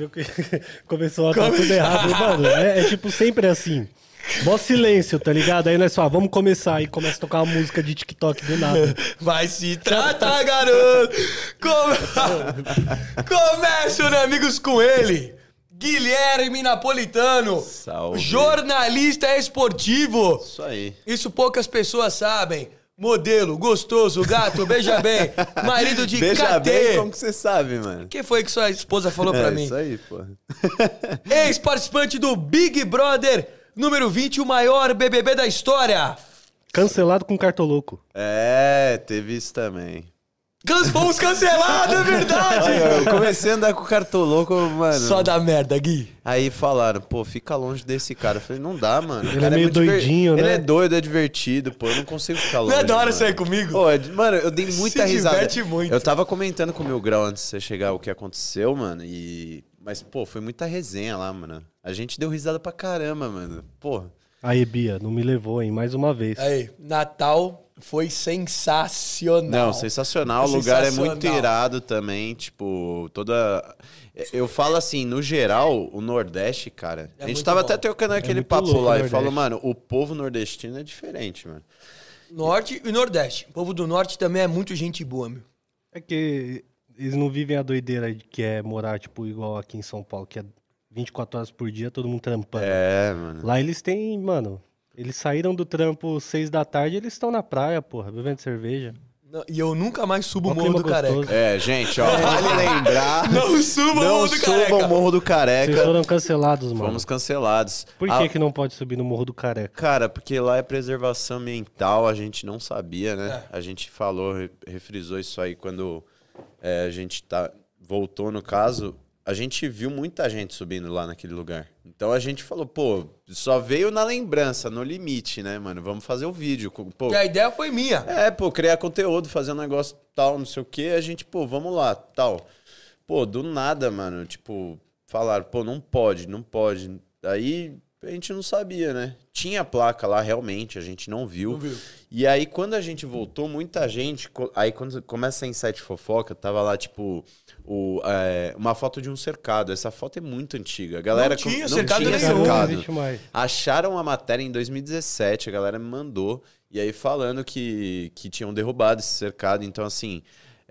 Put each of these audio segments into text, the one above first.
viu que começou a dar tudo errado, mano. É tipo sempre assim. Mó silêncio, tá ligado? Aí nós falamos, vamos começar. Aí começa a tocar uma música de TikTok do nada. Vai se tratar, garoto! Começo, né, amigos, com ele. Guilherme Napolitano. Salve. Jornalista esportivo. Isso aí. Isso poucas pessoas sabem. Modelo, gostoso, gato, beija bem. Marido de Beija KT. bem, como que você sabe, mano? Que foi que sua esposa falou pra mim? Isso aí, pô. Ex-participante do Big Brother, número 20, o maior BBB da história. Cancelado com cartoloco. Teve isso também. Fomos cancelados, é verdade. Eu comecei a andar com o cartoloco, mano. Só dá merda, Gui. Aí falaram, pô, fica longe desse cara. Eu falei, não dá, mano. Ele é meio doidinho, né? Ele é doido, é divertido, pô. Eu não consigo ficar longe. Não é da hora mano. sair comigo? Pô, mano, eu dei muita Se risada. diverte muito. Eu tava comentando com o Mil Grau antes de você chegar o que aconteceu, mano. Mas, pô, foi muita resenha lá, mano. A gente deu risada pra caramba, mano. Porra. Aí, Bia, não me levou, hein? Mais uma vez. Aí, Natal foi sensacional. Não, sensacional. O lugar é muito irado também. Tipo, toda. Eu falo assim, no geral, o Nordeste, cara. A gente tava até trocando aquele papo lá e falou, mano, o povo nordestino é diferente, mano. Norte e Nordeste. O povo do Norte também é muito gente boa, meu. É que eles não vivem a doideira que é morar, tipo, igual aqui em São Paulo, que é 24 horas por dia, todo mundo trampando. Mano. Lá eles têm, mano, eles saíram do trampo 6 da tarde, eles estão na praia, porra, bebendo cerveja. Não, e eu nunca mais subo o Morro do gostoso. Careca. Gente, ó, vale lembrar. Não suba o Morro do Careca. o Morro do Careca. Vocês foram cancelados, mano. Fomos cancelados. Por que não pode subir no Morro do Careca? Cara, porque lá é preservação ambiental, a gente não sabia, né? A gente falou, refrisou isso aí quando a gente voltou no caso. A gente viu muita gente subindo lá naquele lugar. Então a gente falou, pô, só veio na lembrança, no limite, né, mano? Vamos fazer o vídeo. Pô, E a ideia foi minha. Criar conteúdo, fazer um negócio tal, não sei o quê. A gente, pô, vamos lá, tal. Pô, do nada, mano, tipo, falaram, pô, não pode. Aí a gente não sabia, né? Tinha placa lá, realmente, a gente não viu. E aí, quando a gente voltou, muita gente... Aí, quando começa a Insight Fofoca, tava lá, tipo... uma foto de um cercado. Essa foto é muito antiga. A galera Não tinha não cercado tinha nenhum. Não existe mais. Acharam a matéria em 2017, a galera me mandou. E aí falando que tinham derrubado esse cercado. Então, assim,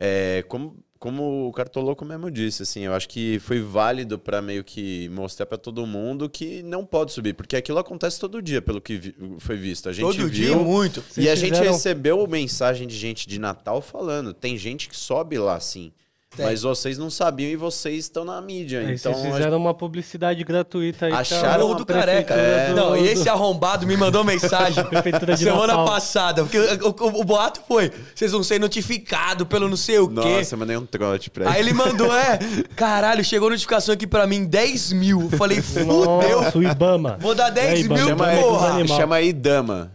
como o Cartoloco mesmo disse, assim, eu acho que foi válido pra meio que mostrar pra todo mundo que não pode subir. Porque aquilo acontece todo dia, pelo que foi visto. A gente Todo viu, dia, muito. E a gente recebeu mensagem de gente de Natal falando, tem gente que sobe lá, sim. Mas vocês não sabiam e vocês estão na mídia. Aí então vocês fizeram uma publicidade gratuita aí. Acharam Morro do Careca. Não, e esse arrombado me mandou mensagem Prefeitura de semana Natal. passada. Porque o boato foi, vocês vão ser notificados pelo não sei o quê. Nossa, eu mandei um trote pra ele. Aí ele mandou, caralho, chegou notificação aqui pra mim, 10 mil. Eu falei, fudeu. Nossa, o Ibama. Vou dar 10 mil, porra. Chama Idama.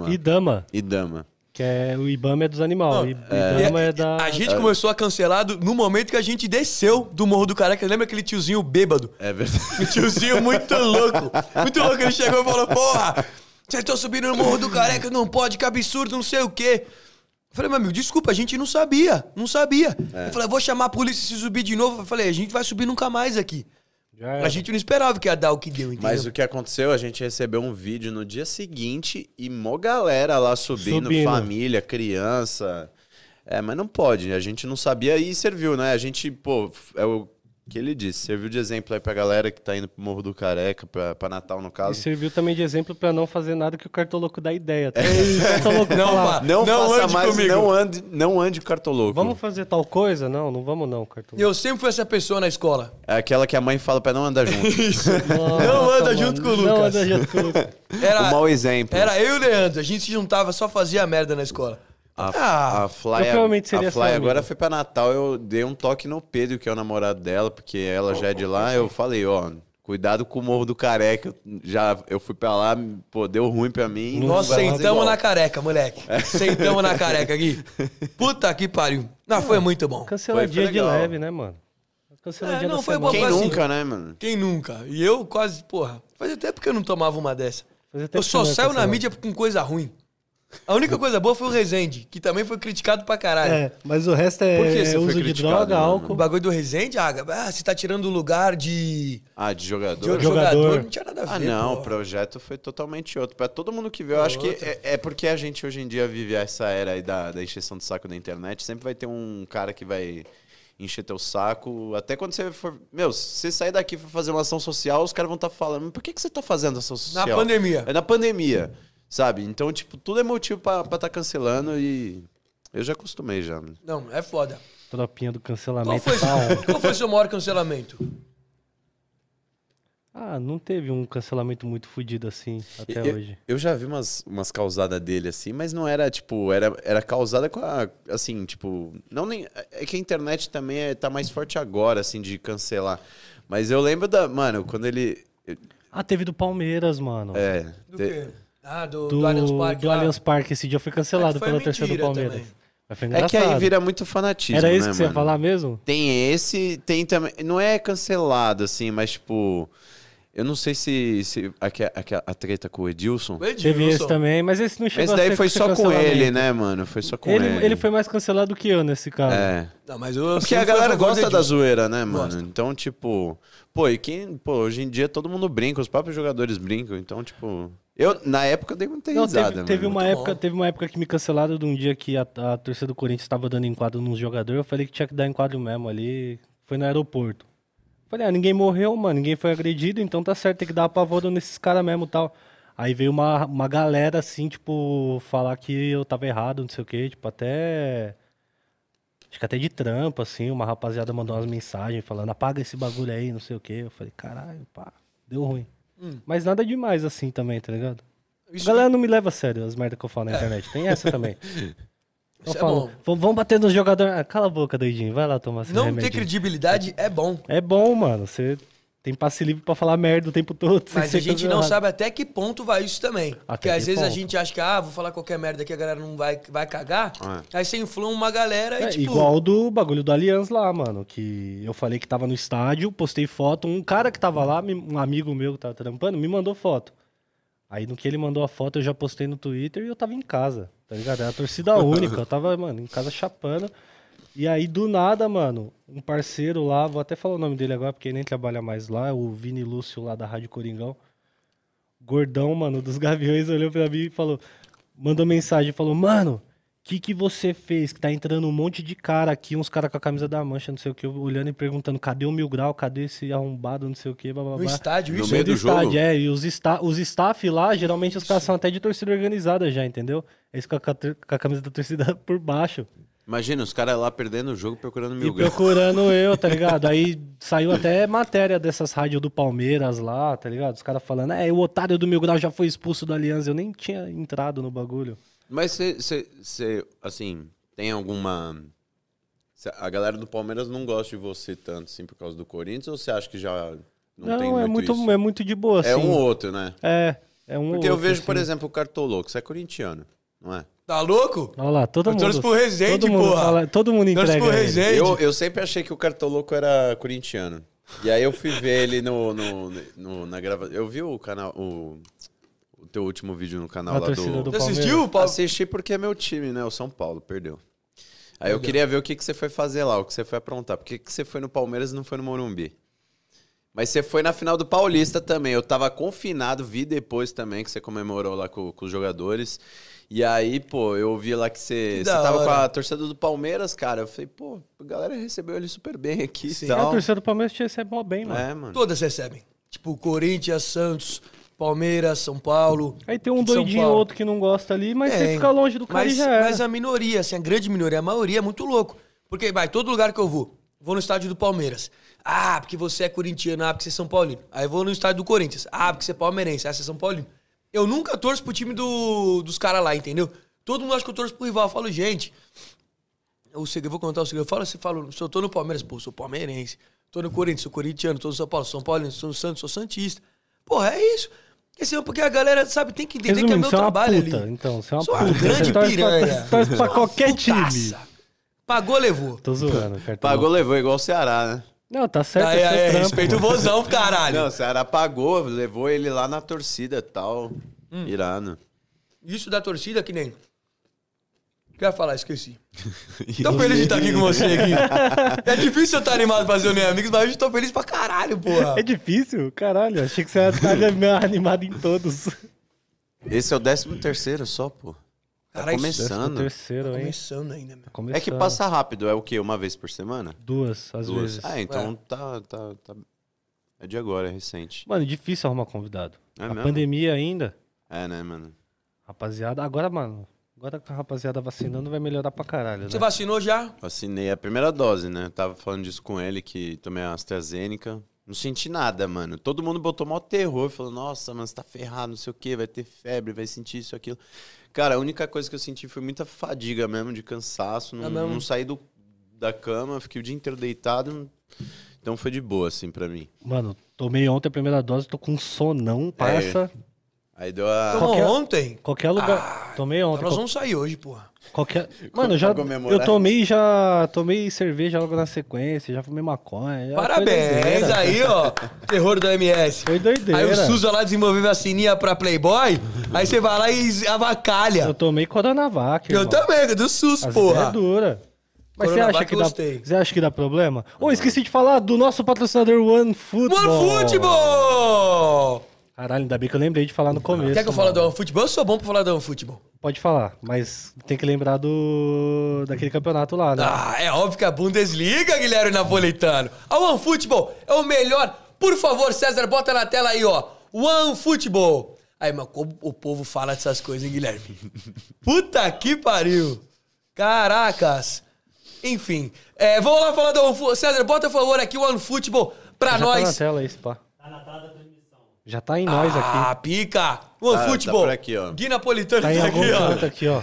Idama. Que é o Ibama é dos animais. Ibama é da... A gente começou a cancelar no momento que a gente desceu do Morro do Careca. Lembra aquele tiozinho bêbado? É verdade. Um tiozinho muito louco. Muito louco. Ele chegou e falou, porra, vocês estão subindo no Morro do Careca, não pode, que absurdo, não sei o quê. Eu falei, meu amigo, desculpa, a gente não sabia. Não sabia. Eu falei, vou chamar a polícia se subir de novo. Eu falei, a gente vai subir nunca mais aqui. A gente não esperava que ia dar o que deu, entendeu? Mas o que aconteceu, a gente recebeu um vídeo no dia seguinte e mó galera lá subindo. Família, criança. Mas não pode, a gente não sabia e serviu, né? A gente, pô, é o que ele disse, serviu de exemplo aí pra galera que tá indo pro Morro do Careca, pra Natal, no caso. E serviu também de exemplo pra não fazer nada que o Cartoloco dá ideia. Tá? Não faça ande mais, comigo. não ande com o Cartoloco. Vamos fazer tal coisa? Não vamos não, Cartoloco. Eu sempre fui essa pessoa na escola. É aquela que a mãe fala pra não andar junto. Isso. Não anda junto com o Lucas. Não anda junto com o Lucas. Um mau exemplo. Era eu e o Leandro, a gente se juntava, só fazia merda na escola. A Fly, eu provavelmente seria a Fly seu agora amigo. foi pra Natal, eu dei um toque no Pedro, que é o namorado dela, porque ela já é de lá, eu falei, ó, cuidado com o Morro do Careca, eu fui pra lá, pô, deu ruim pra mim. Nós vai fazer sentamos igual. na careca, moleque. Sentamos na careca aqui. Puta que pariu. Não, foi muito bom. Canceladinha Foi de legal. leve, né, mano? Canceladinha não da foi semana. bom. Quem assim, nunca, né, mano? Quem nunca? E eu quase, porra, fazia tempo que eu não tomava uma dessa. Fazia tempo Eu que só você não é saio na cancelado. mídia com coisa ruim. A única coisa boa foi o Rezende, que também foi criticado pra caralho. É, mas o resto Por que você é foi uso de criticado, droga, mano? O álcool. bagulho do Rezende, você tá tirando o lugar de jogador? Jogador. Não tinha nada a ver, Ah, não, pô. o projeto foi totalmente outro. Pra todo mundo que viu, eu acho que é porque a gente hoje em dia vive essa era aí da encheção do saco da internet. Sempre vai ter um cara que vai encher teu saco. Até quando você for... Meu, se você sair daqui e for fazer uma ação social, os caras vão estar falando, mas por que você tá fazendo ação social? Na pandemia. É na pandemia, sabe? Então, tipo, tudo é motivo pra tá cancelando e... Eu já acostumei já. Não, é foda. Tropinha do Qual cancelamento. foi, tá on. qual foi o seu maior cancelamento? Ah, não teve um cancelamento muito fodido assim até hoje. Eu já vi umas causadas dele, assim, mas não era, tipo... Era causada com a... Assim, tipo... Não nem... É que a internet também tá mais forte agora, assim, de cancelar. Mas eu lembro da... Mano, quando ele... Ah, teve do Palmeiras, mano. Do quê? Ah, do Allianz Parque. Do lá. Allianz Parque. Esse dia foi cancelado Foi pela torcida do mentira Palmeiras. também. Mas foi É engraçado. que aí vira muito fanatismo, Era isso né, que você ia mano? falar mesmo? Tem esse, tem também... Não é cancelado, assim, mas, tipo... Eu não sei se a treta com o Edilson... O Edilson. Teve esse também, mas esse não chegou Esse a daí ser foi ser só com cancelamento. ele, né, mano? Foi só com ele. Ele foi mais cancelado que eu nesse caso. É. Não, mas eu Porque sempre a fui galera favor do gosta da Edilson. zoeira, né, mano? Gosta. Então, tipo... hoje em dia todo mundo brinca, os próprios jogadores brincam. Então, tipo... Na época, eu dei muita Não, risada, teve mano. uma época que me cancelaram de um dia que a torcida do Corinthians estava dando enquadro nos jogadores. Eu falei que tinha que dar enquadro mesmo ali. Foi no aeroporto. Falei, ninguém morreu, mano. Ninguém foi agredido. Então tá certo, tem que dar apavoro nesses caras mesmo e tal. Aí veio uma galera assim, tipo, falar que eu tava errado, não sei o quê. Tipo, até... Acho que até de trampo, assim. Uma rapaziada mandou umas mensagens falando, apaga esse bagulho aí, não sei o quê. Eu falei, caralho, pá, deu ruim. Mas nada demais assim também, tá ligado? Isso A galera não me leva a sério as merdas que eu falo na internet. Tem essa também. Eu Isso é falo, bom. vamos bater nos jogadores. Ah, cala a boca, doidinho. Vai lá tomar esse Não ter remedinho. credibilidade é bom. É bom, mano. Você tem passe livre pra falar merda o tempo todo. sem Mas ser a gente não cancelado. sabe até que ponto vai isso também. Porque que às vezes a ponto? gente acha que, vou falar qualquer merda que a galera não vai cagar. Aí você inflama uma galera e É, tipo... igual do bagulho do Allianz lá, mano. Que eu falei que tava no estádio, postei foto. Um cara que tava lá, um amigo meu que tava trampando, me mandou foto. Aí no que ele mandou a foto, eu já postei no Twitter e eu tava em casa, tá ligado? Era a torcida única. Eu tava, mano, em casa chapando. E aí, do nada, mano, um parceiro lá, vou até falar o nome dele agora, porque ele nem trabalha mais lá, o Vini Lúcio lá da Rádio Coringão. Gordão, mano, dos Gaviões, olhou pra mim e falou, mandou mensagem, falou, mano, o que você fez? Que tá entrando um monte de cara aqui, uns caras com a camisa da Mancha, não sei o que, olhando e perguntando, cadê o Mil Grau, cadê esse arrombado, não sei o que, blá, blá, No blá. estádio, No isso. meio do jogo? E os staff lá, geralmente os caras são até de torcida organizada já, entendeu? Eles com a camisa da torcida por baixo. Imagina, os caras lá perdendo o jogo procurando E Mil Grau. procurando eu, tá ligado? Aí saiu até matéria dessas rádios do Palmeiras lá, tá ligado? Os caras falando, o otário do Mil Grau já foi expulso do Aliança. Eu nem tinha entrado no bagulho. Mas você, assim, tem alguma... A galera do Palmeiras não gosta de você tanto, assim, por causa do Corinthians? Ou você acha que já não tem muito isso? É muito de boa, assim. É um ou outro, né? É um Porque ou eu outro, vejo, assim. por exemplo, o Cartoloco. Você é corintiano, não é? Tá louco? Olha lá, todo Eu mundo... torço pro Rezende, todo mundo porra. todo mundo Torço entrega pro ele. Rezende. Eu sempre achei que o Cartoloco era corintiano. E aí eu fui ver ele na gravação. Eu vi o canal, o teu último vídeo no canal A lá torcida do Você Palmeiras. assistiu, Paulo? Assisti porque é meu time, né? O São Paulo, perdeu. Aí eu queria ver o que você foi fazer lá, o que você foi aprontar. Por que você foi no Palmeiras e não foi no Morumbi? Mas você foi na final do Paulista também. Eu tava confinado, vi depois também que você comemorou lá com os jogadores. E aí, pô, eu vi lá que você da tava hora. com a torcida do Palmeiras, cara. Eu falei, pô, a galera recebeu ele super bem aqui Sim. e A tal. torcida do Palmeiras te recebe mó bem, mano. É, mano. Todas recebem. Tipo, Corinthians, Santos, Palmeiras, São Paulo. Aí tem um São doidinho Paulo. ou outro que não gosta ali, mas você Tem. fica longe do cara e já é. Mas a minoria, assim, a grande minoria, a maioria é muito louco. Porque, todo lugar que eu vou no estádio do Palmeiras. Porque você é corintiano, porque você é São Paulino. Aí vou no estádio do Corinthians. Porque você é palmeirense, você é São Paulino. Eu nunca torço pro time dos caras lá, entendeu? Todo mundo acha que eu torço pro rival. Eu falo, gente, eu vou contar o segredo. Você fala, se eu tô no Palmeiras, pô, sou palmeirense. Tô no Corinthians, sou corintiano. Tô no São Paulo, sou São Paulino. Sou no Santos, sou santista. Porra, é isso. Porque a galera, sabe, tem que entender que é meu você é uma trabalho puta, ali. então. Você é uma Sou puta. uma grande Você torce piranha. torce pra qualquer time. Putaça. Pagou, levou. Tô zoando, cartão. Pagou, levou igual o Ceará, né? Não, tá certo, é seu trampo. Respeita o vozão, caralho. Não, o Ceará pagou, levou ele lá na torcida e tal. Irado. Isso da torcida que nem... O que eu ia falar? Esqueci. Tô feliz de estar aqui com você aqui. É difícil eu estar animado pra fazer o Nem Amigos, mas hoje tô feliz pra caralho, porra. É difícil? Caralho, achei que você ia estar animado em todos. Esse é o 13º só, pô. Tá Caralho, começando. Terceiro, hein? Começando ainda, meu. Tá começando. É que passa rápido, é o quê? Uma vez por semana? Duas, às vezes. Ah, então tá. É de agora, é recente. Mano, difícil arrumar convidado. É a mesmo? pandemia ainda. É, né, mano? Rapaziada, agora, mano. Agora que a rapaziada vacinando vai melhorar pra caralho, né? Você vacinou já? Vacinei a primeira dose, né? Eu tava falando disso com ele, que tomei a AstraZeneca. Não senti nada, mano. Todo mundo botou maior terror. Falou, nossa, mano, você tá ferrado, não sei o quê. Vai ter febre, vai sentir isso, aquilo. Cara, a única coisa que eu senti foi muita fadiga mesmo, de cansaço. Não saí da cama, fiquei o dia inteiro deitado. Então foi de boa, assim, pra mim. Mano, tomei ontem a primeira dose, tô com um sonão, parça. Aí deu a... Tomou ontem? Qualquer lugar. Tomei ontem. Então nós vamos sair hoje, porra. Mano, eu tomei cerveja logo na sequência, já fumei maconha. Parabéns aí, ó. Terror do MS. Foi doideira. Aí o Suza lá desenvolveu vacininha pra Playboy, aí você vai lá e avacalha. Eu tomei Coronavac, Eu irmão. também, do SUS, As porra. ideias dura. Mas Coronavac gostei. você acha que dá problema? Ô, esqueci de falar do nosso patrocinador OneFootball. OneFootball! Caralho, ainda bem que eu lembrei de falar no começo. Quer que eu fale mano. do OneFootball? Eu sou bom pra falar do OneFootball. Pode falar, mas tem que lembrar daquele campeonato lá, né? Ah, é óbvio que a Bundesliga, Guilherme Napolitano. A OneFootball é o melhor. Por favor, César, bota na tela aí, ó. OneFootball. Aí, mas como o povo fala dessas coisas, hein, Guilherme? Puta que pariu. Caracas. Enfim, vamos lá falar do OneFootball. César, bota, por favor, aqui o OneFootball pra Já nós. tá na tela esse pá. Tá na tela da transmissão. Já tá em nós aqui. Ah, pica. OneFootball. tá por aqui, ó. Gui Napolitano Tá em tá algum aqui, ó. canto aqui, ó.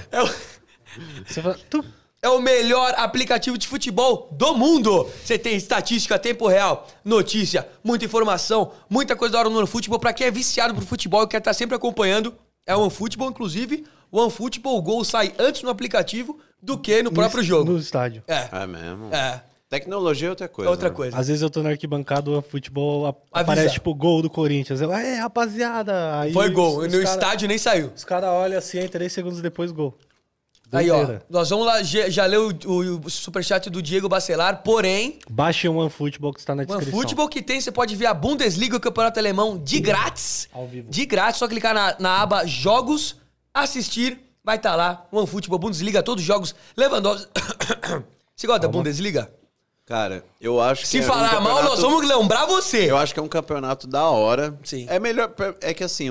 Você fala, É o melhor aplicativo de futebol do mundo. Você tem estatística, tempo real, notícia, muita informação, muita coisa da hora no OneFootball. Pra quem é viciado pro futebol e quer estar sempre acompanhando, é o OneFootball. Inclusive, o OneFootball, o gol sai antes no aplicativo do que no próprio jogo. No estádio. É mesmo? É. Tecnologia é outra coisa. É outra né? coisa. Às vezes eu tô na arquibancada do futebol, aparece tipo gol do Corinthians. Eu, rapaziada. Aí Foi gol. os No cara- estádio nem saiu. Os caras olham assim, aí 3 segundos depois, gol. Aí, ó. Doideira. Nós vamos lá, já leu o superchat do Diego Bacelar, porém, Baixe o OneFootball que está na o descrição. OneFootball que tem, você pode ver a Bundesliga, o campeonato alemão, de grátis. Ao vivo. De grátis, só clicar na aba Jogos, assistir, vai estar lá. OneFootball, Bundesliga, todos os jogos. Lewandowski. Você gosta da Bundesliga? Cara, eu acho que... Se é um falar mal, campeonato- nós vamos lembrar você. Eu acho que é um campeonato da hora. Sim. É melhor... É que assim,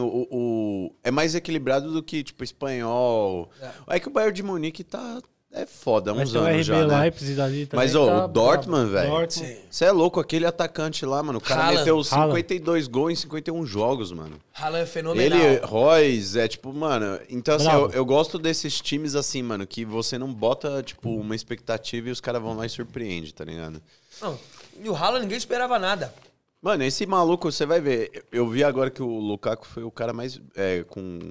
é mais equilibrado do que, tipo, espanhol. É que o Bayern de Munique tá... É foda, há Vai uns ter o anos RB já, né? Leipzig ali também. Mas, ô, tá o Dortmund, velho. Dortmund. Você é louco, aquele atacante lá, mano. O cara Haaland. meteu 52 gols em 51 jogos, mano. Haaland é fenomenal. Ele, Royce, é tipo, mano... Então, assim, Bravo. eu gosto desses times assim, mano, que você não bota, tipo, uma expectativa e os caras vão lá e surpreende, tá ligado? Não, e o Haaland ninguém esperava nada. Mano, esse maluco, você vai ver. Eu vi agora que o Lukaku foi o cara mais... com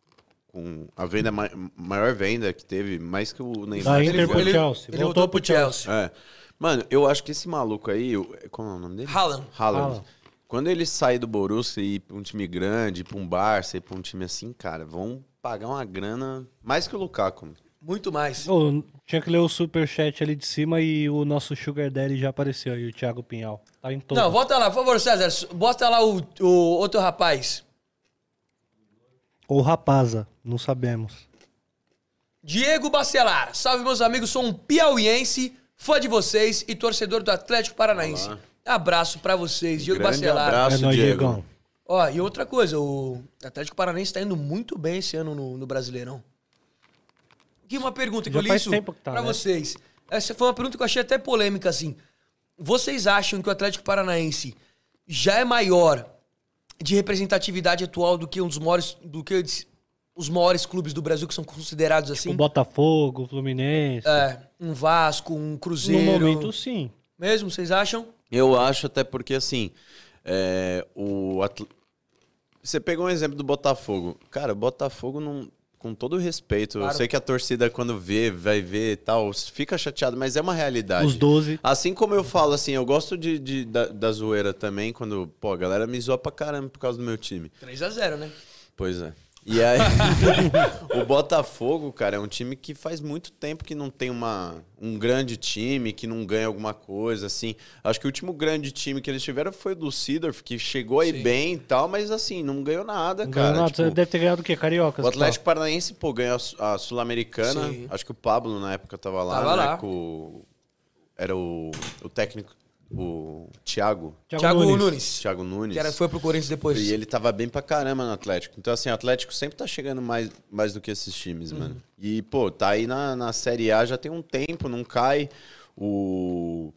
a venda maior venda que teve, mais que o Neymar. Da tá Inter ligado? pro Chelsea. Ele Voltou voltou pro pro Chelsea. É. Mano, eu acho que esse maluco aí... Como é o nome dele? Haaland. Haaland. Quando ele sair do Borussia e ir pra um time grande, ir pra um Barça, ir pra um time assim, cara, vão pagar uma grana mais que o Lukaku. Muito mais. Ô, tinha que ler o superchat ali de cima e o nosso Sugar Daddy já apareceu aí, o Thiago Pinhal. Tá em todo. Não, volta lá, por favor, César. Bota lá o outro rapaz. Ou Rapaza, não sabemos. Diego Bacelar. Salve, meus amigos. Sou um piauiense, fã de vocês e torcedor do Atlético Paranaense. Olá. Abraço pra vocês, Diego Grande Bacelar. abraço. É nóis, Diego. Diegão. Ó, e outra coisa, o Atlético Paranaense tá indo muito bem esse ano no Brasileirão. Aqui uma pergunta que Já eu li faz isso tempo que tá, pra né? vocês. Essa foi uma pergunta que eu achei até polêmica, assim. Vocês acham que o Atlético Paranaense já é maior de representatividade atual do que os maiores clubes do Brasil que são considerados assim? O Botafogo, o Fluminense. Um Vasco, um Cruzeiro. No momento, sim. Mesmo, vocês acham? Eu acho até porque, assim, você pegou um exemplo do Botafogo. Cara, o Botafogo não... Com todo o respeito, Claro. eu sei que a torcida quando vai ver e tal, fica chateado, mas é uma realidade. Os 12. Assim como eu falo, assim, eu gosto da zoeira também, quando, pô, a galera me zoa pra caramba por causa do meu time. 3-0, né? Pois é. E aí, o Botafogo, cara, é um time que faz muito tempo que não tem um grande time, que não ganha alguma coisa, assim. Acho que o último grande time que eles tiveram foi o do Seedorf, que chegou aí bem e tal, mas assim, não ganhou nada, Não cara. ganhou nada. Tipo, Você deve ter ganhado o quê? Carioca? o Atlético Paranaense, pô, ganhou a Sul-Americana. Sim. Acho que o Pablo, na época, tava lá. Tava né, lá. Era o técnico, o Thiago Thiago Nunes. Thiago Nunes. Que foi pro Corinthians depois. E ele tava bem pra caramba no Atlético. Então, assim, o Atlético sempre tá chegando mais do que esses times, mano. E, pô, tá aí na Série A já tem um tempo, não cai. O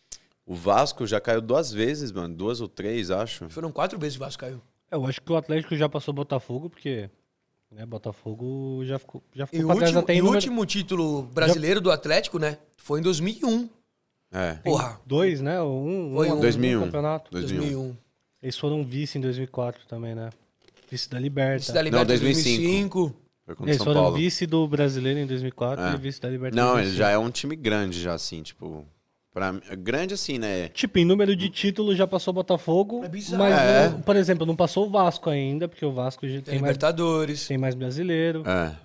Vasco já caiu 2 vezes, mano. 2 ou 3, acho. Foram 4 vezes que o Vasco caiu. Eu acho que o Atlético já passou o Botafogo, porque né, Botafogo já ficou E o pra trás até em número... último título brasileiro do Atlético, né? Foi em 2001. É. Porra. 2, né? Foi um 2001. campeonato. 2001. Eles foram vice em 2004 também, né? Vice da Liberta. Vice da Libertadores 2005. Foi contra Eles São foram Paulo. vice do Brasileiro em 2004 e vice da Liberta em Não, 2005. ele já é um time grande, já, assim, tipo... grande, assim, né? Tipo, em número de títulos já passou o Botafogo, É bizarro. mas, É. por exemplo, não passou o Vasco ainda, porque o Vasco já Tem tem mais, Libertadores. tem mais brasileiro. É.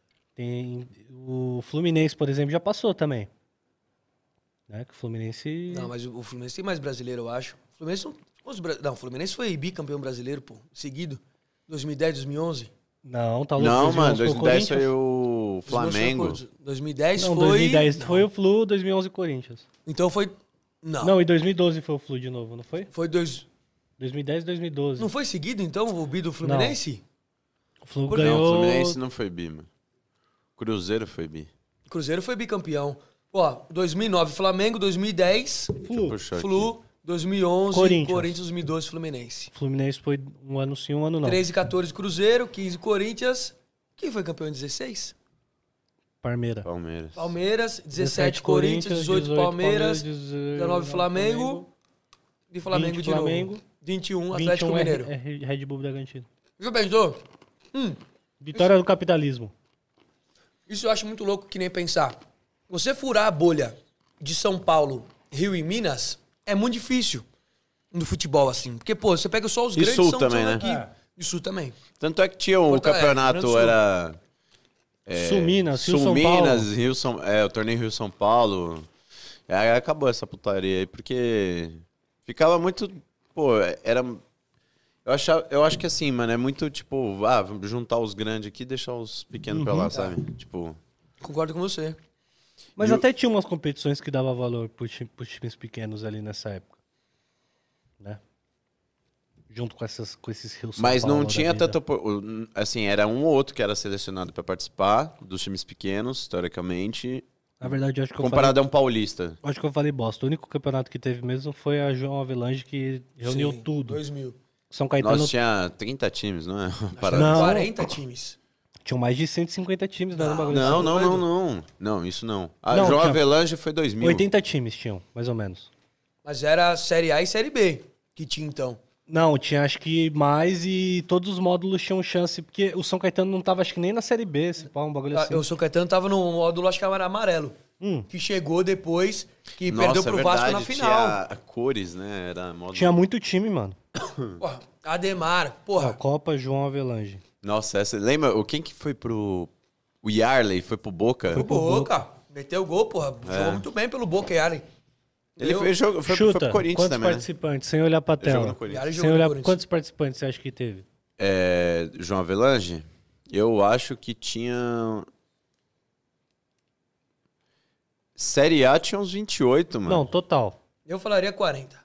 Tem o Fluminense, por exemplo, já passou também. Né? Que o Fluminense... Não, mas o Fluminense tem mais brasileiro, eu acho. O Fluminense não, o Fluminense foi bicampeão brasileiro, pô. Seguido. 2010, 2011. Não, tá louco. Não, mano, 2011 2010 foi o 2011 Flamengo. 2010 Não, foi... 2010 Não. foi o Flu, 2011 Corinthians. Então foi... Não. Não, e 2012 foi o Flu de novo, não foi? Foi 2010 e 2012. Não foi seguido, então, o bi do Fluminense? O Flu Não, o ganhou... Fluminense não foi bi, mano. Cruzeiro foi bi. Cruzeiro foi bicampeão. Ó, 2009 Flamengo, 2010 Flu. Puxa Flu, 2011 Corinthians. Corinthians, 2012 Fluminense. Fluminense foi um ano sim, um ano não. 13 e 14 Cruzeiro, 15 Corinthians. Quem foi campeão em 16? Parmeira. Palmeiras. Palmeiras, 17 Corinthians, 18 Palmeiras, 19 Flamengo e Flamengo 20 de Flamengo, novo. 21 21 Atlético Mineiro. Red Bull Bragantino. Já pensou? Vitória do capitalismo. Isso eu acho muito louco que nem pensar. Você furar a bolha de São Paulo, Rio e Minas é muito difícil no futebol, assim. Porque, pô, você pega só os E grandes Sul são também, né? aqui. É. E Sul também. Tanto é que tinha o Porto Alegre, campeonato, Rio Grande do Sul. era... Sul Minas, Rio Sul São Minas, Paulo. Rio São... o torneio Rio-São Paulo. Aí acabou essa putaria aí, porque ficava muito... Pô, era... Eu acho que assim, mano, é muito, tipo... vamos juntar os grandes aqui e deixar os pequenos pra lá, sabe? Tipo... Concordo com você. Mas até tinha umas competições que dava valor pros times pequenos ali nessa época. Né? Junto com esses Rios São Mas Paulo não da tinha vida. tanto... Assim, era um ou outro que era selecionado pra participar dos times pequenos, historicamente, Na verdade, acho que comparado a um paulista. acho que eu falei bosta. O único campeonato que teve mesmo foi a João Avelange, que reuniu Sim, tudo. 2000. São Caetano Nós tinha 30 times, não é? Não. 40 times. tinham mais de 150 times, não era um bagulho Não, assim. não, não, não. Não, isso não. A Não, João tinha- Avelange foi 2000. 80 times tinham, mais ou menos. Mas era Série A e Série B que tinha, então. Não, tinha acho que mais e todos os módulos tinham chance, porque o São Caetano não tava acho que nem na Série B, esse pau, um bagulho assim. O São Caetano tava no módulo, acho que era amarelo. Que chegou depois, que perdeu pro Vasco na final. Tinha cores, né? Era modo... Tinha muito time, mano. Porra, Ademar, A porra. Copa João Avelange. Nossa, essa... Lembra? Quem que foi pro... O Yarley foi pro Boca? O Boca. Meteu gol, porra. Jogou muito bem pelo Boca, Yaren. Ele foi Chuta, pro Corinthians quantos também, né? participantes, sem olhar pra Ele jogou tela. no Corinthians. Yaren Sem jogou no olhar, Corinthians. quantos participantes você acha que teve? João Avelange? Eu acho que tinha... Série A tinha uns 28, mano. Não, total. Eu falaria 40.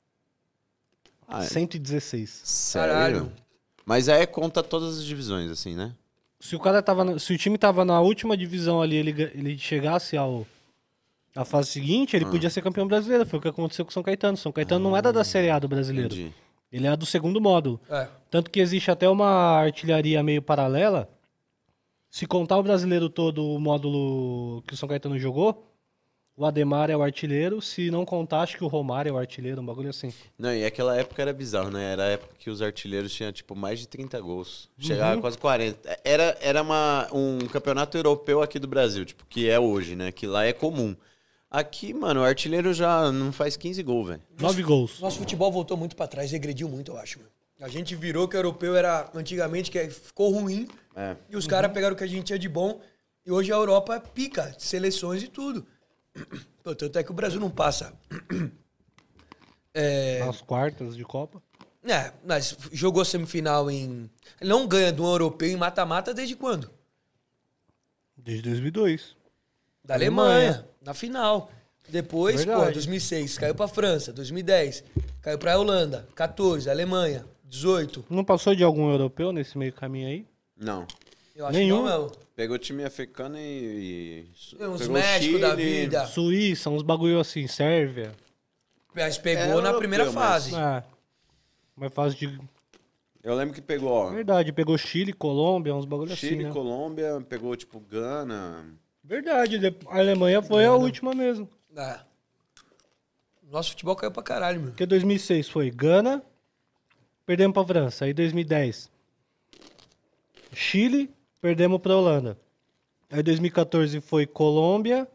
116. Sério? Caralho. Mas aí conta todas as divisões, assim, né? Se o time tava na última divisão ali, ele chegasse à fase seguinte, ele podia ser campeão brasileiro. Foi o que aconteceu com o São Caetano. São Caetano não era da Série A do brasileiro. Entendi. Ele é do segundo módulo. É. Tanto que existe até uma artilharia meio paralela. Se contar o brasileiro todo, o módulo que o São Caetano jogou, o Ademar é o artilheiro. Se não contar, acho que o Romário é o artilheiro, um bagulho assim. Não, e aquela época era bizarro, né? Era a época que os artilheiros tinham, tipo, mais de 30 gols. Chegava a quase 40. Era um campeonato europeu aqui do Brasil, tipo, que é hoje, né? Que lá é comum. Aqui, mano, o artilheiro já não faz 15 gols, velho. 9 gols. Nosso futebol voltou muito pra trás, regrediu muito, eu acho. Mano. A gente virou que o europeu era antigamente, que ficou ruim. E os caras pegaram o que a gente tinha de bom. E hoje a Europa pica, seleções e tudo. Pô, tanto é que o Brasil não passa. Nas quartas de Copa. Mas jogou semifinal em... Ele não ganha de um europeu em mata-mata desde quando? Desde 2002. Da Alemanha, na final. Depois, Verdade. 2006, caiu pra França. 2010, caiu pra Holanda. 14, Alemanha. 18. Não passou de algum europeu nesse meio caminho aí? Não. Eu acho Nenhum. que não. Pegou time africano e Uns pegou México da Chile. vida. Suíça, uns bagulho assim, Sérvia. Mas pegou É na europeu, primeira mas- fase. Mais fácil de... Eu lembro que pegou, ó, Verdade, pegou Chile, Colômbia, uns bagulho Chile, assim, né? Colômbia, pegou, tipo, Gana. Verdade, a Alemanha foi a última mesmo. Nosso futebol caiu pra caralho, meu. Porque 2006 foi Gana, perdemos pra França. Aí 2010, Chile, perdemos pra Holanda. Aí 2014 foi Colômbia,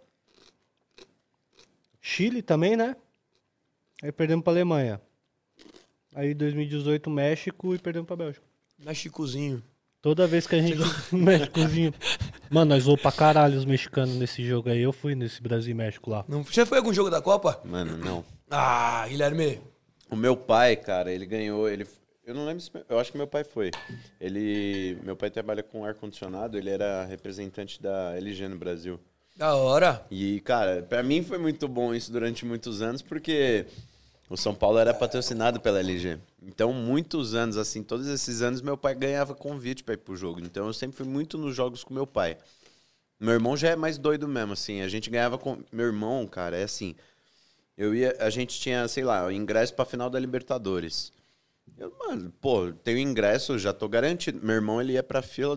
Chile também, né? Aí perdemos pra Alemanha. Aí 2018 México e perdemos pra Bélgica. Méxicozinho. Toda vez que a gente... Méxicozinho. Mano, nós zoamos pra caralho os mexicanos nesse jogo aí. Eu fui nesse Brasil e México lá. Não... Você foi a algum jogo da Copa? Mano, não. Ah, Guilherme. O meu pai, cara, ele ganhou, eu não lembro se, eu acho que meu pai foi. Meu pai trabalha com ar-condicionado, ele era representante da LG no Brasil. Da hora. E, cara, pra mim foi muito bom isso durante muitos anos, porque o São Paulo era patrocinado pela LG. Então, muitos anos, assim, todos esses anos, meu pai ganhava convite pra ir pro jogo. Então, eu sempre fui muito nos jogos com meu pai. Meu irmão já é mais doido mesmo, assim. A gente ganhava com... Meu irmão, cara, é assim... A gente tinha, sei lá, o ingresso pra final da Libertadores. Mano, pô, tenho ingresso, já tô garantido. Meu irmão, ele ia pra fila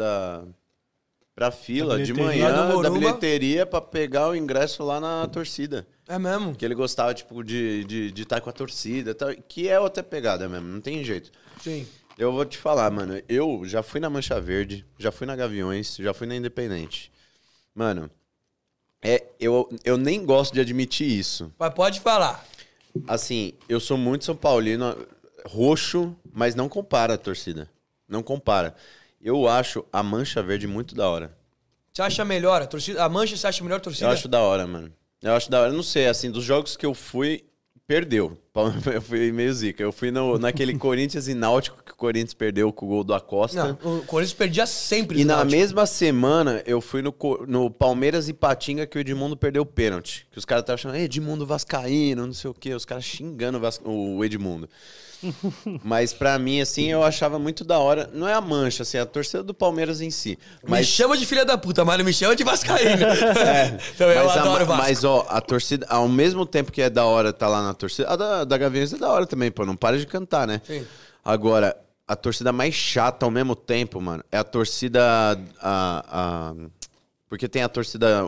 pra fila de bilheteria. Lá do manhã, da Morumba. bilheteria, pra pegar o ingresso lá na torcida. É mesmo? Que ele gostava, tipo, de estar com a torcida e tal. Que é outra pegada mesmo, não tem jeito. Sim. Eu vou te falar, mano. Eu já fui na Mancha Verde, já fui na Gaviões, já fui na Independente. Mano, eu nem gosto de admitir isso. Mas pode falar. Assim, eu sou muito São Paulino, roxo, mas não compara a torcida. Não compara. Eu acho a Mancha Verde muito da hora. Você acha melhor a torcida? A Mancha você acha melhor a torcida? Eu acho da hora, mano. Eu acho da hora. Eu não sei, assim, dos jogos que eu fui, perdeu. Eu fui meio zica. Eu fui naquele Corinthians e Náutico, que o Corinthians perdeu com o gol do Acosta. Não, o Corinthians perdia sempre. E do na Náutico. mesma semana, eu fui no Palmeiras e Patinga, que o Edmundo perdeu o pênalti. Que os caras estavam achando, Edmundo vascaíno, não sei o quê. Os caras xingando o Edmundo. Mas pra mim, assim, eu achava muito da hora. Não é a Mancha, assim, a torcida do Palmeiras em si. Me Mas, chama de filha da puta, mas não me chama de vascaíno. Então eu adoro o Vasco. mas, ó, a torcida, ao mesmo tempo que é da hora tá lá na torcida, a da Gaviões é da hora também, pô. Não para de cantar, né? Sim. Agora, a torcida mais chata ao mesmo tempo, mano, é a torcida... Porque tem a torcida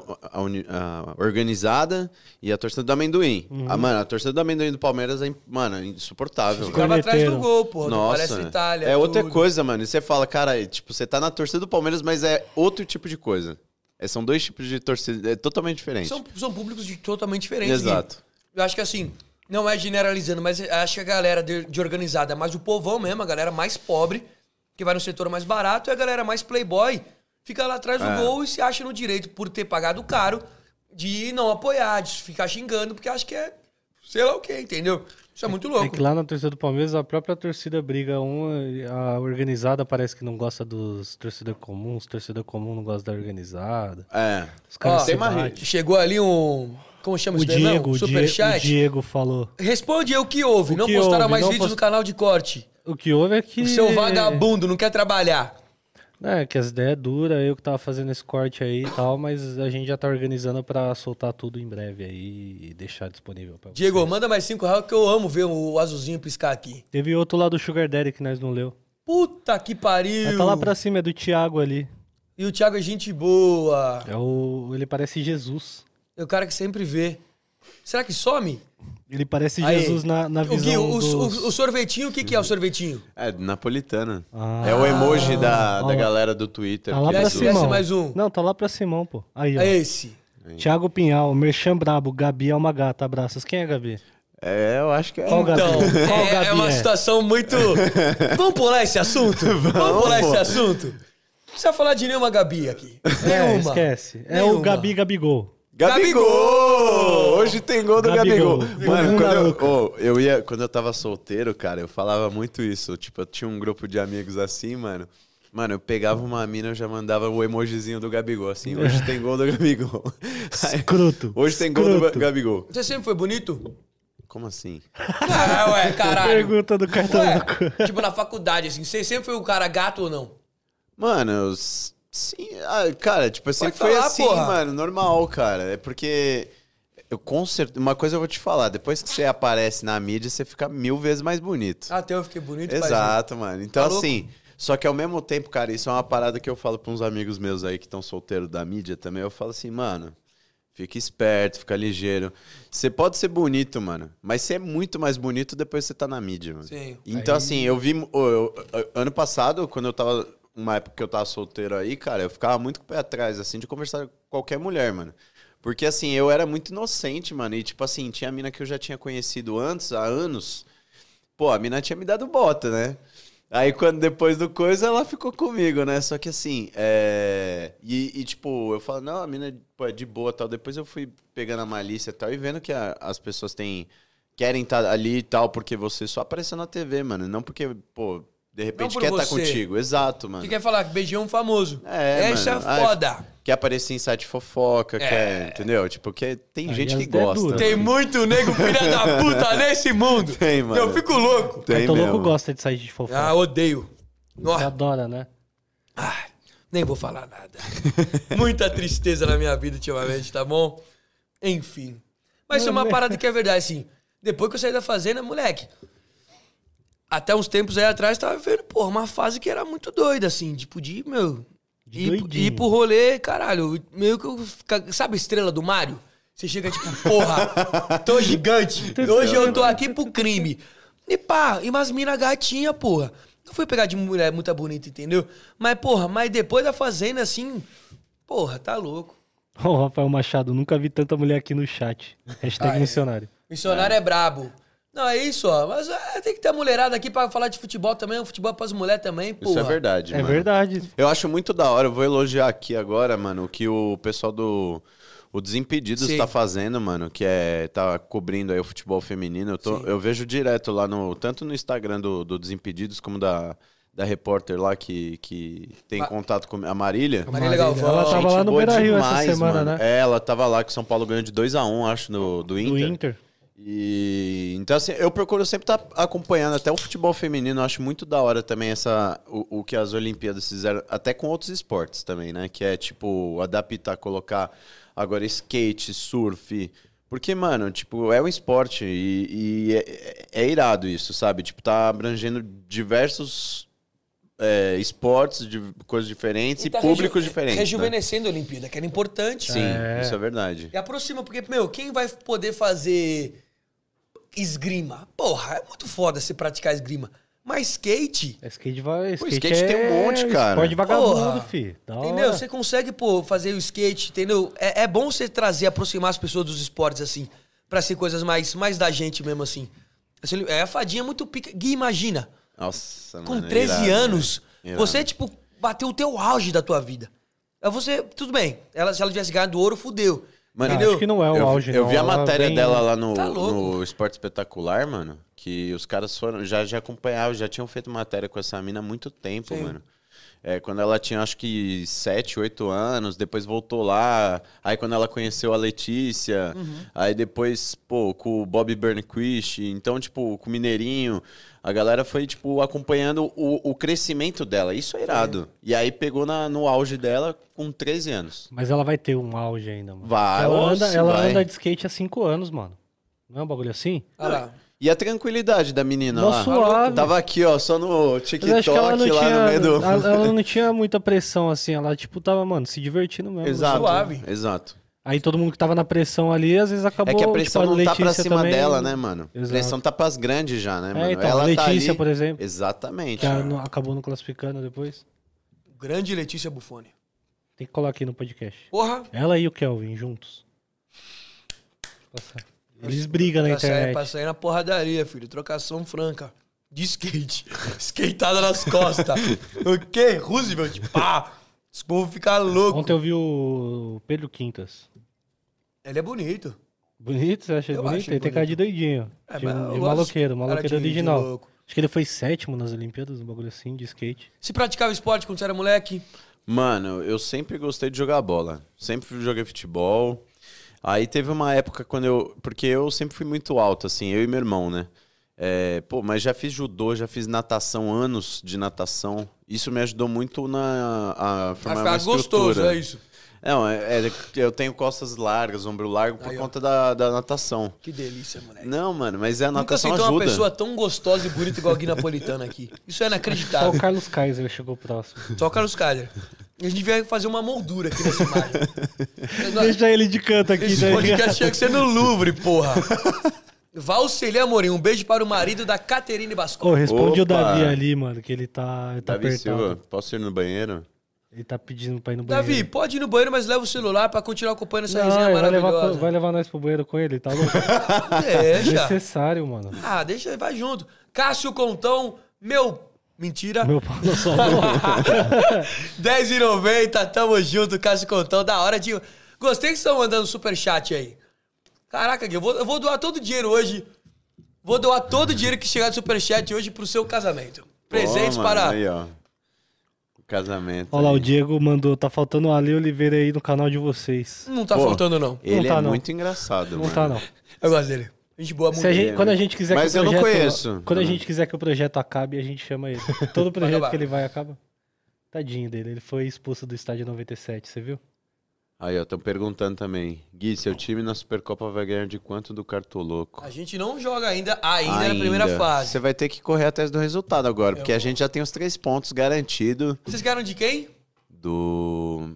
organizada e a torcida do amendoim. Mano, a torcida do amendoim do Palmeiras é, mano, insuportável. Ficava atrás do Corneteiro. gol, pô. Nossa, Parece Itália. é outra tudo. coisa, mano. E você fala, cara, tipo, você tá na torcida do Palmeiras, mas é outro tipo de coisa. São dois tipos de torcida, é totalmente diferente. São públicos totalmente diferentes. Exato. Gui. Eu acho que assim, não é generalizando, mas acho que a galera de organizada é mais o povão mesmo, a galera mais pobre, que vai no setor mais barato, e a galera mais playboy fica lá atrás do gol e se acha no direito, por ter pagado caro, de não apoiar, de ficar xingando, porque acha que é sei lá o que, entendeu? Isso é muito É louco. que lá na torcida do Palmeiras, a própria torcida briga. A organizada parece que não gosta dos torcedores comuns, torcedor comum não gosta da organizada. É. Os caras Ó, se tem uma batem. Chegou ali um... Como chama O isso daí mesmo? Diego, Superchat? o Diego falou. Responde aí o que houve. O Não que postaram houve? mais Não vídeos no canal de corte. O que houve é que... O seu vagabundo não quer trabalhar. É, que as ideias é dura, eu que tava fazendo esse corte aí e tal, mas a gente já tá organizando pra soltar tudo em breve aí e deixar disponível pra Diego, vocês. manda mais R$5 que eu amo ver o azulzinho piscar aqui. Teve outro lá do Sugar Daddy que nós não leu. Puta que pariu. Mas tá lá pra cima, é do Thiago ali. E o Thiago é gente boa. Ele parece Jesus. É o cara que sempre vê. Será que some? Ele parece Aí. Jesus na O Gui, visão o sorvetinho, o que é o sorvetinho? É, napolitana. Ah. É o emoji da Olha lá. galera do Twitter. Tá lá que pra Desce, zoa. desce Simão. mais um. Não, tá lá pra Simão, pô. Aí, ó. É esse. Thiago Pinhal, Merchan Brabo, Gabi é uma gata, abraços. Quem é Gabi? Eu acho que é. Qual Gabi? Então, Qual Gabi é uma situação muito... Vamos pular esse assunto? Vamos pular esse assunto? Não precisa falar de nenhuma Gabi aqui. Nenhuma. Esquece. É Nenhuma. o Gabigol. Gabigol! Hoje tem gol do Gabigol. Mano, Gabigol. quando eu tava solteiro, cara, eu falava muito isso. Tipo, eu tinha um grupo de amigos assim, mano. Mano, eu pegava uma mina, eu já mandava o emojizinho do Gabigol, assim. Hoje tem gol do Gabigol. Escroto. Hoje tem gol do Gabigol. Você sempre foi bonito? Como assim? Ah, ué, caralho. Pergunta do cartão. Tipo, na faculdade, assim, você sempre foi o cara gato ou não? Mano, sim. Cara, tipo, eu sempre Pode fui falar, assim, porra. mano, normal, cara. É porque... Uma coisa eu vou te falar, depois que você aparece na mídia, você fica 1000 vezes mais bonito. Até eu fiquei bonito, Exato, mano. Então, Tá assim, só que ao mesmo tempo, cara, isso é uma parada que eu falo pra uns amigos meus aí que estão solteiros da mídia também. Eu falo assim, mano, fica esperto, fica ligeiro. Você pode ser bonito, mano, mas você é muito mais bonito depois que você tá na mídia, mano. Sim. Então, assim, eu vi... ano passado, quando eu tava... Uma época que eu tava solteiro aí, cara, eu ficava muito com o pé atrás, assim, de conversar com qualquer mulher, mano. Porque, assim, eu era muito inocente, mano. E, tipo assim, tinha a mina que eu já tinha conhecido antes, há anos. Pô, a mina tinha me dado bota, né? Aí, quando depois do coisa, ela ficou comigo, né? Só que, assim, tipo, eu falo, não, a mina pô, é de boa e tal. Depois eu fui pegando a malícia e tal e vendo que as pessoas querem estar ali e tal porque você só apareceu na TV, mano. Não porque, pô... De repente quer estar contigo. Exato, mano. Que quer falar que beijão famoso. Essa é foda. Quer aparecer em site fofoca, quer... Entendeu? Tipo, tem gente que as gosta. Tem muito nego filha da puta nesse mundo. Tem, mano. Eu fico louco. Tem Cartão mesmo. louco gosta de sair de fofoca. Ah, odeio. Você Nossa. adora, né? Ah, nem vou falar nada. Muita tristeza na minha vida ultimamente, tá bom? Enfim. Mas isso é uma parada que é verdade, assim. Depois que eu saí da fazenda, moleque... Até uns tempos aí atrás, tava vendo, porra, uma fase que era muito doida, assim. Tipo, ir pro rolê, caralho. Meio que eu... Sabe a estrela do Mario? Você chega tipo, porra, tô gigante. Hoje eu tô aqui pro crime. E pá, e umas mina gatinha, porra. Não fui pegar de mulher muito bonita, entendeu? Mas, porra, depois da fazenda, assim... Porra, tá louco. Ô, Rafael Machado, nunca vi tanta mulher aqui no chat. Hashtag missionário. Missionário é brabo. Não, é isso, ó. Mas tem que ter a mulherada aqui pra falar de futebol também. O futebol é pras mulheres também, pô. Isso é verdade, mano. É verdade. Eu acho muito da hora. Eu vou elogiar aqui agora, mano, o que o pessoal do... O Desimpedidos Sim. tá fazendo, mano, que tá cobrindo aí o futebol feminino. Eu vejo direto lá tanto no Instagram do Desimpedidos como da repórter lá que tem contato com a Marília. Marília Galvão. Ela tava lá no Boa Beira-Rio essa demais, semana, mano. né? Ela tava lá, que o São Paulo ganhou de 2-1, acho, do Inter. Do Inter. E então, assim, eu procuro sempre estar acompanhando até o futebol feminino. Eu acho muito da hora também o que as Olimpíadas fizeram, até com outros esportes também, né? Que é, tipo, adaptar, colocar agora skate, surf. Porque, mano, tipo, é um esporte e é irado isso, sabe? Tipo, tá abrangendo diversos esportes, de coisas diferentes e tá públicos diferentes. Rejuvenescendo a Olimpíada, que era importante. Sim, isso é verdade. E aproxima, porque, meu, quem vai poder fazer esgrima? Porra, é muito foda você praticar esgrima. Mas skate... Skate skate tem um monte, cara. Esporte vagabundo, Porra. fi. Da Entendeu? hora. Você consegue, pô, fazer o skate, entendeu? É bom você trazer, aproximar as pessoas dos esportes, assim, pra ser coisas mais da gente mesmo, assim. A fadinha é muito pica. Gui, imagina, Nossa, com mano, 13 irado, anos, né? você, tipo, bateu o teu auge da tua vida. Aí você, tudo bem, se ela tivesse ganhado ouro, fudeu. Mano, entendeu? Acho que não é o auge, Eu não. vi a Ela matéria vem- dela lá Tá louco. no Esporte Espetacular, mano, que os caras foram, já acompanhavam, já tinham feito matéria com essa mina há muito tempo, Sim. mano. Quando ela tinha, acho que 7, 8 anos, depois voltou lá, aí quando ela conheceu a Letícia, aí depois, pô, com o Bob Burnquist, então, tipo, com o Mineirinho, a galera foi, tipo, acompanhando o crescimento dela, isso é irado. E aí pegou no auge dela com 13 anos. Mas ela vai ter um auge ainda, mano. Vai, Ela oxe, anda vai. de skate há 5 anos, mano. Não é um bagulho assim? Olha lá. E a tranquilidade da menina Mó lá? suave. Tava aqui, ó, só no Mas TikTok, acho que ela não lá tinha, no meio do... ela não tinha muita pressão, assim. Ela, tipo, tava, mano, se divertindo mesmo. Exato, Suave. exato. Aí todo mundo que tava na pressão ali, às vezes acabou... É que a pressão tipo, não tá pra Letícia cima também. dela, né, mano? A Exato. pressão tá pras grandes já, né, mano? então, Ela a Letícia, tá ali... por exemplo. Exatamente. Que acabou não classificando depois. Grande Letícia Buffoni. Tem que colar aqui no podcast. Porra. Ela e o Kelvin juntos. Passar. Eles brigam na internet. Pra sair na porradaria, filho. Trocação franca. De skate. Skateada nas costas. O quê? Roosevelt, pá. Esse povo fica louco. Ontem eu vi o Pedro Quintas. Ele é bonito. Bonito? Você acha ele bonito? Ele tem cara de doidinho. É, de mas eu de gosto maloqueiro, de maloqueiro cara de original. louco. Acho que ele foi 7º nas Olimpíadas, um bagulho assim, de skate. Você praticava esporte quando você era moleque? Mano, eu sempre gostei de jogar bola. Sempre joguei futebol. Aí teve uma época quando eu... Porque eu sempre fui muito alto, assim, eu e meu irmão, né? Mas já fiz judô, já fiz natação, anos de natação. Isso me ajudou muito a formar uma estrutura. Gostoso, é isso. Não, eu tenho costas largas, ombro largo por conta da natação. Que delícia, moleque. Não, mano, mas a Nunca natação sentou ajuda. uma pessoa tão gostosa e bonita igual a Gui Napolitano aqui. Isso é Só inacreditável. o Carlos Kaiser chegou próximo. Só o Carlos Kaiser. A gente devia fazer uma moldura aqui nessa imagem. Deixa ele de canto aqui. Esse né? podcast tinha que ser no Louvre, porra. Valceli Amorim, um beijo para o marido da Caterine Bascon. Ô, responde o Opa. Davi ali, mano, que ele tá Davi apertado. Silva, posso ir no banheiro? Ele tá pedindo pra ir no banheiro. Davi, pode ir no banheiro, mas leva o celular pra continuar acompanhando essa Não, resenha ele maravilhosa. vai levar nós pro banheiro com ele, tá louco? Deixa. Necessário, mano. Ah, deixa, vai junto. Cássio Contão, Mentira. Meu pau não só. 10,90, tamo junto, Cássio Contão. Da hora de... Gostei que estão mandando superchat aí. Caraca, Gui, eu vou doar todo o dinheiro hoje. Vou doar todo o dinheiro que chegar do superchat hoje pro seu casamento. Presentes mano, para... Aí, ó. Casamento. Olha lá, aí. o Diego mandou, tá faltando o Ale Oliveira aí no canal de vocês. Não tá Pô, faltando, não. Ele Não tá, é não. muito engraçado, Não mano. tá, não. Eu gosto dele. Gente boa, muito. Quando a gente quiser Mas que o eu não projeto... conheço. Quando a gente quiser que o projeto acabe, a gente chama ele. Todo projeto acabar. que ele vai acaba. Tadinho dele, ele foi expulso do estádio 97, você viu? Aí, ó, estão perguntando também. Gui, seu time na Supercopa vai ganhar de quanto do Cartoloco? A gente não joga ainda na primeira fase. Você vai ter que correr atrás do resultado agora, porque a gente já tem os 3 pontos garantidos Vocês ganharam de quem? do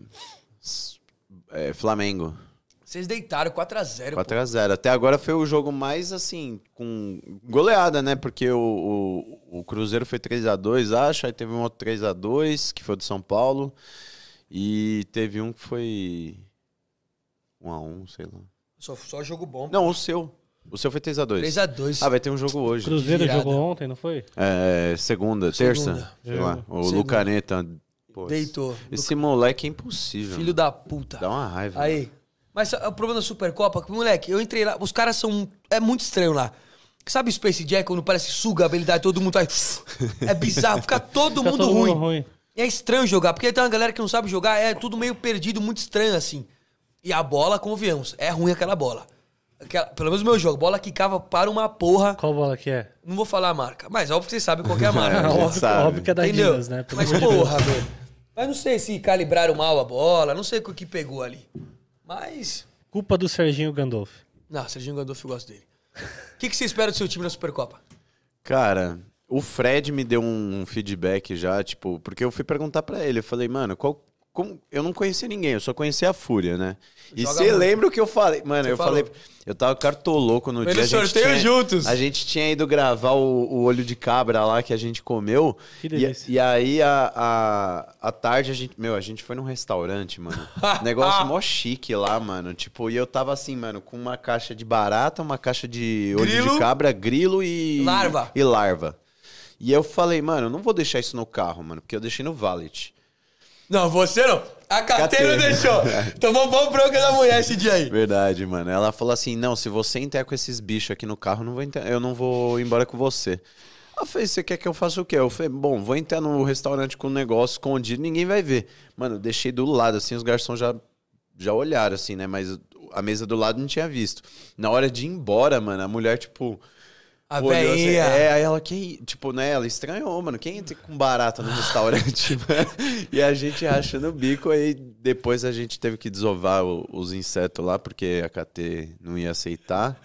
Flamengo. Vocês deitaram 4x0. 4x0. Até agora foi o jogo mais, assim, com goleada, né? Porque o Cruzeiro foi 3x2, acho. Aí teve um outro 3x2, que foi o do São Paulo. E teve um que foi 1x1, sei lá. Só jogo bom. Não, o seu. O seu foi 3x2. 3x2. Ah, vai ter um jogo hoje. Cruzeiro virada. jogou ontem, não foi? Segunda, terça. Sei lá. O Segunda. Lucaneta. Pô, Deitou. Esse moleque é impossível. Filho da puta. Dá uma raiva. Aí. Mas o problema da Supercopa, moleque, eu entrei lá, os caras são... É muito estranho lá. Sabe o Space Jam, quando parece suga a habilidade, todo mundo vai... É bizarro, fica todo mundo ruim. É estranho jogar, porque tem uma galera que não sabe jogar, é tudo meio perdido, muito estranho, assim. E a bola, convenhamos, é ruim aquela bola. Pelo menos o meu jogo, bola quicava para uma porra. Qual bola que é? Não vou falar a marca, mas óbvio que vocês sabem qual que é a marca. A gente sabe. Óbvio que é da Entendeu? Dinas, né? Pelo Mas amor de Deus. porra, meu. Mas não sei se calibraram mal a bola, não sei o que pegou ali. Mas... Culpa do Serginho Gandolf. Não, Serginho Gandolfo, eu gosto dele. O que você espera do seu time na Supercopa? Cara, o Fred me deu um feedback já, tipo, porque eu fui perguntar pra ele, eu falei, mano, eu não conhecia ninguém, eu só conhecia a Fúria, né? E Joga você muito. lembra o que eu falei? Mano, Você eu falou. falei, eu tava cartoloco no Foi dia. no sorteio juntos. A gente tinha ido gravar o olho de cabra lá que a gente comeu. Que delícia. E aí, à tarde, a gente foi num restaurante, mano. Negócio mó chique lá, mano. Tipo, e eu tava assim, mano, com uma caixa de barata, uma caixa de olho Grilo. de cabra, grilo e... Larva. E larva. E eu falei, mano, eu não vou deixar isso no carro, mano, porque eu deixei no valet. Não, você não. A carteira Catei. deixou. Tomou bom bronca da mulher esse dia aí. Verdade, mano. Ela falou assim, não, se você entrar com esses bichos aqui no carro, eu não vou embora com você. Eu falei, você quer que eu faça o quê? Eu falei, bom, vou entrar no restaurante com um negócio escondido, ninguém vai ver. Mano, eu deixei do lado, assim, os garçons já olharam, assim, né? Mas a mesa do lado não tinha visto. Na hora de ir embora, mano, a mulher, tipo... A olhou assim, veinha. aí ela, tipo, né, ela estranhou, mano, quem entra com barata no restaurante, mano? E a gente rachando o bico, aí depois a gente teve que desovar os insetos lá, porque a KT não ia aceitar.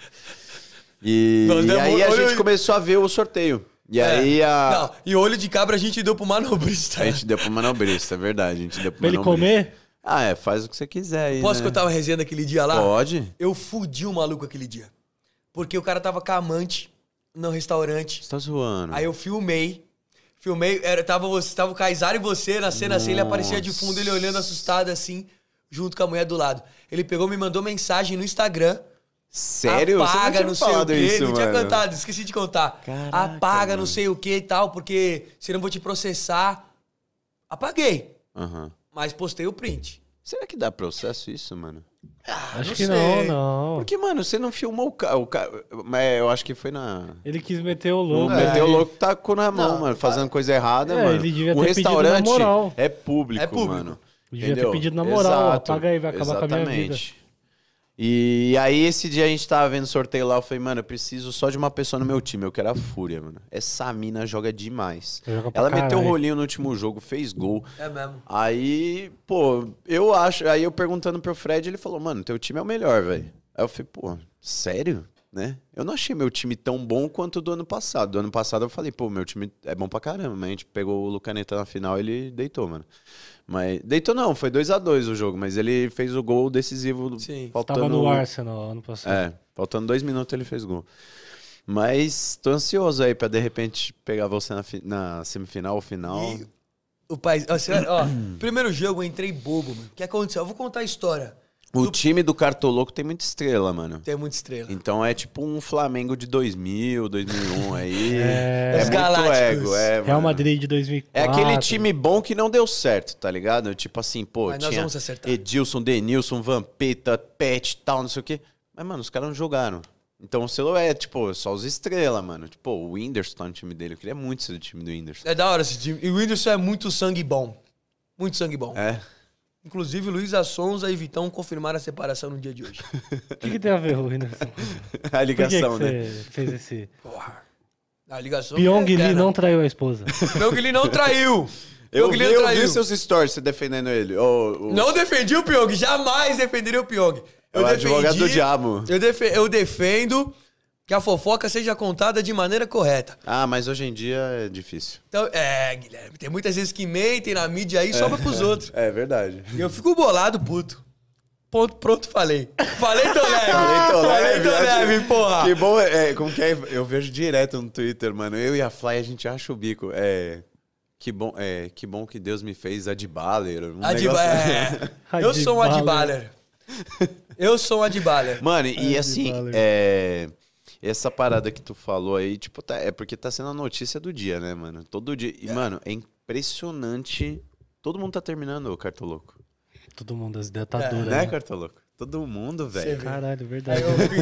E aí a gente começou a ver o sorteio. E aí Não, e olho de cabra a gente deu pro manobrista. a gente deu pro manobrista, é verdade, a gente deu pro Pra ele manobrista. comer? Ah, faz o que você quiser aí, Posso né? contar uma resenha daquele dia lá? Pode. Eu fudi o maluco aquele dia. Porque o cara tava com a amante no restaurante. Você tá zoando. Aí eu filmei, tava o Kaysar e você na cena assim, ele aparecia de fundo, ele olhando assustado assim, junto com a mulher do lado. Ele pegou, me mandou mensagem no Instagram, Sério? Apaga, Você não não sei tinha o falado quê. isso, Não tinha mano. cantado, esqueci de contar. Caraca, Apaga, mano. não sei o que e tal, porque senão eu vou te processar. Apaguei, Aham. mas postei o print. Será que dá processo isso, mano? Acho não que sei. não. Porque, mano, você não filmou o cara. Mas eu acho que foi na. Ele quis meter o Não louco. meteu o aí- louco, tacou na mão, Não, mano. Fazendo coisa errada, É, mano. ele devia O ter pedido na restaurante moral. é público, É público. mano. Devia ter Entendeu? pedido na moral, Exato, apaga aí, vai acabar com a minha vida. exatamente. E aí, esse dia a gente tava vendo sorteio lá, eu falei, mano, eu preciso só de uma pessoa no meu time, eu quero a Fúria, mano. Essa mina joga demais. Joga pra Ela meteu o caralho. rolinho no último jogo, fez gol. É mesmo. Aí, pô, eu acho. Aí eu perguntando pro Fred, ele falou, mano, teu time é o melhor, velho. Aí eu falei, pô, sério? Né? Eu não achei meu time tão bom quanto o do ano passado. Do ano passado eu falei, pô, meu time é bom pra caramba. Mas a gente pegou o Lucaneta na final e ele deitou, mano. Mas deitou não, foi 2-2 o jogo, mas ele fez o gol decisivo. Sim. Faltando... Tava no Arsenal ano passado. É, faltando 2 minutos ele fez gol. Mas tô ansioso aí pra de repente pegar você na semifinal ou final. E o pai, ó, primeiro jogo eu entrei bobo, mano. O que aconteceu? Eu vou contar a história. O time do Cartoloco tem muita estrela, mano. Tem muita estrela. Então é tipo um Flamengo de 2000, 2001 aí. É. É Os muito Galácticos. ego, é, Real mano. Madrid de 2004. É aquele time bom que não deu certo, tá ligado? Tipo assim, pô, Mas nós tinha vamos acertar. Edilson, Denilson, Vampeta, Pet, tal, não sei o quê. Mas, mano, os caras não jogaram. Então o Celo é, tipo, só os estrelas, mano. Tipo, o Whindersson tá no time dele. Eu queria muito ser do time do Whindersson. É da hora esse time. E o Whindersson é muito sangue bom. Muito sangue bom. É. Inclusive, Luiz Assonza e Vitão confirmaram a separação no dia de hoje. O que tem a ver, Whindersson? A Por que ligação, que né? você fez esse... Porra. A ligação. Pyong é Lee eterna. não traiu a esposa. Pyong Lee não traiu. Eu Pyong vi, Lee eu traiu. vi seus stories você defendendo ele. Não defendi o Pyong. Jamais defenderia o Pyong. É o advogado do diabo. Eu defendo que a fofoca seja contada de maneira correta. Ah, mas hoje em dia é difícil. Então, Guilherme, tem muitas vezes que mentem na mídia aí e sobra pros outros. É verdade. E eu fico bolado, puto. Ponto, pronto, falei. Falei, tô leve. Falei, tô leve, porra. Que bom, como que é? Eu vejo direto no Twitter, mano. Eu e a Fly, a gente acha o bico. Que bom que Deus me fez Adbaler. Eu sou um Adbaler. Eu sou um Adbaler. Mano, e assim, Adbaler. essa parada que tu falou aí, tipo, é porque tá sendo a notícia do dia, né, mano? Todo dia. E, mano, é impressionante. Todo mundo tá terminando o Cartoloco. Todo mundo, as ideias tá duras, Né, né? Cartoloco? Todo mundo, velho. Caralho, Aí verdade. eu fico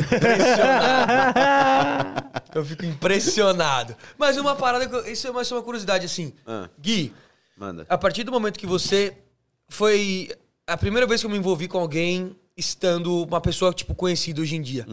impressionado. Eu fico impressionado. Mas uma parada, isso é mais uma curiosidade, assim. Ah. Gui, Manda. a partir do momento que você foi a primeira vez que eu me envolvi com alguém estando uma pessoa, tipo, conhecida hoje em dia.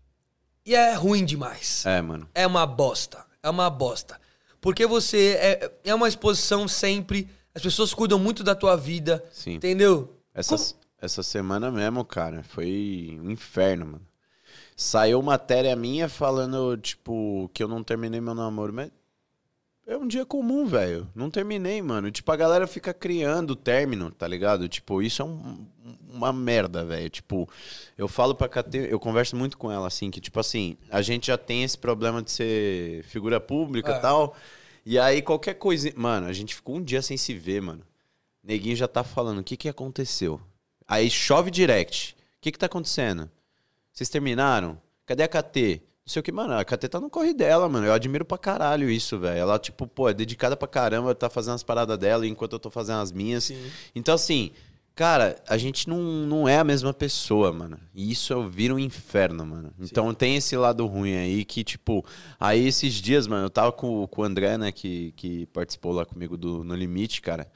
E é ruim demais. É, mano. É uma bosta. É uma bosta. Porque você é uma exposição sempre. As pessoas cuidam muito da tua vida. Sim. Entendeu? Essa semana mesmo, cara, foi um inferno, mano. Saiu matéria minha falando, tipo, que eu não terminei meu namoro, mas é um dia comum, velho. Não terminei, mano. Tipo, a galera fica criando término, tá ligado? Tipo, isso é uma merda, velho. Tipo, eu falo pra Catê, eu converso muito com ela, assim, que, tipo assim, a gente já tem esse problema de ser figura pública e tal. E aí, qualquer coisa. Mano, a gente ficou um dia sem se ver, mano. Neguinho já tá falando, o que aconteceu? Aí chove direct. O que tá acontecendo? Vocês terminaram? Cadê a KT? Não sei o que, mano. A KT tá no corre dela, mano. Eu admiro pra caralho isso, velho. Ela, tipo, pô, é dedicada pra caramba, tá fazendo as paradas dela enquanto eu tô fazendo as minhas. Sim. Então, assim, cara, a gente não é a mesma pessoa, mano. E isso vira um inferno, mano. Então tem esse lado ruim aí que, tipo... Aí esses dias, mano, eu tava com o André, né, que participou lá comigo do No Limite, cara.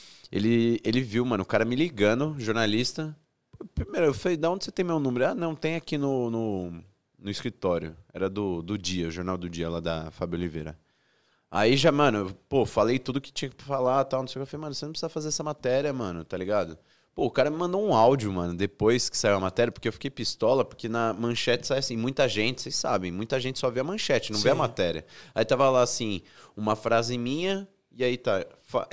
Ele viu, mano, o cara me ligando, jornalista. Primeiro, eu falei, da onde você tem meu número? Ah, não, tem aqui no escritório. Era do Dia, o Jornal do Dia, lá da Fábio Oliveira. Aí já, mano, pô, falei tudo que tinha que falar, tal, não sei o que. Eu falei, mano, você não precisa fazer essa matéria, mano, tá ligado? Pô, o cara me mandou um áudio, mano, depois que saiu a matéria, porque eu fiquei pistola, porque na manchete sai assim, muita gente, vocês sabem, muita gente só vê a manchete, não vê a matéria. Aí tava lá assim, uma frase minha, e aí tá,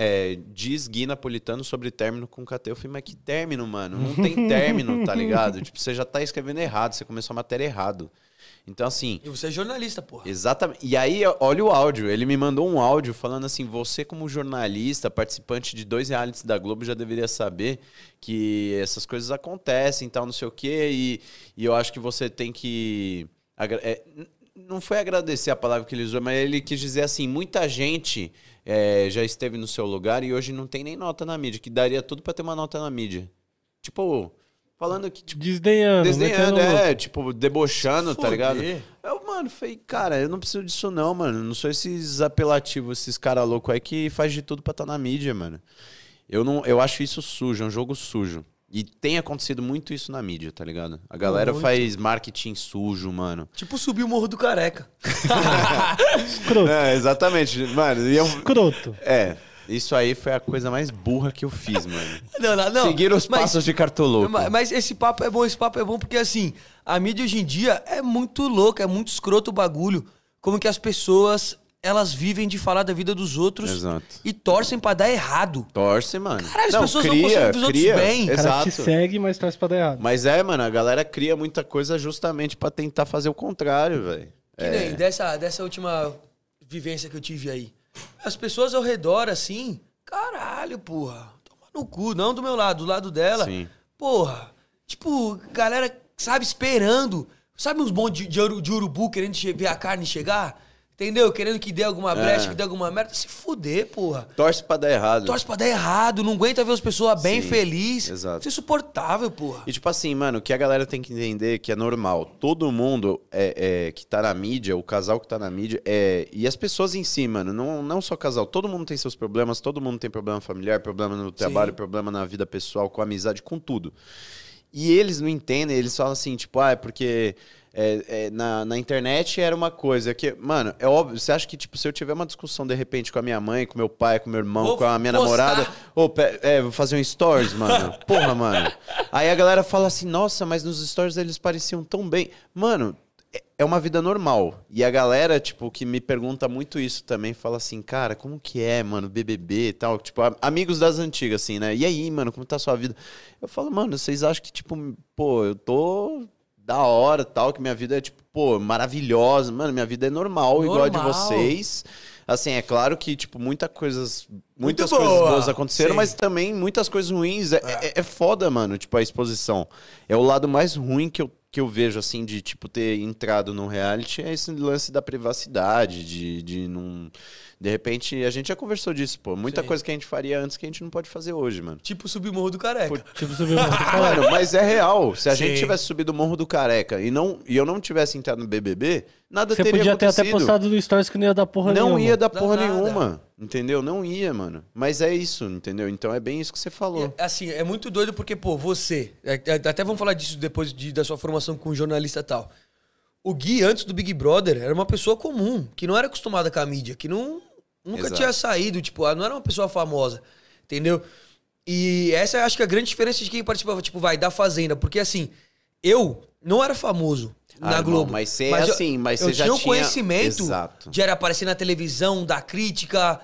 diz Gui Napolitano sobre término com KT. Eu falei, mas que término, mano? Não tem término, tá ligado? Tipo, você já tá escrevendo errado, você começou a matéria errado. Então, assim... E você é jornalista, porra. Exatamente. E aí, olha o áudio. Ele me mandou um áudio falando assim, você como jornalista, participante de 2 realities da Globo, já deveria saber que essas coisas acontecem e tal, não sei o quê. E eu acho que você tem que... não foi agradecer a palavra que ele usou, mas ele quis dizer assim, muita gente já esteve no seu lugar e hoje não tem nem nota na mídia, que daria tudo pra ter uma nota na mídia. Tipo... Falando que, tipo... Desdenhando, tipo, debochando, tá ligado? Eu, mano, falei, cara, eu não preciso disso não, mano. Não sou esses apelativos, esses caras loucos aí que faz de tudo pra estar na mídia, mano. Eu acho isso sujo, é um jogo sujo. E tem acontecido muito isso na mídia, tá ligado? A galera faz marketing sujo, mano. Tipo subir o Morro do Careca. Escroto. Exatamente, mano. Escroto. Isso aí foi a coisa mais burra que eu fiz, mano. Não. Seguir os passos de Cartoloco. Mas esse papo é bom porque, assim, a mídia hoje em dia é muito louca, é muito escroto o bagulho. Como que as pessoas, elas vivem de falar da vida dos outros. Exato. E torcem pra dar errado. Torce, mano. Caralho, as pessoas não conseguem ver os outros bem. O cara te segue, mas torce pra dar errado. Mas mano, a galera cria muita coisa justamente pra tentar fazer o contrário, velho. Que nem dessa última vivência que eu tive aí. As pessoas ao redor, assim, caralho, porra, toma no cu, não do meu lado, do lado dela. Sim. Porra, tipo, galera, sabe, esperando. Sabe uns bons de urubu querendo ver a carne chegar? Entendeu? Querendo que dê alguma brecha, que dê alguma merda. Se fuder, porra. Torce pra dar errado. Torce pra dar errado, não aguenta ver as pessoas bem, felizes. Exato. Isso é insuportável, porra. E tipo assim, mano, o que a galera tem que entender que é normal. Todo mundo que tá na mídia, o casal que tá na mídia, e as pessoas em si, mano, não só casal. Todo mundo tem seus problemas, todo mundo tem problema familiar, problema no trabalho, problema na vida pessoal, com amizade, com tudo. E eles não entendem, eles falam assim, tipo, é porque... na internet era uma coisa que, mano, é óbvio, você acha que, tipo, se eu tiver uma discussão de repente com a minha mãe, com meu pai, com meu irmão, com a minha namorada, vou fazer um stories, mano, porra, mano. Aí a galera fala assim, nossa, mas nos stories eles pareciam tão bem. Mano, é uma vida normal. E a galera, tipo, que me pergunta muito isso também, fala assim, cara, como que é, mano, BBB e tal, tipo, amigos das antigas, assim, né? E aí, mano, como tá a sua vida? Eu falo, mano, vocês acham que, tipo, pô, eu tô... da hora, tal, que minha vida é, tipo, pô, maravilhosa. Mano, minha vida é normal, igual a de vocês. Assim, é claro que, tipo, muitas coisas boas aconteceram, mas também muitas coisas ruins. É foda, mano, tipo, a exposição. É o lado mais ruim que eu vejo, assim, de, tipo, ter entrado num reality, é esse lance da privacidade, de não... De repente, a gente já conversou disso, pô. Muita coisa que a gente faria antes que a gente não pode fazer hoje, mano. Tipo subir o Morro do Careca. Tipo subir o Morro do Careca. Mano, mas é real. Se a gente tivesse subido o Morro do Careca e eu não tivesse entrado no BBB, nada teria acontecido. Você podia ter até postado no Stories que não ia dar porra nenhuma. Não ia dar porra nenhuma, entendeu? Não ia, mano. Mas é isso, entendeu? Então é bem isso que você falou. Assim, é muito doido porque, pô, você... Até vamos falar disso depois da sua formação com jornalista e tal. O Gui, antes do Big Brother, era uma pessoa comum, que não era acostumada com a mídia, que nunca tinha saído, tipo, não era uma pessoa famosa, entendeu? E essa eu acho que é a grande diferença de quem participava, tipo, da Fazenda. Porque, assim, eu não era famoso na Globo. Mas você é assim, mas você já tinha... Eu tinha o conhecimento de aparecer na televisão, da crítica,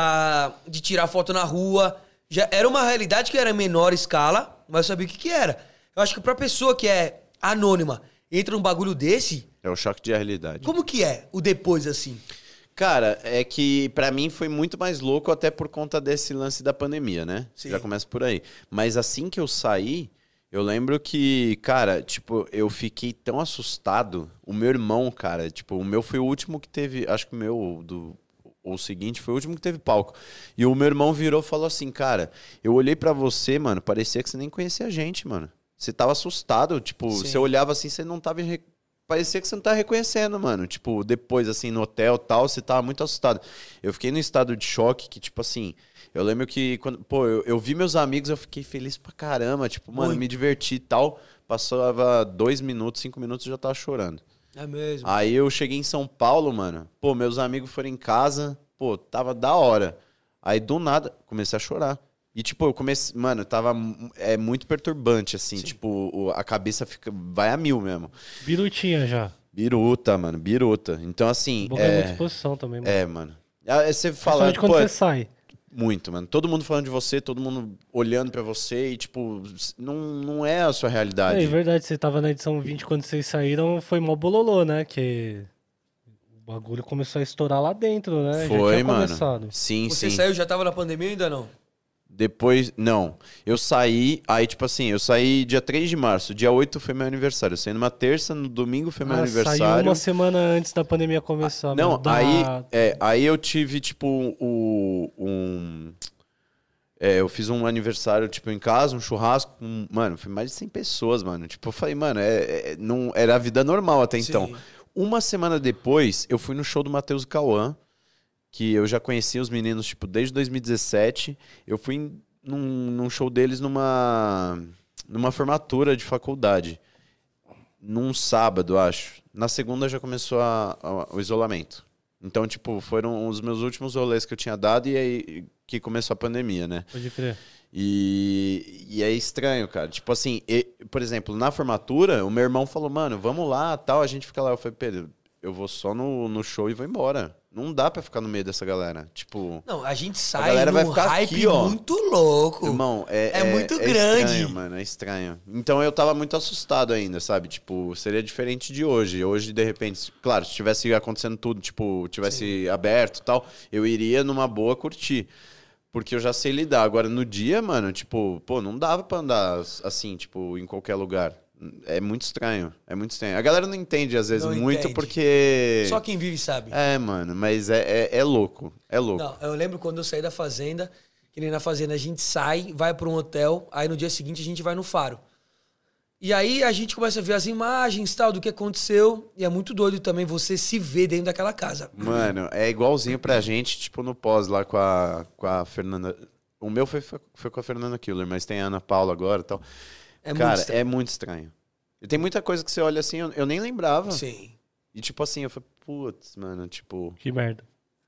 de tirar foto na rua. Já era uma realidade que era menor escala, mas eu sabia o que era. Eu acho que pra pessoa que é anônima, entra num bagulho desse... É o choque de realidade. Como que é o depois, assim? Cara, é que pra mim foi muito mais louco até por conta desse lance da pandemia, né? Sim. Já começa por aí. Mas assim que eu saí, eu lembro que, cara, tipo, eu fiquei tão assustado. O meu irmão, cara, tipo, o meu foi o último que teve, acho que o meu, o seguinte, foi o último que teve palco. E o meu irmão virou e falou assim, cara, eu olhei pra você, mano, parecia que você nem conhecia a gente, mano. Você tava assustado, tipo, você olhava assim, você não tava... Parecia que você não tá reconhecendo, mano. Tipo, depois, assim, no hotel e tal, você tava muito assustado. Eu fiquei num estado de choque que, tipo assim... Eu lembro que, quando, pô, eu vi meus amigos, eu fiquei feliz pra caramba. Tipo, mano, me diverti e tal. Passava 2 minutos, 5 minutos, eu já tava chorando. É mesmo. Aí eu cheguei em São Paulo, mano. Pô, meus amigos foram em casa. Pô, tava da hora. Aí, do nada, comecei a chorar. E, tipo, eu comecei... Mano, tava... É muito perturbante, assim. Sim. Tipo, a cabeça vai a 1000 mesmo. Birutinha já. Biruta, mano. Biruta. Então, assim... É muita exposição também, mano. É, mano. Aí você fala... Principalmente quando você sai. Muito, mano. Todo mundo falando de você, todo mundo olhando pra você e, tipo, não é a sua realidade. É verdade, você tava na edição 20 quando vocês saíram, foi mó bololô, né? Que o bagulho começou a estourar lá dentro, né? Já Foi, tinha mano. começado. Sim, Você sim. saiu, já tava na pandemia ou ainda não? Depois, não. Eu saí, aí, tipo assim, eu saí dia 3 de março, dia 8 foi meu aniversário. Eu saí numa terça, no domingo foi meu aniversário. Saiu uma semana antes da pandemia começar. Não, mano. aí eu tive, tipo, eu fiz um aniversário, tipo, em casa, um churrasco. Mano, foi mais de 100 pessoas, mano. Tipo, eu falei, mano, não, era a vida normal até então. Sim. Uma semana depois, eu fui no show do Matheus e Cauã, que eu já conhecia os meninos, tipo, desde 2017. Eu fui num show deles numa formatura de faculdade. Num sábado, acho. Na segunda já começou o isolamento. Então, tipo, foram os meus últimos rolês que eu tinha dado e aí que começou a pandemia, né? Pode crer. E é estranho, cara. Tipo assim, por exemplo, na formatura, o meu irmão falou, mano, vamos lá, tal, a gente fica lá. Eu falei, Pedro, eu vou só no show e vou embora. Não dá pra ficar no meio dessa galera. Tipo... Não, a gente sai galera vai num ficar hype aqui, ó. muito louco. Irmão, É muito grande. estranho, mano, é estranho. Então eu tava muito assustado ainda, sabe? Tipo, seria diferente de hoje. Hoje, de repente, claro, se tivesse acontecendo tudo, tipo, tivesse aberto e tal, eu iria numa boa curtir. Porque eu já sei lidar. Agora, no dia, mano, tipo, pô, não dava pra andar assim, tipo, em qualquer lugar. É muito estranho, é muito estranho. A galera não entende, às vezes, Não muito entende. porque... Só quem vive sabe. É, mano, mas é louco, é louco. Não, eu lembro quando eu saí da fazenda, que nem na fazenda a gente sai, vai pra um hotel, aí no dia seguinte a gente vai no Faro. E aí a gente começa a ver as imagens, tal, do que aconteceu, e é muito doido também você se ver dentro daquela casa. Mano, é igualzinho pra gente, tipo, no pós lá com a Fernanda... O meu foi com a Fernanda Killer, mas tem a Ana Paula agora e tal. É muito Cara, estranho. é muito estranho. E tem muita coisa que você olha assim, eu nem lembrava. Sim. E tipo assim, eu falei, putz, mano, tipo... Que merda.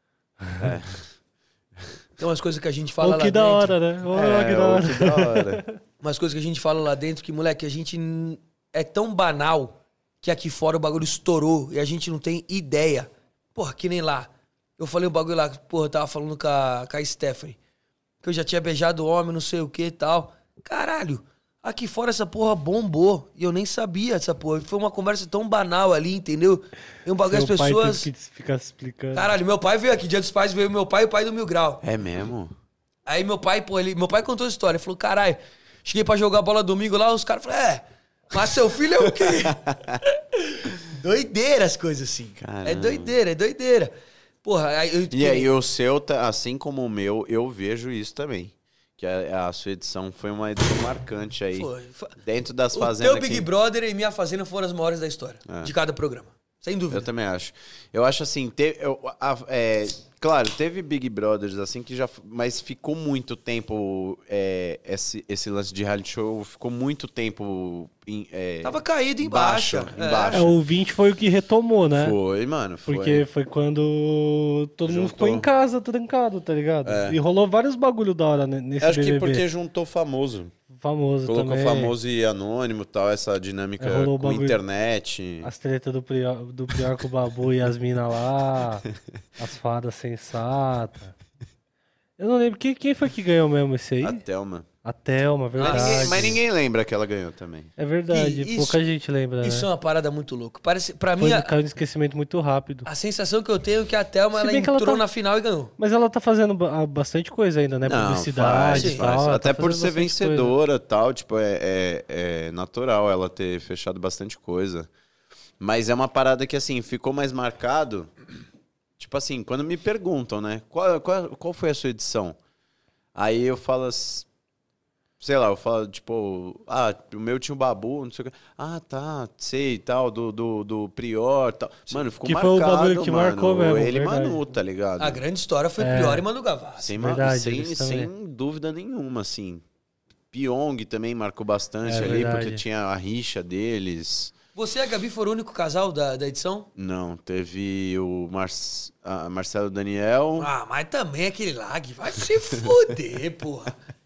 Tem umas coisas que a gente fala Ou lá que da dentro. hora, né? Ô, que da hora. que da hora. Umas coisas que a gente fala lá dentro que, moleque, a gente é tão banal que aqui fora o bagulho estourou e a gente não tem ideia. Porra, que nem lá. Eu falei o bagulho lá, porra, eu tava falando com a Stephanie, que eu já tinha beijado o homem, não sei o que e tal. Caralho, aqui fora essa porra bombou e eu nem sabia dessa porra. Foi uma conversa tão banal ali, entendeu? E um bagulho, as Seu pai pessoas... teve que ficar explicando. Caralho, meu pai veio aqui, Dia dos Pais, veio meu pai e o pai do Mil Grau. É mesmo? Aí meu pai, pô, meu pai contou a história. Ele falou, caralho, cheguei pra jogar bola domingo lá, os caras falaram, mas seu filho é o quê? Doideira as coisas assim. Caramba. É doideira. Porra, E aí o seu, assim como o meu, eu vejo isso também. Que a sua edição foi uma edição marcante aí. Foi. Dentro das O fazendas teu Big aqui. Brother e Minha Fazenda foram as maiores da história. De cada programa. Sem dúvida. Eu também acho. Eu acho assim, claro, teve Big Brothers assim que já, mas ficou muito tempo esse lance de reality show ficou muito tempo Tava caído em baixa. embaixo. O 20 foi o que retomou, né? Foi, mano, foi. Porque foi quando todo mundo Juntou. ficou em casa, trancado, tá ligado? E rolou vários bagulho da hora nesse Acho BBB. que porque juntou famoso. Famoso Colocou também. famoso e anônimo, tal, essa dinâmica rolou o com bagulho. internet. As tretas do Prior com o Babu e as minas lá. As fadas sensatas. Eu não lembro. Quem foi que ganhou mesmo esse aí? A Thelma. A Thelma, verdade. Mas ninguém lembra que ela ganhou também. É verdade. E isso- Pouca gente lembra, Isso é né? uma parada muito louca. Parece, pra mim, Caiu no esquecimento muito rápido. a sensação que eu tenho é que a Thelma Se ela bem que ela entrou tá- na final e ganhou. Mas ela tá fazendo bastante coisa ainda, né? Não, Publicidade e tal. ela Até tá por fazendo ser bastante vencedora e tal, tipo, é natural ela ter fechado bastante coisa. Mas é uma parada que, assim, ficou mais marcado. Tipo assim, quando me perguntam, né? Qual foi a sua edição? Aí eu falo assim, sei lá, eu falo, tipo, o meu tinha o Babu, não sei o que. Ah, tá, sei, tal, do Prior, tal. Mano, ficou Que foi o marcado, bagulho que mano. marcou mesmo, Ele e verdade. Manu, tá ligado? A grande história foi Prior e Manu Gavassi. Verdade, eles Sem também. dúvida nenhuma, assim. Pyong também marcou bastante É ali, verdade. porque tinha a rixa deles. Você e a Gabi foram o único casal da edição? Não, teve o Marcelo Daniel. Ah, mas também aquele lag. Vai se fuder, porra.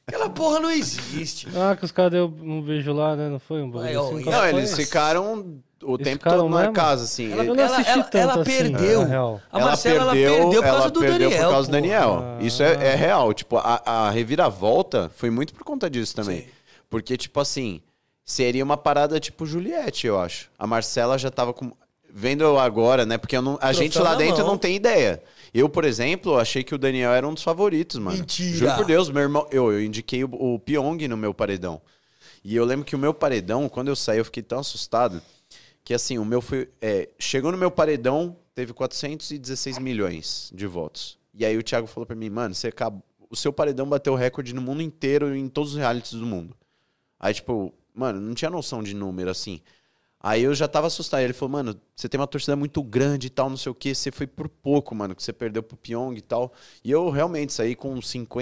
Aquela porra não existe. Ah, que os caras deu um beijo lá, né? Não foi um bagulho Aí, ó, assim? e Qual Não, foi? eles ficaram o Eles tempo ficaram todo na mesmo? casa, assim. Eu não assisti tanto ela assim, perdeu. na real. A Marcela, ela perdeu por causa do Daniel. Por causa do pô. Daniel. Isso é real. Tipo, a reviravolta foi muito por conta disso também. Sim. Porque, tipo assim, seria uma parada tipo Juliette, eu acho. A Marcela já tava com... Vendo agora, né? Porque a gente lá na dentro mão. não tem ideia. Eu, por exemplo, achei que o Daniel era um dos favoritos, mano. Mentira. Juro por Deus, meu irmão... Eu indiquei o Pyong no meu paredão. E eu lembro que o meu paredão, quando eu saí, eu fiquei tão assustado que, assim, o meu foi... chegou no meu paredão, teve 416 milhões de votos. E aí o Thiago falou pra mim, mano, o seu paredão bateu o recorde no mundo inteiro, em todos os realities do mundo. Aí, tipo, mano, não tinha noção de número, assim. Aí eu já tava assustado. Ele falou, mano, você tem uma torcida muito grande e tal, não sei o quê. Você foi por pouco, mano, que você perdeu pro Pyong e tal. E eu realmente saí com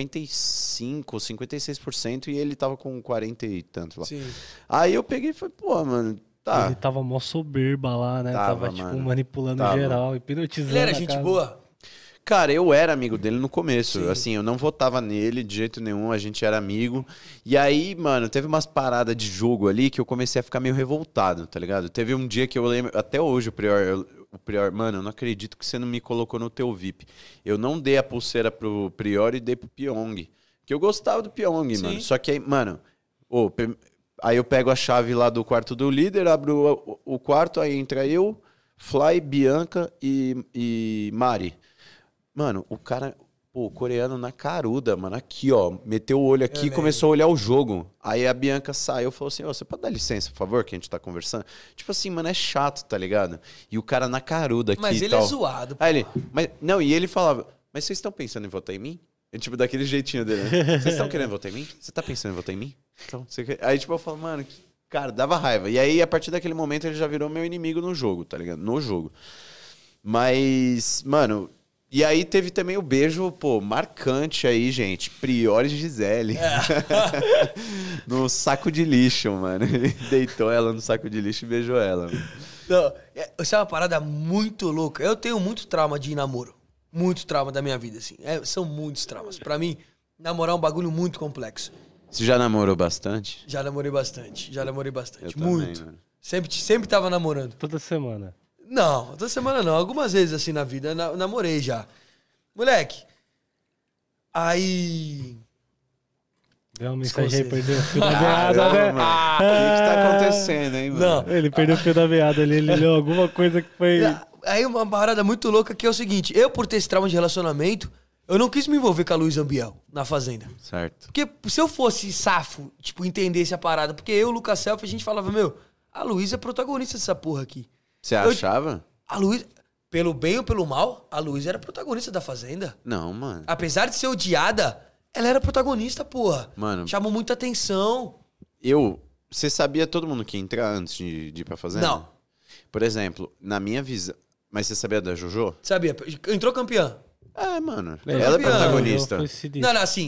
55, 56% e ele tava com 40 e tanto lá. Sim. Aí eu peguei e falei, pô, mano, tá. Ele tava mó soberba lá, né? Tava, Tava tipo, mano. manipulando Tava. geral, hipnotizando. Ele era a gente casa. boa? Cara, eu era amigo dele no começo. Sim. Assim, eu não votava nele de jeito nenhum, a gente era amigo. E aí, mano, teve umas paradas de jogo ali que eu comecei a ficar meio revoltado, tá ligado? Teve um dia que eu lembro, até hoje o Prior, mano, eu não acredito que você não me colocou no teu VIP. Eu não dei a pulseira pro Prior e dei pro Pyong. Que eu gostava do Pyong, Sim. mano. Só que aí, mano, aí eu pego a chave lá do quarto do líder, abro o quarto, aí entra eu, Fly, Bianca e Mari. Mano, o cara, o coreano na caruda, mano, aqui, ó, meteu o olho aqui e começou a olhar o jogo. Aí a Bianca saiu e falou assim, você pode dar licença, por favor, que a gente tá conversando? Tipo assim, mano, é chato, tá ligado? E o cara na caruda aqui Mas e ele tal. é zoado. Aí ele, não, e ele falava, mas vocês estão pensando em votar em mim? É tipo daquele jeitinho dele, né? Vocês estão querendo votar em mim? Você tá pensando em votar em mim? Então, Aí tipo, eu falo, mano, cara, dava raiva. E aí, a partir daquele momento, ele já virou meu inimigo no jogo, tá ligado? No jogo. Mas, mano... E aí teve também o beijo, pô, marcante aí, gente. Prior e Gisele. No saco de lixo, mano. Ele deitou ela no saco de lixo e beijou ela. Não, isso é uma parada muito louca. Eu tenho muito trauma de namoro. Muito trauma da minha vida, assim. São muitos traumas. Pra mim, namorar é um bagulho muito complexo. Você já namorou bastante? Já namorei bastante. Eu Muito. também, mano. Sempre tava namorando. Toda semana. Não, toda semana não. Algumas vezes, assim, na vida, namorei já. Moleque. Aí... Deu uma mensagem aí, Escocês. perdeu o fio da meada, né? Mano, o que tá acontecendo, hein, mano? Não. Ele perdeu o fio da meada ali, ele leu alguma coisa que foi... Aí uma parada muito louca que é o seguinte. Eu, por ter esse trauma de relacionamento, eu não quis me envolver com a Luísa Ambiel na Fazenda. Certo. Porque se eu fosse safo, tipo, entendesse a parada, porque eu, Lucas Selfie, a gente falava, meu, a Luísa é protagonista dessa porra aqui. Você achava? A Luísa, pelo bem ou pelo mal, a Luísa era protagonista da Fazenda. Não, mano. Apesar de ser odiada, ela era protagonista, porra. Mano. Chamou muita atenção. Você sabia todo mundo que ia entrar antes de ir pra Fazenda? Não. Por exemplo, na minha visão... Mas você sabia da Jojo? Sabia? Entrou campeã. Mano. É, Ela é campeã. protagonista. Foi se Não, assim,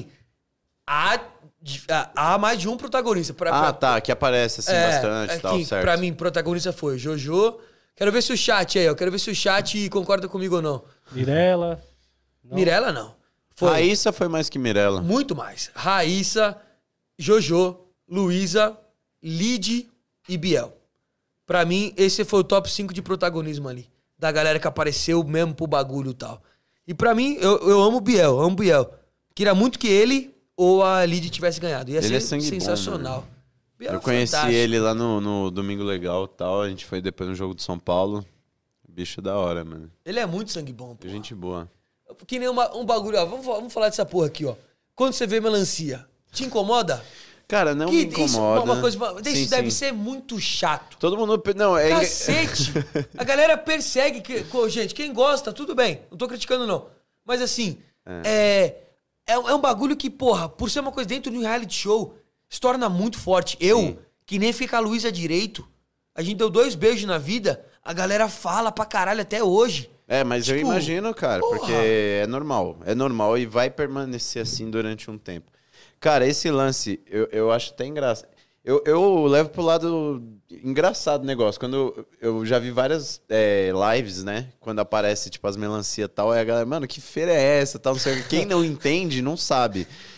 há mais de um protagonista. Tá. Que aparece assim bastante e tal, certo. Pra mim, protagonista foi Jojo. Quero ver se o chat aí, eu quero ver se o chat concorda comigo ou não. Mirella. Não. Mirella, não. Foi Raíssa foi mais que Mirella. muito mais. Raíssa, Jojo, Luísa, Lid e Biel. Pra mim, esse foi o top 5 de protagonismo ali. Da galera que apareceu mesmo pro bagulho e tal. E pra mim, eu amo o Biel, amo o Biel. Queria muito que ele ou a Lid tivesse ganhado. Ia Ele ser é sangue bom, sensacional. mano. Biel Eu é conheci fantástico. ele lá no Domingo Legal e tal. A gente foi depois no jogo de São Paulo. Bicho da hora, mano. Ele é muito sangue bom, pô. Gente boa. Que nem um bagulho, ó. Vamos falar dessa porra aqui, ó. Quando você vê melancia, te incomoda? Cara, não me incomoda. Isso, uma coisa, Sim, isso deve sim. ser muito chato. Todo mundo... Não, é... Cacete! A galera persegue. Gente, quem gosta, tudo bem. Não tô criticando, não. Mas assim, é um bagulho que, porra, por ser uma coisa dentro de um reality show, se torna muito forte. Sim. Que nem fica a Luísa direito, a gente deu 2 beijos na vida, a galera fala pra caralho até hoje. Mas eu Tipo, imagino, cara, porra. porque é normal. É normal e vai permanecer assim durante um tempo. Cara, esse lance, eu acho até engraçado. Eu levo pro lado engraçado o negócio. Quando eu já vi várias lives, né? Quando aparece, tipo, as melancia e tal, aí a galera, mano, que feira é essa? Tal, não sei o quê. Quem não entende, não sabe.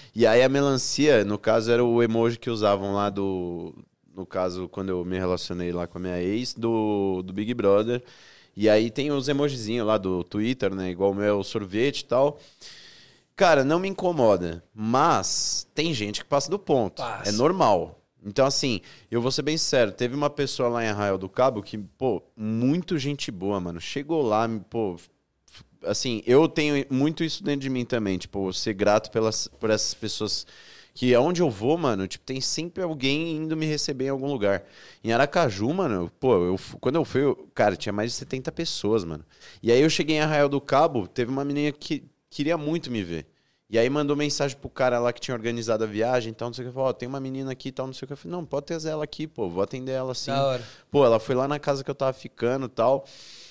E aí a melancia, no caso, era o emoji que usavam lá no caso, quando eu me relacionei lá com a minha ex, do Big Brother. E aí tem os emojizinhos lá do Twitter, né? Igual o meu sorvete e tal. Cara, não me incomoda. Mas tem gente que passa do ponto. É normal. Então, assim, eu vou ser bem sincero. Teve uma pessoa lá em Arraial do Cabo que, pô, muito gente boa, mano. Chegou lá, pô... Assim, eu tenho muito isso dentro de mim também. Tipo, ser grato por essas pessoas... Que aonde eu vou, mano, tipo, tem sempre alguém indo me receber em algum lugar. Em Aracaju, mano, pô, quando eu fui, cara, tinha mais de 70 pessoas, mano. E aí eu cheguei em Arraial do Cabo, teve uma menina que queria muito me ver. E aí mandou mensagem pro cara lá que tinha organizado a viagem e tal, não sei o que. Falou, ó, tem uma menina aqui e tal, não sei o que. Eu falei, não, pode trazer ela aqui, pô, vou atender ela assim. Da hora. Pô, ela foi lá na casa que eu tava ficando e tal.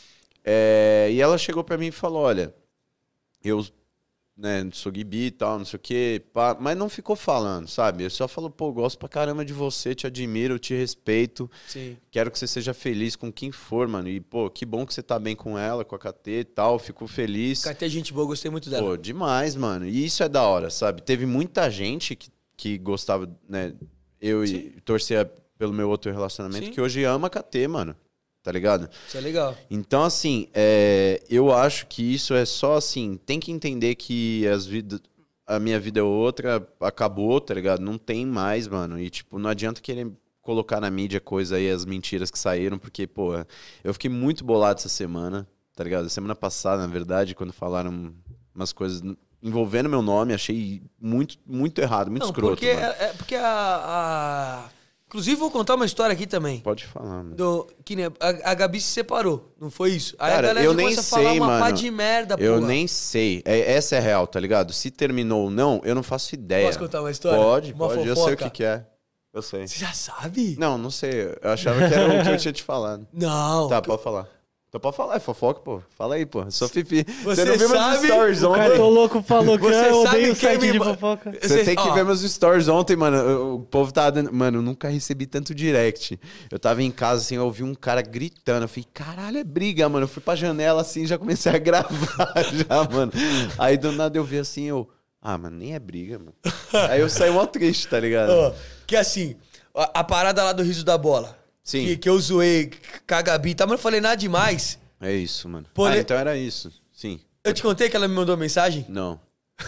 E ela chegou pra mim e falou, olha, eu... né, sou gibi e tal, não sei o que, mas não ficou falando, sabe? Eu só falo, pô, gosto pra caramba de você, te admiro, te respeito. Sim. Quero que você seja feliz com quem for, mano. E, pô, que bom que você tá bem com ela, com a KT e tal, fico feliz. KT é gente boa, gostei muito dela. Pô, demais, mano. E isso é da hora, sabe? Teve muita gente que gostava, né? Eu e torcia pelo meu outro relacionamento, Sim. que hoje ama a KT, mano. Tá ligado? Isso é legal. Então, assim, eu acho que isso é só assim, tem que entender que a minha vida é outra, acabou, tá ligado? Não tem mais, mano. E, tipo, não adianta querer colocar na mídia coisa aí, as mentiras que saíram, porque, pô, eu fiquei muito bolado essa semana, tá ligado? Semana passada, na verdade, quando falaram umas coisas envolvendo meu nome, achei muito, muito errado, muito escroto. Porque, mano. porque Inclusive, vou contar uma história aqui também. Pode falar, mano. Que nem a Gabi se separou, não foi isso? Aí Cara, a galera eu já nem começa a falar sei, uma mano. pá de merda, Eu porra. nem sei. Essa é real, tá ligado? Se terminou ou não, eu não faço ideia. Posso contar uma história? Pode, Uma pode. Eu fofoca? sei o que é. Eu sei. Você já sabe? Não sei. Eu achava que era o que eu tinha te falado. Não. Tá, pode falar. Então pode falar, é fofoca, pô. Fala aí, pô. Sou fifi. Você não viu meus sabe? stories O ontem? Cartoloco falou que Você eu sabe odeio o quem site me de ma- fofoca. Você tem que ó, ver meus stories ontem, mano. O povo tava dando... Mano, eu nunca recebi tanto direct. Eu tava em casa, assim, eu ouvi um cara gritando. Eu falei, caralho, é briga, mano. Eu fui pra janela, assim, já comecei a gravar, já, mano. Aí, do nada, eu vi assim, mano, nem é briga, mano. Aí eu saí mó triste, tá ligado? Ó, que assim, a parada lá do riso da bola. Sim. Que eu zoei com a Gabi, tá? Mas não falei nada demais. É isso, mano. Porém- então era isso. Sim. Eu te contei que ela me mandou mensagem? Não.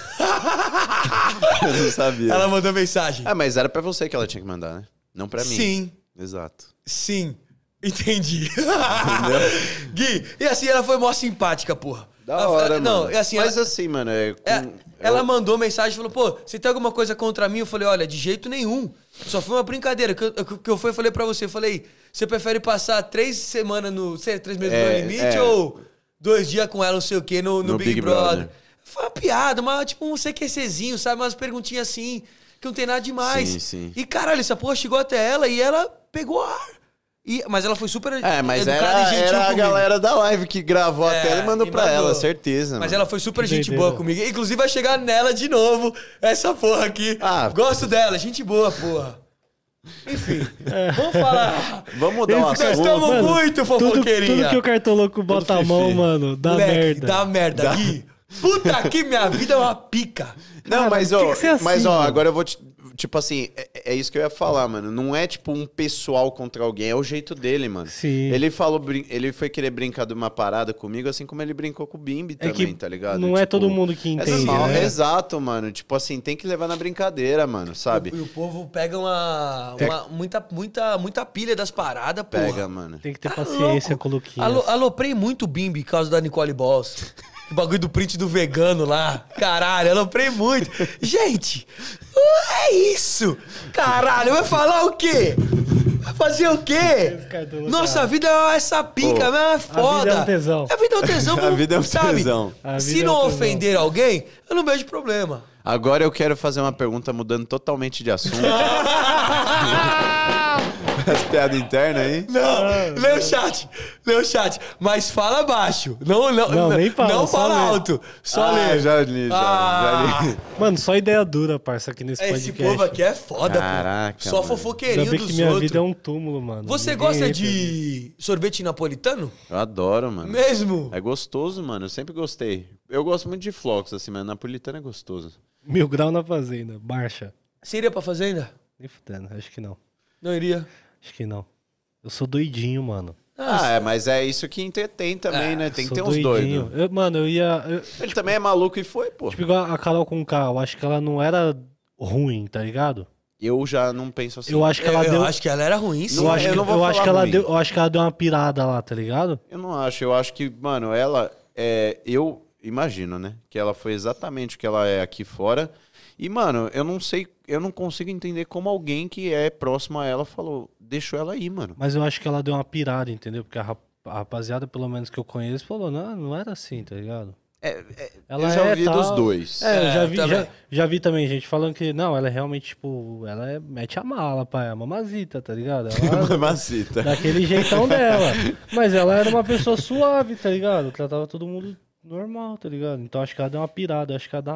Eu não sabia. Ela mandou mensagem. Mas era pra você que ela tinha que mandar, né? Não pra mim. Sim. Exato. Sim. Entendi. Gui, e assim, ela foi mó simpática, porra. Da hora, não, mano. é assim, Mas ela, assim, mano, ela mandou mensagem e falou, pô, você tem alguma coisa contra mim? Eu falei, olha, de jeito nenhum. Só foi uma brincadeira. Que eu falei pra você, eu falei, você prefere passar 3 semanas 3 meses no limite ou 2 dias com ela, não sei o quê, no Big Brother? Foi uma piada, tipo um CQCzinho, sabe? Umas perguntinhas assim, que não tem nada demais. Sim, sim. E caralho, essa porra chegou até ela e ela pegou ar. Mas ela foi super mas educada e gentil era a comigo. galera da live que gravou a tela e mandou pra ela, certeza. Mas mano. ela foi super Que gente doideira. boa comigo. Inclusive vai chegar nela de novo, essa porra aqui. Gosto dela, gente boa, porra. Enfim, vamos falar. Vamos dar uma Nós estamos Mano, muito fofoqueirinha. Tudo que o Cartoloco bota a mão, fifi. mano, dá Moleque, merda. dá merda, Gui. Puta que minha vida é uma pica. Não, Cara, mas por que que você é assim, mano? agora eu vou te... Tipo assim, é isso que eu ia falar, mano. Não é tipo um pessoal contra alguém, é o jeito dele, mano. Sim. Ele falou, ele foi querer brincar de uma parada comigo, assim como ele brincou com o Bimbi É também, que tá ligado? não é todo mundo que entende, normal, né? Exato, mano. Tipo assim, tem que levar na brincadeira, mano, sabe? E o povo pega muita pilha das paradas, porra. Pega, mano. Tem que ter Tá paciência louco. com o Luquinhas. Aloprei muito o Bimbi por causa da Nicole Balls. O bagulho do print do vegano lá. Caralho, aloprei muito. Gente, é isso. Caralho, vai falar o quê? Vai fazer o quê? Nossa, a vida é essa pica, é foda. A vida é um tesão. A vida é um tesão. A vida é um sabe? tesão. A vida Se é não um tesão. ofender alguém, eu não vejo problema. Agora eu quero fazer uma pergunta mudando totalmente de assunto. As piadas internas aí. Não, lê o chat. Mas fala baixo. Não, nem fala, não só fala lê. alto. Só lê. Já li, já li. Mano, só ideia dura, parça, aqui nesse Esse podcast. povo aqui é foda, Caraca, pô. Só mano. fofoqueirinho Ainda bem dos que minha outros. vida é um túmulo, mano. Você Ninguém gosta entra. de sorvete napolitano? Eu adoro, mano. Mesmo? É gostoso, mano. Eu sempre gostei. Eu gosto muito de flocos, assim, mas napolitano é gostoso. 1000 graus na fazenda, marcha. Você iria pra fazenda? Nem fudendo, acho que não. Não iria. Acho que não. Eu sou doidinho, mano. Mas é isso que entretém também, né? Tem que ter Sou uns doidinho. doidos. Mano, eu ia... Ele também é maluco e foi, pô. Tipo, igual a Carol Conká, eu acho que ela não era ruim, tá ligado? Eu já não penso assim. Eu acho que ela eu deu... acho que ela era ruim, sim. Eu acho eu que, não vou eu acho falar que ela ruim. deu, eu acho que ela deu uma pirada lá, tá ligado? Eu não acho. Eu acho que, mano, ela... eu imagino, né? Que ela foi exatamente o que ela é aqui fora. E, mano, eu não sei... Eu não consigo entender como alguém que é próximo a ela falou... Deixou ela aí, mano. Mas eu acho que ela deu uma pirada, entendeu? Porque a rapaziada, pelo menos que eu conheço, falou, não era assim, tá ligado? Ela eu já ouvi tal. dos dois. Eu já vi, também. já vi também gente falando que, não, ela é realmente, tipo, mete a mala, pai, é mamazita, tá ligado? Ela, Mamacita. daquele jeitão dela. Mas ela era uma pessoa suave, tá ligado? Tratava todo mundo normal, tá ligado? Então acho que ela deu uma pirada, acho que ela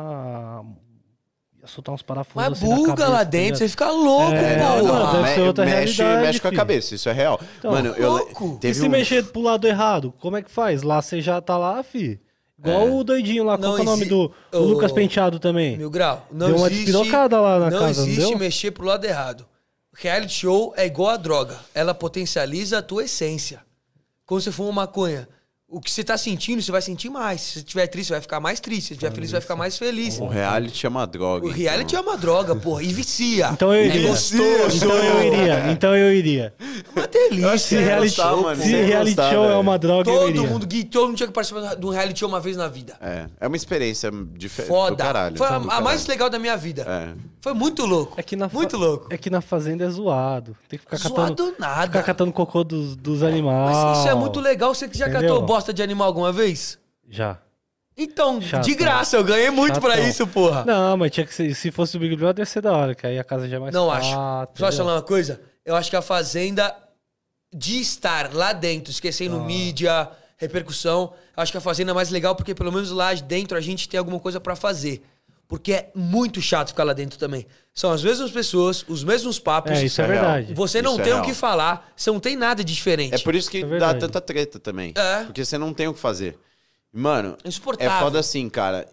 ia soltar uns parafusos Mas assim na buga cabeça, lá tá dentro, ligado? você fica louco, mano, porra. deve ser outra realidade, mexe com a filho. cabeça, isso é real. Então, mano, louco. E teve se mexer pro lado errado, como é que faz? Lá você já tá lá, fi. Igual o doidinho lá, qual Não que é o nome do o Lucas Penteado também? Mil grau. Não Deu uma existe, despirocada lá na casa, não existe deu? mexer pro lado errado. Reality show é igual a droga. Ela potencializa a tua essência. Quando você fuma maconha, o que você tá sentindo, você vai sentir mais. Se você estiver triste, você vai ficar mais triste. Se você estiver feliz, você vai ficar mais feliz. O reality é uma droga. O reality é uma droga, porra. E vicia. Então eu iria. gostoso. Então eu iria. Uma delícia. Se reality, gostar, mano. se Você ia reality gostar, show é velho. uma droga, eu iria. Todo mundo tinha que participar de um reality show uma vez na vida. É uma experiência diferente do Foda. caralho. Foi do a caralho. mais legal da minha vida. É. Foi muito louco. Muito louco. É que na fazenda é zoado. Tem que ficar Zoado catando, nada. ficar catando cocô dos animais. Mas isso é muito legal. Você que já Entendeu? catou bosta de animal alguma vez? Já. Então, de Chatão. graça, eu ganhei muito pra Chatão. isso, porra. Não, mas tinha que ser, se fosse o Big Brother ia ser da hora, que aí a casa já é mais Não fácil, acho. Posso entendeu? falar uma coisa? Eu acho que a Fazenda, de estar lá dentro, esquecendo mídia, repercussão, eu acho que a Fazenda é mais legal porque pelo menos lá dentro a gente tem alguma coisa pra fazer. Porque é muito chato ficar lá dentro também. São as mesmas pessoas, os mesmos papos. É, isso é real. verdade. Você não Isso é tem o real. que falar, você não tem nada de diferente. É por isso que É dá verdade. tanta treta também. É. Porque você não tem o que fazer. Mano, Insuportável. é foda assim, cara.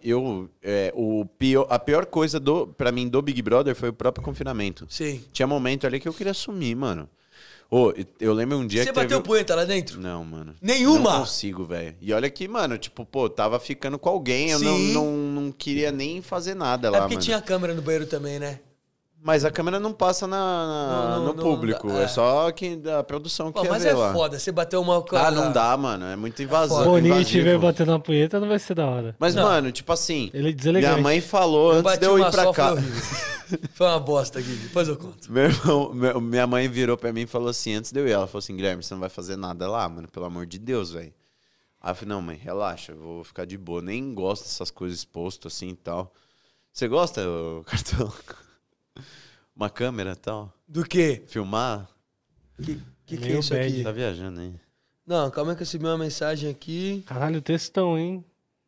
A pior coisa pra mim do Big Brother foi o próprio confinamento. Sim. Tinha momento ali que eu queria sumir, mano. Ô, eu lembro um dia Você que teve... bateu punheta lá dentro? Não, mano. Nenhuma? Não consigo, velho. E olha que, mano, tipo, pô, tava ficando com alguém. Eu Sim. não queria nem fazer nada É lá, porque mano. tinha câmera no banheiro também, né? Mas a câmera não passa no público. dá, É só a produção que Pô, ia mas ver é lá. foda, você bateu uma... Ah, não dá, mano. É muito invasão. foda. O Nini invasivo. estiver batendo na punheta, não vai ser da hora. Mas, Não. mano, tipo assim... Ele é deselegante. Minha mãe falou Eu antes bati de eu ir uma pra só, cá. foi horrível. Foi uma bosta aqui, depois eu conto. Minha mãe virou pra mim e falou assim, antes de eu ir, ela falou assim, Guilherme, você não vai fazer nada lá, mano, pelo amor de Deus, velho. Aí eu falei, não, mãe, relaxa, eu vou ficar de boa. Nem gosto dessas coisas expostas assim e tal. Você gosta, ô, Cartão? Uma câmera e tal? Do quê? Filmar? Que é Meio isso bad. aqui? Tá viajando aí. Não, calma aí que eu recebi uma mensagem aqui. Caralho, textão, hein?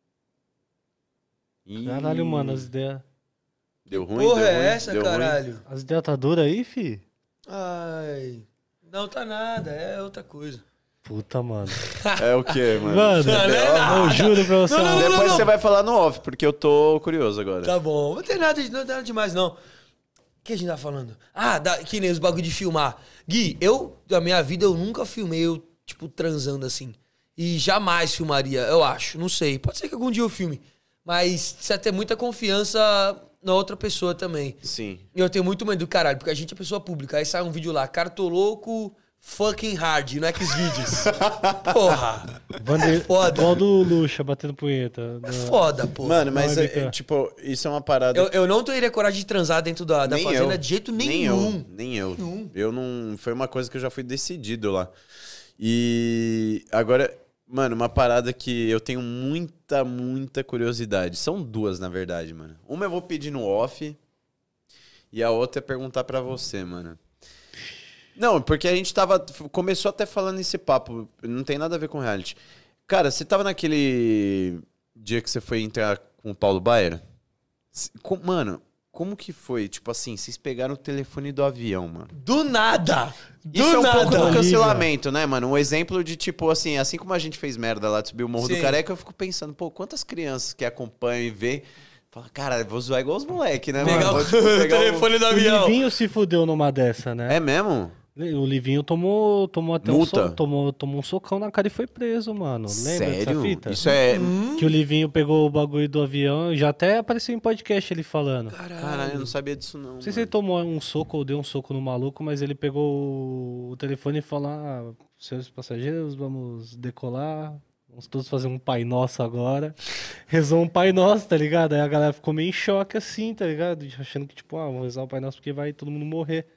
Ih, Caralho, mano, as ideias... Deu ruim? Porra deu é ruim, essa, deu ruim. caralho? As ideias tá duras aí, fi? Ai... Não tá nada, é outra coisa. Puta, mano. É o quê, mano? Mano, Não é nada. eu juro pra você. Não, não, Depois não. você vai falar no off, porque eu tô curioso agora. Tá bom, não tem nada, não tem nada demais, não. O que a gente tá falando? Ah, que nem os bagulho de filmar. Gui, da minha vida, eu nunca filmei eu, tipo, transando assim. E jamais filmaria, eu acho. Não sei. Pode ser que algum dia eu filme. Mas precisa ter muita confiança na outra pessoa também. Sim. E eu tenho muito medo do caralho, porque a gente é pessoa pública. Aí sai um vídeo lá, Cartoloco fucking hard, no Xvideos. Porra. Vander... foda. Igual do Luxa batendo punheta. É foda, porra. Mano, mas, Não, Vitor. tipo, isso é uma parada... Eu não teria coragem de transar dentro da Nem fazenda eu. de jeito Nem nenhum. Nem eu. Nenhum. Eu não... Foi uma coisa que eu já fui decidido lá. E agora, mano, uma parada que eu tenho muita curiosidade. São duas, na verdade, mano. Uma eu vou pedir no off e a outra é perguntar pra você, mano. Não, porque a gente começou até falando esse papo, não tem nada a ver com reality. Cara, você tava naquele dia que você foi entrar com o Paulo Baier? Mano, como que foi? Tipo assim, vocês pegaram o telefone do avião, mano. Do nada! Do Isso é um nada! pouco do Liga. cancelamento, né, mano? Um exemplo de, tipo, assim como a gente fez merda lá de subir o Morro Sim. do Careca, eu fico pensando, pô, quantas crianças que acompanham e vê Fala, cara, vou zoar igual os moleques, né, Pegar mano? o Vou, tipo, pegar telefone do O avião. Livinho se fudeu numa dessa, né? É mesmo? O Livinho tomou até Multa? tomou um socão na cara e foi preso, mano. Lembra dessa Sério? fita? Isso é... Que o Livinho pegou o bagulho do avião, já até apareceu em podcast ele falando. Caralho, eu não sabia disso não. Não sei se ele tomou um soco ou deu um soco no maluco, mas ele pegou o telefone e falou: senhores passageiros, vamos decolar. Vamos todos fazer um Pai Nosso agora. Rezou um Pai Nosso, tá ligado? Aí a galera ficou meio em choque assim, tá ligado? Achando que, tipo, vamos rezar o Pai Nosso porque vai todo mundo morrer.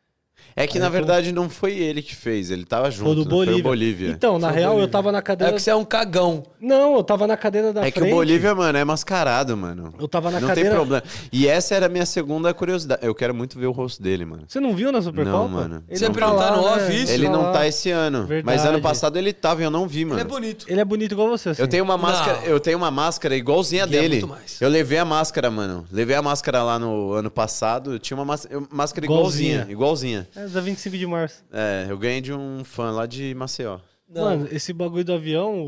É que, Aí na foi- verdade, não foi ele que fez. Ele tava junto, Foi do né? Bolívia. Foi o Bolívia. Então, na Foi o real, Bolívia. eu tava na É cadeira... que você é um cagão. Não, eu tava na cadeira da É frente. que o Bolívia, mano, é mascarado, mano. Eu tava na não cadeira... tem problema. E essa era a minha segunda curiosidade. Eu quero muito ver o rosto dele, mano. Você não viu na Supercopa? Não, mano. Ele Você não perguntar tá no lá, off né? isso? Ele não lá. tá esse ano. Verdade. Mas ano passado ele tava e eu não vi, mano. Ele é bonito. Ele é bonito igual você, assim. Eu tenho uma máscara, Não. eu tenho uma máscara igualzinha Gui é dele. muito mais. Eu levei a máscara, mano. Levei a máscara lá no ano passado. Eu tinha uma máscara igualzinha. Igualzinha. É, da 25 de março. É, eu ganhei de um fã lá de Maceió. Não. Mano, esse bagulho do avião,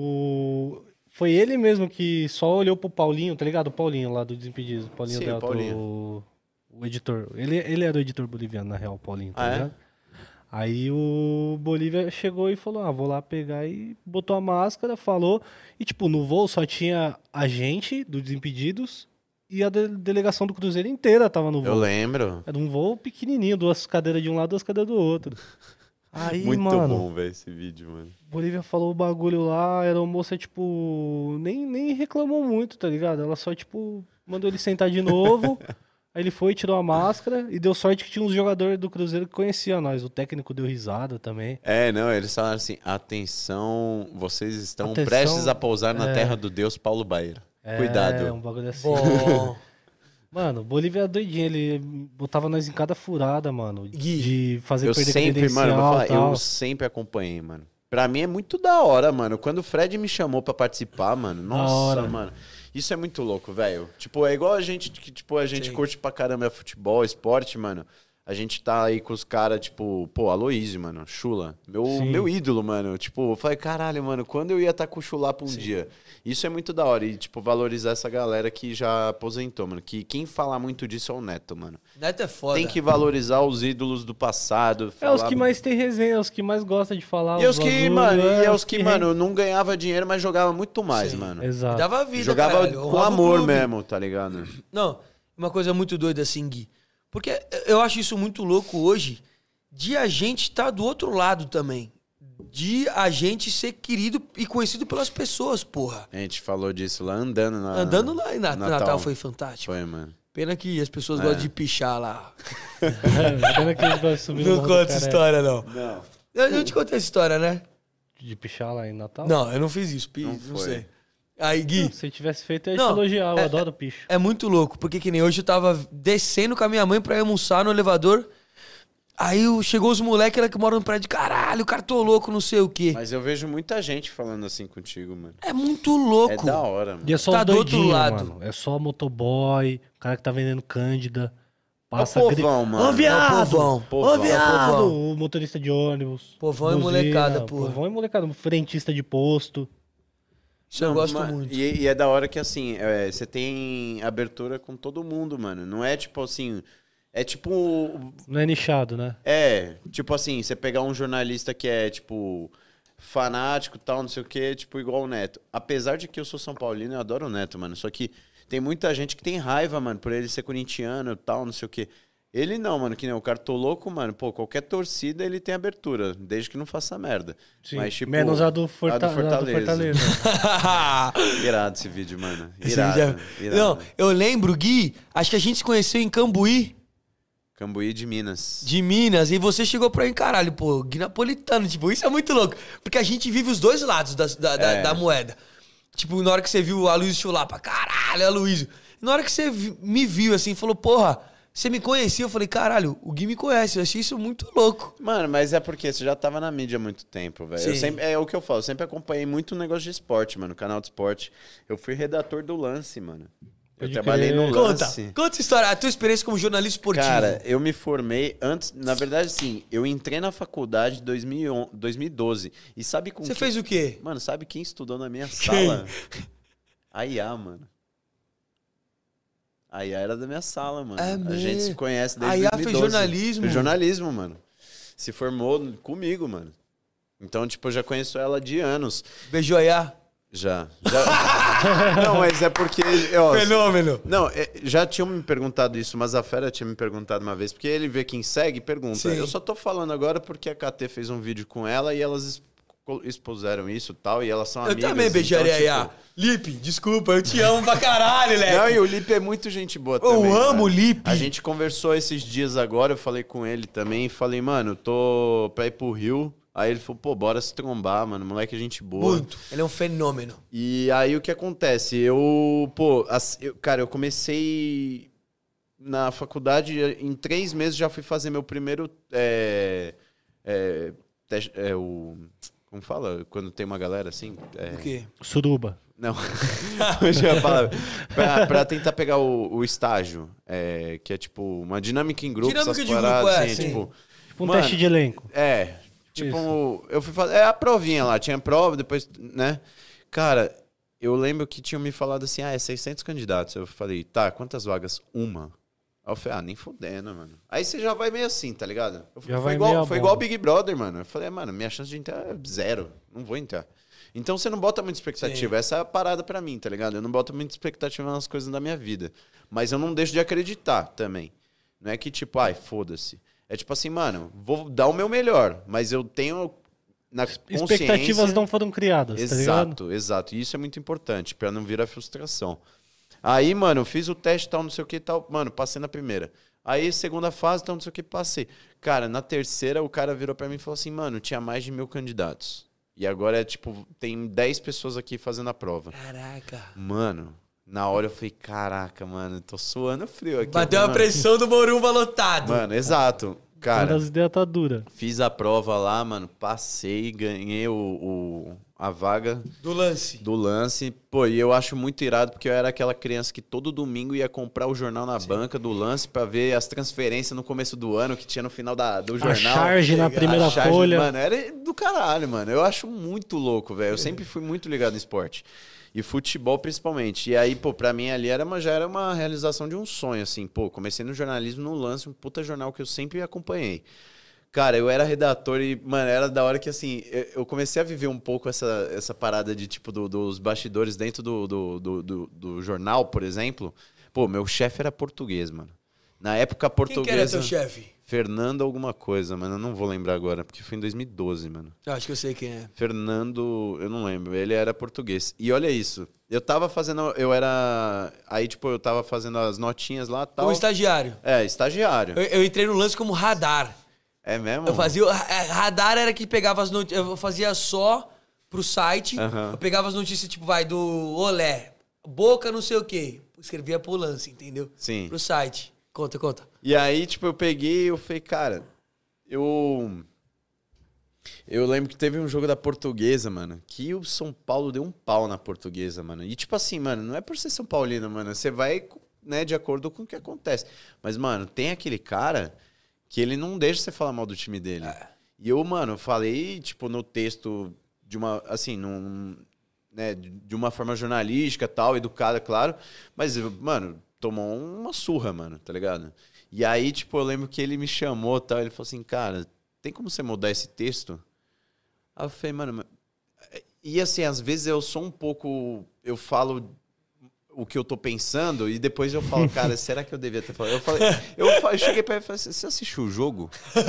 foi ele mesmo que só olhou pro Paulinho, tá ligado? O Paulinho lá do Desimpedidos. O Paulinho Sim, o Delta, Paulinho. o editor. Ele era o editor boliviano, na real, o Paulinho, tá Ah, é? ligado? Aí o Bolívia chegou e falou: vou lá pegar e botou a máscara, falou. E, tipo, no voo só tinha a gente do Desimpedidos e a delegação do Cruzeiro inteira tava no voo. Eu lembro. Era um voo pequenininho, 2 cadeiras de um lado, 2 cadeiras do outro. Aí, Muito mano, bom, velho, esse vídeo, mano. Bolívia falou o bagulho lá, a aeromoça, tipo, nem reclamou muito, tá ligado? Ela só, tipo, mandou ele sentar de novo. Aí ele foi, tirou a máscara e deu sorte que tinha uns jogadores do Cruzeiro que conheciam nós. O técnico deu risada também. É, não, eles falaram assim: atenção, vocês estão Atenção, prestes a pousar na terra do Deus Paulo Baier. É, Cuidado. um bagulho assim. Bom. Mano, Bolívia é doidinho, ele botava nós em cada furada, mano. Gui, De fazer Eu perder sempre, credencial mano, eu vou falar, e tal. eu sempre acompanhei, mano. Pra mim é muito da hora, mano. Quando o Fred me chamou pra participar, mano, nossa, hora. mano. Isso é muito louco, velho. Tipo, é igual a gente que, tipo, a gente Sim. curte pra caramba futebol, esporte, mano. A gente tá aí com os caras, tipo, pô, Aloysio, mano, Chula. Sim. Meu ídolo, mano. Tipo, eu falei, caralho, mano, quando eu ia estar com o Chula pra um dia? Isso é muito da hora. E, tipo, valorizar essa galera que já aposentou, mano. Que quem fala muito disso é o Neto, mano. Neto é foda. Tem que valorizar os ídolos do passado. É os falar- que mais tem resenha, os que mais gostam de falar. E os que, bagulho, mano, e os os que, mano, não ganhava dinheiro, mas jogava muito mais, Sim. mano. Exato. Dava vida, Jogava caralho. com Honrava o amor clube. mesmo, tá ligado? Não, uma coisa muito doida assim, Gui. Porque eu acho isso muito louco hoje, de a gente estar do outro lado também. De a gente ser querido e conhecido pelas pessoas, porra. A gente falou disso lá andando na... Andando lá em Natal. Natal foi fantástico. Foi, mano. Pena que as pessoas gostam de pichar lá. Pena que eles gostam de subir no Não Morro do conta essa Careca. história, não. Não. Eu te contei essa história, né? De pichar lá em Natal? Não, eu não fiz isso. Não Não foi. sei. Aí, Gui, Se eu tivesse feito, eu ia Não, te elogiar. Eu adoro picho. é muito louco, porque que nem hoje eu tava descendo com a minha mãe pra ir almoçar no elevador. Aí chegou os moleques, ela que mora no prédio, caralho, cartoloco, não sei o quê. Mas eu vejo muita gente falando assim contigo, mano. É muito louco. É da hora, mano. E é só Tá os do outro doidinhos, lado. mano. É só motoboy, o cara que tá vendendo Cândida. Passa É o povão, mano. Ô, viado! É o povão. Povão. Ô, viado! Povão. O motorista de ônibus. Povão e buzina, molecada, porra. Povão e molecada. Frentista de posto. Isso eu gosto Mano, muito. E é da hora que, assim, você tem abertura com todo mundo, mano. Não é tipo assim... É tipo... Não é nichado, né? É, tipo assim, você pegar um jornalista que é, tipo, fanático e tal, não sei o quê, tipo, igual o Neto. Apesar de que eu sou São Paulino, eu adoro o Neto, mano. Só que tem muita gente que tem raiva, mano, por ele ser corintiano e tal, não sei o quê. Ele não, mano, que nem o Cartoloco, mano. Pô, qualquer torcida ele tem abertura, desde que não faça merda. Sim. Mas, tipo, Menos a do, a do Fortaleza. Irado esse vídeo, mano. Esse Irado, vídeo é- irado. Não, eu lembro, Gui, acho que a gente se conheceu em Cambuí, Cambuí de Minas. de Minas, e você chegou pra mim, caralho, pô, Gui napolitano, tipo, isso é muito louco. Porque a gente vive os dois lados da moeda. Tipo, na hora que você viu a Luiz Chulapa, caralho, a Luiz. Na hora que você me viu, assim, falou, porra, você me conhecia? Eu falei, caralho, o Gui me conhece. Eu achei isso muito louco. Mano, mas é porque você já tava na mídia há muito tempo, velho. Eu Sim. sempre, é o que eu falo, eu sempre acompanhei muito negócio de esporte, mano, canal de esporte. Eu fui redator do Lance, mano. Eu Pode trabalhei crer. no Conta, Lance. conta essa história, a tua experiência como jornalista esportivo. Cara, eu me formei antes, na verdade, assim, eu entrei na faculdade em 2012. E sabe com Você quem- fez o quê? Mano, sabe quem estudou na minha sala? A IA, mano. A Iá era da minha sala, mano. É A gente se conhece desde A Iá 2012. fez jornalismo? Fez jornalismo, mano. Se formou comigo, mano. Então, tipo, eu já conheço ela de anos. Beijou a Iá? Já. Não, mas é porque... Ó, Fenômeno. não, já tinham me perguntado isso, mas a Fera tinha me perguntado uma vez, porque ele vê quem segue e pergunta. Sim. Eu só tô falando agora porque a KT fez um vídeo com ela e elas expuseram isso e tal, e elas são amigas. Eu também beijaria a Iá. Lipe, desculpa, eu te amo pra caralho, Leque. Não, e o Lipe é muito gente boa também. Eu amo o cara. Lipe. A gente conversou esses dias agora, eu falei com ele também, falei, mano, tô pra ir pro Rio. Aí ele falou, pô, bora se trombar, mano, moleque é gente boa. Muito. Ele é um fenômeno. E aí o que acontece? Cara, eu comecei na faculdade, em 3 meses já fui fazer meu primeiro como fala? Quando tem uma galera assim? O quê? Suruba. Não. Hoje é a palavra. Pra tentar pegar o estágio, que é tipo uma dinâmica em grupo, Dinâmica essas de paradas, grupo, assim, sim. tipo... Tipo um Mano, teste de elenco. Tipo, eu fui fazer... É a provinha lá, tinha prova, depois, né? Cara, eu lembro que tinham me falado assim, é 600 candidatos. Eu falei, tá, quantas vagas? Uma. Aí eu falei, nem fudendo, mano. Aí você já vai meio assim, tá ligado? Foi igual o Big Brother, mano. Eu falei, mano, minha chance de entrar é 0. Não vou entrar. Então você não bota muita expectativa. Sim. Essa é a parada pra mim, tá ligado? Eu não boto muita expectativa nas coisas da minha vida. Mas eu não deixo de acreditar também. Não é que tipo, foda-se. É tipo assim, mano, vou dar o meu melhor, mas eu tenho na consciência... Expectativas não foram criadas, tá ligado? Exato. E isso é muito importante, pra não virar frustração. Aí, mano, eu fiz o teste, tal, não sei o que, tal. Mano, passei na primeira. Aí, segunda fase, tal, não sei o que, passei. Cara, na terceira, o cara virou pra mim e falou assim, mano, tinha mais de 1000 candidatos. E agora, tem 10 pessoas aqui fazendo a prova. Caraca. Mano... Na hora eu falei, caraca, mano, tô suando frio aqui. Bateu a pressão do Morumba lotado. Mano, exato. Cara, as ideias tá dura. Fiz a prova lá, mano, passei, ganhei a vaga do lance. Pô, e eu acho muito irado, porque eu era aquela criança que todo domingo ia comprar o jornal na banca do lance pra ver as transferências no começo do ano que tinha no final do jornal. A charge na primeira folha. Mano, era do caralho, mano. Eu acho muito louco, velho. Eu sempre fui muito ligado no esporte. E futebol, principalmente. E aí, pô, pra mim ali já era uma realização de um sonho, assim. Pô, comecei no jornalismo no Lance, um puta jornal que eu sempre acompanhei. Cara, eu era redator e, mano, era da hora que, assim, eu comecei a viver um pouco essa parada de, tipo, dos bastidores dentro do jornal, por exemplo. Pô, meu chefe era português, mano. Na época portuguesa... Quem que era teu chefe? Fernando alguma coisa, mano. Eu não vou lembrar agora, porque foi em 2012, mano. Eu acho que eu sei quem é. Fernando, eu não lembro. Ele era português. E olha isso. Eu tava fazendo... Aí, tipo, eu tava fazendo as notinhas lá e tal. Como estagiário. Estagiário. Eu entrei no Lance como radar. É mesmo? Eu fazia... Radar era que pegava as notícias... Eu fazia só pro site. Eu pegava as notícias, tipo, do Olé. Boca não sei o quê. Escrevia pro Lance, entendeu? Sim. Pro site. Conta. E aí, tipo, eu peguei e eu falei, cara, eu lembro que teve um jogo da Portuguesa, mano, que o São Paulo deu um pau na Portuguesa, mano. E tipo assim, mano, não é por ser São Paulino, mano, você vai, né, de acordo com o que acontece. Mas, mano, tem aquele cara que ele não deixa você falar mal do time dele. E eu, mano, falei, tipo, no texto de uma, assim, né, de uma forma jornalística, tal, educada, claro, mas, mano... Tomou uma surra, mano, tá ligado? E aí, tipo, eu lembro que ele me chamou e tal. Ele falou assim, cara, tem como você mudar esse texto? Aí eu falei, mano... E assim, às vezes eu sou um pouco... Eu falo o que eu tô pensando e depois eu falo, cara, será que eu devia ter falado? Eu cheguei pra ele e falei assim, você assistiu o jogo?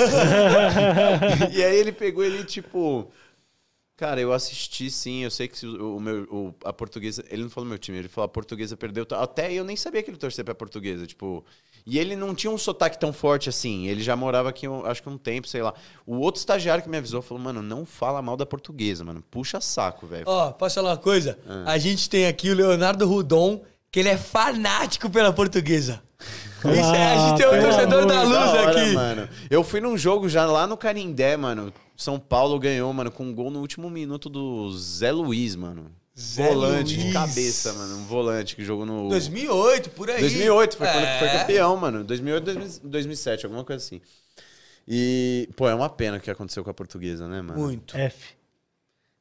E aí ele pegou, ele tipo... Cara, eu assisti sim, eu sei que a Portuguesa... Ele não falou meu time, ele falou a Portuguesa perdeu... Até eu nem sabia que ele torcia pra Portuguesa, tipo... E ele não tinha um sotaque tão forte assim, ele já morava aqui, acho que um tempo, sei lá. O outro estagiário que me avisou falou, mano, não fala mal da Portuguesa, mano, puxa saco, velho. Posso falar uma coisa? A gente tem aqui o Leonardo Rudon, que ele é fanático pela Portuguesa. A gente tem um torcedor da Luz aqui. Mano. Eu fui num jogo já lá no Canindé, mano. São Paulo ganhou, mano, com um gol no último minuto do Zé Luiz, mano. Volante de cabeça, mano. Um volante que jogou no... 2008, por aí. 2008, foi quando foi campeão, mano. 2008, 2007, alguma coisa assim. E, pô, é uma pena o que aconteceu com a Portuguesa, né, mano? Muito. F.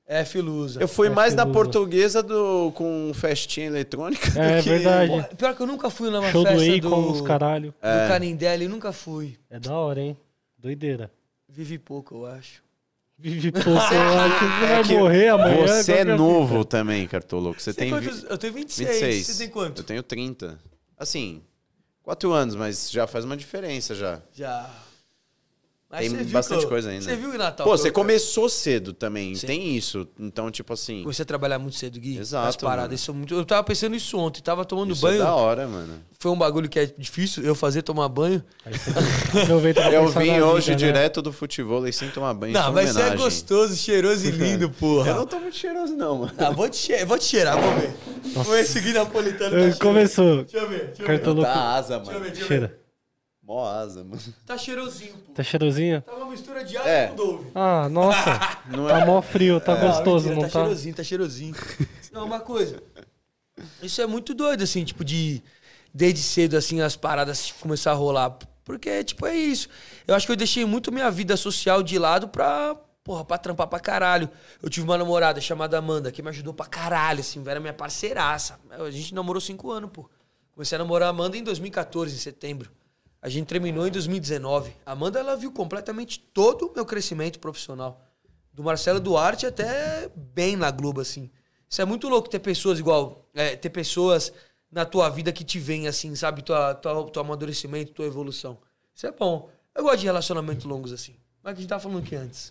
Filusa. Eu fui mais na Filusa. Portuguesa com festinha eletrônica É do que... verdade. Pô, pior que eu nunca fui numa Show do festa Akon, os caralho. do Canindé, nunca fui. É da hora, hein? Doideira. Vivi pouco, eu acho. Vive pouco, eu acho que você vai morrer amanhã. Você é qualquer novo fita. também, Cartoloco. Você tem Eu tenho 26. 26. Você tem quanto? Eu tenho 30. Assim, 4 anos, mas já faz uma diferença já. Já. Mas Tem você viu bastante coisa ainda. Você viu, Natal? Pô, você começou cedo também, Sim. tem isso. Então, tipo assim, Comecei a trabalhar muito cedo, Gui. Exato, As paradas. mano. Isso é muito... Eu tava pensando nisso ontem. Tava tomando isso banho. é da hora, mano. Foi um bagulho que é difícil eu fazer, tomar banho. Aí você aproveita pra Eu pensar vim na hoje vida, né? direto do futebol e sem tomar banho. Não, isso é mas você é homenagem. gostoso, cheiroso e lindo, porra. Eu não tô muito cheiroso, não, mano. Ah, vou te cheirar, vamos ver. Vamos ver se o Gui Napolitano tá Começou. Deixa eu ver. Cartoloco. Tá asa, Deixa eu mano. ver, deixa eu ver. Cheira. Mó asa, mano. Tá cheirosinho, pô. Tá cheirosinho? Tá uma mistura de asa É. com Dove. Ah, nossa. Não Tá é... mó frio, tá gostoso, mentira, não tá? Tá cheirosinho. Não, uma coisa. Isso é muito doido, assim, tipo, desde cedo, assim, as paradas começar a rolar. Porque, tipo, é isso. Eu acho que eu deixei muito minha vida social de lado pra trampar pra caralho. Eu tive uma namorada chamada Amanda, que me ajudou pra caralho, assim, era minha parceiraça. A gente namorou 5 anos, pô. Comecei a namorar a Amanda em 2014, em setembro. A gente terminou em 2019. A Amanda, ela viu completamente todo o meu crescimento profissional. Do Marcelo Duarte até bem na Globo, assim. Isso é muito louco ter pessoas igual... ter pessoas na tua vida que te veem, assim, sabe? Teu amadurecimento, tua evolução. Isso é bom. Eu gosto de relacionamentos longos, assim. Mas o que a gente tava falando aqui antes?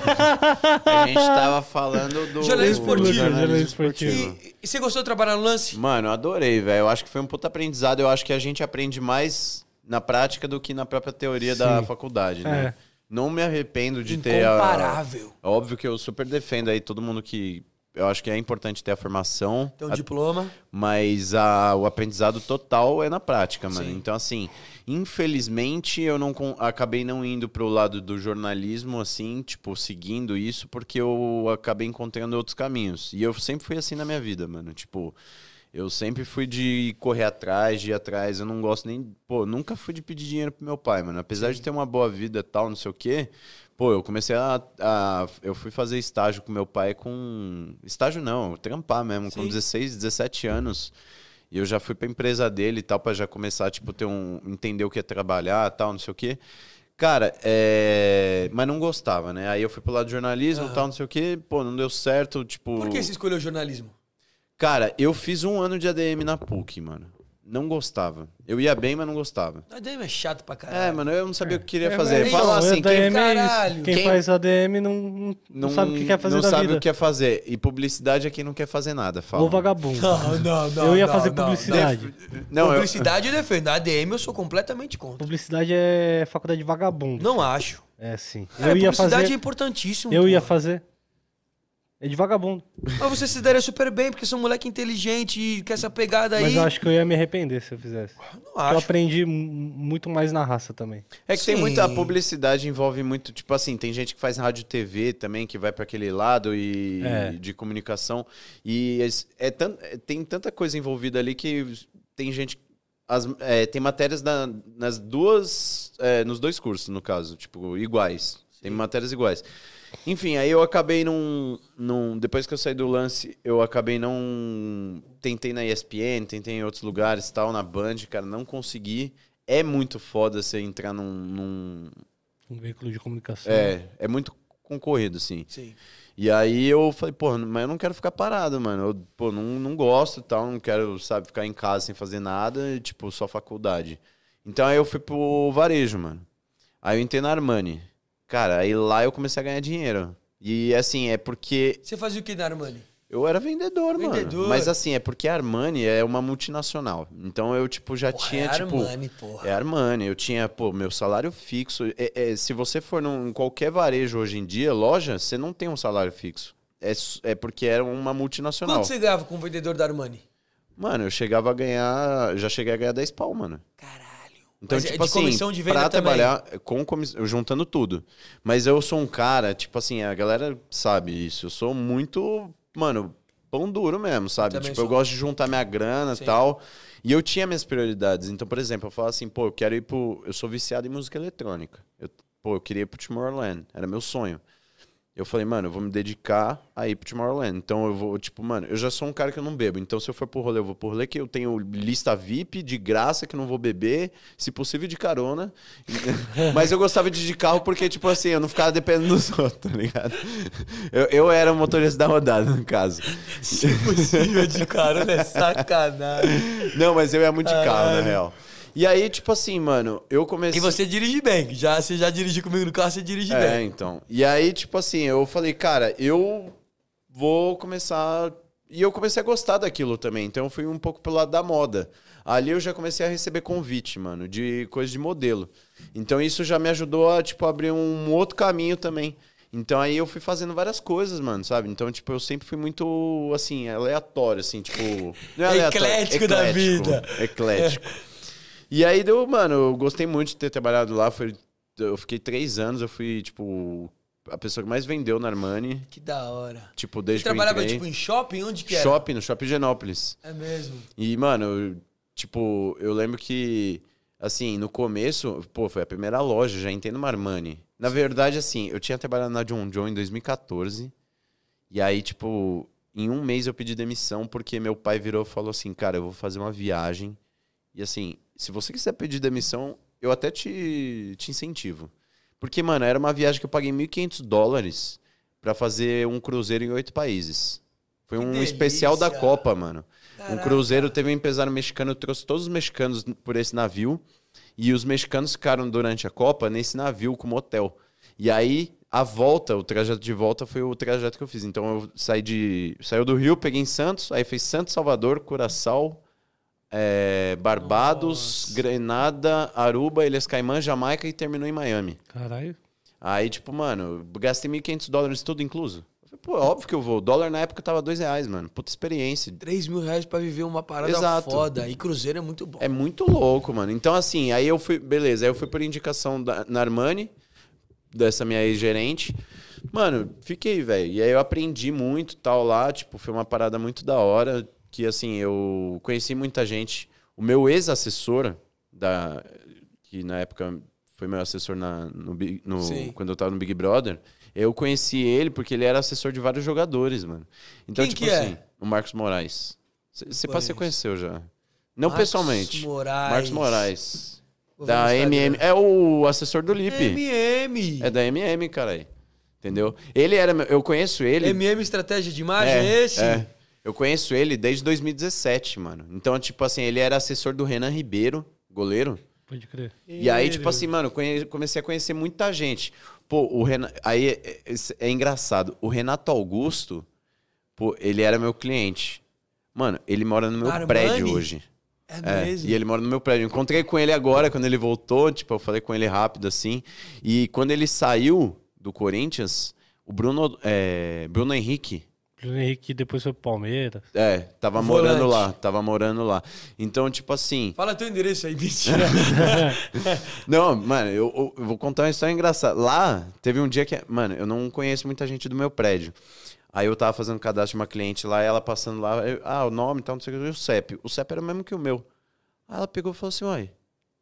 A gente tava falando do... Jornalismo esportivo. Jornalismo esportivo. E você gostou de trabalhar no lance? Mano, eu adorei, velho. Eu acho que foi um puta aprendizado. Eu acho que a gente aprende mais na prática do que na própria teoria da faculdade, né? É. Não me arrependo de ter... Incomparável. Óbvio que eu super defendo aí todo mundo que... Eu acho que é importante ter a formação, Tem um diploma. mas o aprendizado total é na prática, mano. Sim. Então, assim, infelizmente eu acabei não indo pro lado do jornalismo, assim, tipo, seguindo isso, porque eu acabei encontrando outros caminhos. E eu sempre fui assim na minha vida, mano. Tipo, eu sempre fui de correr atrás, de ir atrás. Eu não gosto nem... Pô, nunca fui de pedir dinheiro pro meu pai, mano. Apesar de ter uma boa vida e tal, não sei o quê... Pô, eu comecei eu fui fazer estágio com meu pai com... Estágio não, trampar mesmo, com 16, 17 anos. E eu já fui pra empresa dele e tal, pra já começar, tipo, entender o que é trabalhar e tal, não sei o quê. Cara, mas não gostava, né? Aí eu fui pro lado de jornalismo e tal, não sei o quê. Pô, não deu certo, tipo... Por que você escolheu jornalismo? Cara, eu fiz 1 ano de ADM na PUC, mano. Não gostava. Eu ia bem, mas não gostava. ADM é chato pra caralho. Mano, eu não sabia o que queria fazer. mas Fala assim, ADM quem... é isso. caralho. Quem faz ADM não sabe o que quer fazer não da sabe vida. o que quer fazer. E publicidade é quem não quer fazer nada. Fala. Ou vagabundo. Não. Eu ia fazer publicidade. Não, Publicidade eu defendo. A ADM eu sou completamente contra. Publicidade é faculdade de vagabundo. Não acho. É, sim. Eu Eu ia publicidade fazer. é importantíssimo. Eu ia porra. fazer. É de vagabundo. Mas você se daria super bem, porque você é um moleque inteligente e quer essa pegada aí. Mas eu acho que eu ia me arrepender se eu fizesse. Não Porque eu acho. aprendi muito mais na raça também. É que Sim. tem muita publicidade, envolve muito, tipo assim, tem gente que faz rádio e TV também, que vai pra aquele lado de comunicação. E tem tanta coisa envolvida ali que tem gente... tem matérias nos dois cursos, no caso, tipo, iguais. Tem matérias iguais. Enfim, aí eu acabei depois que eu saí do lance, eu acabei tentei na ESPN, tentei em outros lugares, tal, na Band, cara, não consegui. É muito foda você entrar Um veículo de comunicação. É muito concorrido, assim. Sim. E aí eu falei, pô, mas eu não quero ficar parado, mano. Eu, pô, não gosto e tal, não quero, sabe, ficar em casa sem fazer nada, e, tipo, só faculdade. Então aí eu fui pro varejo, mano. Aí eu entrei na Armani. Cara, aí lá eu comecei a ganhar dinheiro. E assim, é porque... Você fazia o que na Armani? Eu era vendedor, Vendedor. mano. Mas assim, é porque a Armani é uma multinacional. Então eu, tipo, já tinha, tipo... Armani, porra. É Armani. Eu tinha, pô, meu salário fixo. Se você for em qualquer varejo hoje em dia, loja, você não tem um salário fixo. É porque era uma multinacional. Quanto você ganhava com o vendedor da Armani? Mano, eu chegava a ganhar... Já cheguei a ganhar 10 pau, mano. Caralho. Então, Mas tipo de assim, comissão de venda pra também. trabalhar com comissão, juntando tudo. Mas eu sou um cara, tipo assim, a galera sabe isso. Eu sou muito, mano, pão duro mesmo, sabe? Também Tipo, sou. eu gosto de juntar minha grana e tal. E eu tinha minhas prioridades. Então, por exemplo, eu falo assim, pô, eu quero ir pro... Eu sou viciado em música eletrônica. Eu queria ir pro Tomorrowland. Era meu sonho. Eu falei, mano, eu vou me dedicar a ir pro Tomorrowland. Então eu vou, tipo, mano, eu já sou um cara que eu não bebo. Então se eu for pro rolê, eu vou pro rolê que eu tenho lista VIP, de graça, que eu não vou beber. Se possível, de carona. Mas eu gostava de ir de carro porque, tipo assim, eu não ficava dependendo dos outros, tá ligado? Eu era o motorista da rodada, no caso. Se possível, de carona é sacanagem. Não, mas eu ia muito de carro, na real. E aí, tipo assim, mano, eu comecei... E você dirige bem. Você já dirigiu comigo no carro, você dirige bem. É, então. E aí, tipo assim, eu falei, cara, eu vou começar... E eu comecei a gostar daquilo também. Então eu fui um pouco pelo lado da moda. Ali eu já comecei a receber convite, mano, de coisa de modelo. Então isso já me ajudou a, tipo, abrir um outro caminho também. Então aí eu fui fazendo várias coisas, mano, sabe? Então, tipo, eu sempre fui muito, assim, aleatório, assim, tipo... Não é aleatório, Eclético da vida. Eclético. E aí, mano, eu gostei muito de ter trabalhado lá. Eu fiquei 3 anos, eu fui, tipo, a pessoa que mais vendeu na Armani. Que da hora. Tipo, desde Você que eu trabalhava, entrei. tipo, em shopping? Onde que era? Shopping, no Shopping Higienópolis. É mesmo. E, mano, tipo, eu lembro que, assim, no começo, pô, foi a primeira loja, já entrei numa Armani. Na verdade, assim, eu tinha trabalhado na John John em 2014. E aí, tipo, em um mês eu pedi demissão porque meu pai virou e falou assim, cara, eu vou fazer uma viagem. E assim, se você quiser pedir demissão, eu até te incentivo. Porque, mano, era uma viagem que eu paguei $1.500 pra fazer um cruzeiro em 8 países. Foi um delícia. especial da Copa, mano. Caraca. Um cruzeiro, teve um empresário mexicano, eu trouxe todos os mexicanos por esse navio. E os mexicanos ficaram durante a Copa nesse navio como hotel. E aí, a volta, o trajeto de volta foi o trajeto que eu fiz. Então eu saiu do Rio, peguei em Santos, aí fez Santos, Salvador, Curaçao, Barbados, Nossa. Grenada, Aruba, Ilhas Caimã, Jamaica e terminou em Miami. Caralho. Aí, tipo, mano, gastei $1.500 tudo incluso. Eu falei, pô, óbvio que eu vou. O dólar na época tava R$2, mano. Puta experiência. R$3.000 pra viver uma parada Exato. foda. E cruzeiro é muito bom. É muito louco, mano. Então, assim, aí eu fui... Beleza, aí eu fui por indicação na Armani, dessa minha ex-gerente. Mano, fiquei, velho. E aí eu aprendi muito tal lá. Tipo, foi uma parada muito da hora. Que, assim, eu conheci muita gente. O meu ex-assessor, que na época foi meu assessor quando eu tava no Big Brother, eu conheci ele porque ele era assessor de vários jogadores, mano. Então, Quem tipo que é? assim, o Marcos Moraes. Você conheceu já. Não Marcos pessoalmente. Moraes. Marcos Moraes. Vou ver Da no Instagram. MM. É o assessor do Lipe. MM. É da MM, caralho. Entendeu? Eu conheço ele. MM Estratégia de Imagem, é esse? É. Eu conheço ele desde 2017, mano. Então, tipo assim, ele era assessor do Renan Ribeiro, goleiro. Pode crer. E aí, tipo assim, mano, comecei a conhecer muita gente. Pô, o Renan... Aí é engraçado. O Renato Augusto, pô, ele era meu cliente. Mano, ele mora no meu Armani? prédio hoje. É mesmo? E ele mora no meu prédio. Eu encontrei com ele agora, quando ele voltou. Tipo, eu falei com ele rápido, assim. E quando ele saiu do Corinthians, o Bruno Henrique... Bruno Henrique depois foi pro Palmeiras. Tava Volante. morando lá. Então, tipo assim... Fala teu endereço aí, mentira. Não, mano, eu vou contar uma história engraçada. Lá, teve um dia que... Mano, eu não conheço muita gente do meu prédio. Aí eu tava fazendo cadastro de uma cliente lá, e ela passando lá... o nome e tal, não sei o que, e o CEP. O CEP era o mesmo que o meu. Aí ela pegou e falou assim, uai,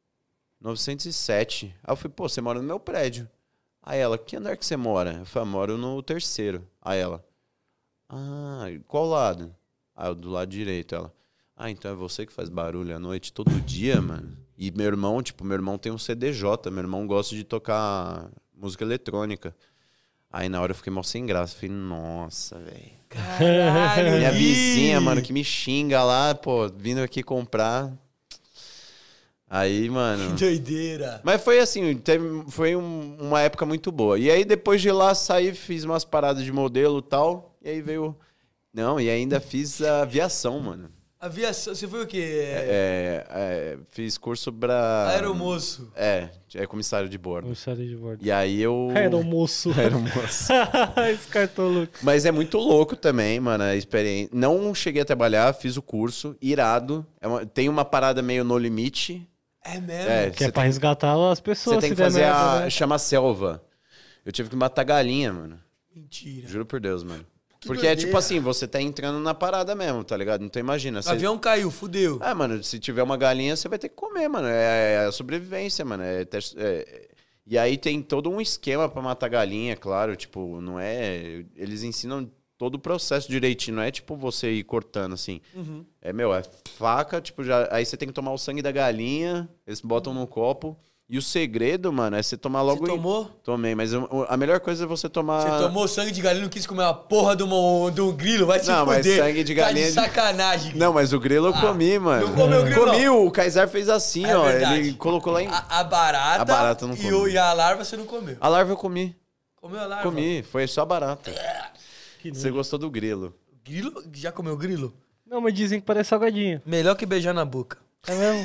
907. Aí eu falei, pô, você mora no meu prédio. Aí ela, que andar que você mora? Eu falei, moro no 3º. Aí ela... qual lado? Eu do lado direito. Ela, então é você que faz barulho à noite todo dia, mano? E meu irmão tem um CDJ, meu irmão gosta de tocar música eletrônica. Aí na hora eu fiquei mal sem graça, falei, nossa, velho. Caralho, Minha Gui. vizinha, mano, que me xinga lá, pô, vindo aqui comprar. Aí, mano... Que doideira. Mas foi assim, foi uma época muito boa. E aí depois de lá saí, fiz umas paradas de modelo e tal. E aí veio... Não, e ainda fiz a aviação, mano. Aviação, você foi o quê? Fiz curso pra... Aeromoço. É comissário de bordo. Comissário de bordo. E aí eu... Aeromoço. Aeromoço. Esse cara tá louco. Mas é muito louco também, mano, a experiência. Não cheguei a trabalhar, fiz o curso, irado. Tem uma parada meio no limite. É mesmo? Que é pra resgatar as pessoas. Você tem se que der fazer merda, né? chama selva. Eu tive que matar galinha, mano. Mentira. Juro por Deus, mano. Que Porque é doideira. tipo assim, você tá entrando na parada mesmo, tá ligado? Então imagina. O avião caiu, fudeu. Mano, se tiver uma galinha, você vai ter que comer, mano. É a sobrevivência, mano. E aí tem todo um esquema pra matar galinha, claro, tipo, não é... Eles ensinam todo o processo direitinho, não é tipo você ir cortando, assim. É faca, tipo, aí você tem que tomar o sangue da galinha, eles botam num copo... E o segredo, mano, é você tomar logo... Você tomou? Tomei, mas a melhor coisa é você tomar... Você tomou sangue de galinha e não quis comer uma porra de um grilo? Vai se fuder. Não, mas sangue de galinha... Tá de sacanagem. Não, mas o grilo eu comi, mano. Não comeu o grilo, comi, não. o Kaysar fez assim, ó. Verdade. Ele colocou lá em... A barata não comi. e a larva você não comeu. A larva eu comi. Comeu a larva? Comi, foi só a barata. Você gostou do grilo. Grilo? Já comeu grilo? Não, mas dizem que parece salgadinho. Melhor que beijar na boca. É mesmo?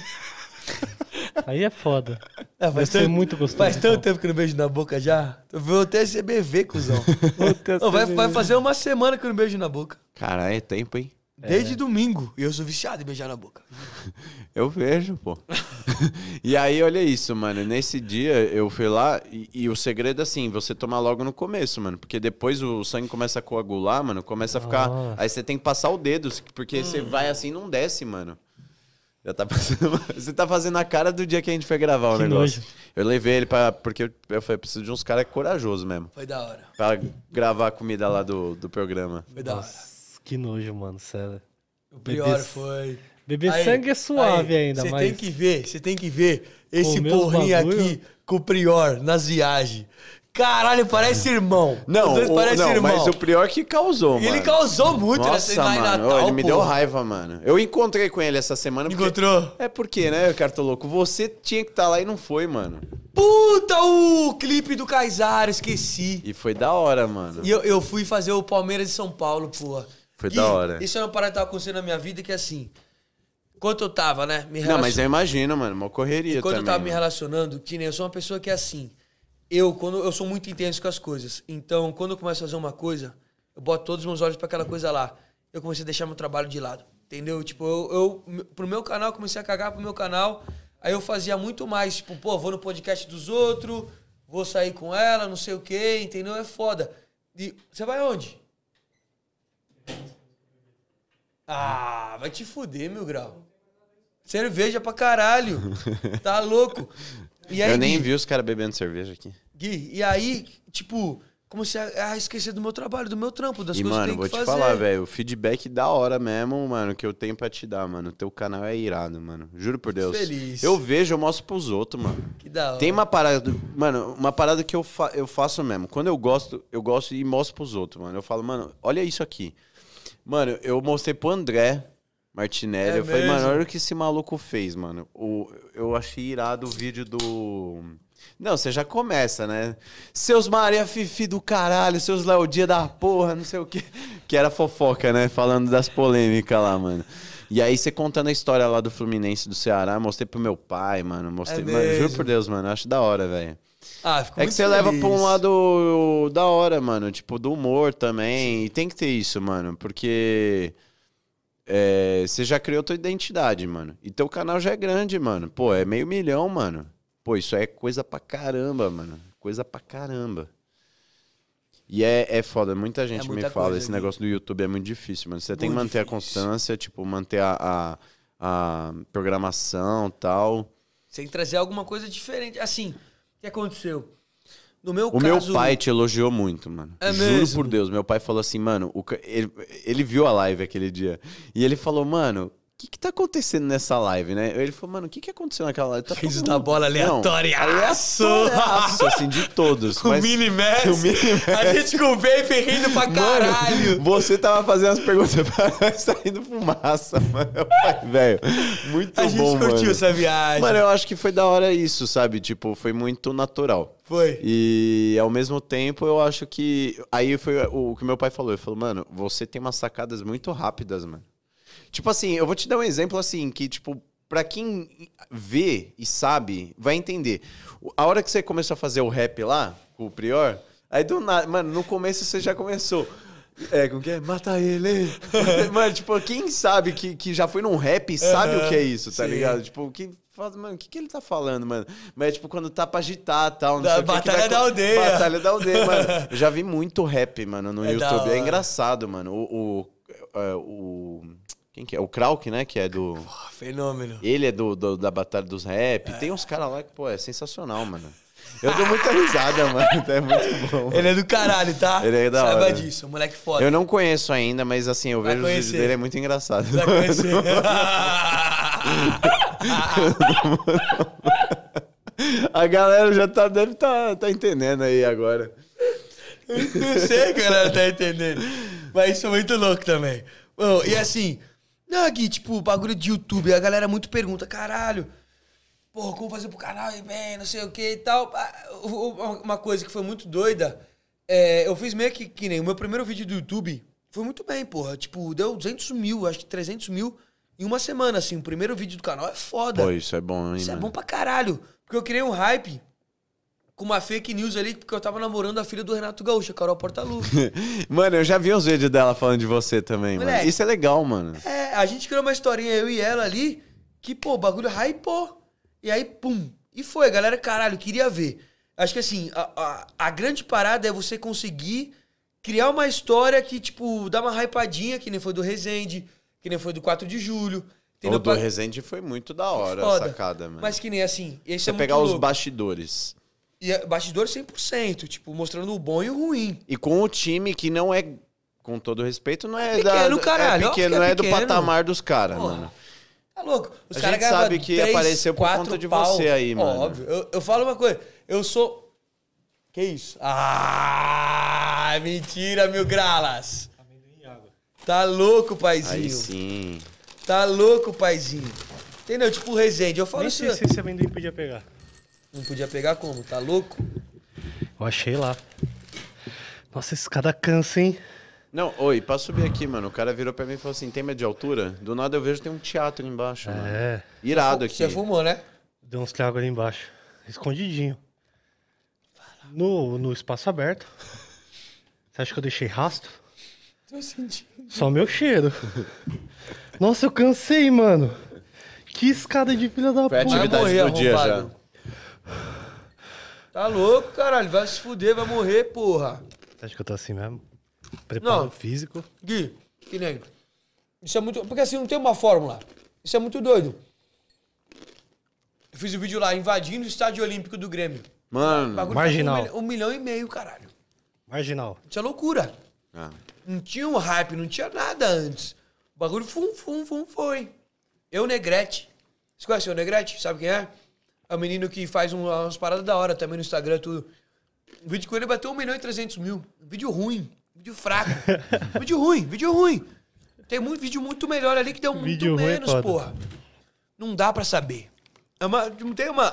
Aí é foda. Faz Deve ser muito gostoso. Faz tanto tempo que eu não beijo na boca já. Eu vou até CBV, cuzão. Vai fazer uma semana que eu não beijo na boca. Caralho, é tempo, hein? Desde domingo. E eu sou viciado em beijar na boca. Eu vejo, pô. E aí, olha isso, mano. Nesse dia, eu fui lá e o segredo é assim, você tomar logo no começo, mano. Porque depois o sangue começa a coagular, mano. Começa a ficar... Aí você tem que passar o dedo, porque você vai assim e não desce, mano. Já tá passando... Você tá fazendo a cara do dia que a gente foi gravar o negócio. Nojo. Eu levei ele porque eu falei, preciso de uns caras corajosos mesmo. Foi da hora. Pra gravar a comida lá do programa. Foi da hora. Que nojo, mano, sério. O pior foi... Beber sangue é suave ainda, mas... Você tem que ver esse porrinho aqui com o Prior nas viagens. Caralho, parece irmão. Não, os dois parecem irmão. Mas o Prior que causou, mano. Ele causou muito nessa lá em Natal, ele me deu raiva, mano. Eu encontrei com ele essa semana. Encontrou? É porque, né, Cartoloco? Você tinha que estar lá e não foi, mano. Puta, o clipe do Kaysar, esqueci. E foi da hora, mano. E eu fui fazer o Palmeiras de São Paulo, porra. Foi da hora. Isso é uma parada que tava acontecendo na minha vida, que é assim... Enquanto eu tava, né, Não, mas eu imagino, mano, uma correria Enquanto também. eu tava me relacionando, que nem eu sou uma pessoa que é assim... Quando eu sou muito intenso com as coisas. Então, quando eu começo a fazer uma coisa, eu boto todos os meus olhos pra aquela coisa lá. Eu comecei a deixar meu trabalho de lado. Entendeu? Tipo, pro meu canal, comecei a cagar pro meu canal. Aí eu fazia muito mais, tipo, pô, vou no podcast dos outros, vou sair com ela, não sei o quê, entendeu? É foda. E você vai onde? Ah, vai te fuder, meu grau. Cerveja pra caralho. Tá louco. E aí, eu nem vi os caras bebendo cerveja aqui. Gui, e aí, tipo, comecei a esquecer do meu trabalho, do meu trampo, das coisas que eu tenho que fazer. E, mano, vou te falar, velho, o feedback da hora mesmo, mano, que eu tenho pra te dar, mano. Teu canal é irado, mano. Juro por Deus. Feliz. Eu vejo, eu mostro pros outros, mano. Que da hora. Tem uma parada, mano, uma parada que eu faço mesmo. Quando eu gosto e mostro pros outros, mano. Eu falo, mano, olha isso aqui. Mano, eu mostrei pro André Martinelli. Eu falei, mano, olha o que esse maluco fez, mano. Eu achei irado o vídeo do... Não, você já começa, né? Seus Maria Fifi do caralho, seus Léo Dia da porra, não sei o quê. Que era fofoca, né? Falando das polêmicas lá, mano. E aí você contando a história lá do Fluminense, do Ceará, mostrei pro meu pai, mano. Mostrei, mano, juro por Deus, mano, acho da hora, velho. Ah, fico muito que você feliz. leva pra um lado da hora, mano. Tipo, do humor também. E tem que ter isso, mano. Porque... você já criou tua identidade, mano. E teu canal já é grande, mano. Pô, é 500 mil, mano. Pô, isso é coisa pra caramba, mano. Coisa pra caramba. E é foda. Muita gente me fala, esse negócio do YouTube é muito difícil, mano. Você tem que manter a constância, tipo, manter a programação e tal. Você tem que trazer alguma coisa diferente. Assim, o que aconteceu? No meu caso... meu pai te elogiou muito, mano. Juro por Deus. Meu pai falou assim, mano... Ele viu a live aquele dia. E ele falou, mano... O que tá acontecendo nessa live, né? Ele falou, mano, o que aconteceu naquela live? Tá Fiz da bola aleatória. Aleatório, assim, de todos. O Mini Messi. A gente com o Vape rindo pra caralho. Mano, você tava fazendo as perguntas pra saindo fumaça, mano. Velho, muito bom, mano. A gente curtiu essa viagem. Mano, eu acho que foi da hora isso, sabe? Tipo, foi muito natural. Foi. E, ao mesmo tempo, eu acho que... Aí foi o que meu pai falou. Ele falou, mano, você tem umas sacadas muito rápidas, mano. Tipo assim, eu vou te dar um exemplo assim, que tipo, pra quem vê e sabe, vai entender. A hora que você começou a fazer o rap lá, com o Prior, aí do nada, mano, no começo você já começou... como que é? Mata ele! Mano, tipo, quem sabe que já foi num rap sabe o que é isso, tá ligado? Tipo, quem fala, mano, o que ele tá falando, mano? Mas, tipo, quando tá pra agitar e tal, não sei o que. Batalha da Aldeia! Batalha da Aldeia, mano. Eu já vi muito rap, mano, no YouTube. É engraçado, mano. Quem que é? O Krauk, né? Que é do... Porra, fenômeno. Ele é da Batalha dos Rap. Tem uns caras lá que, pô, é sensacional, mano. Eu dou muita risada, mano. É muito bom. Ele é do caralho, tá? Ele é da Saiba hora. disso, um moleque foda. Eu não conheço ainda, mas assim, eu Vai vejo os vídeos conhecer. dele, é muito engraçado. Vai conhecer. A galera já deve tá entendendo aí agora. Não sei que a galera tá entendendo. Mas isso é muito louco também. Bom, e assim, não, Gui, tipo, bagulho de YouTube, a galera muito pergunta, caralho, porra, como fazer pro canal e bem, não sei o que e tal. Uma coisa que foi muito doida, eu fiz meio que nem o meu primeiro vídeo do YouTube foi muito bem, porra. Tipo, deu 200 mil, acho que 300 mil em uma semana, assim. O primeiro vídeo do canal é foda. Pô, isso é bom, hein, Isso é mano? bom pra caralho. Porque eu criei um hype com uma fake news ali, porque eu tava namorando a filha do Renato Gaúcho, a Carol Portalupe. Mano, eu já vi uns vídeos dela falando de você também, mano. Moleque. Isso é legal, mano. A gente criou uma historinha, eu e ela ali, que, pô, o bagulho hypou. E aí, pum. E foi, a galera, caralho, queria ver. Acho que assim, a grande parada é você conseguir criar uma história que, tipo, dá uma hypadinha, que nem foi do Resende, que nem foi do 4 de julho. O do Resende foi muito da hora, a sacada, mano. Mas que nem assim, esse Você é muito pegar os louco. bastidores. E bastidor 100%, tipo, mostrando o bom e o ruim. E com o time que não é, com todo respeito, não é, pequeno, caralho. É Óbvio pequeno, que não é é do pequeno. patamar dos caras, Porra. mano. Tá louco? Os A caras gente sabe que apareceu por 4 conta de pau. você aí, mano. Óbvio. Eu falo uma coisa. Eu sou... Que isso? Ah, mentira, mil gralas. Tá louco, paizinho. Aí sim. Tá louco, paizinho. Entendeu? Tipo o Resende. Eu falo Nem assim... sei se esse amendoim podia pegar. Não podia pegar como? Tá louco? Eu achei lá. Nossa, esse cara cansa, hein? Não, oi, pra subir aqui, mano, o cara virou pra mim e falou assim, tem medo de altura? Do nada eu vejo que tem um teatro embaixo, mano. É. Irado aqui. Você fumou, né? Deu uns tragos ali embaixo. Escondidinho. No espaço aberto. Você acha que eu deixei rastro? Tô sentindo. Só meu cheiro. Nossa, eu cansei, mano. Que escada de filha da Foi a puta. atividade morrer, do dia arrombado. Tá louco, caralho. Vai se fuder, vai morrer, porra. Você acha que eu tô assim mesmo? Preparo Não. físico. Gui, que nem. Isso é muito. Porque assim, não tem uma fórmula. Isso é muito doido. Eu fiz o vídeo lá, invadindo o estádio olímpico do Grêmio. Mano, Bagulho Marginal. tá com 1,5 milhão, caralho. Marginal. Isso é loucura. ah, Não tinha um hype, não tinha nada antes. O bagulho foi. Eu, Negrete. Você conhece o Negrete? Sabe quem é? É o menino que faz umas paradas da hora também no Instagram, tudo. O vídeo com ele bateu 1.300.000. Vídeo ruim, vídeo fraco. vídeo ruim. Tem muito vídeo muito melhor ali que deu muito Vídeo ruim é menos, foda. porra. Não dá pra saber. Não tem uma...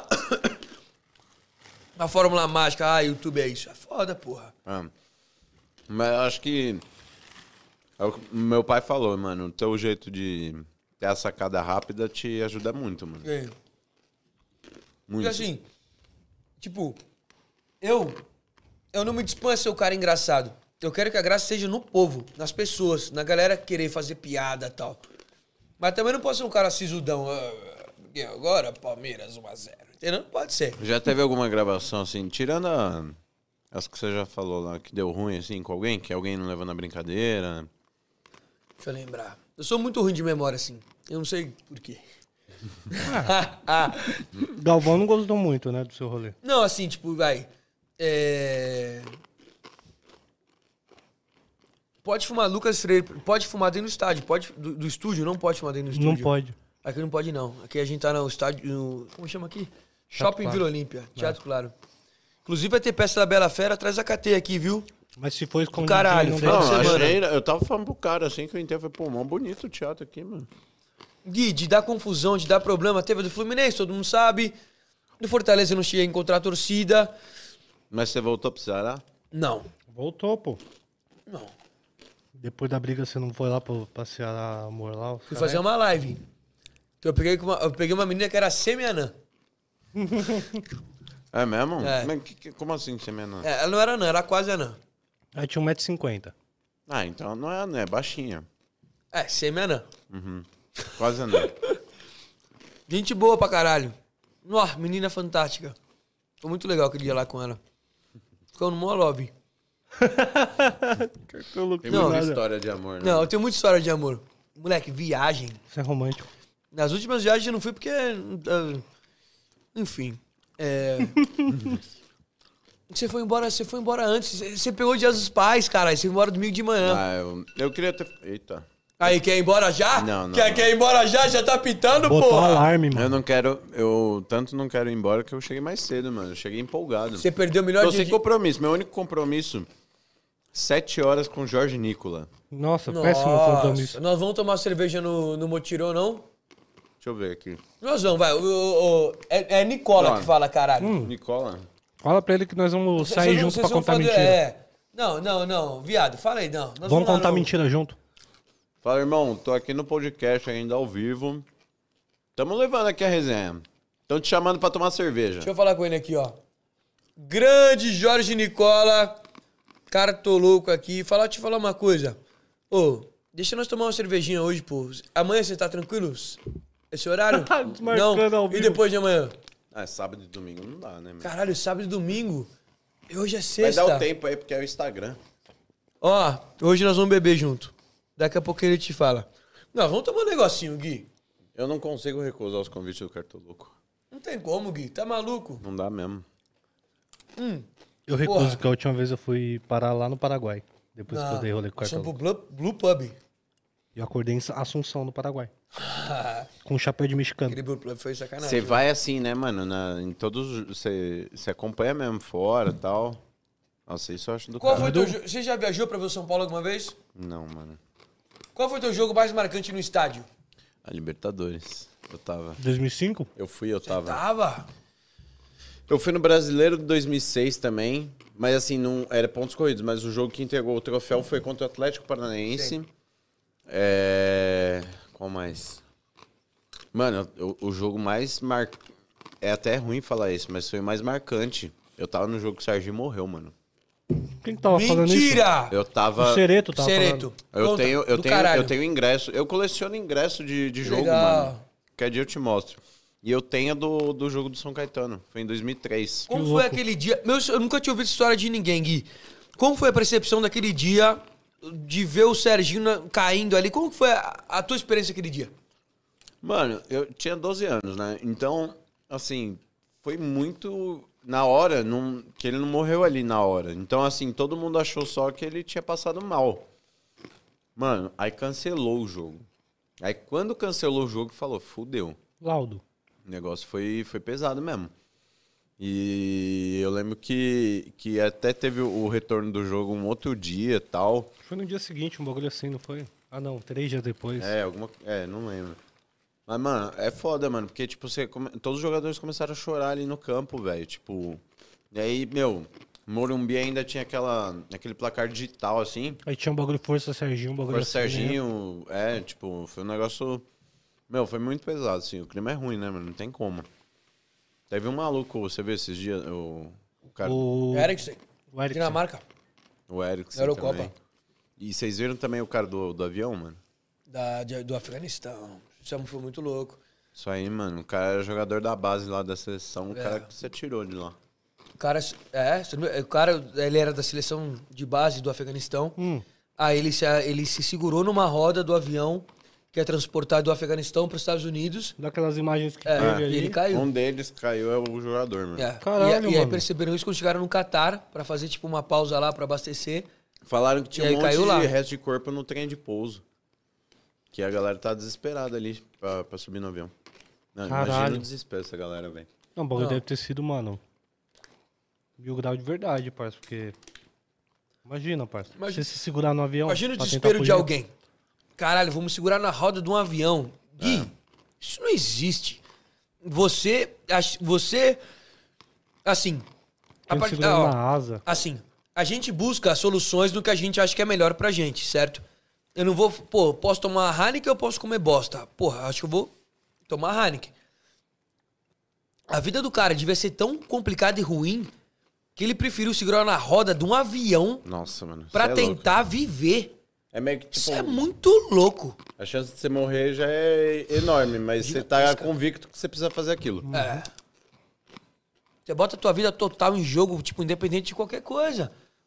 uma fórmula mágica. Ah, YouTube é isso. É foda, porra. ah. Mas eu acho que... é o que meu pai falou, mano, o teu jeito de ter a sacada rápida te ajuda muito, mano. É. Muito. Porque assim, tipo, eu não me disponho a ser o cara engraçado. Eu quero que a graça seja no povo, nas pessoas, na galera querer fazer piada e tal. Mas também não posso ser um cara sisudão. E agora, Palmeiras 1-0. Entendeu? Não pode ser. Já teve alguma gravação assim, tirando as que você já falou lá, que deu ruim assim com alguém? Que alguém não levou na brincadeira? Deixa eu lembrar. Eu sou muito ruim de memória, assim. Eu não sei por quê. Galvão não gostou muito, né, do seu rolê. Não, assim, tipo, vai. Pode fumar, Lucas Freire, pode fumar dentro do estádio. Do estúdio, não pode fumar dentro do estúdio. Não pode. Aqui não pode, não. Aqui a gente tá no estádio. Como chama aqui? Shopping Claro. Vila Olímpia. Teatro Claro. Inclusive vai ter peça da Bela Fera atrás da KT aqui, viu? Mas se for escondido, Caralho, não final dá. de Não, semana. achei... Eu tava falando pro cara assim que eu entrei, eu falei, pô, mó bonito o teatro aqui, mano. Gui, de dar confusão, de dar problema. Teve a do Fluminense, todo mundo sabe. Do Fortaleza eu não cheguei a encontrar a torcida. Mas você voltou pro Ceará? Não. Voltou, pô. Não. Depois da briga você não foi lá pra passear amor lá? Fui fazer uma live. Então eu peguei uma menina que era semi-anã. É mesmo? É. Mas como assim você é menor? Ela não era anã, era quase anã. Aí tinha 1,50 m. Ah, então não é, é baixinha. Semi-anã. Quase não. Gente boa pra caralho. Nossa, menina fantástica. Foi muito legal aquele dia lá com ela. Ficou no mó love. Tem Não, muita história de amor, né? Não, eu tenho muita história de amor. Moleque, viagem. Isso é romântico. Nas últimas viagens eu não fui porque... enfim. Você foi embora antes. Você pegou o dia dos pais, cara. Você foi embora domingo de manhã. Eu queria ter... Eita. Aí, quer ir embora já? Não. Quer ir embora já? Já tá pitando, Botou porra? alarme, mano. Eu não quero... Eu tanto não quero ir embora que eu cheguei mais cedo, mano. Eu cheguei empolgado. Você perdeu o melhor Tô dia sem de... compromisso. Meu único compromisso... 7 horas com Jorge Nicola. Nossa, péssimo compromisso. Nós vamos tomar cerveja no Motirô, não? Deixa eu ver aqui. Nós vamos, vai. É Nicola Não. que fala, caralho. Nicola? Fala pra ele que nós vamos sair Vocês junto vão pra contar fazer- mentira. Não. Viado, fala aí, não. Nós Vamos lá, contar não. mentira junto. Fala, irmão, tô aqui no podcast ainda ao vivo. Tamo levando aqui a resenha. Tão te chamando pra tomar cerveja. Deixa eu falar com ele aqui, ó. Grande Jorge Nicola. Cara, tô louco aqui. Te falar uma coisa. Ô, deixa nós tomar uma cervejinha hoje, pô. Amanhã você tá tranquilo? Esse horário? Desmarcando ao Não. E vivo. depois de amanhã? Sábado e domingo não dá, né, meu? Caralho, sábado e domingo. E hoje é Vai sexta. dar o tempo aí, porque é o Instagram. Ó, hoje nós vamos beber junto. Daqui a pouco ele te fala. Não, vamos tomar um negocinho, Gui. Eu não consigo recusar os convites do Cartoloco. Não tem como, Gui. Tá maluco? Não dá mesmo. Eu recuso Porra. que a última vez eu fui parar lá no Paraguai. Depois que eu dei rolê com o Nós fomos cartão. pro Blue Pub. E eu acordei em Assunção, no Paraguai. Com um chapéu de mexicano. Aquele Blue Pub foi sacanagem. Você vai assim, né, mano? Em todos. Você acompanha mesmo fora e tal. Nossa, isso eu acho do Qual cara. foi teu jogo? Você já viajou pra ver o São Paulo alguma vez? Não, mano. Qual foi teu jogo mais marcante no estádio? A Libertadores. Eu tava. 2005? Eu tava. Tava. Eu fui no Brasileiro de 2006 também. Mas assim, não era pontos corridos. Mas o jogo que entregou o troféu foi contra o Atlético Paranaense. Sim. Qual mais? Mano, o jogo mais É até ruim falar isso, mas foi o mais marcante. Eu tava no jogo que o Serginho morreu, mano. Quem que tava falando isso? Mentira! Eu tava. O Cereto tava Cereto. Eu Conta, tenho, do caralho. eu tenho ingresso. Eu coleciono ingresso de jogo, legal. mano. Qualquer dia eu te mostro. E eu tenho a do jogo do São Caetano. Foi em 2003. Como Que foi louco. aquele dia? Eu nunca tinha ouvido história de ninguém, Gui. Como foi a percepção daquele dia de ver o Serginho caindo ali? Como foi a tua experiência aquele dia? Mano, eu tinha 12 anos, né? Então, assim, foi muito na hora, que ele não morreu ali na hora. Então, assim, todo mundo achou só que ele tinha passado mal. Mano, aí cancelou o jogo. Aí quando cancelou o jogo, falou, fudeu. Laudo. O negócio foi pesado mesmo. E eu lembro que até teve o retorno do jogo um outro dia e tal. Foi no dia seguinte, um bagulho assim, não foi? Ah, não, 3 dias depois. Não lembro. Mas, mano, é foda, mano. Porque, tipo, todos os jogadores começaram a chorar ali no campo, velho. Tipo, e aí, meu, Morumbi ainda tinha aquele placar digital, assim. Aí tinha um bagulho Força Serginho, um bagulho Força assim. né? Serginho, tipo, foi um negócio... Meu, foi muito pesado, assim. O clima é ruim, né, mano? Não tem como. Teve um maluco, você viu esses dias, o cara... O Eriksen. Eriksen. Dinamarca. O Eriksen Eurocopa. também. E vocês viram também o cara do avião, mano? Do Afeganistão. Isso foi muito louco. Isso aí, mano. O cara era jogador da base lá da seleção. O cara que se atirou de lá. O cara, ele era da seleção de base do Afeganistão. Aí ele se segurou numa roda do avião que é transportado do Afeganistão para os Estados Unidos. Daquelas imagens que É, teve e ali. ele caiu. Um deles caiu, é o jogador, mano. É. Caralho, e aí mano. perceberam isso quando chegaram no Catar para fazer tipo uma pausa lá para abastecer. Falaram que tinha E aí um monte caiu lá. de resto de corpo no trem de pouso. Que a galera tá desesperada ali pra subir no avião. Não, imagina Caralho. o desespero dessa galera, velho. Não, o bagulho Não. deve ter sido, mano, 1000 graus de verdade, parça, porque... Imagina, parça. Imagina- Você se segurar no avião... Imagina o pra tentar desespero de fugir. alguém. Caralho, vamos segurar na roda de um avião. Gui, isso não existe. Você assim... Tem que segurar na asa. Assim, a gente busca soluções do que a gente acha que é melhor pra gente, certo? Eu não vou... Pô, posso tomar Heineken ou posso comer bosta? Porra, acho que eu vou tomar Heineken. A vida do cara devia ser tão complicada e ruim que ele preferiu segurar na roda de um avião Nossa, mano. pra cê é louco. tentar viver. É meio que, tipo, Isso é muito louco. a chance de você morrer já é enorme, mas você tá Gigantesca. convicto que você precisa fazer aquilo. É. Você bota a tua vida total em jogo, tipo, independente de qualquer coisa.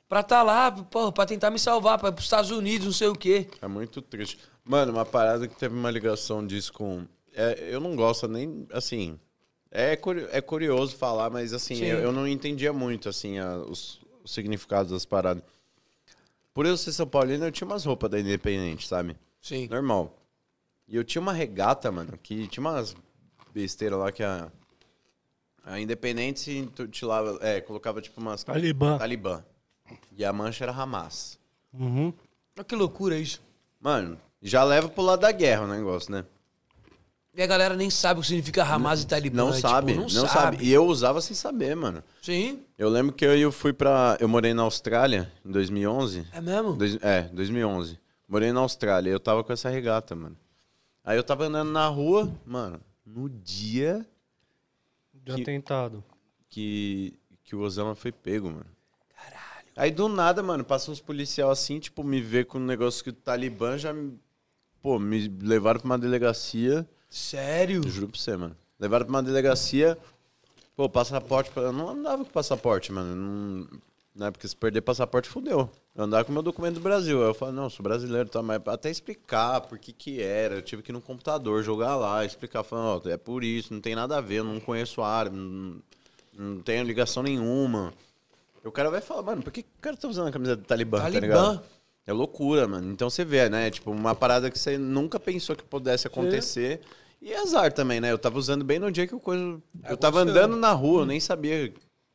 pra tá lá, pô, pra tentar me salvar, pra ir pros Estados Unidos, não sei o quê. É muito triste. Mano, uma parada que teve uma ligação disso com... eu não gosto nem, assim... É curioso falar, mas assim, eu não entendia muito, assim, os significados das paradas. Por eu ser São Paulino, eu tinha umas roupas da Independente, sabe? Sim. Normal. E eu tinha uma regata, mano, que tinha umas besteiras lá que a Independente colocava tipo umas... Talibã. E a mancha era Hamas. Uhum. Olha que loucura isso. Mano, já leva pro lado da guerra o negócio, né? E a galera nem sabe o que significa Hamas e Talibã. Não sabe, tipo, não sabe. E eu usava sem saber, mano. Sim. Eu lembro que eu fui pra... Eu morei na Austrália em 2011. É mesmo? 2011. Morei na Austrália. Eu tava com essa regata, mano. Aí eu tava andando na rua, mano, no dia... De atentado. Que o Osama foi pego, mano. Caralho. Aí do nada, mano, passa uns policial assim, tipo, me vê com um negócio que o Talibã já... Pô, me levaram pra uma delegacia... Sério? Eu juro pra você, mano. Levaram pra uma delegacia. Pô, passaporte. Eu não andava com passaporte, mano. Não, né? Porque se perder passaporte, fudeu. Eu andava com meu documento do Brasil. Aí eu falei, não, sou brasileiro, tá? Mas até explicar por que era. Eu tive que ir no computador, jogar lá, explicar. Falando, ó, é por isso, não tem nada a ver, eu não conheço árabe, não tenho ligação nenhuma. E o cara vai falar, mano, por que o cara tá usando a camisa do Talibã, tá ligado? É loucura, mano. Então você vê, né? Tipo, uma parada que você nunca pensou que pudesse acontecer. Sim. E azar também, né? Eu tava usando bem no dia que eu tava andando na rua, eu nem sabia.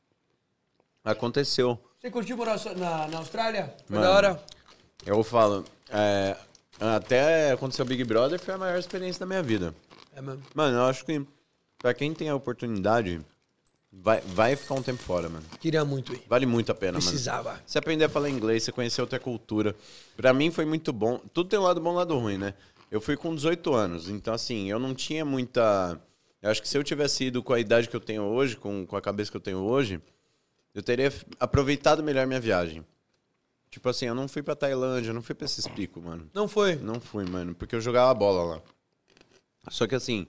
Aconteceu. Você curtiu morar na Austrália? Foi Mano, da hora? Eu falo, até acontecer o Big Brother foi a maior experiência da minha vida. É mesmo. Mano, eu acho que pra quem tem a oportunidade, vai ficar um tempo fora, mano. Queria muito ir. Vale muito a pena, Precisava. mano. Você aprender a falar inglês, você conhecer outra cultura. Pra mim foi muito bom. Tudo tem um lado bom e um lado ruim, né? Eu fui com 18 anos, então assim, eu não tinha muita... Eu acho que se eu tivesse ido com a idade que eu tenho hoje, com a cabeça que eu tenho hoje, eu teria aproveitado melhor minha viagem. Tipo assim, eu não fui pra Tailândia, eu não fui pra esses picos, mano. Não foi? Não fui, mano, porque eu jogava bola lá. Só que assim,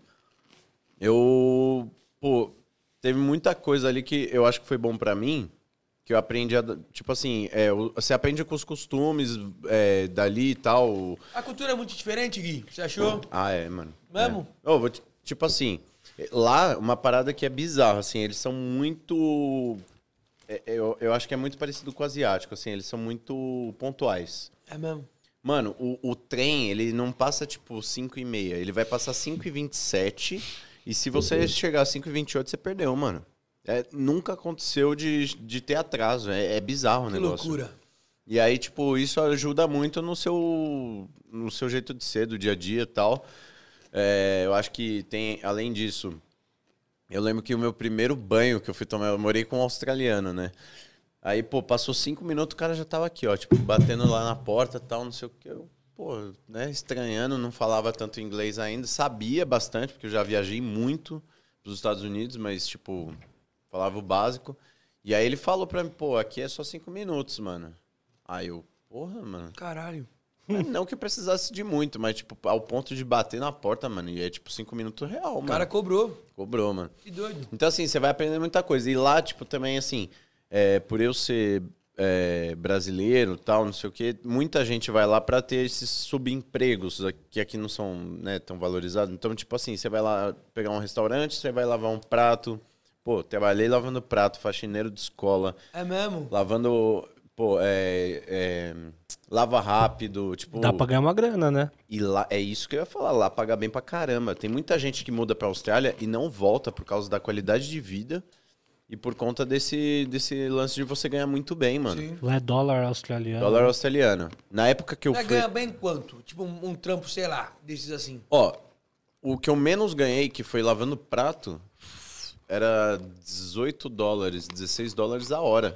teve muita coisa ali que eu acho que foi bom pra mim, que eu aprendi a... Tipo assim, você aprende com os costumes dali e tal. A cultura é muito diferente, Gui? Você achou? Mano. Mesmo? Tipo assim, lá, uma parada que é bizarra, assim, eles são muito... Eu acho que é muito parecido com o asiático, assim, eles são muito pontuais. É mesmo? Mano, o trem, ele não passa, tipo, 5h30, ele vai passar 5h27, e se você chegar a 5h28, você perdeu, mano. Nunca aconteceu de ter atraso. É bizarro o negócio. Que loucura. E aí, tipo, isso ajuda muito no seu jeito de ser, do dia a dia e tal. Eu acho que tem, além disso, eu lembro que o meu primeiro banho que eu fui tomar, eu morei com um australiano, né? Aí, pô, passou 5 minutos, o cara já tava aqui, ó, tipo, batendo lá na porta e tal, não sei o que. Eu, pô, né, estranhando, não falava tanto inglês ainda. Sabia bastante, porque eu já viajei muito pros Estados Unidos, mas, tipo... Falava o básico. E aí ele falou pra mim, pô, aqui é só 5 minutos, mano. Aí eu, porra, mano. Caralho. Não que eu precisasse de muito, mas, tipo, ao ponto de bater na porta, mano. E é, tipo, 5 minutos real, mano. O cara cobrou. Cobrou, mano. Que doido. Então, assim, você vai aprender muita coisa. E lá, tipo, também, assim, por eu ser brasileiro e tal, não sei o quê, muita gente vai lá pra ter esses subempregos que aqui não são, né, tão valorizados. Então, tipo assim, você vai lá pegar um restaurante, você vai lavar um prato... Pô, trabalhei lavando prato, faxineiro de escola. É mesmo? Lavando, pô, lava rápido, tipo... Dá pra ganhar uma grana, né? E lá, é isso que eu ia falar, lá paga bem pra caramba. Tem muita gente que muda pra Austrália e não volta por causa da qualidade de vida e por conta desse lance de você ganhar muito bem, mano. Sim. Lá é dólar australiano. Dólar australiano. Na época que eu fui... Ganha bem quanto? Tipo um trampo, sei lá, desses assim. Ó, o que eu menos ganhei, que foi lavando prato... Era $18, $16 a hora.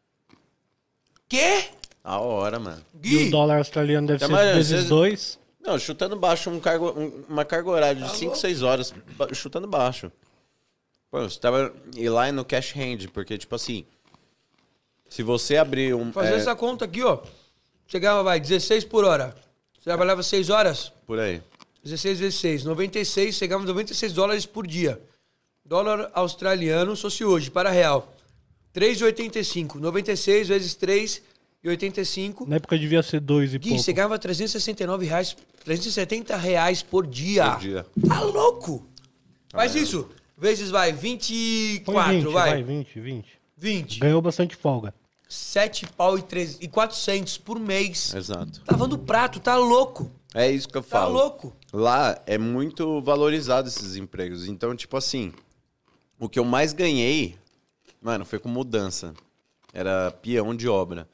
Quê? A hora, mano. E o dólar australiano deve ser vezes 2. Não, chutando baixo uma carga horária de 5, 6 horas. Chutando baixo. Pô, você tava... E lá é no cash hand, porque, tipo assim... Se você abrir um... Fazer essa conta aqui, ó. Chegava, 16 por hora. Você trabalhava 6 horas? Por aí. 16 vezes 6. 96, chegava $96 por dia. Dólar australiano, se fosse hoje, para real. 3,85. 96 vezes 3, R$1,85. Na época devia ser 2 e Gui, pouco. você ganhava R$369, R$370 por dia. Por dia. Tá louco? Faz isso. Vezes, vai, Põe 24, 20, vai. 20. 20. Ganhou bastante folga. 7 pau e 400 por mês. Exato. Lavando prato, tá louco? É isso que eu Tá falo. louco? Lá é muito valorizado esses empregos. Então, tipo assim, o que eu mais ganhei, mano, foi com mudança. Era peão de obra.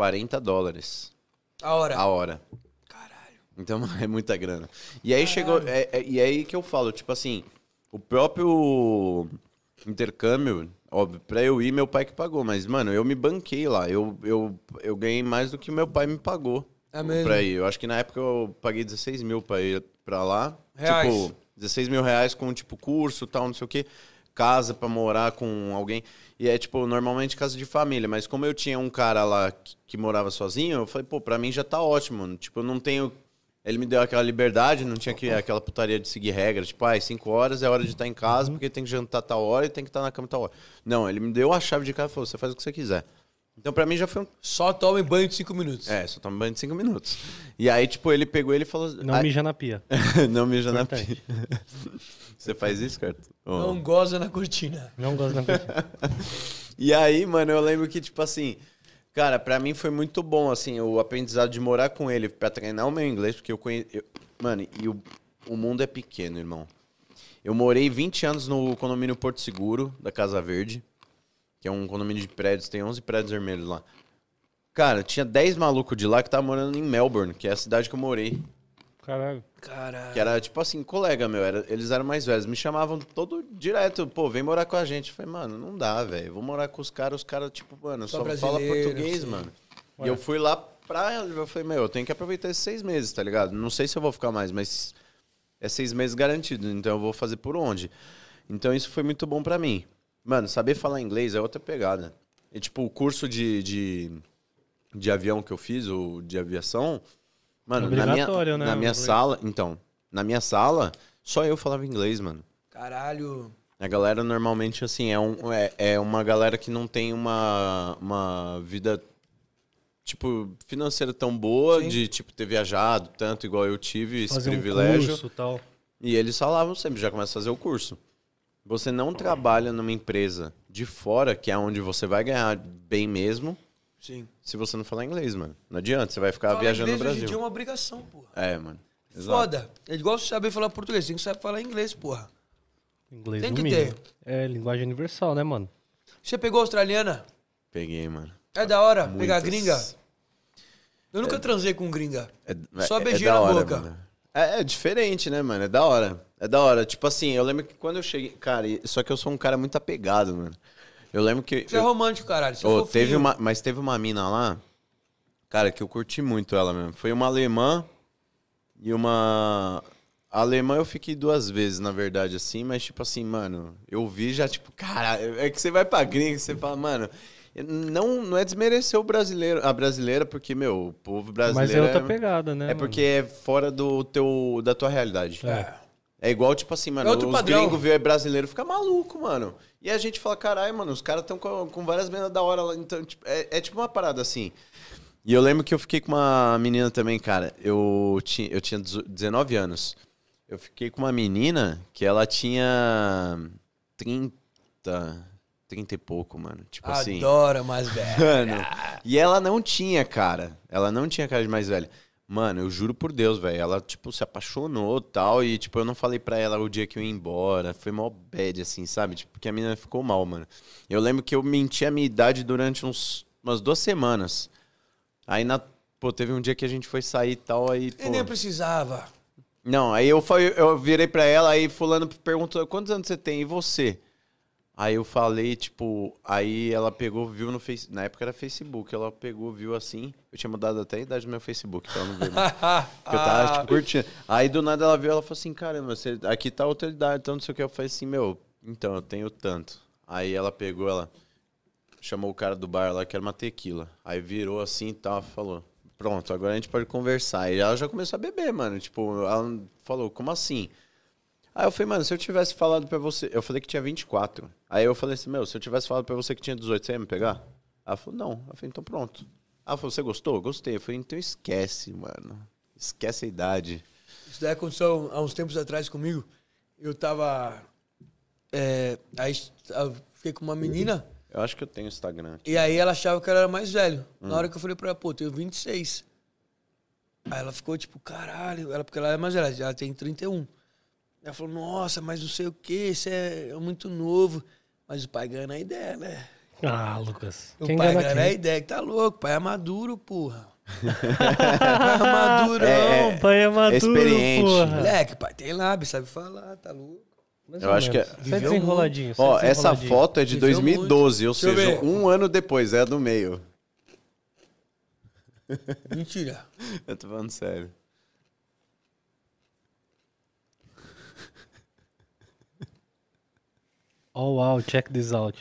$40 A hora. a hora. Caralho. Então é muita grana. E aí chegou. E aí que eu falo, tipo assim, o próprio intercâmbio, óbvio, pra eu ir, meu pai que pagou. Mas, mano, eu me banquei lá. Eu ganhei mais do que meu pai me pagou. É mesmo? Pra ir. Eu acho que na época eu paguei 16 mil pra ir pra lá. Reais. Tipo, 16 mil reais com, tipo, curso e tal, não sei o quê. Casa pra morar com alguém. E é, tipo, normalmente casa de família. Mas como eu tinha um cara lá que morava sozinho, eu falei, pô, pra mim já tá ótimo. Tipo, eu não tenho... Ele me deu aquela liberdade, não tinha aquela putaria de seguir regras. Tipo, 5 horas é hora de estar em casa, porque tem que jantar tal hora e tem que estar na cama tal hora. Não, ele me deu a chave de casa e falou, você faz o que você quiser. Então, pra mim, já foi um... Só tome banho de 5 minutos. É, só toma banho de 5 minutos. E aí, tipo, ele pegou ele falou... Não mija na pia. Não mija na pia. Importante. Você faz isso, Carto? Oh. Não goza na cortina. Não gosto na pia. E aí, mano, eu lembro que, tipo assim... Cara, pra mim foi muito bom, assim, o aprendizado de morar com ele pra treinar o meu inglês, porque eu conheço... Mano, e o mundo é pequeno, irmão. Eu morei 20 anos no condomínio Porto Seguro, da Casa Verde, que é um condomínio de prédios, tem 11 prédios vermelhos lá. Cara, tinha 10 malucos de lá que estavam morando em Melbourne, que é a cidade que eu morei. Caralho. Caralho. Que era, tipo assim, colega meu, eles eram mais velhos. Me chamavam todo direto, pô, vem morar com a gente. Eu falei, mano, não dá, velho. Vou morar com os caras, tipo, mano, só fala português, sim. mano. Ué. E eu fui lá eu falei, meu, eu tenho que aproveitar esses 6 meses, tá ligado? Não sei se eu vou ficar mais, mas é 6 meses garantido, então eu vou fazer por onde. Então isso foi muito bom pra mim. Mano, saber falar inglês é outra pegada. E, tipo, o curso de avião que eu fiz, ou de aviação... Mano, Obrigatório, né, na minha inglês. sala... Então, na minha sala, só eu falava inglês, mano. Caralho. A galera normalmente, assim, é uma galera que não tem uma vida, tipo, financeira tão boa, Sim. de, tipo, ter viajado tanto igual eu tive, esse Fazer privilégio. um curso e tal. E eles falavam sempre, já começa a fazer o curso. Você não trabalha numa empresa de fora, que é onde você vai ganhar bem mesmo, Sim. se você não falar inglês, mano. Não adianta, você vai ficar Falar viajando no inglês hoje em Brasil. dia é uma obrigação, porra. É, mano. Exato. Foda. É igual você saber falar português, tem que saber falar inglês, porra. Inglês Tem no que mínimo. ter. É linguagem universal, né, mano? Você pegou a australiana? Peguei, mano. É da hora pegar Muitas. gringa? Eu nunca transei com gringa. Só É beijei da na hora, boca. mano. É diferente, né, mano? É da hora. É da hora. Tipo assim, eu lembro que quando eu cheguei... Cara, só que eu sou um cara muito apegado, mano. Eu lembro que... Você é romântico, caralho. Você é Ô, fofinho. mas teve uma mina lá, cara, que eu curti muito ela mesmo. Foi uma alemã e uma... A alemã eu fiquei 2 vezes, na verdade, assim, mas tipo assim, mano, eu vi já, tipo, cara, é que você vai pra gringa e você fala, mano, não é desmerecer a brasileira, porque, meu, o povo Mas brasileiro é outra pegada, né? é porque é fora da tua realidade. É. É igual, tipo assim, mano, É outro os padrão. gringos vê brasileiro fica maluco, mano. E a gente fala, caralho, mano, os caras estão com várias menas da hora lá. Então, tipo, é tipo uma parada assim. E eu lembro que eu fiquei com uma menina também, cara. Eu tinha 19 anos. Eu fiquei com uma menina que ela tinha 30 e pouco, mano. Tipo assim. Adora mais velho. Mano, e ela não tinha, cara. Ela não tinha cara de mais velha. Mano, eu juro por Deus, velho. Ela, tipo, se apaixonou e tal. E, tipo, eu não falei pra ela o dia que eu ia embora. Foi mó bad, assim, sabe? Tipo, porque a menina ficou mal, mano. Eu lembro que eu menti a minha idade durante umas 2 semanas. Aí, pô, teve um dia que a gente foi sair e tal, aí, pô... E nem precisava. Não, aí eu virei pra ela, aí fulano perguntou, quantos anos você tem? E você? Aí eu falei, tipo, aí ela pegou, viu no Facebook, na época era Facebook, ela pegou, viu assim, eu tinha mudado até a idade do meu Facebook, pra ela não ver, né? Porque eu tava, tipo, curtindo. Aí do nada ela viu, ela falou assim, caramba, aqui tá outra idade, então não sei o que, eu falei assim, meu, então, eu tenho tanto. Aí ela pegou, ela chamou o cara do bar lá, que era uma tequila, aí virou assim e tal, falou, pronto, agora a gente pode conversar. E ela já começou a beber, mano, tipo, ela falou, como assim? Aí eu falei, mano, se eu tivesse falado pra você... Eu falei que tinha 24. Aí eu falei assim, meu, se eu tivesse falado pra você que tinha 18, você ia me pegar? Ela falou, não. Eu falei, então pronto. Ela falou, você gostou? Gostei. Eu falei, então esquece, mano. Esquece a idade. Isso daí aconteceu há uns tempos atrás comigo. Eu tava... aí eu fiquei com uma menina... Eu acho que eu tenho Instagram aqui. E aí ela achava que eu era mais velho. Na hora que eu falei pra ela, pô, eu tenho 26. Aí ela ficou tipo, caralho, porque ela é mais velha, ela tem 31. Ela falou, nossa, mas não sei o que, você é muito novo. Mas o pai ganha na ideia, né? Ah, Lucas. O Quem pai ganha ganha na quem? ideia, que tá louco, o pai é maduro, porra. Pai é madurão. Pai é maduro, experiente. porra. Moleque, pai tem lábio, sabe falar, tá louco. Mais Eu ou acho que menos. é- Sai Viveu desenroladinho. sai Ó, essa desenroladinho. foto é de Viveu 2012, ou muito. Deixa eu seja, ver. um ano depois, é a do meio. Mentira. Eu tô falando sério. Oh, wow, check this out.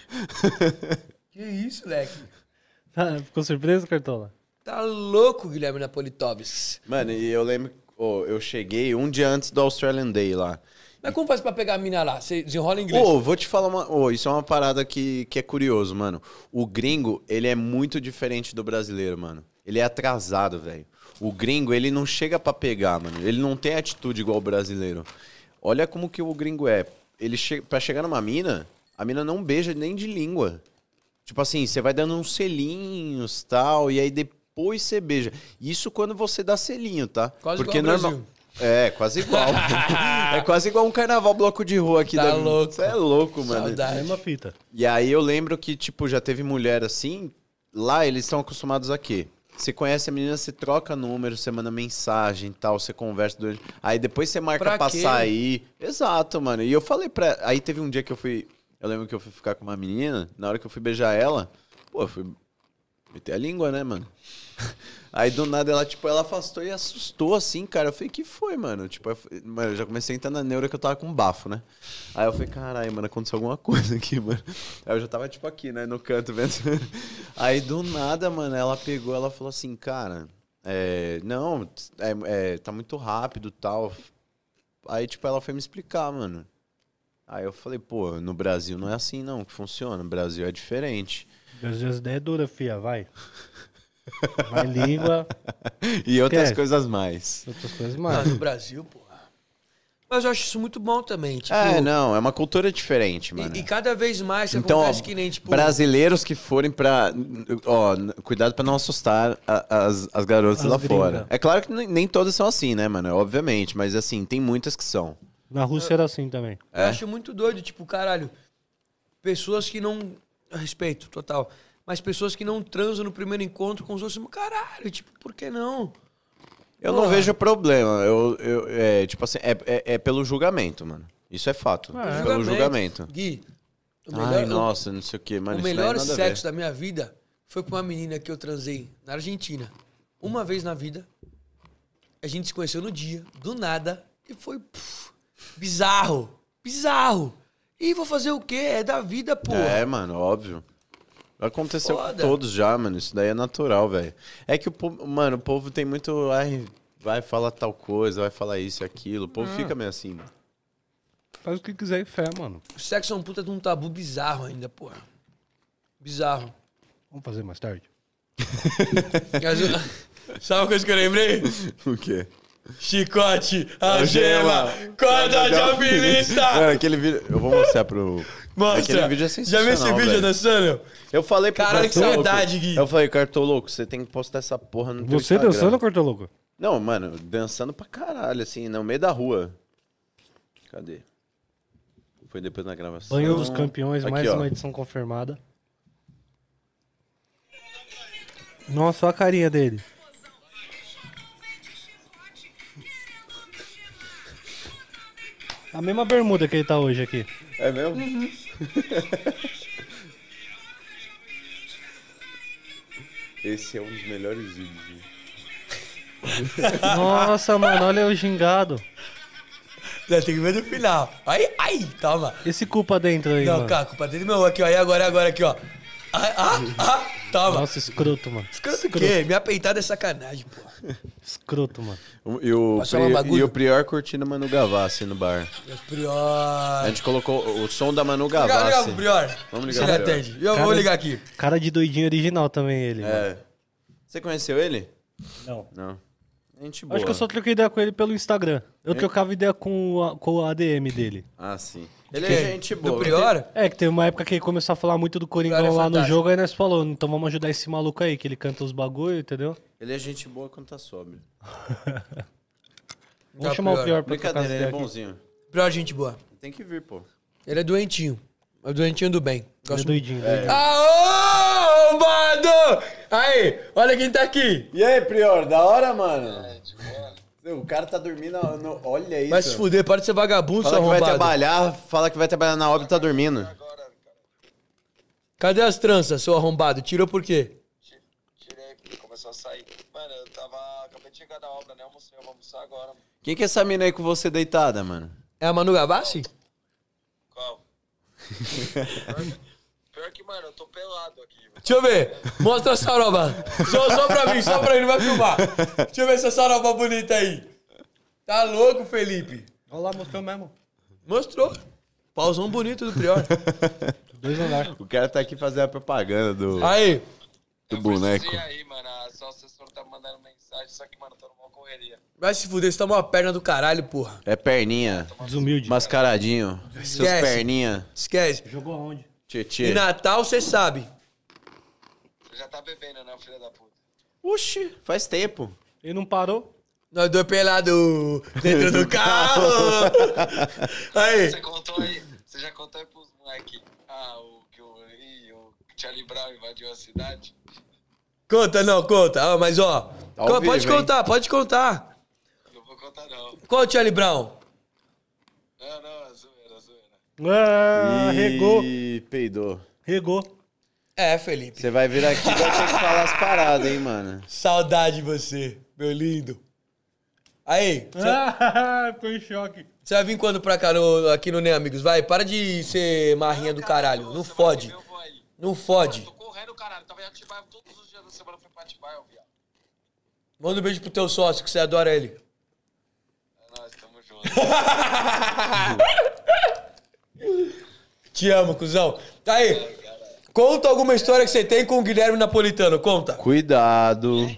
Que isso, moleque? Tá, ficou surpreso, Cartola? Tá louco, Guilherme Napolitovski. Mano, e eu lembro, eu cheguei um dia antes do Australian Day lá. Mas como faz pra pegar a mina lá? Você desenrola em inglês? Ô, vou te falar isso é uma parada que é curioso, mano. O gringo, ele é muito diferente do brasileiro, mano. Ele é atrasado, velho. O gringo, ele não chega pra pegar, mano. Ele não tem atitude igual o brasileiro. Olha como que o gringo é. Ele pra chegar numa mina, a mina não beija nem de língua. Tipo assim, você vai dando uns selinhos, tal, e aí depois você beija. Isso quando você dá selinho, tá? Quase Porque igual ao normal. Brasil. É, quase igual. É quase igual um carnaval bloco de rua aqui. Tá louco. Você é louco, mano. Saudade. Mesma fita. E aí eu lembro que, tipo, já teve mulher assim. Lá eles estão acostumados a quê? Você conhece a menina, você troca número, você manda mensagem e tal, você conversa. Aí depois você marca pra quê? sair. Exato, mano. E eu falei pra... Aí teve um dia que eu fui... Eu lembro que eu fui ficar com uma menina. Na hora que eu fui beijar ela... Pô, eu fui meter a língua, né, mano? Aí do nada ela, tipo, ela afastou e assustou assim, cara. Eu falei, que foi, mano? Tipo, mano, eu já comecei a entrar na neura que eu tava com bafo, né? Aí eu falei, caralho, mano, aconteceu alguma coisa aqui, mano. Aí eu já tava, tipo, aqui, né, no canto, vendo. Aí do nada, mano, ela pegou, ela falou assim, cara, não, tá muito rápido e tal. Aí, tipo, ela foi me explicar, mano. Aí eu falei, pô, no Brasil não é assim, não, que funciona. No Brasil é diferente. Às vezes é dura, fia, vai. Vai língua, E outras Esquece. coisas mais. outras coisas Ah, mais. no Brasil, porra. Mas eu acho isso muito bom também, tipo... Não, é uma cultura diferente, mano. E cada vez mais você Então, acontece ó, que nem, tipo... brasileiros que forem pra... Ó, cuidado pra não assustar as garotas As lá gringas. fora. É claro que nem todas são assim, né, mano? Obviamente, mas assim, tem muitas que são. Na Rússia era assim também. Eu acho muito doido, tipo, caralho, pessoas que não... Respeito, total. Mas pessoas que não transam no primeiro encontro com os outros, caralho, tipo, por que não? Eu não Porra. vejo problema. Tipo assim, é pelo julgamento, mano. Isso é fato. É. Pelo julgamento. Gui, o Ai, nossa, não sei o que, mano. o isso não é melhor nada a ver. sexo da minha vida foi com uma menina que eu transei na Argentina. Uma vez na vida. A gente se conheceu no dia, do nada, e foi bizarro. Bizarro. E vou fazer o quê? É da vida, pô. É, mano, óbvio. Aconteceu com Foda. todos já, mano. Isso daí é natural, velho. É que o povo, mano, o povo tem muito. Ai, vai falar tal coisa, vai falar isso e aquilo. O povo fica meio assim, mano. Faz o que quiser e fé, mano. O sexo é um puta de um tabu bizarro ainda, porra. Bizarro. Vamos fazer mais tarde? Sabe uma coisa que eu lembrei? O quê? Chicote, algema, corda de alpinista. Mano, aquele vídeo. Eu vou mostrar pro. Aquele vídeo é Já viu sensacional. esse vídeo velho. dançando? Eu falei pro Caralho, que Cartoloco, saudade, Gui. Eu falei, Cartoloco, você tem que postar essa porra no teu Você Instagram. dançando, Cortoloco? Não, mano, dançando pra caralho, assim, no meio da rua. Cadê? Foi depois da gravação. Banho dos Campeões, Aqui, mais ó. uma edição confirmada. Nossa, olha a carinha dele. A mesma bermuda que ele tá hoje aqui. É mesmo? Esse é um dos melhores vídeos. Nossa, mano, olha o gingado. Não, tem que ver no final. Ai, ai, toma. Esse culpa dentro aí, Não, mano. cara, culpa dele meu. Aqui, ó. E agora aqui, ó. Toma. Nossa, escroto, mano. Escroto o quê? Minha peitada é sacanagem, pô. Escroto, mano. Posso falar um bagulho? E o Prior curtindo a Manu Gavassi no bar. É o Prior. A gente colocou o som da Manu Liga Gavassi. pro Prior. Vamos Se ligar ele pro Prior. atende. Eu vou ligar aqui. Cara de doidinho original também, ele. mano. É. Você conheceu ele? Não. Não. Gente boa. Acho que eu só troquei ideia com ele pelo Instagram. Eu trocava ideia com o ADM dele. Ah, sim. Ele Quem? é gente boa. Do Prior? É, que teve uma época que ele começou a falar muito do Coringão Prior é lá no fantástico. jogo, aí nós falou, então vamos ajudar esse maluco aí, que ele canta os bagulho, entendeu? Ele é gente boa quando tá sóbrio. Vamos chamar o Prior pra trocar Brincadeira, ele é ideia aqui. bonzinho. Prior, gente boa. Tem que vir, pô. Ele é doentinho. É o doentinho do bem. Ele é Gosto doidinho, doidinho. Aô, arrombado! Aí, olha quem tá aqui. E aí, Prior, da hora, mano? O cara tá dormindo, olha isso. Vai se fuder, para de ser vagabundo, seu Fala que vai arrombado. fala que vai trabalhar na obra e tá dormindo. Cadê as tranças, seu arrombado? Tirou por quê? Tirei, porque começou a sair. Mano, acabei de chegar da obra, né? Almocei, eu vou almoçar agora. Quem que é essa mina aí com você deitada, mano? É a Manu Gavassi? Qual? Pior que, mano, eu tô pelado aqui. Deixa eu ver. Mostra a saroba. Só pra mim, só pra ele, não vai filmar. Deixa eu ver essa saroba bonita aí. Tá louco, Felipe? Olha lá, mostrou mesmo. Mostrou. Pauzão bonito do Prior. 2 andares. O cara tá aqui fazendo a propaganda do Aí. boneco. E aí, mano, só o assessor tá mandando mensagem, só que, mano, tô numa correria. Vai se fuder, você tá uma perna do caralho, porra. É perninha, Desumilde. mascaradinho, seus Esquece. perninha. Esquece. Jogou aonde? E Tchê. Natal, você sabe. Você já tá bebendo, né, filho da puta? Oxi, faz tempo. Ele não parou? Nós dois pelados dentro do carro. Aí. Você já contou aí pros moleques, o Charlie Brown invadiu a cidade? Conta, não, conta. Ah, mas ó. Ao Pode vivo, hein? contar, pode contar. Não vou contar, não. Qual o Charlie Brown? Não, é zoeira. Ah, regou. E peidou. Regou. É, Felipe. Você vai vir aqui e vai ter que falar as paradas, hein, mano. Saudade de você, meu lindo. Aí, Ficou em choque. você vai vir quando pra cá, aqui no Nem Amigos? Vai, para de ser marrinha do caralho. Não fode. Eu vou aí. Não fode. Tô correndo, caralho. Tava em Atibaia todos os dias da semana, fui pra Atibaia, viado. Manda um beijo pro teu sócio, que você adora ele. É nóis, tamo junto. Te amo, cuzão. Aí, conta alguma história que você tem com o Guilherme Napolitano, conta. Cuidado.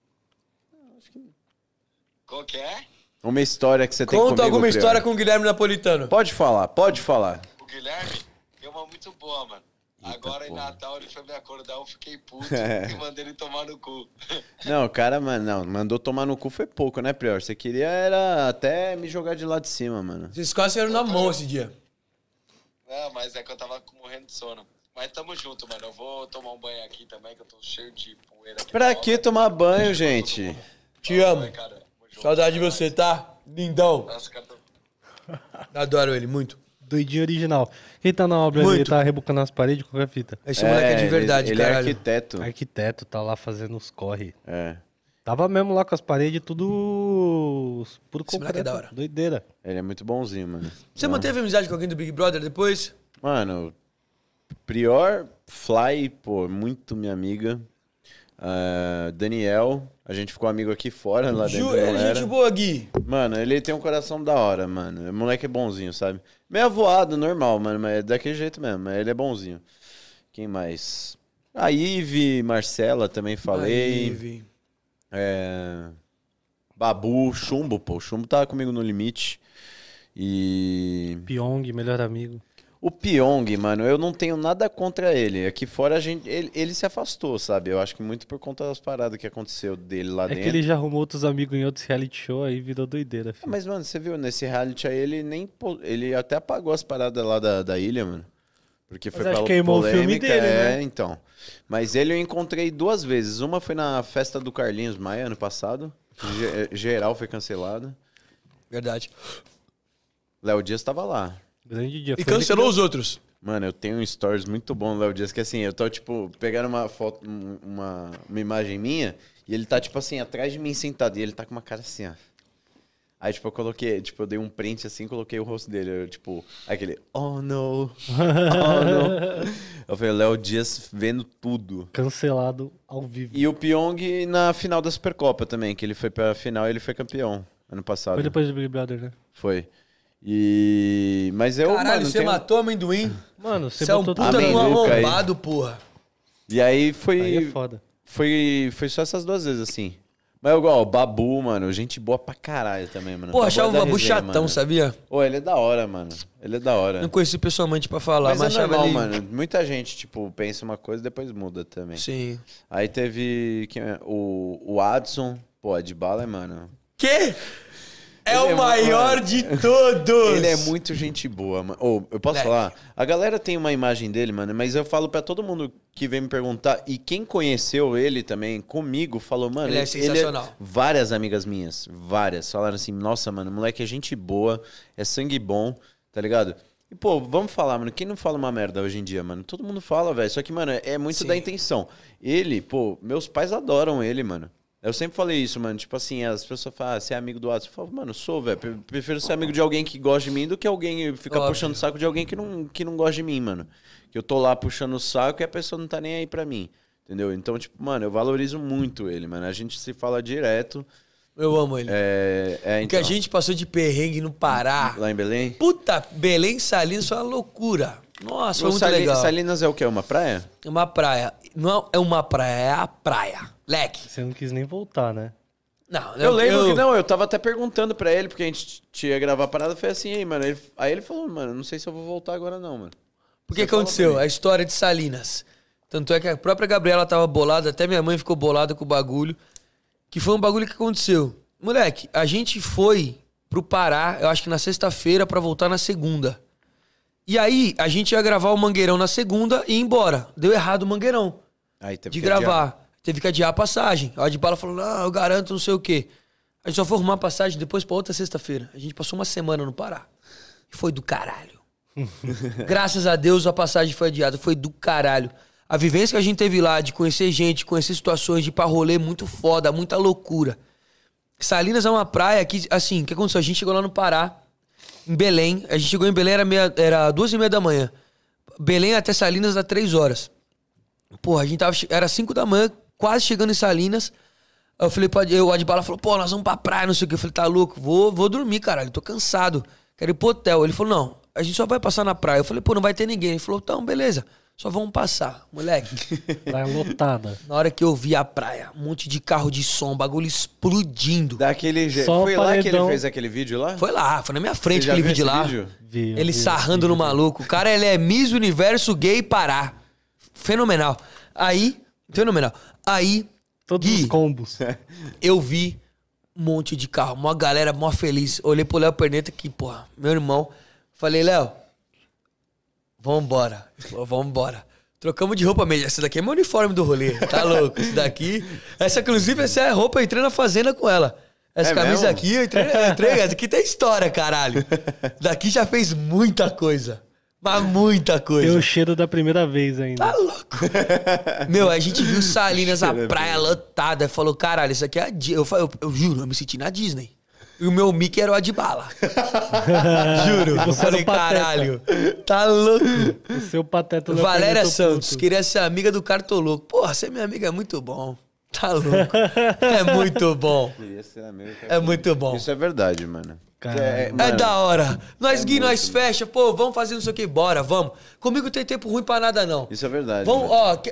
Qual que é? Uma história que você tem Conta comigo, alguma Prior. história com o Guilherme Napolitano. Pode falar, pode falar. O Guilherme tem uma muito boa, mano. Agora em porra. Natal ele foi me acordar, eu fiquei puto e mandei ele tomar no cu. Não, o cara, mano, não, mandou tomar no cu foi pouco, né, Prior? Você queria era até me jogar de lá de cima, mano. Vocês quase eram na mão esse dia. Não, mas é que eu tava morrendo de sono. Mas tamo junto, mano. Eu vou tomar um banho aqui também, que eu tô cheio de poeira aqui. Pra na que obra. tomar banho, gente? Te amo. Vai, cara. Tamo junto. Saudade de você, tá? Lindão. Nossa, cara, tô... Adoro ele, muito. Doidinho original. Quem tá na obra ali, Muito. ele tá rebocando as paredes, qualquer fita. Esse moleque é de verdade, ele é caralho. arquiteto. Arquiteto, tá lá fazendo os corre. É, Tava mesmo lá com as paredes tudo por Esse moleque é da hora. Doideira. ele é muito bonzinho, mano. Você manteve amizade com alguém do Big Brother depois? Mano, Prior, Fly, pô, muito minha amiga. Daniel, a gente ficou amigo aqui fora, lá dentro não Ele é era. gente boa, Gui. Mano, ele tem um coração da hora, mano. O moleque é bonzinho, sabe? Meio avoado, normal, mano, mas é daquele jeito mesmo. Mas ele é bonzinho. Quem mais? A Ive, Marcela também falei. Aí, Babu, Chumbo, pô. O Chumbo tava comigo no limite. E... Pyong, melhor amigo. O Pyong, mano, eu não tenho nada contra ele. Aqui fora ele se afastou, sabe? Eu acho que muito por conta das paradas que aconteceu dele lá É dentro. que ele já arrumou outros amigos em outros reality show, aí virou doideira, Ah, filho. mas, mano, você viu, nesse reality aí ele até apagou as paradas lá da ilha, mano. Porque foi acho pra que queimou o filme polêmica, dele, né? então. Mas ele eu encontrei 2 vezes. Uma foi na festa do Carlinhos Maia, ano passado. Geral foi cancelada. Verdade. Léo Dias tava lá. Grande dia. E Foi ele cancelou os outros. Mano, eu tenho um stories muito bom do Léo Dias, que assim, eu tô, tipo, pegando uma foto, uma imagem minha, e ele tá, tipo assim, atrás de mim sentado, e ele tá com uma cara assim, ó. Aí, tipo, eu coloquei, tipo, eu dei um print assim, coloquei o rosto dele, eu, tipo, aquele, oh no, oh no. Eu falei, Léo Dias vendo tudo. cancelado ao vivo. E o Pyong na final da Supercopa também, que ele foi pra final e ele foi campeão ano passado. Foi depois do Big Brother, né? Foi. Mas eu, Caralho, mano, você tenho... matou amendoim? Mano, você Você é um botou puta de um Amendoim, arrombado, porra. E aí foi... Aí é foda. Foi só essas 2 vezes, assim. Mas igual, o Babu, mano, gente boa pra caralho também, mano. Pô, achava o da Babu resenha, chatão, mano. sabia? Pô, ele é da hora, mano. Ele é da hora. Não conheci pessoalmente pra falar, Mas é achava normal, ele... mano. Muita gente, tipo, pensa uma coisa e depois muda também. Sim. Aí teve o Adson. Pô, Adbala, mano. Quê? É Ele o maior de todos! Ele é muito gente boa, mano. Ô, eu posso falar? A galera tem uma imagem dele, mano, mas eu falo pra todo mundo que vem me perguntar, e quem conheceu ele também comigo, falou, mano... Ele é sensacional. Várias amigas minhas, várias, falaram assim, nossa, mano, moleque é gente boa, é sangue bom, tá ligado? E, pô, vamos falar, mano, quem não fala uma merda hoje em dia, mano? Todo mundo fala, velho, só que, mano, é muito Sim. da intenção. Ele, pô, meus pais adoram ele, mano. Eu sempre falei isso, mano. Tipo assim, as pessoas falam, você é amigo do Adson? Eu falo, mano, sou, velho. Prefiro ser amigo de alguém que gosta de mim do que alguém ficar Óbvio. puxando o saco de alguém que não gosta de mim, mano. Que eu tô lá puxando o saco e a pessoa não tá nem aí pra mim. Entendeu? Então, tipo, mano, eu valorizo muito ele, mano. A gente se fala direto. Eu amo ele. Porque a gente passou de perrengue no Pará. Lá em Belém? Puta, Belém Salinas foi uma loucura. Nossa, foi muito legal. Salinas é o quê? Uma praia? É uma praia. Não é uma praia, é a praia. Leque. Você não quis nem voltar, né? Não, Eu lembro que não, eu tava até perguntando pra ele, porque a gente tinha gravar a parada, foi assim, aí, mano. Aí ele falou, mano, não sei se eu vou voltar agora não, mano. O que aconteceu? A história de Salinas. Tanto é que a própria Gabriela tava bolada, até minha mãe ficou bolada com o bagulho. Que foi um bagulho que aconteceu. Moleque, a gente foi pro Pará, eu acho que na sexta-feira, pra voltar na segunda. E aí, a gente ia gravar o Mangueirão na segunda e ir embora. Deu errado o Mangueirão Aí teve de que adiar. gravar. Teve que adiar a passagem. A Adbala falou, não, eu garanto, não sei o quê. A gente só foi arrumar a passagem depois pra outra sexta-feira. A gente passou uma semana no Pará. E foi do caralho. Graças a Deus a passagem foi adiada. Foi do caralho. A vivência que a gente teve lá de conhecer gente, conhecer situações, de ir pra rolê muito foda, muita loucura. Salinas é uma praia que, assim, o que aconteceu? A gente chegou lá no Pará, em Belém. A gente chegou em Belém, era 2h30 da manhã. Belém até Salinas dá 3 horas. Porra, a gente tava... Era 5 da manhã, quase chegando em Salinas. Eu falei o Adbala falou, pô, nós vamos pra praia, não sei o que. Eu falei, tá louco? Vou dormir, caralho, tô cansado. Quero ir pro hotel. Ele falou, não, a gente só vai passar na praia. Eu falei, pô, não vai ter ninguém. Ele falou, então, beleza. Só vamos passar, moleque. Praia lotada. Na hora que eu vi a praia, um monte de carro de som, bagulho explodindo. Daquele jeito. Só Foi lá que ele paredão. fez aquele vídeo lá? Foi lá, foi na minha frente Você já aquele viu vídeo esse lá. vídeo? Vi, Ele vi sarrando esse no vídeo. maluco. O cara, ele é Miss Universo Gay Pará. Fenomenal. Aí, fenomenal. Aí, Todos Gui, os combos. eu vi um monte de carro, uma galera mó feliz. Olhei pro Léo Perneta, que, porra, meu irmão. Falei, Léo, vambora. Ele falou, vambora. Trocamos de roupa mesmo. Essa daqui é meu uniforme do rolê. Tá louco? Esse daqui... inclusive, essa é a roupa, eu entrei na fazenda com ela. Essa É camisa mesmo? aqui, eu entrei... Essa aqui tem história, caralho. Daqui já fez muita coisa. Mas muita coisa. Tem o cheiro da primeira vez ainda. Tá louco. Meu, a gente viu Salinas, a praia lotada. Falou, caralho, isso aqui é a Disney. Eu juro, eu me senti na Disney. E o meu Mickey era o Adbala. Juro. Eu você falei, era o Pateta. caralho. Tá louco. O seu pateta não Valéria perguntou Santos, puto. queria ser amiga do Cartoloco. Porra, ser minha amiga é muito bom. Tá louco. É muito bom. É muito bom. Isso é verdade, mano. Caralho. É Mano, da hora. Nós, Gui, muito. nós fecha. Pô, vamos fazer não sei o que, bora, vamos. Comigo tem tempo ruim pra nada, não. Isso é verdade. Vamos, mano. ó,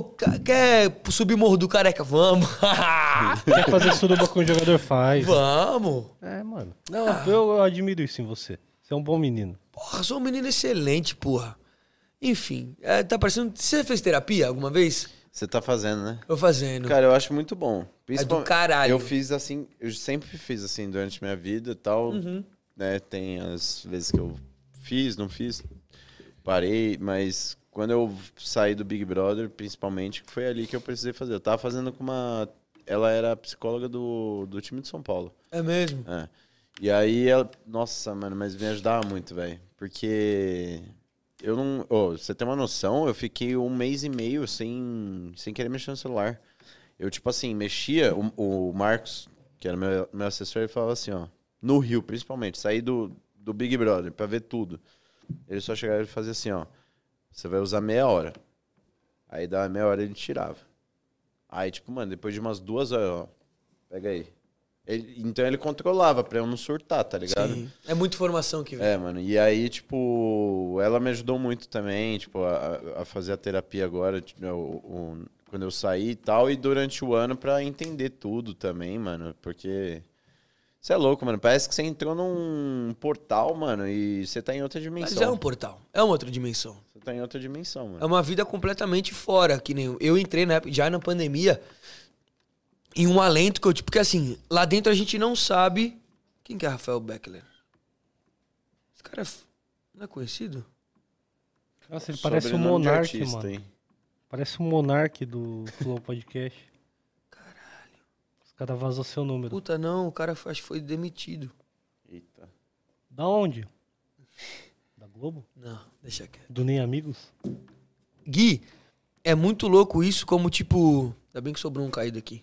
quer subir Morro do Careca? Vamos. Quer fazer suruba com o jogador faz. Vamos. É, mano. Não, eu admiro isso em você. Você é um bom menino. Porra, sou um menino excelente, porra. Enfim, tá parecendo... Você fez terapia alguma vez? Você tá fazendo, né? Eu fazendo. Cara, eu acho muito bom. do caralho. Eu fiz assim, eu sempre fiz assim durante minha vida e tal. Né? Tem as vezes que eu fiz, não fiz, parei, mas quando eu saí do Big Brother, principalmente, foi ali que eu precisei fazer. Eu tava fazendo com uma... Ela era psicóloga do time de São Paulo. É mesmo? É. E aí ela... Nossa, mano, mas me ajudava muito, velho. Porque... Eu não... você tem uma noção, eu fiquei 1 mês e meio sem querer mexer no celular. Eu, tipo assim, mexia... O Marcos, que era meu assessor, ele falava assim, ó... No Rio, principalmente. Saí do Big Brother pra ver tudo. Ele só chegava e fazia assim, ó... Você vai usar meia hora. Aí dava meia hora ele tirava. Aí, tipo, mano, depois de umas 2 horas, ó... Pega aí. Então ele controlava pra eu não surtar, tá ligado? Sim. É muita informação que vem. É, mano. E aí, tipo, ela me ajudou muito também, tipo, a fazer a terapia agora. Tipo, quando eu saí e tal, e durante o ano pra entender tudo também, mano, porque... Você é louco, mano. Parece que você entrou num portal, mano, e você tá em outra dimensão. Mas é um portal. É uma outra dimensão. Você tá em outra dimensão, mano. É uma vida completamente fora. Que nem eu entrei já na pandemia em um alento que eu... Porque assim, lá dentro a gente não sabe... Quem que é Rafael Beckler? Esse cara não é conhecido? Nossa, ele parece um monarque, mano. Hein? Parece um monarque do Flow Podcast. O cara vazou seu número. Puta, não. O cara acho que foi demitido. Eita. Da onde? Da Globo? Não, deixa quieto. Do Nem Amigos? Gui, é muito louco isso, como tipo... Ainda bem que sobrou um caído aqui.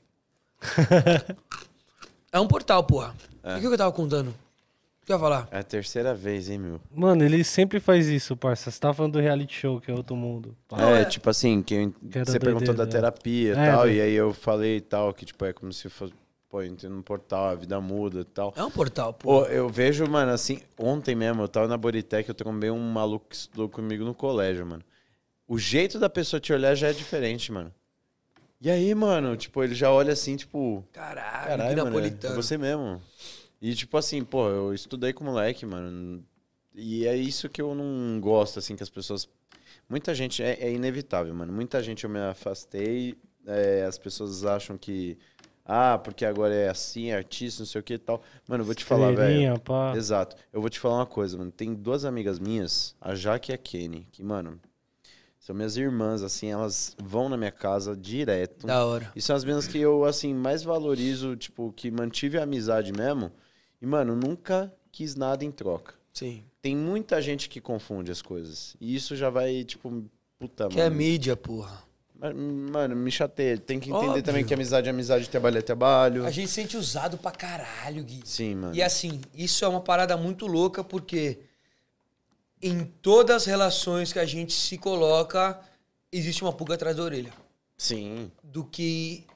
É um portal, porra. O que eu tava contando? O que eu ia falar? É a terceira vez, hein, meu? Mano, ele sempre faz isso, parça. Você tava falando do reality show, que é outro mundo. Tipo assim, Que é da você perguntou doideira, da terapia e É, tal, velho. e aí eu falei e tal, que tipo, é como se fosse, pô, eu entrei num portal, a vida muda e tal. É um portal, pô. Pô, eu vejo, mano, assim, ontem mesmo, eu tava na Boritec, eu trombei um maluco que estudou comigo no colégio, mano. O jeito da pessoa te olhar já é diferente, mano. E aí, mano, tipo, ele já olha assim, tipo... Caralho, Caralho, que mano, napolitano. é você mesmo. E tipo assim, pô, eu estudei com moleque, mano. E é isso que eu não gosto, assim, que as pessoas... Muita gente, é inevitável, mano. Muita gente eu me afastei, as pessoas acham que... Ah, porque agora é assim, artista, não sei o que e tal. Mano, eu vou te falar, Estrelinha, velho. pá. Exato. Eu vou te falar uma coisa, mano. Tem duas amigas minhas, a Jaque e a Kenny, que, mano, são minhas irmãs, assim, elas vão na minha casa direto. Da hora. E são as meninas que eu, assim, mais valorizo, tipo, que mantive a amizade mesmo. E, mano, nunca quis nada em troca. Sim. Tem muita gente que confunde as coisas. E isso já vai, tipo, puta, Que é mano. mídia, porra. Mano, me chateia. Tem que entender Óbvio. também que amizade é amizade, trabalho é trabalho. A gente se sente usado pra caralho, Gui. Sim, mano. E assim, isso é uma parada muito louca, porque em todas as relações que a gente se coloca, existe uma pulga atrás da orelha. Sim. Do que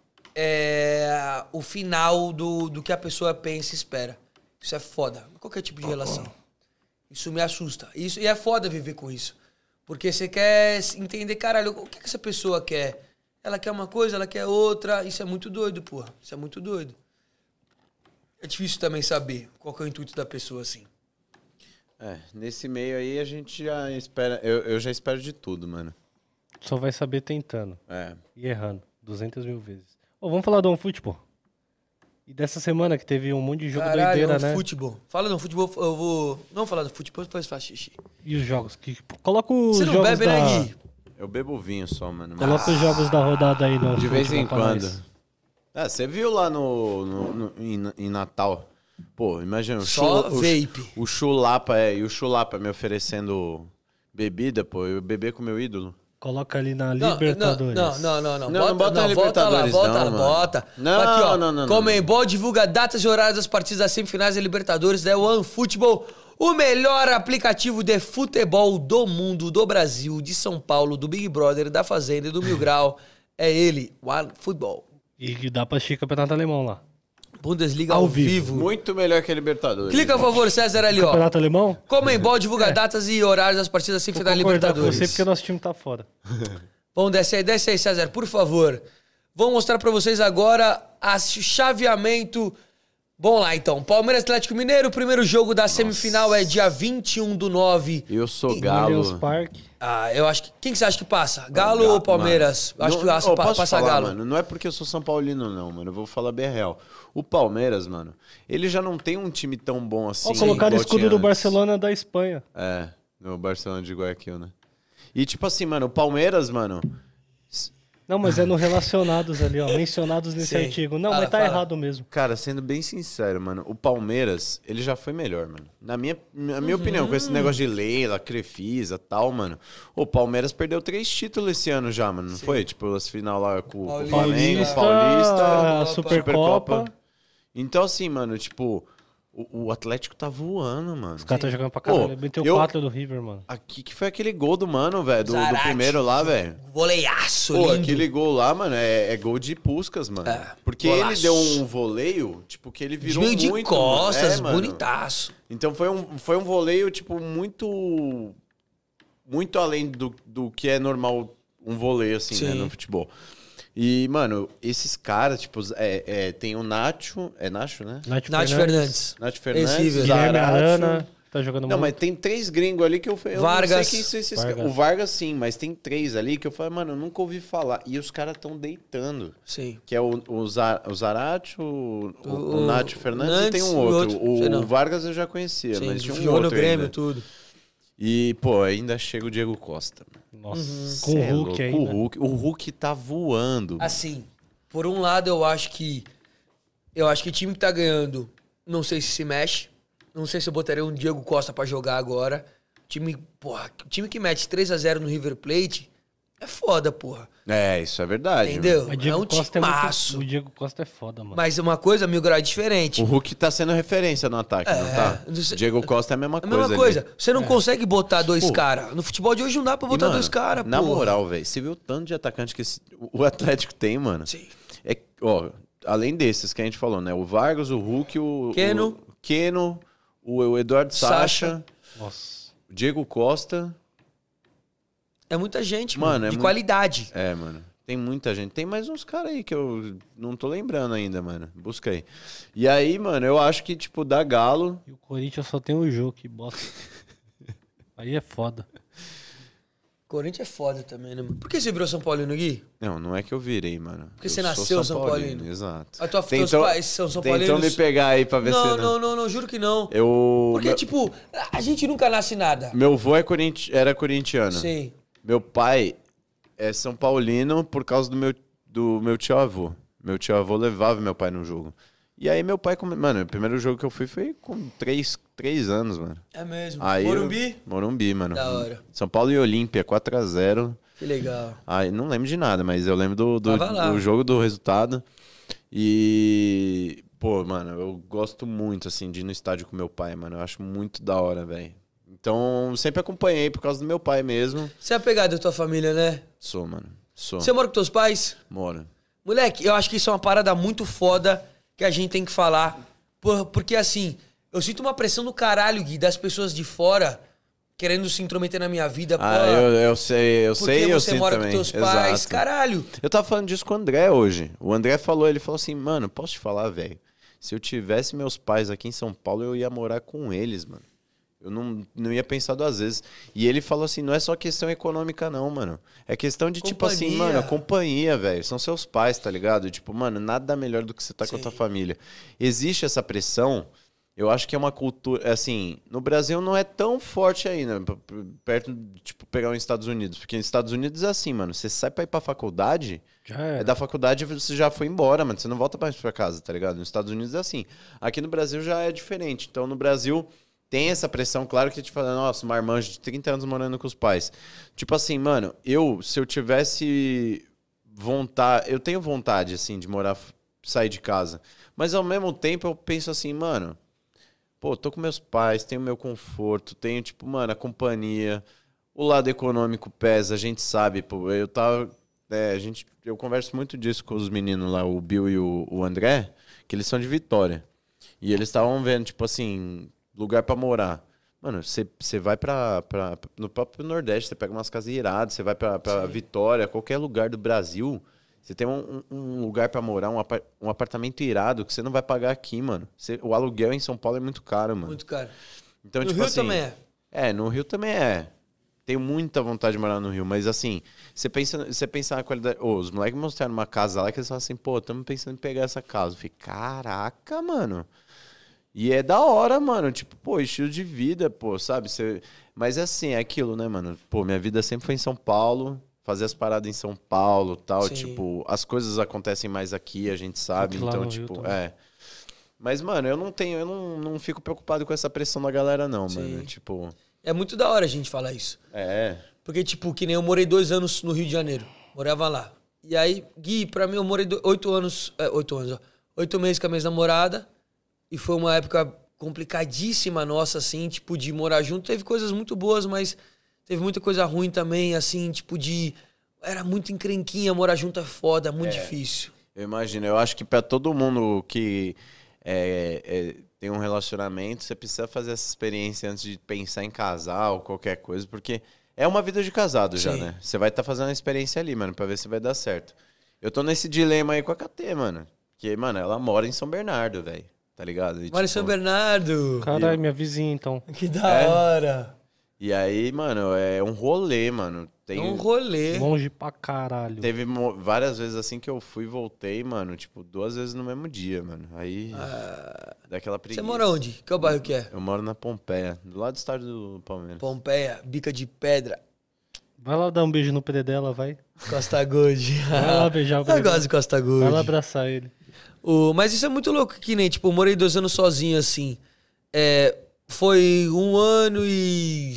é o final do que a pessoa pensa e espera. Isso é foda. Qualquer tipo de relação. Isso me assusta. E é foda viver com isso. Porque você quer entender, caralho, o que essa pessoa quer? Ela quer uma coisa, ela quer outra. Isso é muito doido, porra. Isso é muito doido. É difícil também saber qual que é o intuito da pessoa, assim. Nesse meio aí a gente já espera... Eu já espero de tudo, mano. Só vai saber tentando É. e errando 200 mil vezes. Ô, vamos falar do OneFootball. E dessa semana que teve um monte de jogo doideira, né? Futebol. Fala do futebol, eu vou... Não falar do futebol, depois faz xixi. E os jogos? Coloca os Você não jogos bebe, da... né, Gui? Eu bebo vinho só, mano. Coloca os jogos da rodada aí no De vez em futebol pra quando. nós. Você viu lá em Natal? Pô, imagina. Só vape. O Chulapa, e o Chulapa me oferecendo bebida, pô. Eu beber com meu ídolo. Coloca ali na Libertadores. Não. Não bota na Libertadores, bota não, lá, mano. bota. Não, Aqui, ó. não. Comembol divulga datas e horários das partidas das semifinais da Libertadores da OneFootball, o melhor aplicativo de futebol do mundo, do Brasil, de São Paulo, do Big Brother, da Fazenda e do Mil Grau. É ele, OneFootball. E dá pra assistir campeonato alemão lá. Bundesliga Ao ao vivo. vivo. Muito melhor que a Libertadores. Clica, por favor, César, ali, ó. Campeonato alemão? Comembol divulga datas e horários das partidas da Vou semifinal da concordar com Libertadores. você porque nosso time tá fora. Vamos, desce aí, César, por favor. Vou mostrar pra vocês agora o chaveamento. Vamos lá, então. Palmeiras Atlético Mineiro, o primeiro jogo da semifinal é dia 21/9. Eu sou Allianz Galo. Parque. Eu acho que... Quem que você acha que passa? Galo ou Palmeiras? Mano. Acho que Não, posso passa falar, Galo. Mano, não é porque eu sou São Paulino, não, mano. Eu vou falar bem real. O Palmeiras, mano, ele já não tem um time tão bom assim. Ó, colocaram o igual escudo tinha do antes. Barcelona da Espanha. No Barcelona de Guayaquil, né? E tipo assim, mano, o Palmeiras, mano... Não, mas é no Relacionados ali, ó. Mencionados nesse Sim. artigo. Não, Fala, mas tá fala. errado mesmo. Cara, sendo bem sincero, mano, o Palmeiras, ele já foi melhor, mano. Na minha opinião, com esse negócio de Leila, Crefisa e tal, mano. O Palmeiras perdeu 3 títulos esse ano já, mano. Não foi? Tipo, as final lá com o Flamengo, Paulista, a Supercopa. Então, assim, mano, tipo, o Atlético tá voando, mano. Os caras tá jogando pra caralho. Meteu 4 do River, mano. Aqui que foi aquele gol do mano, velho, do Zarate. primeiro lá, velho. Voleiaço, Pô, lindo. aquele gol lá, mano, é gol de Puskas, mano. Porque golaço. ele deu um voleio, tipo, que ele virou Meio de muito... costas, mano. bonitaço. Então foi um voleio, tipo, muito além do que é normal um voleio, assim, né, Sim. no futebol. E, mano, esses caras, tipo, tem o Nacho. É Nacho, né? Nath Fernandes. Nacho Fernandes, Ex-River. Guilherme Zaratio. Arana, tá jogando Não, mas muito. tem 3 gringos ali que eu Vargas. não sei quem são esses caras. Vargas. O Vargas, sim, mas tem 3 ali que eu falei, mano, eu nunca ouvi falar. E os caras tão deitando. Sim. Que é o Zaratio, o Nacho Fernandes e tem Nantes um e outro. outro, sei não. O Vargas eu já conhecia, Sim, mas tinha um jogou outro no Grêmio, ainda. tudo. E, pô, ainda chega o Diego Costa. Nossa, Cê com é o louco, Hulk ainda. O Hulk tá voando. Assim, por um lado eu acho que o time que tá ganhando, não sei se mexe. Não sei se eu botaria um Diego Costa pra jogar agora. O time que mete 3-0 no River Plate é foda, porra. É, isso é verdade. Entendeu? Mas Diego É um Costa timaço. o Diego Costa é foda, mano. Mas uma coisa, 1000 graus diferente. O Hulk tá sendo referência no ataque, não tá? não sei- Diego Costa é a mesma A coisa. mesma coisa. ali. Você não consegue botar dois Pô. caras. No futebol de hoje não dá pra E, botar mano, dois caras, pô. na moral, velho, você viu o tanto de atacante que o Atlético tem, mano? Sim. Ó, além desses que a gente falou, né? O Vargas, o Hulk, o Keno, o Eduardo Sacha, Nossa. o Diego Costa. É muita gente, Mano, mano. é De muito- qualidade. É, mano. Tem muita gente. Tem mais uns caras aí que eu não tô lembrando ainda, mano. Busca aí. E aí, mano, eu acho que, tipo, da Galo... E o Corinthians só tem o jogo, que bosta. Aí é foda. Corinthians é foda também, né, mano? Por que você virou São Paulino, Gui? Não é que eu virei, mano. Porque Eu você sou nasceu São Paulino. Exato. Teus pais são São Tentou Paulinos? me pegar aí pra ver se... Não, juro que não. Eu... Porque, tipo, a gente nunca nasce nada. Meu avô era corintiano. Sim. Meu pai é São Paulino por causa do meu tio-avô. Meu tio-avô levava meu pai no jogo. E aí meu pai... Mano, o primeiro jogo que eu fui foi com 3 anos, mano. É mesmo. Aí Morumbi? Morumbi, mano. Da hora. São Paulo e Olímpia, 4-0. Que legal. Aí não lembro de nada, mas eu lembro Tava lá. do jogo, do resultado. E... Pô, mano, eu gosto muito, assim, de ir no estádio com meu pai, mano. Eu acho muito da hora, velho. Então, sempre acompanhei por causa do meu pai mesmo. Você é apegado à tua família, né? Sou, mano. Sou. Você mora com teus pais? Moro. Moleque, eu acho que isso é uma parada muito foda que a gente tem que falar. Porque, assim, eu sinto uma pressão do caralho, Gui, das pessoas de fora querendo se intrometer na minha vida. Eu sei, porque eu você sinto mora também. com teus pais, Exato. caralho. Eu tava falando disso com o André hoje. O André ele falou assim, mano, posso te falar, velho? Se eu tivesse meus pais aqui em São Paulo, eu ia morar com eles, mano. Eu não ia pensar 2 vezes. E ele falou assim, não é só questão econômica não, mano. É questão de, tipo assim, mano, a companhia, velho. São seus pais, tá ligado? Tipo, mano, nada melhor do que você tá com a tua família. Existe essa pressão, eu acho que é uma cultura, assim, no Brasil não é tão forte ainda, perto de, tipo, pegar os Estados Unidos. Porque nos Estados Unidos é assim, mano, você sai pra ir pra faculdade, Já é. da faculdade você já foi embora, mano. Você não volta mais pra casa, tá ligado? Nos Estados Unidos é assim. Aqui no Brasil já é diferente. Então, no Brasil... Tem essa pressão, claro que te fala, nossa, marmanjo de 30 anos morando com os pais. Tipo assim, mano, se eu tivesse vontade, eu tenho vontade, assim, de sair de casa. Mas ao mesmo tempo eu penso assim, mano, pô, tô com meus pais, tenho meu conforto, tenho, tipo, mano, a companhia, o lado econômico pesa, a gente sabe, pô, eu converso muito disso com os meninos lá, o Bill e o André, que eles são de Vitória. E eles estavam vendo, tipo assim... lugar pra morar. Mano, você vai no próprio Nordeste, você pega umas casas iradas, você vai pra Vitória, qualquer lugar do Brasil, você tem um lugar pra morar, um apartamento irado que você não vai pagar aqui, mano. O aluguel em São Paulo é muito caro, mano. Muito caro. Então, No tipo Rio assim, também é. no Rio também é. Tenho muita vontade de morar no Rio, mas assim, você pensa na qualidade... os moleques me mostraram uma casa lá que eles falam assim, pô, estamos pensando em pegar essa casa. Eu falei, caraca, mano... E é da hora, mano. Tipo, pô, estilo de vida, pô, sabe? Mas é assim, é aquilo, né, mano? Pô, minha vida sempre foi em São Paulo, fazer as paradas em São Paulo e tal. Sim. Tipo, as coisas acontecem mais aqui, a gente sabe. Lá Então, no tipo, Rio também. Mas, mano, eu não fico preocupado com essa pressão da galera, não, Sim. mano. Tipo. É muito da hora a gente falar isso. Porque, tipo, que nem eu morei 2 anos no Rio de Janeiro. Morava lá. E aí, Gui, pra mim, eu morei 8 anos... 8 anos, ó. 8 meses com a minha namorada. E foi uma época complicadíssima nossa, assim, tipo, de morar junto. Teve coisas muito boas, mas teve muita coisa ruim também, assim, tipo, era muito encrenquinha, morar junto é foda, muito difícil. Eu imagino. Eu acho que pra todo mundo que tem um relacionamento, você precisa fazer essa experiência antes de pensar em casar ou qualquer coisa, porque é uma vida de casado já, Sim. né? Você vai estar fazendo uma experiência ali, mano, pra ver se vai dar certo. Eu tô nesse dilema aí com a KT, mano. Porque, mano, ela mora em São Bernardo, velho. Tá ligado? E, Mora em São Bernardo. Caralho, minha vizinha, então. Que da hora. E aí, mano, é um rolê, mano. É um rolê. Longe pra caralho. Teve várias vezes assim que eu fui e voltei, mano. Tipo, 2 vezes no mesmo dia, mano. Aí, daquela preguiça. Você mora onde? Que bairro que é? Eu moro na Pompeia, do lado do estádio do Palmeiras. Pompeia, Bica de Pedra, Vai lá dar um beijo no pé dela, vai. Costa Gold. Vai lá beijar o pé Eu gosto de Costa Gold. Vai lá abraçar ele. Mas isso é muito louco, que nem, tipo, eu morei 2 anos sozinho, assim. Foi 1 ano e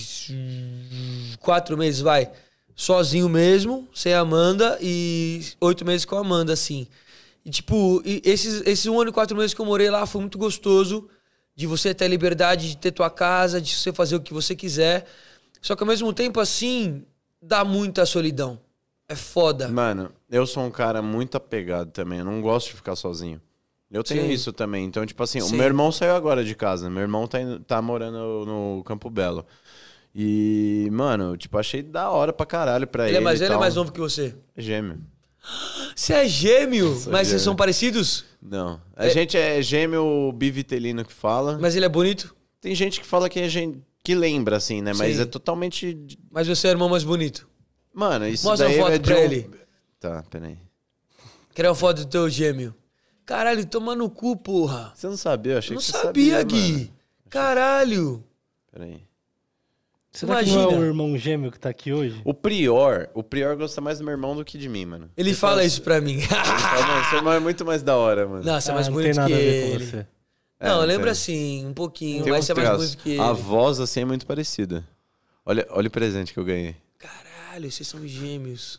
4 meses, vai. Sozinho mesmo, sem a Amanda, e 8 meses com a Amanda, assim. E, tipo, esses 1 ano e 4 meses que eu morei lá foi muito gostoso, de você ter a liberdade de ter tua casa, de você fazer o que você quiser. Só que ao mesmo tempo, assim, dá muita solidão. É foda. Mano, eu sou um cara muito apegado também. Eu não gosto de ficar sozinho. Eu tenho Sim. isso também. Então, tipo assim, Sim. o meu irmão saiu agora de casa. Meu irmão tá morando no Campo Belo. E, mano, tipo, achei da hora pra caralho pra ele. Ele é mais e velho ou tal. é mais novo que você? Gêmeo. Você é gêmeo? Mas vocês gêmeo. são parecidos? Não. A gente é gêmeo bivitelino que fala. Mas ele é bonito? Tem gente que fala que é gente que lembra, assim, né? Mas Sim. é totalmente. Mas você é o irmão mais bonito? Mano, isso Mostra daí uma foto é de pra um- ele. Tá, peraí. Quero uma foto do teu gêmeo. Caralho, toma no cu, porra. Você não sabia? Eu achei Eu não que você sabia, sabia, Gui. mano. Caralho. Peraí. Será que não é Imagina. o irmão gêmeo que tá aqui hoje? O Prior gosta mais do meu irmão do que de mim, mano. Ele fala isso pra mim. Ele fala, mano, seu irmão é muito mais da hora, mano. Não, você é mais não bonito tem nada que a ver com ele. você. Não, É, lembra tem- assim, um pouquinho, tem mas uns você é mais traços. bonito que ele. A voz, assim, é muito parecida. Olha o presente que eu ganhei. Caralho, vocês são gêmeos.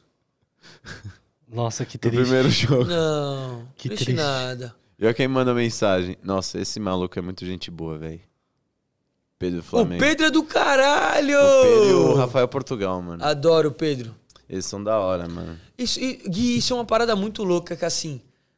Nossa, que Do triste. primeiro jogo. Não, Que triste triste. nada. E olha quem manda mensagem. Nossa, esse maluco é muito gente boa, velho. Pedro O Flamengo. Pedro é do caralho! O Pedro e o Rafael Portugal, mano. Adoro o Pedro. Eles são da hora, mano. Gui, isso é uma parada muito louca, que assim...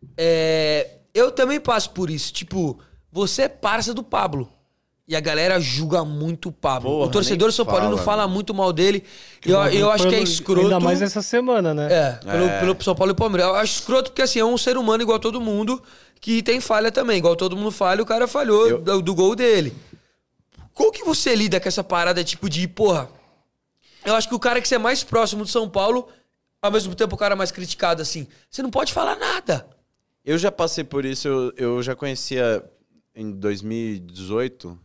eu também passo por isso. Tipo, você é parça do Pablo. E a galera julga muito o Pablo. Porra, o torcedor nem São Paulino fala, fala mano. muito mal dele. Eu acho que é escroto. Ainda mais essa semana, né? Pelo São Paulo e Palmeiras. Eu acho escroto porque, assim, é um ser humano igual a todo mundo, que tem falha também. Igual todo mundo falha, o cara falhou do gol dele. Como que você lida com essa parada, tipo, de, porra... Eu acho que o cara que você é mais próximo do São Paulo, ao mesmo tempo o cara mais criticado, assim, você não pode falar nada. Eu já passei por isso, eu já conhecia em 2018.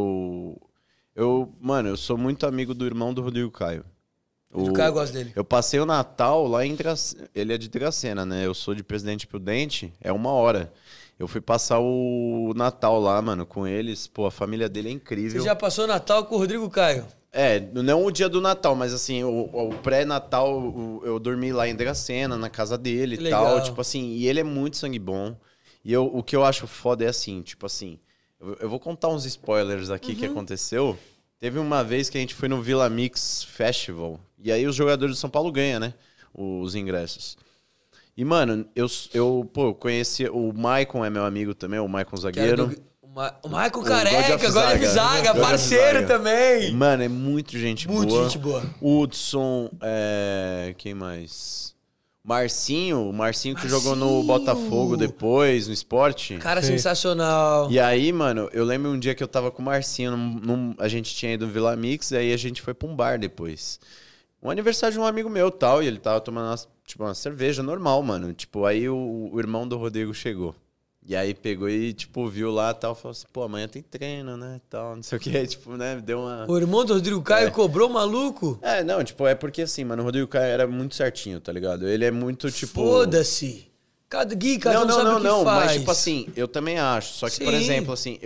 Mano, eu sou muito amigo do irmão do Rodrigo Caio. O Caio gosta dele. Eu passei o Natal lá em Dracena. Ele é de Dracena, né? Eu sou de Presidente Prudente, é 1 hora. Eu fui passar o Natal lá, mano, com eles. Pô, a família dele é incrível. Você já passou Natal com o Rodrigo Caio? Não o dia do Natal, mas assim, o pré-Natal eu dormi lá em Dracena, na casa dele Que e tal. legal. Tipo assim, e ele é muito sangue bom. E o que eu acho foda é assim, tipo assim, eu vou contar uns spoilers aqui que aconteceu. Teve uma vez que a gente foi no Villa Mix Festival, e aí os jogadores do São Paulo ganham, né? Os ingressos. E, mano, eu conheci... O Maicon é meu amigo também, o Maicon Zagueiro. O Michael God Careca, of God of Zaga. Zaga, God of parceiro Zaga. também. Mano, é muito gente boa. Muito gente boa. Hudson, quem mais? O Marcinho que jogou no Botafogo depois, no esporte. Cara Sim. sensacional. E aí, mano, eu lembro um dia que eu tava com o Marcinho, a gente tinha ido no Villa Mix, aí a gente foi pra um bar depois. Um aniversário de um amigo meu tal, e ele tava tomando uma cerveja normal, mano. Tipo, aí o irmão do Rodrigo chegou. E aí pegou e, tipo, viu lá e tal, falou assim, pô, amanhã tem treino, né, tal, não sei o que, tipo, né, deu uma... O irmão do Rodrigo Caio cobrou o maluco? Não, tipo, é porque assim, mano, o Rodrigo Caio era muito certinho, tá ligado? Ele é muito, tipo... Foda-se. Cada um sabe o que faz. mas tipo assim, eu também acho. Só que, por Sim. exemplo, assim,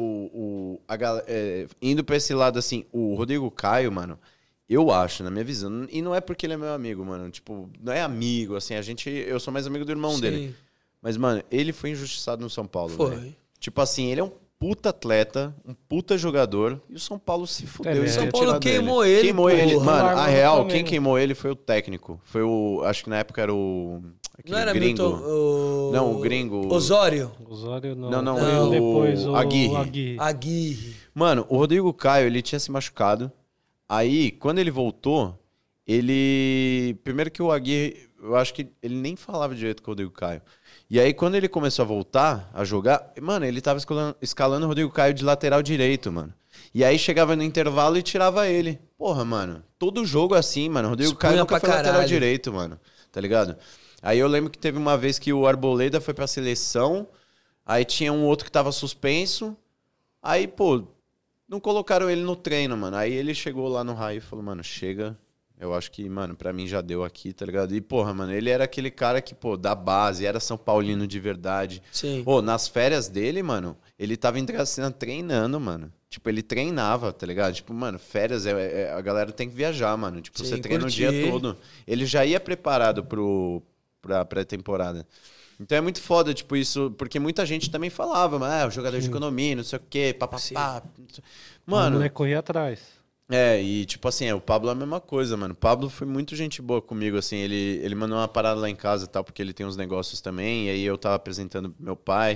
indo pra esse lado, assim, o Rodrigo Caio, mano, eu acho, na minha visão, e não é porque ele é meu amigo, mano, tipo, não é amigo, assim, eu sou mais amigo do irmão Sim. dele. Mas, mano, ele foi injustiçado no São Paulo, Foi. velho. Tipo assim, ele é um puta atleta, um puta jogador, e o São Paulo se fudeu. É, e o queria São Paulo tirar dele. queimou ele, Queimou ele. porra. Mano, Largou a do real, Flamengo. quem queimou ele foi o técnico. Foi o... Acho que na época era o... Aquele Não era gringo. Milton... Não, o gringo. Osório. Osório não. Não, Foi não, depois o o Aguirre. Aguirre. Mano, o Rodrigo Caio, ele tinha se machucado. Aí, quando ele voltou, ele... Primeiro que o Aguirre eu acho que ele nem falava direito com o Rodrigo Caio. E aí, quando ele começou a voltar a jogar, mano, ele tava escalando o Rodrigo Caio de lateral direito, mano. E aí chegava no intervalo e tirava ele. Porra, mano, todo jogo assim, mano. O Rodrigo Caio nunca foi lateral direito, mano. Tá ligado? Aí eu lembro que teve uma vez que o Arboleda foi pra seleção, aí tinha um outro que tava suspenso, aí, pô, não colocaram ele no treino, mano. Aí ele chegou lá no raio e falou, mano, chega... Eu acho que, mano, pra mim já deu aqui, tá ligado? E, porra, mano, ele era aquele cara que, pô, da base, era São Paulino de verdade. Sim. Pô, nas férias dele, mano, ele tava em Dracena treinando, mano. Tipo, ele treinava, tá ligado? Tipo, mano, férias, a galera tem que viajar, mano. Tipo, Sim, você treina curtir. o dia todo. Ele já ia preparado pra pré-temporada. Então é muito foda, tipo, isso... Porque muita gente também falava, o jogador de economia, não sei o quê, papapá. Mano... O moleque corria atrás. E tipo assim, o Pablo é a mesma coisa, mano. O Pablo foi muito gente boa comigo, assim. Ele mandou uma parada lá em casa e tal, porque ele tem uns negócios também. E aí eu tava apresentando pro meu pai,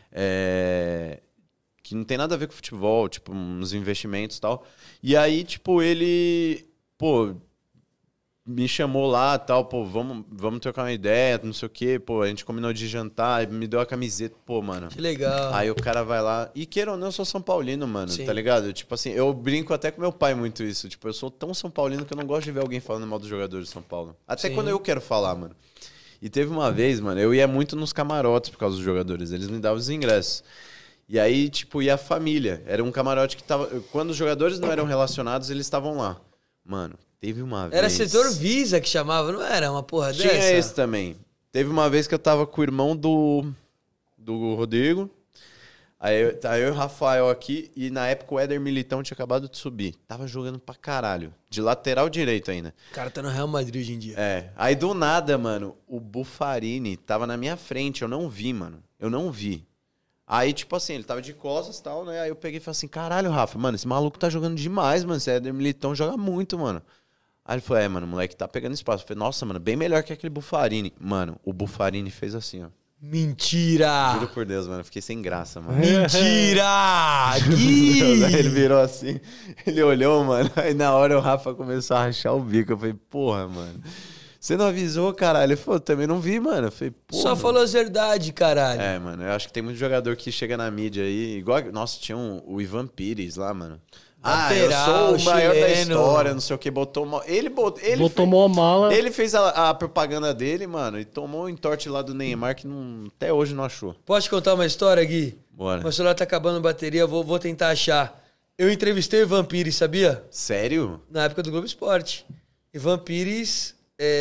que não tem nada a ver com futebol, tipo, uns investimentos e tal. E aí, tipo, ele, pô, me chamou lá e tal, pô, vamos trocar uma ideia, não sei o quê. Pô, a gente combinou de jantar, me deu a camiseta, pô, mano. Que legal. Aí o cara vai lá... E queira ou não, eu sou São Paulino, mano, Sim. tá ligado? Tipo assim, eu brinco até com meu pai muito isso. Tipo, eu sou tão São Paulino que eu não gosto de ver alguém falando mal dos jogadores de São Paulo. Até Sim. quando eu quero falar, mano. E teve uma vez, mano, eu ia muito nos camarotes por causa dos jogadores. Eles me davam os ingressos. E aí, tipo, ia a família. Era um camarote que tava... Quando os jogadores não eram relacionados, eles estavam lá. Mano... Teve uma vez... Era setor Visa que chamava, não era? Uma porra dessa? Tinha esse também. Teve uma vez que eu tava com o irmão do Rodrigo. Aí eu e o Rafael aqui. E na época o Éder Militão tinha acabado de subir. Tava jogando pra caralho. De lateral direito ainda. O cara tá no Real Madrid hoje em dia. Aí do nada, mano, o Buffarini tava na minha frente. Eu não vi, mano. Eu não vi. Aí, tipo assim, ele tava de costas e tal, né? Aí eu peguei e falei assim, caralho, Rafa, mano, esse maluco tá jogando demais, mano. Esse Éder Militão joga muito, mano. Aí ele falou, mano, o moleque tá pegando espaço. Eu falei, nossa, mano, bem melhor que aquele Buffarini. Mano, o Buffarini fez assim, ó. Mentira! Juro por Deus, mano, eu fiquei sem graça, mano. Mentira! Gui! Aí ele virou assim, ele olhou, mano, aí na hora o Rafa começou a rachar o bico. Eu falei, porra, mano, você não avisou, caralho? Ele falou, também não vi, mano. Eu falei, porra. Só falou as verdades, caralho. Mano, eu acho que tem muito jogador que chega na mídia aí, igual, nossa, tinha o Ivan Pires lá, mano. Lateral, eu sou o maior da chileno. história, não sei o que, ele Tomou a mala. Ele fez a propaganda dele, mano, e tomou o entorte lá do Neymar que até hoje não achou. Posso te contar uma história, Gui? Bora. Meu celular tá acabando a bateria, vou tentar achar. Eu entrevistei o Ivan Pires, sabia? Sério? Na época do Globo Esporte. Ivan Pires,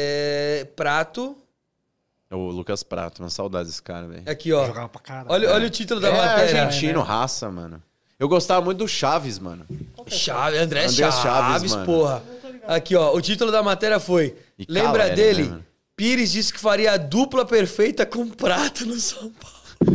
Prato. O Lucas Prato, uma saudade desse cara, velho. Aqui, ó. Jogava pra caralho. Olha o título da matéria. Argentino, raça, mano. Eu gostava muito do Chaves, mano. André Chaves, Chaves, mano. porra. Aqui, ó. O título da matéria foi... E Lembra Caleri, dele? né, mano? Pires disse que faria a dupla perfeita com Prato no São Paulo.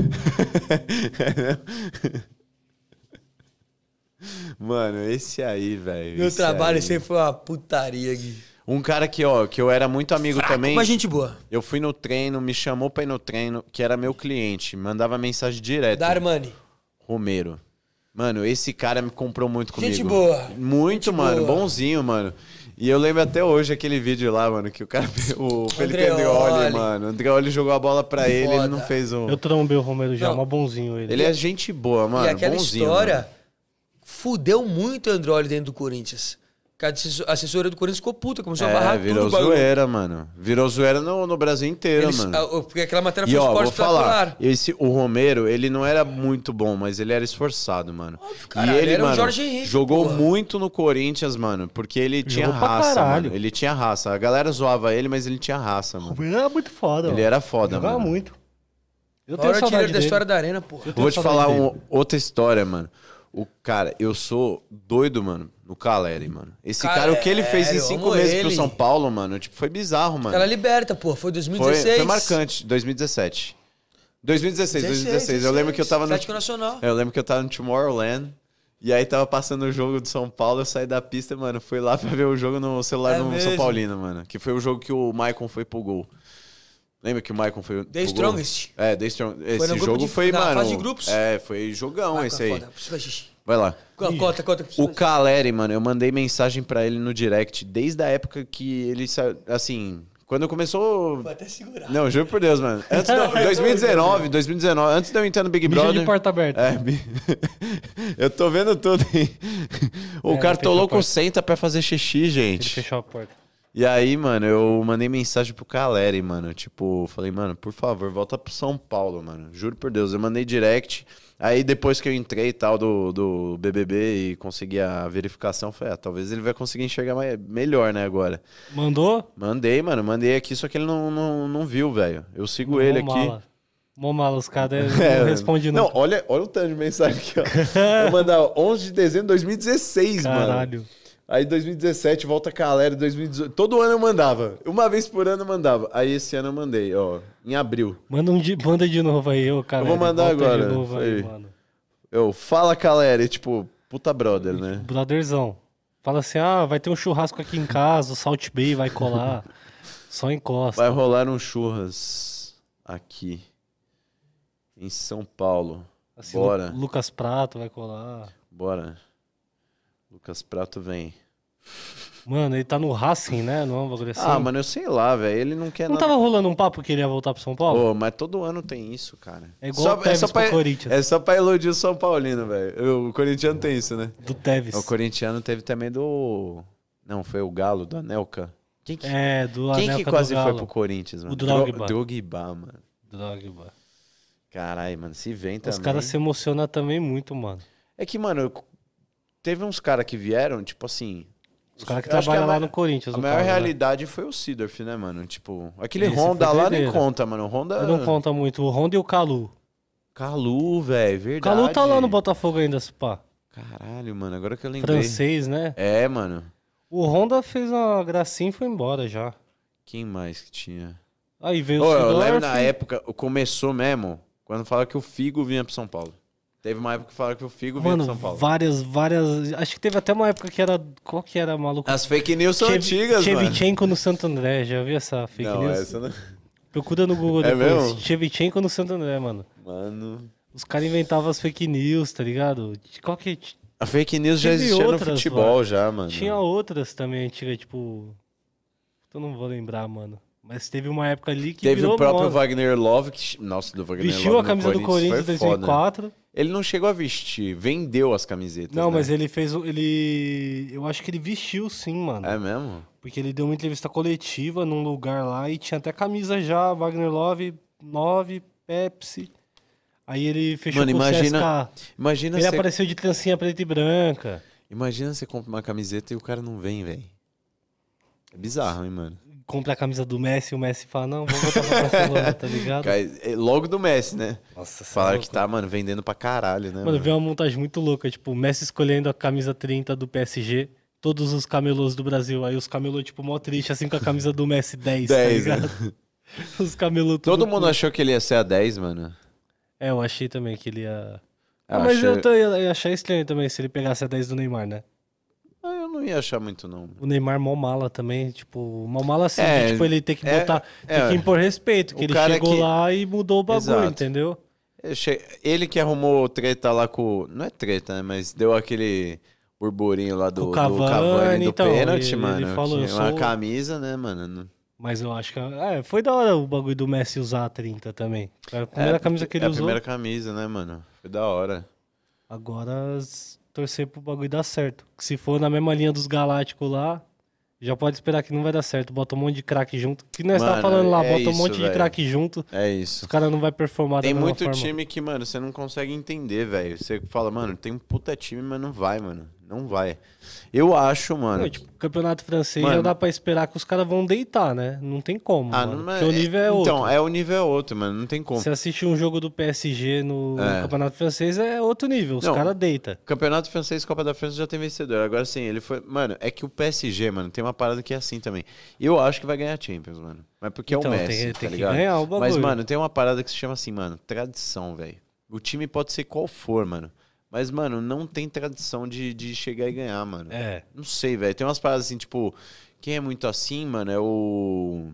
Mano, esse aí, velho. Meu esse trabalho aí. sempre foi uma putaria, Gui. Um cara que eu era muito amigo também. Mas gente boa. Eu fui no treino, me chamou pra ir no treino, que era meu cliente. Mandava mensagem direto. Da Armani. Romero. Mano, esse cara me comprou muito comigo. Gente boa. Muito, Gente mano. boa. Bonzinho, mano. E eu lembro até hoje aquele vídeo lá, mano, que o cara... O Felipe Andreoli, mano. O Andreoli jogou a bola pra ele, ele não fez o... Eu trombei o Romero já, Não. mó bonzinho ele. Ele é gente boa, mano. E aquela bonzinho, história mano. fudeu muito o Andreoli dentro do Corinthians. A assessoria do Corinthians ficou puta, começou a barrar virou tudo o bagulho. zoeira, mano. Virou zoeira no Brasil inteiro, mano. Porque aquela matéria E foi ó, esporte vou falar, espetacular. o Romero, ele não era muito bom, mas ele era esforçado, mano. Óbvio, caralho, e ele, era um mano, Jorge Henrique, jogou porra. muito no Corinthians, mano, porque ele tinha Jogou pra raça, caralho. mano. Ele tinha raça. A galera zoava ele, mas ele tinha raça, O mano. Romero era muito foda, Ele ó. era foda, Jogava mano. muito. Eu Agora tenho eu tirei saudade da dele. história da Arena, porra. Vou te saudade falar dele. outra história, mano. Eu sou doido, mano, no Caleri, mano. Esse Caleri, cara, o que ele fez em 5 amo meses ele. pro São Paulo, mano, tipo, foi bizarro, mano. Ela liberta, porra. Foi 2016. Foi marcante, 2017. 2016. Eu lembro que eu tava no... Atlético Nacional. Eu lembro que eu tava no Tomorrowland. E aí tava passando o jogo do São Paulo, eu saí da pista, mano. Fui lá pra ver o jogo no celular do mesmo? São Paulino, mano. Que foi o jogo que o Maicon foi pro gol. Lembra que o Maicon foi The pro gol? Strongest. The Strongest. Foi no Esse grupo jogo de- foi, na mano... fase de grupos. Foi jogão Ah, esse aí. foda. Preciso fazer xixi. Vai lá. Cota. O Caleri, mano, eu mandei mensagem pra ele no direct desde a época que ele, assim, Quando começou... Vou até segurar. Não, juro por Deus, mano. Antes, 2019, antes de eu entrar no Big Mídia Brother... de porta aberta. Eu tô vendo tudo, hein? O Ele cartoloco fechou a senta pra fazer xixi, Ele gente. fechou a porta. E aí, mano, eu mandei mensagem pro Caleri, mano. Tipo, falei, mano, por favor, volta pro São Paulo, mano. Juro por Deus. Eu mandei direct. Aí depois que eu entrei e tal do BBB e consegui a verificação, falei, talvez ele vai conseguir enxergar melhor, né, agora. Mandou? Mandei, mano. Mandei aqui, só que ele não viu, velho. Eu sigo ele aqui. Mó mala, os caras não respondem Não, nunca. olha o tanto de mensagem aqui, ó. Eu mandava 11 de dezembro de 2016, mano. Caralho. Aí 2017 volta Caleri, 2018. Todo ano eu mandava. Uma vez por ano eu mandava. Aí esse ano eu mandei, ó. Em abril. Manda de novo aí, ô, cara. Eu vou mandar agora. De novo aí, Aí. mano. Fala Caleri, tipo, puta brother, né? Brotherzão. Fala assim, vai ter um churrasco aqui em casa, o Salt Bay vai colar. Só encosta. Vai rolar um churras aqui. Em São Paulo. Assim, Bora. Lucas Prato vai colar. Bora. Lucas Prato vem. Mano, ele tá no Racing, né? Não é um bagulho assim? Ah, mano, eu sei lá, velho. Ele não quer Não nada. tava rolando um papo que ele ia voltar pro São Paulo? Pô, mas todo ano tem isso, cara. É igual o Tevez pro Corinthians. É só pra iludir o São Paulino, velho. O corintiano tem isso, né? Do Tevez. O corintiano teve também do... Não, foi o Galo, do Anelka. Quem que Anelka quase do foi Galo. pro Corinthians, mano? O Drogba. Drogba, mano. Drogba. Caralho, mano, se vem também. Os caras se emocionam também muito, mano. É que, mano, teve uns caras que vieram, tipo assim... Os caras que eu acho trabalham a lá no Corinthians. A no maior caso, né? realidade foi o Seedorf, né, mano? Tipo, aquele Esse Honda foi lá nem doideira. conta, mano. O Honda... Ele não conta muito. O Honda e o Calu. Calu, velho, O verdade. Calu tá lá no Botafogo ainda, se pá. Caralho, mano, agora que eu lembrei. Francês, né? É, mano. O Honda fez uma gracinha e foi embora já. Quem mais que tinha? Aí veio Ô, o eu Seedorf. lembro na época, começou mesmo, quando falaram que o Figo vinha pro São Paulo. Teve uma época que falaram que o Figo vinha Mano, pro São Paulo. várias... Acho que teve até uma época que era... Qual que era, maluco? As fake news são antigas, mano. Shevchenko no Santo André. Já viu essa fake Não, news? essa não... Procura no Google É depois. mesmo? Shevchenko no Santo André, mano. Mano... Os caras inventavam as fake news, tá ligado? Qual que... A fake news já Teve existia outras, no futebol, mano. já, mano. Tinha outras também antigas, tipo... Eu não vou lembrar, mano. Mas teve uma época ali que Teve virou o próprio moda. Wagner Love, que... Nossa, do Wagner Vestiu Love a camisa no do Corinthians em foi foda. 2004. Ele não chegou a vestir, vendeu as camisetas, Não, né? mas ele fez... Eu acho que ele vestiu sim, mano. É mesmo? Porque ele deu uma entrevista coletiva num lugar lá e tinha até camisa já, Wagner Love, 9, Pepsi. Aí ele fechou Mano, com o imagina CSK. Ele você... apareceu de trancinha preta e branca. Imagina você compra uma camiseta e o cara não vem, velho. É bizarro, hein, mano? Compra a camisa do Messi e o Messi fala, não, vou voltar pra Barcelona, tá ligado? Logo do Messi, né? Nossa, Falaram que tá, mano, vendendo pra caralho, né? Mano, veio uma montagem muito louca, tipo, o Messi escolhendo a camisa 30 do PSG, todos os camelôs do Brasil. Aí os camelôs, tipo, mó triste, assim, com a camisa do Messi 10, 10, tá ligado? né? Os camelôs Todo tudo mundo puto. achou que ele ia ser a 10, mano. É, eu achei também que ele ia... Eu mas achei- eu ia achar estranho também se ele pegasse a 10 do Neymar, né? Eu não ia achar muito, não. O Neymar mó mala também, tipo, mó mala assim, É, de, tipo, ele tem que botar, tem é. que impor respeito, O que ele cara chegou que- lá e mudou o bagulho, Exato. entendeu? Ele que arrumou treta lá com... Não é treta, né? Mas deu aquele burburinho lá do Com o Cavani, Cavani, do então, pênalti, ele mano. falou, que eu é uma sou- camisa, né, mano? Mas eu acho que, foi da hora o bagulho do Messi usar a 30 também. Foi a primeira camisa que ele é a usou. primeira camisa, né, mano? Foi da hora. Agora, torcer pro bagulho dar certo. Que se for na mesma linha dos Galácticos lá, já pode esperar que não vai dar certo. Bota um monte de craque junto. Que nós Mano, tava falando lá, é bota um isso, monte de velho. craque junto. É Os isso. caras não vai performar Tem da mesma muito forma. time que, mano, você não consegue entender, velho. Você fala, mano, tem um puta time, mas não vai, mano. Não vai. Eu acho, mano. Não, tipo, campeonato francês Mano, já dá pra esperar que os caras vão deitar, né? Não tem como, mano. não Porque o nível é outro. Então, o nível é outro, mano. Não tem como. Você assiste um jogo do PSG no É. campeonato francês, é outro nível. Os Não. caras deitam. Campeonato francês, Copa da França já tem vencedor. Agora sim, ele foi. Mano, é que o PSG, mano, tem uma parada que é assim também. Eu acho que vai ganhar a Champions, mano. Mas porque Então, é o Messi, tem tá que ligado? ganhar o bagulho. Mas, mano, tem uma parada que se chama assim, mano, tradição, velho. O time pode ser qual for, mano. Mas, mano, não tem tradição de chegar e ganhar, mano. É. Não sei, velho. Tem umas paradas assim, tipo, quem é muito assim, mano, é o.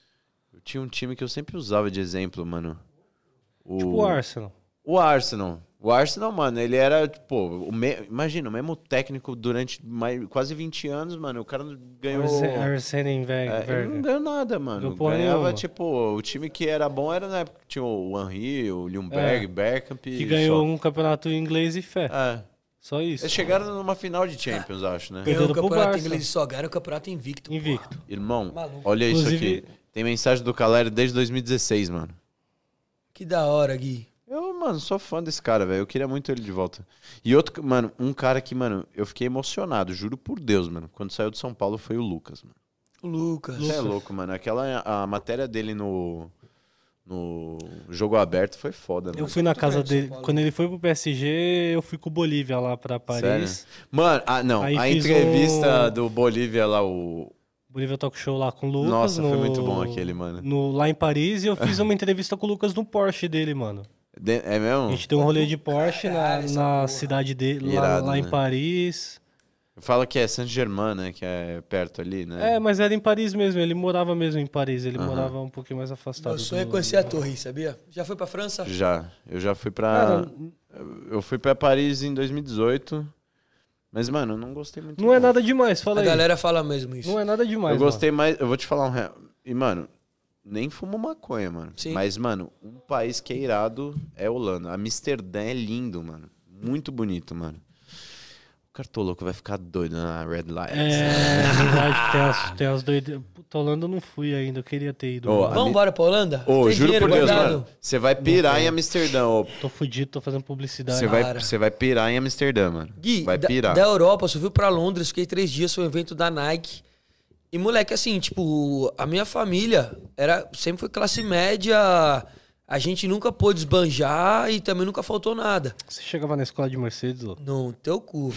Eu tinha um time que eu sempre usava de exemplo, mano. Tipo o Arsenal. O Arsenal. O Arsenal, mano, ele era, pô, imagina, o mesmo técnico durante quase 20 anos, mano, o cara ganhou... Arsene Wenger. Ele não ganhou nada, mano. Ganhava, tipo, o time que era bom era na época que tinha o Henry, o Ljungberg, Bergkamp... Que ganhou um campeonato inglês e fé. É. Só isso. Eles chegaram numa final de Champions, acho, né? Ganhou o pro campeonato Barça. inglês só, ganharam o campeonato invicto. Invicto. Irmão, Maluco. olha isso Inclusive- aqui. Tem mensagem do Caleri desde 2016, mano. Que da hora, Gui. Eu, mano, sou fã desse cara, velho. Eu queria muito ele de volta. E outro, mano, um cara que, mano, eu fiquei emocionado, juro por Deus, mano. Quando saiu de São Paulo foi o Lucas, mano. O Lucas. Você é louco, mano. A matéria dele no Jogo Aberto foi foda, Eu mano. fui na casa grande São dele. Paulo. Quando ele foi pro PSG, eu fui com o Bolívia lá pra Paris. Sério? Mano, não. Aí A fiz entrevista do Bolívia lá, o... Bolívia Talk Show lá com o Lucas. Nossa, foi muito bom aquele, mano. Lá em Paris, e eu fiz uma entrevista com o Lucas no Porsche dele, mano. É mesmo? A gente deu um rolê de Porsche Caralho, essa na porra. cidade dele, Irado, lá em né? Paris. Fala que é Saint-Germain, né? Que é perto ali, né? É, mas era em Paris mesmo, ele morava mesmo em Paris, ele morava um pouquinho mais afastado. Meu sonho é conhecer a torre, sabia? Já foi pra França? Eu já fui pra... Cara, Eu fui pra Paris em 2018. Mas, mano, eu não gostei muito. não é nada demais, fala A aí. galera fala mesmo isso. Não é nada demais, Eu gostei mais... Eu vou te falar um real. E, mano, nem fumo maconha, mano. Sim. Mas, mano, um país que é irado é Holanda. Amsterdã é lindo, mano. Muito bonito, mano. O cartoloco vai ficar doido na Red Light. É verdade, tem as doidas. Puta, Holanda eu não fui ainda, eu queria ter ido. Ô, mano. Vamos embora pra Holanda? Ô, Tem juro dinheiro por Deus, guardado? mano. Você vai pirar em Amsterdã, ô. Tô fudido, tô fazendo publicidade. Você vai pirar em Amsterdã, mano. Gui, vai pirar. da Europa, eu só fui pra Londres, fiquei 3 dias, foi um evento da Nike. E, moleque, assim, tipo, a minha família sempre foi classe média, a gente nunca pôde esbanjar e também nunca faltou nada. Você chegava na escola de Mercedes, ó. Não, teu cu.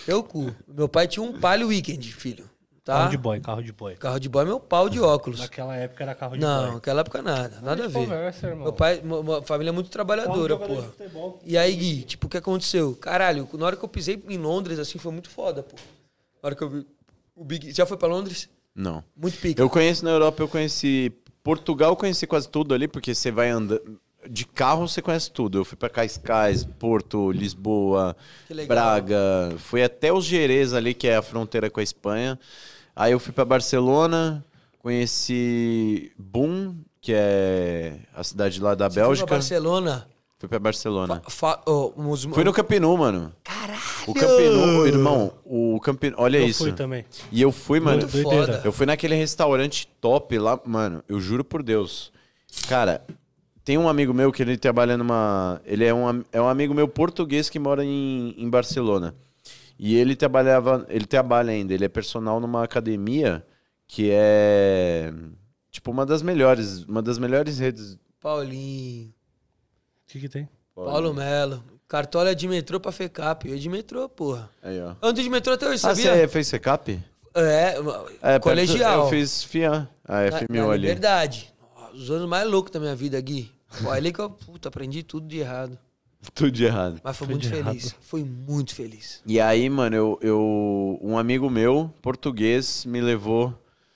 Meu pai tinha um Palio Weekend, filho. Tá? Carro de boy, carro de boy. Carro de boy é meu pau de óculos. Naquela época era carro de Não, boy. naquela época nada a ver. Conversa, irmão. Meu pai, uma família muito trabalhadora, Carro de porra. jogador de futebol. E aí, Gui, tipo, o que aconteceu? Caralho, na hora que eu pisei em Londres, assim, foi muito foda, pô. Na hora que eu vi o Big... Já foi pra Londres? Não. Muito pica. Eu conheço na Europa, eu conheci... Portugal, eu conheci quase tudo ali, porque você vai andando... De carro você conhece tudo. Eu fui pra Cascais, Porto, Lisboa, Que legal. Braga. Fui até os Jerez ali, que é a fronteira com a Espanha. Aí eu fui pra Barcelona, conheci Boom, que é a cidade lá da Você foi Bélgica. pra Barcelona? Fui pra Barcelona. Fui Fui no Camp Nou, mano. Caralho! O Camp Nou, irmão, o Camp Nou, olha Eu isso. fui também. E eu fui, mano. Muito doideira. foda. Eu fui naquele restaurante top lá, mano, eu juro por Deus. Cara, tem um amigo meu que ele trabalha numa... Ele é um amigo meu português que mora em Barcelona. E ele trabalha ainda, ele é personal numa academia que é tipo uma das melhores redes. Paulinho, O que tem? Paulo Melo. Cartola de metrô pra FECAP. Eu ia de metrô, porra. Aí, ó. Ando de metrô até hoje, Ah, sabia? você fez secap? Colegial. Eu fiz FIA, a FMU na ali. Verdade. Os anos mais loucos da minha vida, Gui. Pô, ali que eu aprendi tudo de errado. Tudo de errado. Mas fui Tudo muito de feliz. errado. Fui muito feliz. E aí, mano, um amigo meu, português, me levou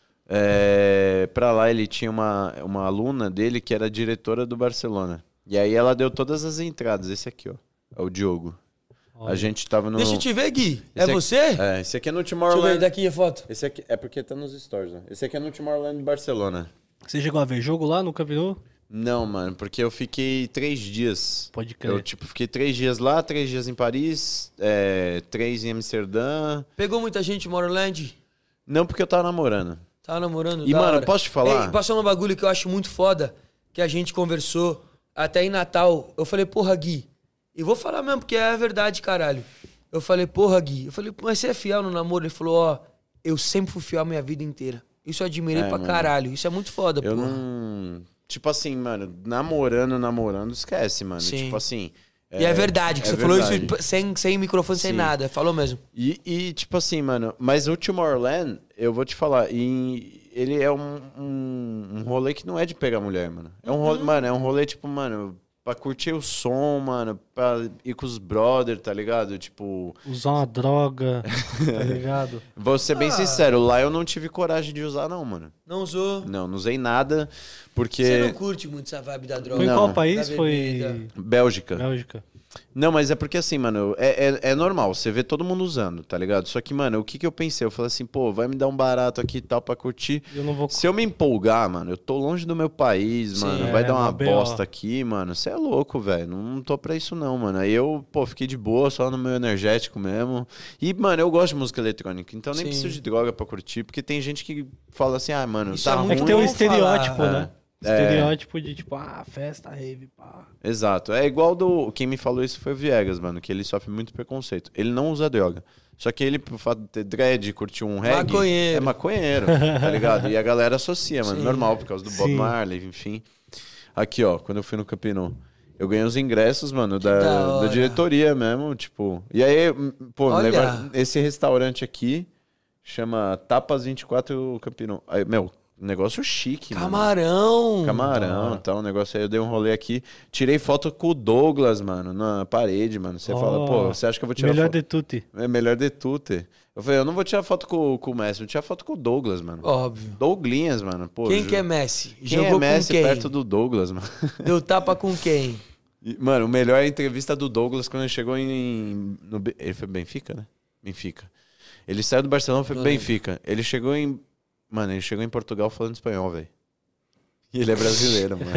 pra lá. Ele tinha uma aluna dele que era diretora do Barcelona. E aí ela deu todas as entradas. Esse aqui, ó. É o Diogo. Olha. A gente tava no... Deixa eu te ver, Gui. É Esse aqui- você? Esse aqui é no Deixa eu Tomorrowland. ver daqui a foto. Esse aqui é porque tá nos stories, né? Esse aqui é no Tomorrowland de Barcelona. Você chegou a ver jogo lá no Camp Nou? Não, mano, porque eu fiquei 3 dias. Pode crer. Eu, tipo, fiquei 3 dias lá, 3 dias em Paris, 3 em Amsterdã. Pegou muita gente em Tomorrowland? Não porque eu tava namorando. Tava namorando? E, da mano, hora. posso te falar? Ei, passou um bagulho que eu acho muito foda, que a gente conversou até em Natal. Eu falei, porra, Gui. E vou falar mesmo, porque é a verdade, caralho. Eu falei, porra, Gui. Eu falei, mas você é fiel no namoro? Ele falou, ó, eu sempre fui fiel a minha vida inteira. Isso eu admirei pra mano. caralho. Isso é muito foda, Eu porra. não... Tipo assim, mano, namorando, esquece, mano. Sim. Tipo assim... E é verdade, que é você falou verdade. isso sem microfone, sem Sim. nada. Falou mesmo. E, tipo assim, mano, mas o Tomorrowland, eu vou te falar, ele é um rolê que não é de pegar mulher, mano. É um rolê, mano, é um rolê, tipo, mano, pra curtir o som, mano, pra ir com os brother, tá ligado? Tipo, Usar uma droga, tá ligado? vou ser bem sincero, lá eu não tive coragem de usar, não, mano. Não usou. Não usei nada, porque... Você não curte muito essa vibe da droga. Foi em Não. qual país? Da Foi bebida. Bélgica. Bélgica. Não, mas é porque assim, mano, é normal, você vê todo mundo usando, tá ligado? Só que, mano, o que eu pensei? Eu falei assim, pô, vai me dar um barato aqui e tal pra curtir. Eu não vou... Se eu me empolgar, mano, eu tô longe do meu país, Sim, mano, vai dar uma uma BO. bosta aqui, mano, você é louco, velho, não tô pra isso não, mano. Aí eu, pô, fiquei de boa, só no meu energético mesmo. E, mano, eu gosto de música eletrônica, então nem Sim. preciso de droga pra curtir, porque tem gente que fala assim, ah, mano, Isso tá é ruim. muito É que tem um bom estereótipo, falar. né? Estereótipo de tipo, festa, rave, pá. Exato. É igual do. Quem me falou isso foi o Viegas, mano, que ele sofre muito preconceito. Ele não usa droga. Só que ele, por fato de ter dread, curtir um reggae. Maconheiro. É maconheiro, tá ligado? E a galera associa, mano. Sim. Normal, por causa do Bob Sim. Marley, enfim. Aqui, ó, quando eu fui no Camp Nou, eu ganhei os ingressos, mano, da da hora. diretoria mesmo, tipo. E aí, pô, me Olha. levaram. Esse restaurante aqui chama Tapas 24 Camp Nou. Aí, meu, negócio chique, mano. Camarão. Camarão e tal, um negócio aí. Eu dei um rolê aqui. Tirei foto com o Douglas, mano, na parede, mano. Você fala, pô, você acha que eu vou tirar Melhor foto? de tutti. É melhor de tudo. Eu falei, eu não vou tirar foto com o Messi, eu vou tirar foto com o Douglas, mano. Óbvio. Douglinhas, mano. Pô, Quem que é Messi? Quem Jogou é Messi com quem? perto do Douglas, mano? Deu tapa com quem? Mano, o melhor é a entrevista do Douglas quando ele chegou ele foi Benfica, né? Benfica. Ele saiu do Barcelona, foi pro Benfica. Ele chegou em... Mano, ele chegou em Portugal falando espanhol, velho. E ele é brasileiro, mano.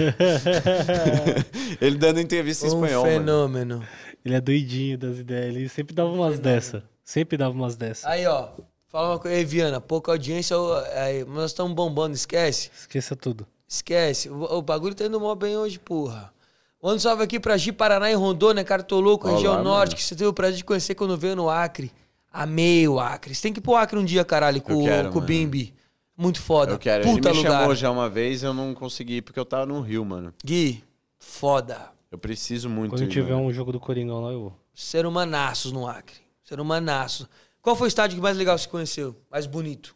Ele dando entrevista em espanhol, mano. Fenômeno. Ele é doidinho das ideias. Ele sempre dava umas dessa. Sempre dava umas dessa. Aí, ó. Fala uma coisa. Ei, Viana, pouca audiência. Aí, nós estamos bombando. Esquece. Esqueça tudo. Esquece. O bagulho tá indo mó bem hoje, porra. Manda um salve aqui pra Gi, Paraná e Rondônia, Cartoloco, Olá, região norte, mano. que você teve o prazer de conhecer quando veio no Acre. Amei o Acre. Você tem que ir pro Acre um dia, caralho, com o mano. Bimbi. Muito foda. Eu quero. Puta Ele me lugar. chamou já uma vez, eu não consegui ir porque eu tava no Rio, mano. Gui, foda. Eu preciso muito Quando ir, tiver mano. um jogo do Coringão lá, eu vou. Ser humanaços no Acre. Ser humanaços. Qual foi o estádio que mais legal você conheceu? Mais bonito?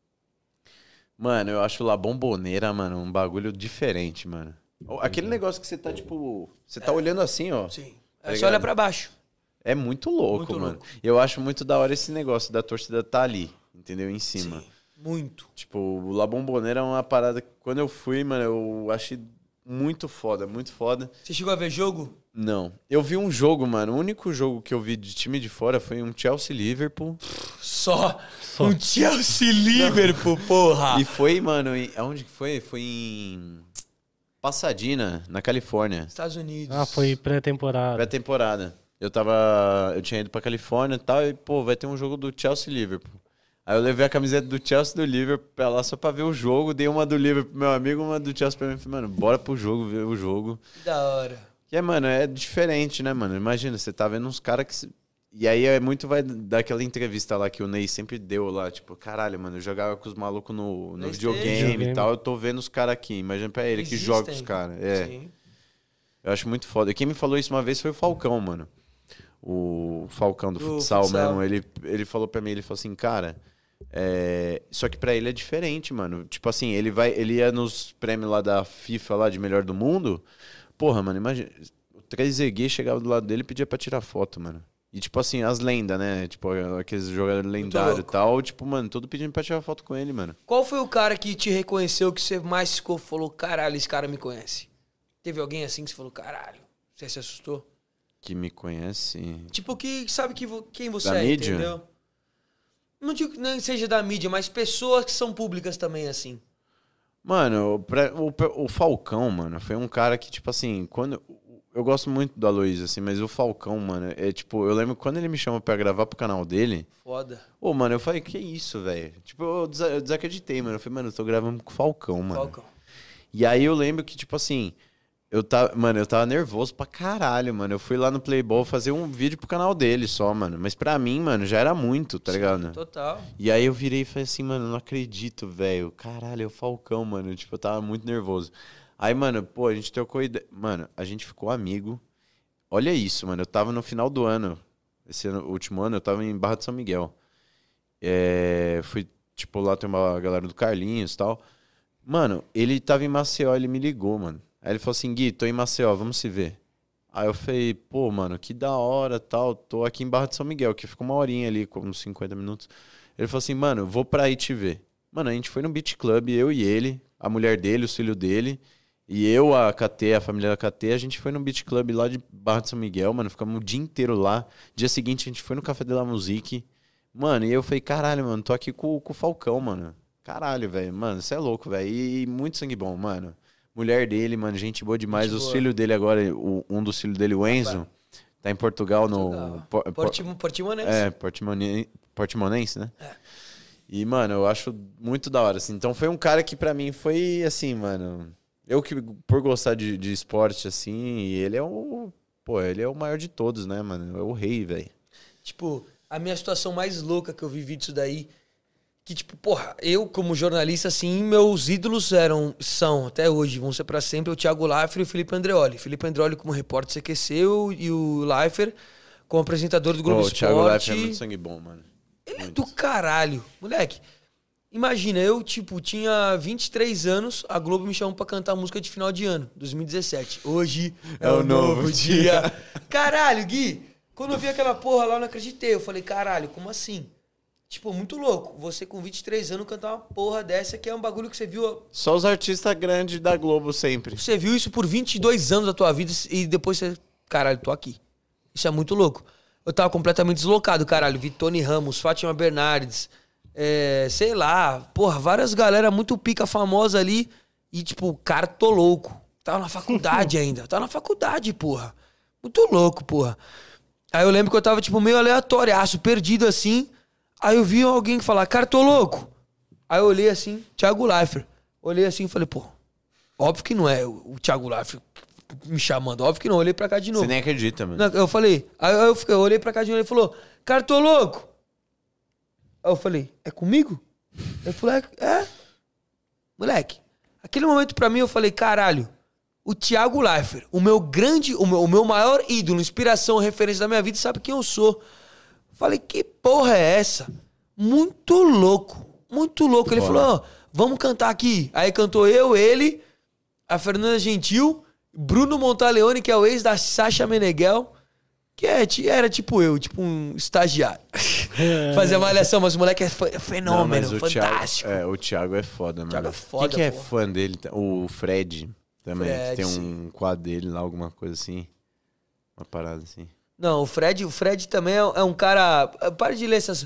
Mano, eu acho La Bombonera, mano, um bagulho diferente, mano. Aquele negócio que você tá, tipo... Você tá olhando assim, ó. Sim. Tá É só ligado? olhar pra baixo. É muito louco, Muito mano. louco. E eu acho muito da hora esse negócio da torcida tá ali, entendeu? Em cima. Sim. Muito. Tipo, o La Bombonera é uma parada que quando eu fui, mano, eu achei muito foda, muito foda. Você chegou a ver jogo? Não. Eu vi um jogo, mano. O único jogo que eu vi de time de fora foi um Chelsea-Liverpool. Só. Um Chelsea-Liverpool, porra. E foi, mano, aonde que foi? Foi em Pasadena, na Califórnia. Estados Unidos. Foi pré-temporada. Pré-temporada. Eu tinha ido pra Califórnia e tal, e, pô, vai ter um jogo do Chelsea-Liverpool. Aí eu levei a camiseta do Chelsea e do Liverpool pra lá só pra ver o jogo. Dei uma do Liverpool pro meu amigo, uma do Chelsea pra mim. Falei, mano, bora pro jogo, ver o jogo. Que da hora. E é, mano, é diferente, né, mano? Imagina, você tá vendo uns caras que... E aí é muito vai daquela entrevista lá que o Ney sempre deu lá, tipo, caralho, mano, eu jogava com os malucos no videogame e tal, eu tô vendo os caras aqui. Imagina pra ele que Existem. joga com os caras. É. Sim. Eu acho muito foda. E quem me falou isso uma vez foi o Falcão, mano. O Falcão do futsal futsal. mesmo. Ele falou pra mim, ele falou assim, cara... Só que pra ele é diferente, mano. Tipo assim, ele ia nos prêmios lá da FIFA, lá de melhor do mundo. Porra, mano, imagina. O 3ZG chegava do lado dele e pedia pra tirar foto, mano. E tipo assim, as lendas, né? Tipo, aqueles jogadores lendários e louco. tal. Tipo, mano, tudo pedindo pra tirar foto com ele, mano. Qual foi o cara que te reconheceu que você mais ficou, falou, caralho, esse cara me conhece? Teve alguém assim que você falou, caralho, você se assustou? Que me conhece. Tipo, que sabe quem você Da é, mídia? entendeu? Não digo que nem seja da mídia, mas pessoas que são públicas também, assim. Mano, o Falcão, mano, foi um cara que, tipo assim, quando. Eu gosto muito do Aloysio, assim, mas o Falcão, mano, é tipo, eu lembro quando ele me chamou pra gravar pro canal dele. Foda. Ô, mano, eu falei, que isso, velho? Tipo, eu desacreditei, mano. Eu falei, mano, eu tô gravando com o Falcão, mano. Falcão. E aí eu lembro que, tipo assim, eu tava nervoso pra caralho, mano. Eu fui lá no Playboy fazer um vídeo pro canal dele só, mano. Mas pra mim, mano, já era muito, tá ligado? Total. E aí eu virei e falei assim, mano, não acredito, velho. Caralho, é o Falcão, mano. Tipo, eu tava muito nervoso. Aí, mano, pô, a gente trocou ideia. Mano, a gente ficou amigo. Olha isso, mano. Eu tava no final do ano. Último ano, eu tava em Barra de São Miguel. Fui, tipo, lá tem uma galera do Carlinhos e tal. Mano, ele tava em Maceió, ele me ligou, mano. Aí ele falou assim, Gui, tô em Maceió, vamos se ver. Aí eu falei, pô, mano, que da hora, tal. Tô aqui em Barra de São Miguel, que fica uma horinha ali, com uns 50 minutos. Ele falou assim, mano, vou pra aí te ver. Mano, a gente foi no Beach Club, eu e ele, a mulher dele, os filhos dele. E eu, a KT, a família da KT, a gente foi no Beach Club lá de Barra de São Miguel, mano. Ficamos o dia inteiro lá. Dia seguinte a gente foi no Café de la Musique. Mano, e eu falei, caralho, mano, tô aqui com o Falcão, mano. Caralho, velho. Mano, você é louco, velho. E muito sangue bom, mano. Mulher dele, mano, gente boa demais. Os filhos dele agora, um dos filhos dele, o Enzo, tá em Portugal, no... Portimonense. Portimonense, né? É. E, mano, eu acho muito da hora, assim. Então foi um cara que pra mim foi, assim, mano... Eu que, por gostar de esporte, assim, ele é o... Pô, ele é o maior de todos, né, mano? É o rei, velho. Tipo, a minha situação mais louca que eu vivi disso daí... Que, tipo, porra, eu como jornalista, assim, meus ídolos são, até hoje, vão ser pra sempre, o Thiago Leifert e o Felipe Andreoli. Felipe Andreoli como repórter CQC e o Leifert como apresentador do Globo Esporte. O Thiago Leifert é muito sangue bom, mano. Ele é do caralho. Moleque, imagina, eu, tipo, tinha 23 anos, a Globo me chamou pra cantar música de final de ano, 2017. Hoje é um novo dia. Caralho, Gui, quando eu vi aquela porra lá, eu não acreditei. Eu falei, caralho, como assim? Tipo, muito louco. Você com 23 anos cantar uma porra dessa que é um bagulho que você viu... Só os artistas grandes da Globo sempre. Você viu isso por 22 anos da tua vida e depois você... Caralho, tô aqui. Isso é muito louco. Eu tava completamente deslocado, caralho. Vi Tony Ramos, Fátima Bernardes, sei lá, porra, várias galera muito pica famosa ali e tipo, cara, tô louco. Tava na faculdade ainda. Tava na faculdade, porra. Muito louco, porra. Aí eu lembro que eu tava tipo meio aleatóriaço, perdido assim... Aí eu vi alguém falar, cara, tô louco. Aí eu olhei assim, Thiago Leifert. Olhei assim e falei, pô, óbvio que não é o Thiago Leifert me chamando. Óbvio que não. Olhei pra cá de novo. Você nem acredita, mano. Não, eu falei, aí eu olhei pra cá de novo e ele falou, cara, tô louco. Aí eu falei, é comigo? Ele falou, é. Moleque, aquele momento pra mim eu falei, caralho, o Thiago Leifert, o meu maior ídolo, inspiração, referência da minha vida, sabe quem eu sou. Falei, que porra é essa? Muito louco. Muito louco. Ele falou, vamos cantar aqui. Aí cantou eu, ele, a Fernanda Gentil, Bruno Montaleone, que é o ex da Sasha Meneghel, que era tipo eu, tipo um estagiário. Fazia malhação, mas o moleque é fenômeno, não, fantástico. O Thiago é foda, mano. O Thiago é foda, quem que é fã dele? O Fred também, que tem um quadro dele lá, alguma coisa assim. Uma parada assim. Não, o Fred também é um cara... Para de ler essas...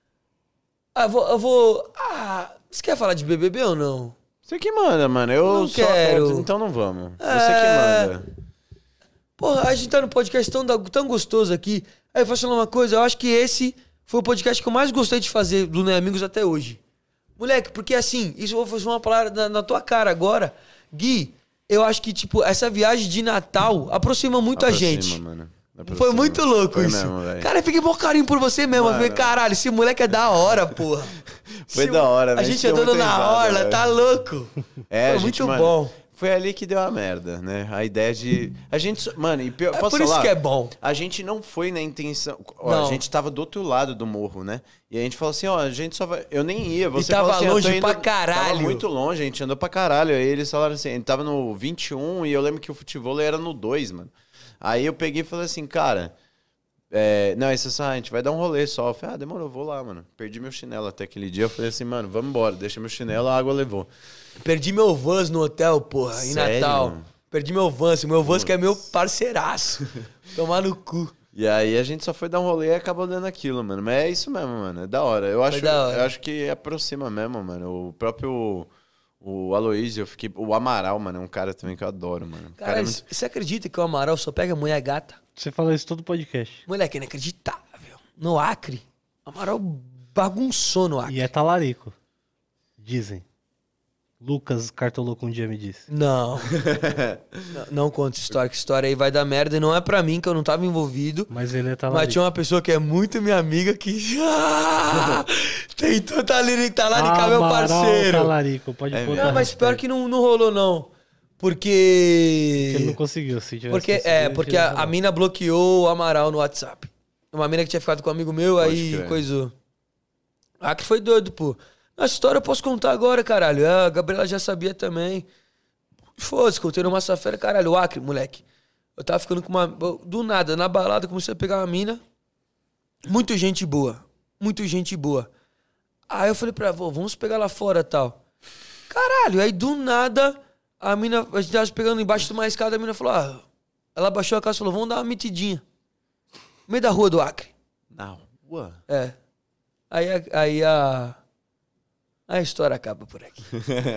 Você quer falar de BBB ou não? Você que manda, mano. Eu não quero. Então não vamos. Você que manda. Porra, a gente tá no podcast tão gostoso aqui. Aí eu vou falar uma coisa. Eu acho que esse foi o podcast que eu mais gostei de fazer do Ney Amigos até hoje. Moleque, porque assim... Isso eu vou fazer uma palavra na tua cara agora. Gui, eu acho que, tipo, essa viagem de Natal aproxima muito a gente. Mano. Foi muito louco foi isso. Mesmo, cara, eu fiquei bom carinho por você mesmo. Eu falei, caralho, esse moleque é da hora, porra. Foi da hora, a gente andando na orla, tá louco. Foi muito bom. Foi ali que deu a merda, né? A ideia de... A gente... Mano, e posso por falar? Isso que é bom. A gente não foi na intenção... Ó, a gente tava do outro lado do morro, né? E a gente falou assim, ó, a gente só vai... Eu nem ia. Você e tava falou assim, longe pra caralho. Tava muito longe, a gente andou pra caralho. Aí eles falaram assim, a gente tava no 21 e eu lembro que o futebol era no 2, mano. Aí eu peguei e falei assim, cara... não, isso é só, a gente vai dar um rolê só. Eu falei, demorou, vou lá, mano. Perdi meu chinelo até aquele dia. Eu falei assim, mano, vamos embora. Deixa meu chinelo, a água levou. Perdi meu Vans no hotel, porra, em Natal. Mano? Perdi meu Vans. Meu Vans que é meu parceiraço. Tomar no cu. E aí a gente só foi dar um rolê e acabou dando aquilo, mano. Mas é isso mesmo, mano. É da hora. Eu acho que aproxima mesmo, mano. O próprio... O Aloysio, o Amaral, mano, é um cara também que eu adoro, mano. Cara, você acredita que o Amaral só pega mulher gata? Você fala isso todo podcast. Moleque, é inacreditável. No Acre, o Amaral bagunçou no Acre. E é talarico. Dizem. Lucas Cartoloco um dia me disse. Não. não conta história, que história aí vai dar merda. E não é pra mim, que eu não tava envolvido. Mas ele é talarico. Mas tinha uma pessoa que é muito minha amiga que tentou talaricar meu parceiro. Talarico, pode botar. Não, mas pior que não rolou, não. Porque ele não conseguiu, se tivesse porque a mina bloqueou o Amaral no WhatsApp. Uma mina que tinha ficado com um amigo meu, aí coisou. Ah, que foi doido, pô. A história eu posso contar agora, caralho. A Gabriela já sabia também. Foda-se, contei numa safra, caralho. O Acre, moleque. Eu tava ficando com uma... Do nada, na balada, comecei a pegar uma mina. Muito gente boa. Muito gente boa. Aí eu falei pra ela, vamos pegar lá fora e tal. Caralho, aí do nada... a gente tava pegando embaixo de uma escada, a mina falou, ela baixou a casa e falou, vamos dar uma metidinha. No meio da rua do Acre. Na rua? É. Aí a história acaba por aqui.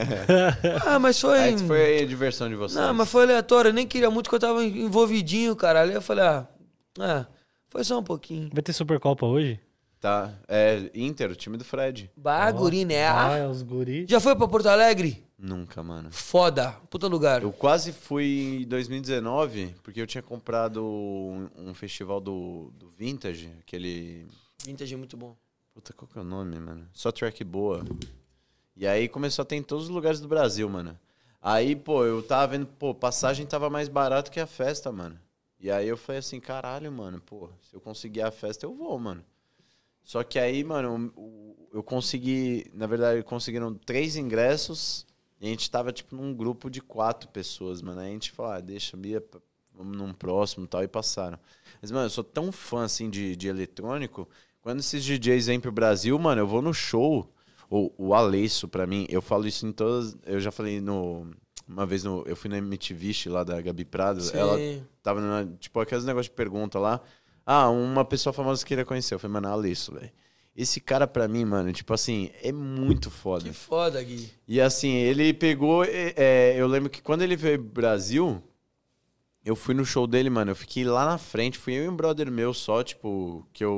Mas foi... Aí foi a diversão de vocês. Não, mas foi aleatório. Eu nem queria muito que eu tava envolvidinho, caralho. Aí eu falei, foi só um pouquinho. Vai ter Supercopa hoje? Tá. É Inter, o time do Fred. Baguri, né? É os guri. Já foi pra Porto Alegre? Nunca, mano. Foda. Puta lugar. Eu quase fui em 2019, porque eu tinha comprado um festival do Vintage, aquele... Vintage é muito bom. Puta, qual que é o nome, mano? Só track boa. E aí começou a ter em todos os lugares do Brasil, mano. Aí, pô, eu tava vendo, passagem tava mais barato que a festa, mano. E aí eu falei assim, caralho, mano, se eu conseguir a festa, eu vou, mano. Só que aí, mano, eu consegui... Na verdade, conseguiram 3 ingressos e a gente tava, tipo, num grupo de 4 pessoas, mano. Aí a gente falou, deixa, Bia, vamos num próximo e tal, e passaram. Mas, mano, eu sou tão fã, assim, de eletrônico... Quando esses DJs vêm pro Brasil, mano, eu vou no show. O Alesso, pra mim, eu falo isso em todas... Eu já falei uma vez, eu fui na MTV lá da Gabi Prado. Sim. Ela tava, tipo, aqueles negócios de pergunta lá. Uma pessoa famosa que queria conhecer. Eu falei, mano, Alesso, velho. Esse cara, pra mim, mano, tipo assim, é muito foda. Que foda, Gui. E assim, ele pegou... eu lembro que quando ele veio pro Brasil... Eu fui no show dele, mano. Eu fiquei lá na frente. Fui eu e um brother meu só, tipo, que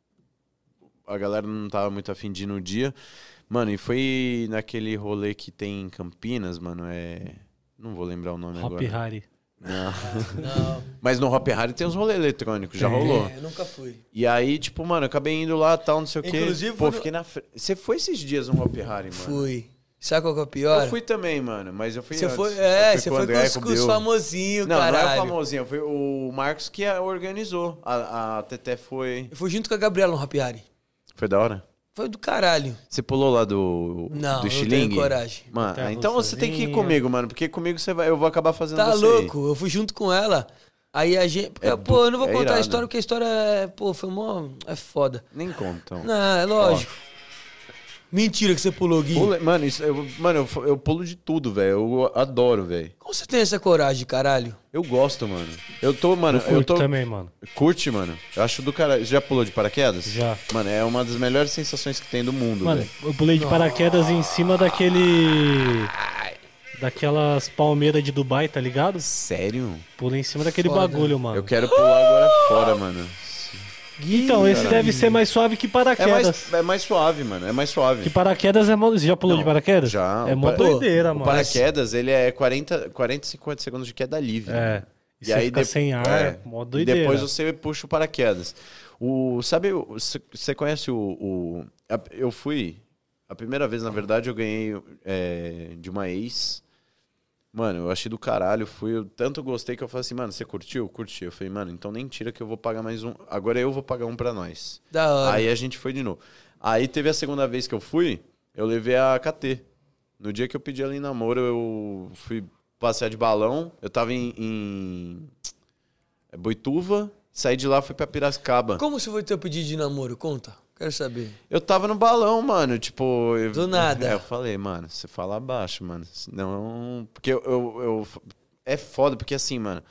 a galera não tava muito afim de ir no dia. Mano, e foi naquele rolê que tem em Campinas, mano, não vou lembrar o nome Hop agora. Harry. Não. Mas no Hop Harry tem uns rolês eletrônicos, já rolou. Eu nunca fui. E aí, tipo, mano, eu acabei indo lá, tal, não sei o quê. Inclusive, fiquei na frente. Você foi esses dias no Hop Harry, mano? Fui. Sabe qual que é o pior? Eu fui também, mano, mas eu fui Você antes. foi, Eu com André, os famosinhos, não, caralho. Não é o famosinho, foi o Marcos que organizou. A Teté foi... Eu fui junto com a Gabriela no Happy Harry. Foi da hora? Foi do caralho. Você pulou lá do estilingue? Não tenho coragem. Mano, então você tem que ir comigo, mano. Porque comigo eu vou acabar fazendo Tá você louco? Eu fui junto com ela. Aí a gente... eu não vou contar irado. a história, porque a história foi mó... É foda. Nem conta, então. Não, é lógico. Mentira que você pulou, Gui. Mano, eu pulo de tudo, velho. Eu adoro, velho. Como você tem essa coragem, caralho? Eu gosto, mano. Eu curto também, mano. Curte, mano? Eu acho do caralho. Você já pulou de paraquedas? Já. Mano, é uma das melhores sensações que tem do mundo, Mano, velho. eu pulei de paraquedas em cima daquelas palmeiras de Dubai, tá ligado? Sério? Pulei em cima daquele Foda. bagulho, mano. Eu quero pular agora fora, mano. Então, esse deve ser mais suave que paraquedas. É mais suave, mano. É mais suave. Que paraquedas é mó... Você já pulou de paraquedas? Já. É mó doideira, mano. O paraquedas, ele é 40, 50 segundos de queda livre. É. E você fica sem ar, mó E doideira. depois você puxa o paraquedas. Você conhece eu fui... A primeira vez, na verdade, eu ganhei de uma ex. Mano, eu achei do caralho. Eu tanto gostei que eu falei assim, mano, você curtiu? Curti. Eu falei, mano, então nem tira que eu vou pagar mais um. Agora eu vou pagar um pra nós. Da hora. Aí a gente foi de novo. Aí teve a segunda vez que eu fui, eu levei a KT. No dia que eu pedi ela em namoro, eu fui passear de balão. Eu tava em Boituva, saí de lá, fui pra Piracicaba. Como você foi teu pedido de namoro? Conta. Quero saber. Eu tava no balão, mano, tipo... Do nada. Eu falei, mano, você fala baixo, mano. Senão... Porque é foda, porque assim, mano...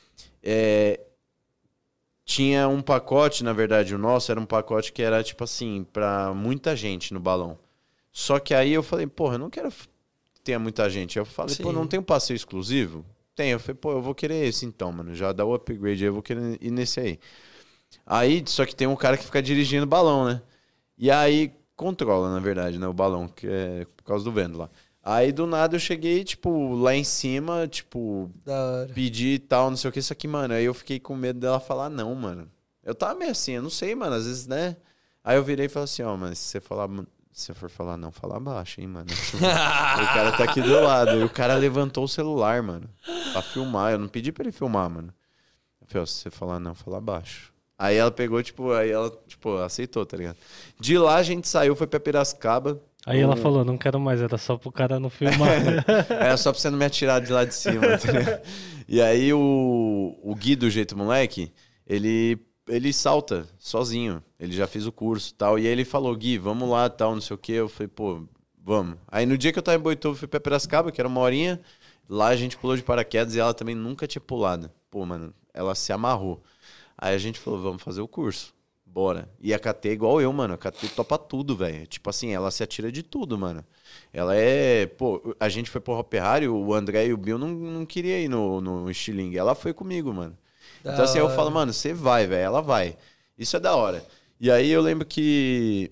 Tinha um pacote, na verdade, o nosso era um pacote que era, tipo assim, pra muita gente no balão. Só que aí eu falei, porra, eu não quero que tenha muita gente. Eu falei, Sim. pô, não tem um passeio exclusivo? Tem. Eu falei, pô, eu vou querer esse então, mano. Já dá o upgrade aí, eu vou querer ir nesse aí. Aí, só que tem um cara que fica dirigindo o balão, né? E aí, controla, na verdade, né? O balão, que é por causa do vento lá. Aí, do nada, eu cheguei, tipo, lá em cima, tipo, Da hora. pedi e tal, não sei o que. Isso aqui, mano, aí eu fiquei com medo dela falar não, mano. Eu tava meio assim, eu não sei, mano, às vezes, né? Aí eu virei e falei assim, ó, mas se você for falar não, fala baixo, hein, mano. O cara tá aqui do lado. E o cara levantou o celular, mano, pra filmar. Eu não pedi pra ele filmar, mano. Eu falei, ó, se você falar não, fala baixo. Aí ela pegou, aceitou, tá ligado? De lá a gente saiu, foi pra Piracicaba. Aí ela falou, não quero mais, era só pro cara não filmar. Era só pra você não me atirar de lá de cima. Tá ligado? E aí o Gui do Jeito Moleque, ele salta sozinho. Ele já fez o curso e tal. E aí ele falou, Gui, vamos lá, tal, não sei o quê. Eu falei, pô, vamos. Aí no dia que eu tava em Boituva, fui pra Piracicaba, que era uma horinha. Lá a gente pulou de paraquedas e ela também nunca tinha pulado. Pô, mano, ela se amarrou. Aí a gente falou, vamos fazer o curso. Bora. E a KT é igual eu, mano. A KT topa tudo, velho. Tipo assim, ela se atira de tudo, mano. Ela é... Pô, a gente foi pro Hopi-Hari, o André e o Bill não queriam ir no estilingue. Ela foi comigo, mano. Então assim, eu falo, mano, você vai, velho. Ela vai. Isso é da hora. E aí eu lembro que...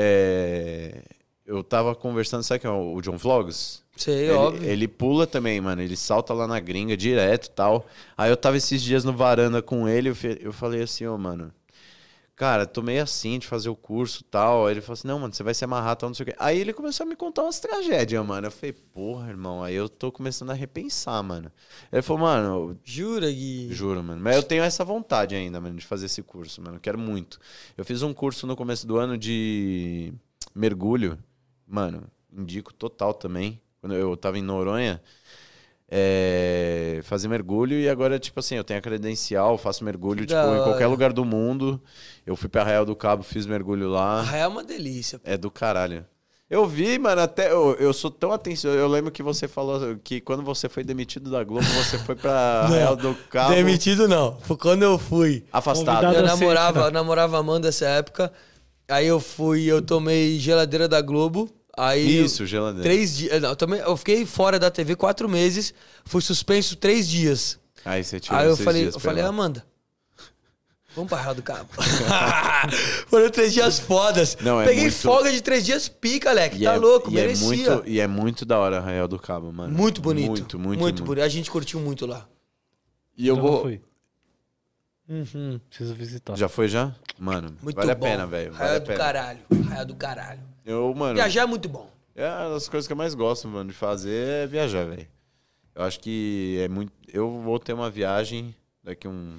eu tava conversando, sabe quem é o John Vlogs? Sei, óbvio. Ele pula também, mano. Ele salta lá na gringa direto e tal. Aí eu tava esses dias no varanda com ele. Eu falei assim, ô, mano... Cara, tô meio assim de fazer o curso e tal. Aí ele falou assim, não, mano, você vai se amarrar, tal, não sei o quê. Aí ele começou a me contar umas tragédias, mano. Eu falei, porra, irmão, aí eu tô começando a repensar, mano. Ele falou, mano... Jura, Gui? Juro, mano. Mas eu tenho essa vontade ainda, mano, de fazer esse curso, mano. Eu quero muito. Eu fiz um curso no começo do ano de mergulho. Mano, indico total também. Quando eu tava em Noronha... fazer mergulho e agora, tipo assim, eu tenho a credencial, faço mergulho, tipo, em qualquer lugar do mundo. Eu fui pra Arraial do Cabo, fiz mergulho lá. Arraial é uma delícia. É do caralho. Eu vi, mano, até eu sou tão atencioso. Eu lembro que você falou que quando você foi demitido da Globo, você foi pra Arraial do Cabo. Demitido não, foi quando eu fui. Afastado. Convidado. Eu namorava a Amanda nessa época. Aí eu tomei geladeira da Globo. Aí Isso, geladeira. 3 dias. Não, eu fiquei fora da TV 4 meses, fui suspenso 3 dias. Aí você tirou Aí eu 6 falei, dias pra lá. Amanda, vamos pra Arraial do Cabo. Foram 3 dias fodas. Não, é Peguei muito- folga de 3 dias pica, Leque. Tá louco, merecia. E é muito da hora Arraial do Cabo, mano. Muito bonito. Muito, muito, Muito bonito. A gente curtiu muito lá. E eu Ainda não vou... fui. Uhum. Preciso visitar. Já foi já? Mano, Muito vale a bom. pena, velho. Vale Arraial a do pena. caralho. Arraial do caralho. Mano, Viajar é muito bom. é uma das coisas que eu mais gosto, mano, de fazer é viajar, velho. Eu acho que é muito... Eu vou ter uma viagem daqui um...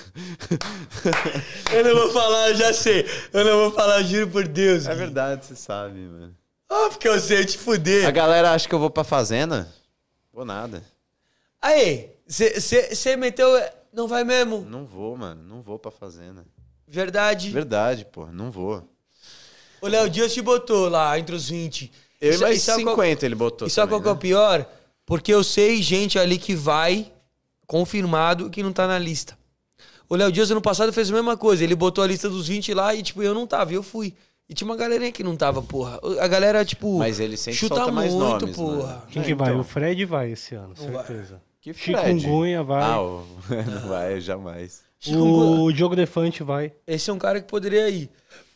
Eu não vou falar, eu já sei. Eu não vou falar, juro por Deus. É verdade, você sabe, mano. Óbvio que eu sei, te fuder. A galera acha que eu vou pra fazenda. Vou nada. Aí, você meteu... Não vai mesmo? Não vou, mano. Não vou pra fazenda. Verdade. Verdade, pô. Não vou. O Léo Dias te botou lá entre os 20. Eu e Isso- mais isso é 50 ele botou E sabe também, qual que é o né? pior? Porque eu sei gente ali que vai, confirmado, que não tá na lista. O Léo Dias, ano passado, fez a mesma coisa. Ele botou a lista dos 20 lá e, tipo, eu não tava, eu fui. E tinha uma galerinha que não tava, porra. A galera, tipo, Mas ele sempre chuta solta mais muito, nomes, porra. mano. Quem É, que vai? então. O Fred vai esse ano, Não vai. certeza. Que Fred? Chikungunya vai. Ah, não vai, jamais. O Diogo Defante vai. Esse é um cara que poderia ir.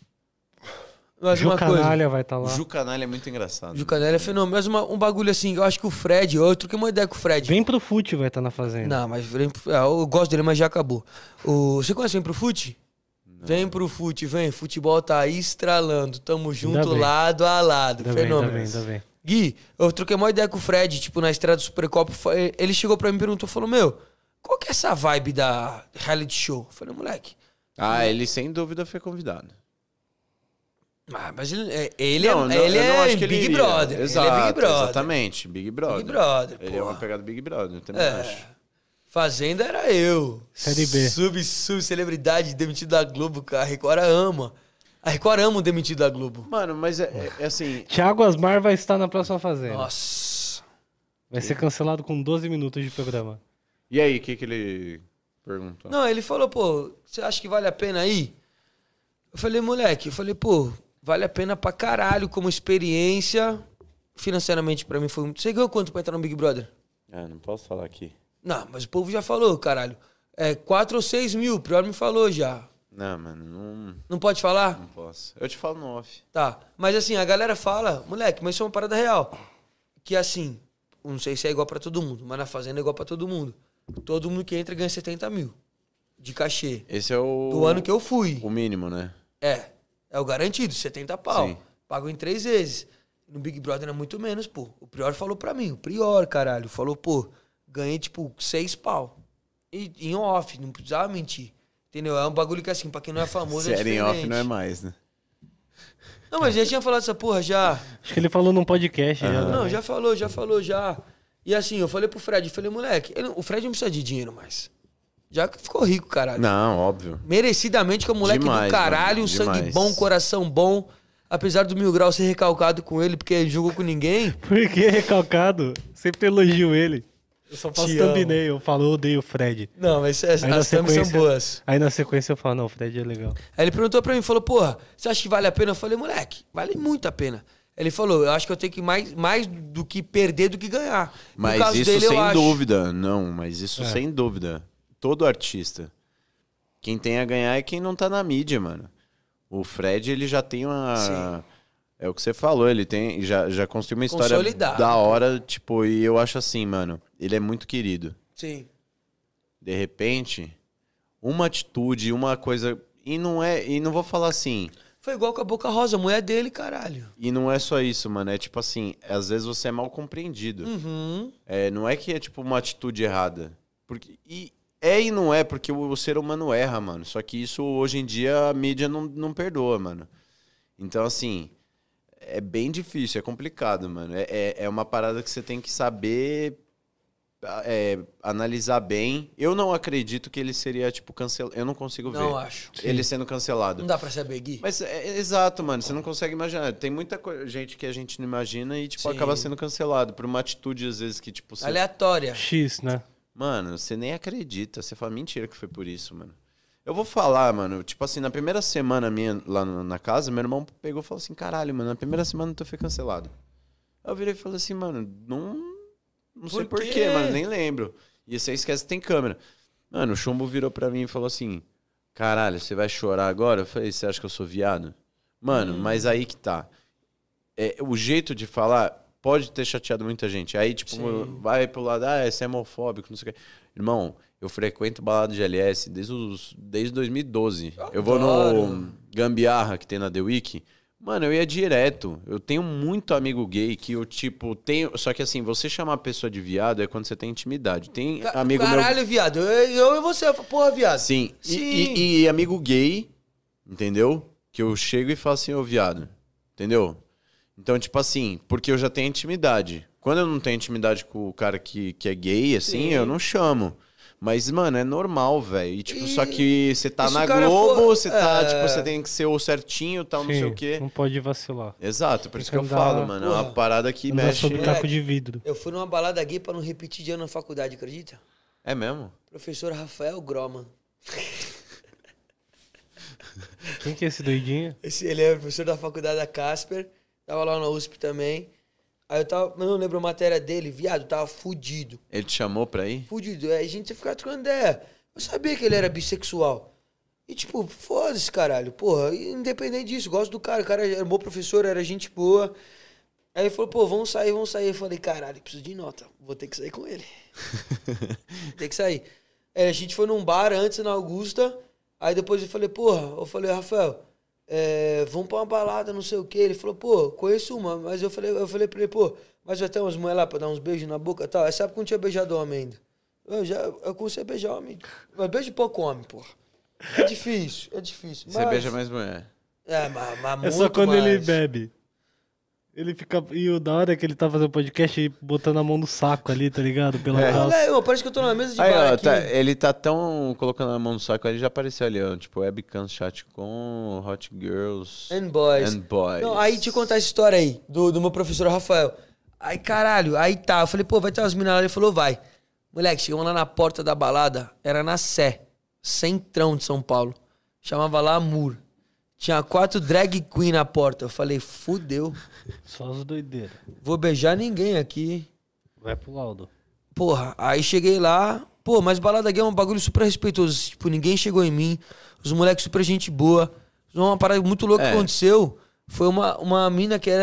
Mas Ju uma coisa... Canalha vai estar O lá. Ju Canalha é muito engraçado. Ju Canelli é fenômeno. Mas um bagulho assim, eu acho que o Fred... Eu troquei uma ideia com o Fred. Vem pro Fute vai estar na fazenda. Não, mas eu gosto dele, mas já acabou. Você conhece Vem Pro Fute? Não. Vem pro Fute, vem. Futebol tá estralando. Tamo junto, bem. lado a lado. Ainda bem, Fenômeno. ainda bem. Gui, eu troquei uma ideia com o Fred, tipo, na estreia do Supercopa. Ele chegou pra mim e perguntou, falou, meu, qual que é essa vibe da reality show? Eu falei, moleque... Ah, ele sem dúvida foi convidado. Mas ele Não, ele eu não é acho que ele Big iria. Brother. Exato, ele é Big Brother. exatamente. Big Brother. Big Brother, Ele é porra. uma pegada Big Brother, eu também É. acho. Fazenda era eu. Série B. Celebridade demitido da Globo, cara. A Record ama. A Record ama o demitido da Globo. Mano, mas é assim... Thiago Asmar vai estar na próxima fazenda. Nossa. Vai ser cancelado com 12 minutos de programa. E aí, o que ele perguntou? Não, ele falou, pô, você acha que vale a pena ir? Eu falei, moleque, pô, vale a pena pra caralho como experiência. Financeiramente pra mim foi muito... Você ganhou quanto pra entrar no Big Brother? Ah, não posso falar aqui. Não, mas o povo já falou, caralho. 4 ou 6 mil, o Prior me falou já. Não, mano, Não pode falar? não posso. Eu te falo no off. Tá, mas assim, a galera fala, moleque, mas isso é uma parada real. Que assim, não sei se é igual pra todo mundo, mas na Fazenda é igual pra todo mundo. Todo mundo que entra ganha 70 mil de cachê. Esse é o... Do ano que eu fui. O mínimo, né? É o garantido, 70 pau. Sim. Pago em 3 vezes. No Big Brother é muito menos, pô. O Prior falou pra mim, o Prior, caralho, falou, pô, ganhei tipo 6 pau. E em off, não precisava mentir. Entendeu? É um bagulho que assim, pra quem não é famoso é Série em diferente. off não é mais, né? Não, mas já tinha falado essa porra já. Acho que ele falou num podcast. Já, Não, né? já falou já. E assim, eu falei pro Fred, falei, moleque, o Fred não precisa de dinheiro mais. Já ficou rico, caralho. Não, óbvio. Merecidamente, que é um moleque Demais, do caralho, mano, sangue demais. bom, coração bom. Apesar do Mil Grau ser recalcado com ele, porque ele jogou com ninguém. Por que recalcado? Sempre elogio ele. Eu só faço Te thumbnail, eu falo, eu odeio o Fred. Não, mas Aí na as thumbs são sequência- boas. Aí na sequência eu falo, não, o Fred é legal. Aí ele perguntou pra mim, falou, porra, você acha que vale a pena? Eu falei, moleque, vale muito a pena. Ele falou, eu acho que eu tenho que mais do que perder do que ganhar. No Mas caso isso dele, eu sem acho. dúvida. Não, mas isso É. sem dúvida. Todo artista. Quem tem a ganhar é quem não tá na mídia, mano. O Fred, ele já tem uma... Sim. É o que você falou, ele tem já construiu uma história Consolidado. da hora, tipo, e eu acho assim, mano, ele é muito querido. Sim. De repente, uma atitude, uma coisa... E não vou falar assim... Foi igual com a Boca Rosa, a mulher dele, caralho. E não é só isso, mano. É tipo assim, às vezes você é mal compreendido. Uhum. É, não é que é tipo uma atitude errada. Porque, e não é, porque o ser humano erra, mano. Só que isso hoje em dia a mídia não perdoa, mano. Então, assim, é bem difícil, é complicado, mano. É uma parada que você tem que saber analisar bem. Eu não acredito que ele seria, tipo, cancelado. Eu não consigo ver Não acho. ele sendo cancelado. Não dá pra saber, Gui. Mas exato, mano, você não consegue imaginar. Tem muita gente que a gente não imagina e, tipo, Sim. acaba sendo cancelado por uma atitude, às vezes, que, tipo, você... Aleatória. X, né? Mano, você nem acredita. Você fala, mentira que foi por isso, mano. Eu vou falar, mano, tipo assim, na primeira semana minha lá na casa, meu irmão pegou e falou assim, caralho, mano, na primeira semana tu foi cancelado. Aí eu virei e falei assim, mano, não sei Por por quê? quê, mano, nem lembro. E você esquece que tem câmera. Mano, o Chumbo virou pra mim e falou assim, caralho, você vai chorar agora? Eu falei, você acha que eu sou viado? Mano, mas aí que tá. O jeito de falar pode ter chateado muita gente. Aí, tipo, Sim. vai pro lado, você é homofóbico, não sei o quê. Irmão, eu frequento balada de LS desde 2012. Eu vou Adoro. no Gambiarra, que tem na The Week. Mano, eu ia direto. Eu tenho muito amigo gay que eu, tipo, tenho... Só que assim, você chamar a pessoa de viado é quando você tem intimidade. Tem amigo meu... Caralho, viado. Eu e você, porra, viado. Sim. Sim. E amigo gay, entendeu? Que eu chego e falo assim, ô viado. Entendeu? Então, tipo assim, porque eu já tenho intimidade. Quando eu não tenho intimidade com o cara que é gay, assim, Sim. eu não chamo. Mas, mano, é normal, velho. E, tipo, só que você tá se na o cara Globo, for- você tá, tipo, você tem que ser o certinho, tal, não sei o quê. Não pode vacilar. Exato, por isso que Tem eu que falo, andar- mano. É uma Porra. parada que Andar mexe... sobre taco de vidro. Eu fui numa balada gay pra não repetir de ano na faculdade, acredita? É mesmo? Professor Rafael Groman. Quem que é esse doidinho? Ele é professor da faculdade da Casper. Tava lá na USP também. Aí eu tava... Eu não lembro a matéria dele, viado. Tava fudido. Ele te chamou pra ir? Fudido. Aí a gente ia ficar trocando ideia. Eu sabia que ele era bissexual. E tipo, foda-se, caralho. Porra, independente disso, gosto do cara. O cara era um bom professor, era gente boa. Aí ele falou, pô, vamos sair. Eu falei, caralho, preciso de nota. Vou ter que sair com ele. Tem que sair. A gente foi num bar antes, na Augusta. Aí depois eu falei, Rafael, vamos pra uma balada, não sei o quê. Ele falou, pô, conheço uma. Mas eu falei pra ele, pô, mas vai ter umas mulheres lá pra dar uns beijos na boca e tal. Aí sabe que eu não tinha beijado homem ainda. Eu comecei a beijar homem. Mas beijo pouco homem, porra. É difícil. Você beija mais mulher. Mas É muito só quando ele mais. bebe. Ele fica... E o da hora é que ele tá fazendo podcast e botando a mão no saco ali, tá ligado? Pela calça. Olha, parece que eu tô na mesa de Aí, bar ó, aqui. ele tá tão colocando a mão no saco, ele já apareceu ali, ó, tipo, webcam chat com Hot Girls And boys. Não, aí te contar essa história aí, do meu professor Rafael. Aí, caralho, aí tá. Eu falei, pô, vai ter umas minas lá. Ele falou, vai. Moleque, chegamos lá na porta da balada, era na Sé, centrão de São Paulo. Chamava lá Amur. Tinha 4 drag queen na porta. Eu falei, fudeu. Só os doideiros. Vou beijar ninguém aqui. Vai pro laudo. Porra, aí cheguei lá. Pô, mas balada gay é um bagulho super respeitoso. Tipo, ninguém chegou em mim. Os moleques super gente boa. Uma parada muito louca que aconteceu. Foi uma mina que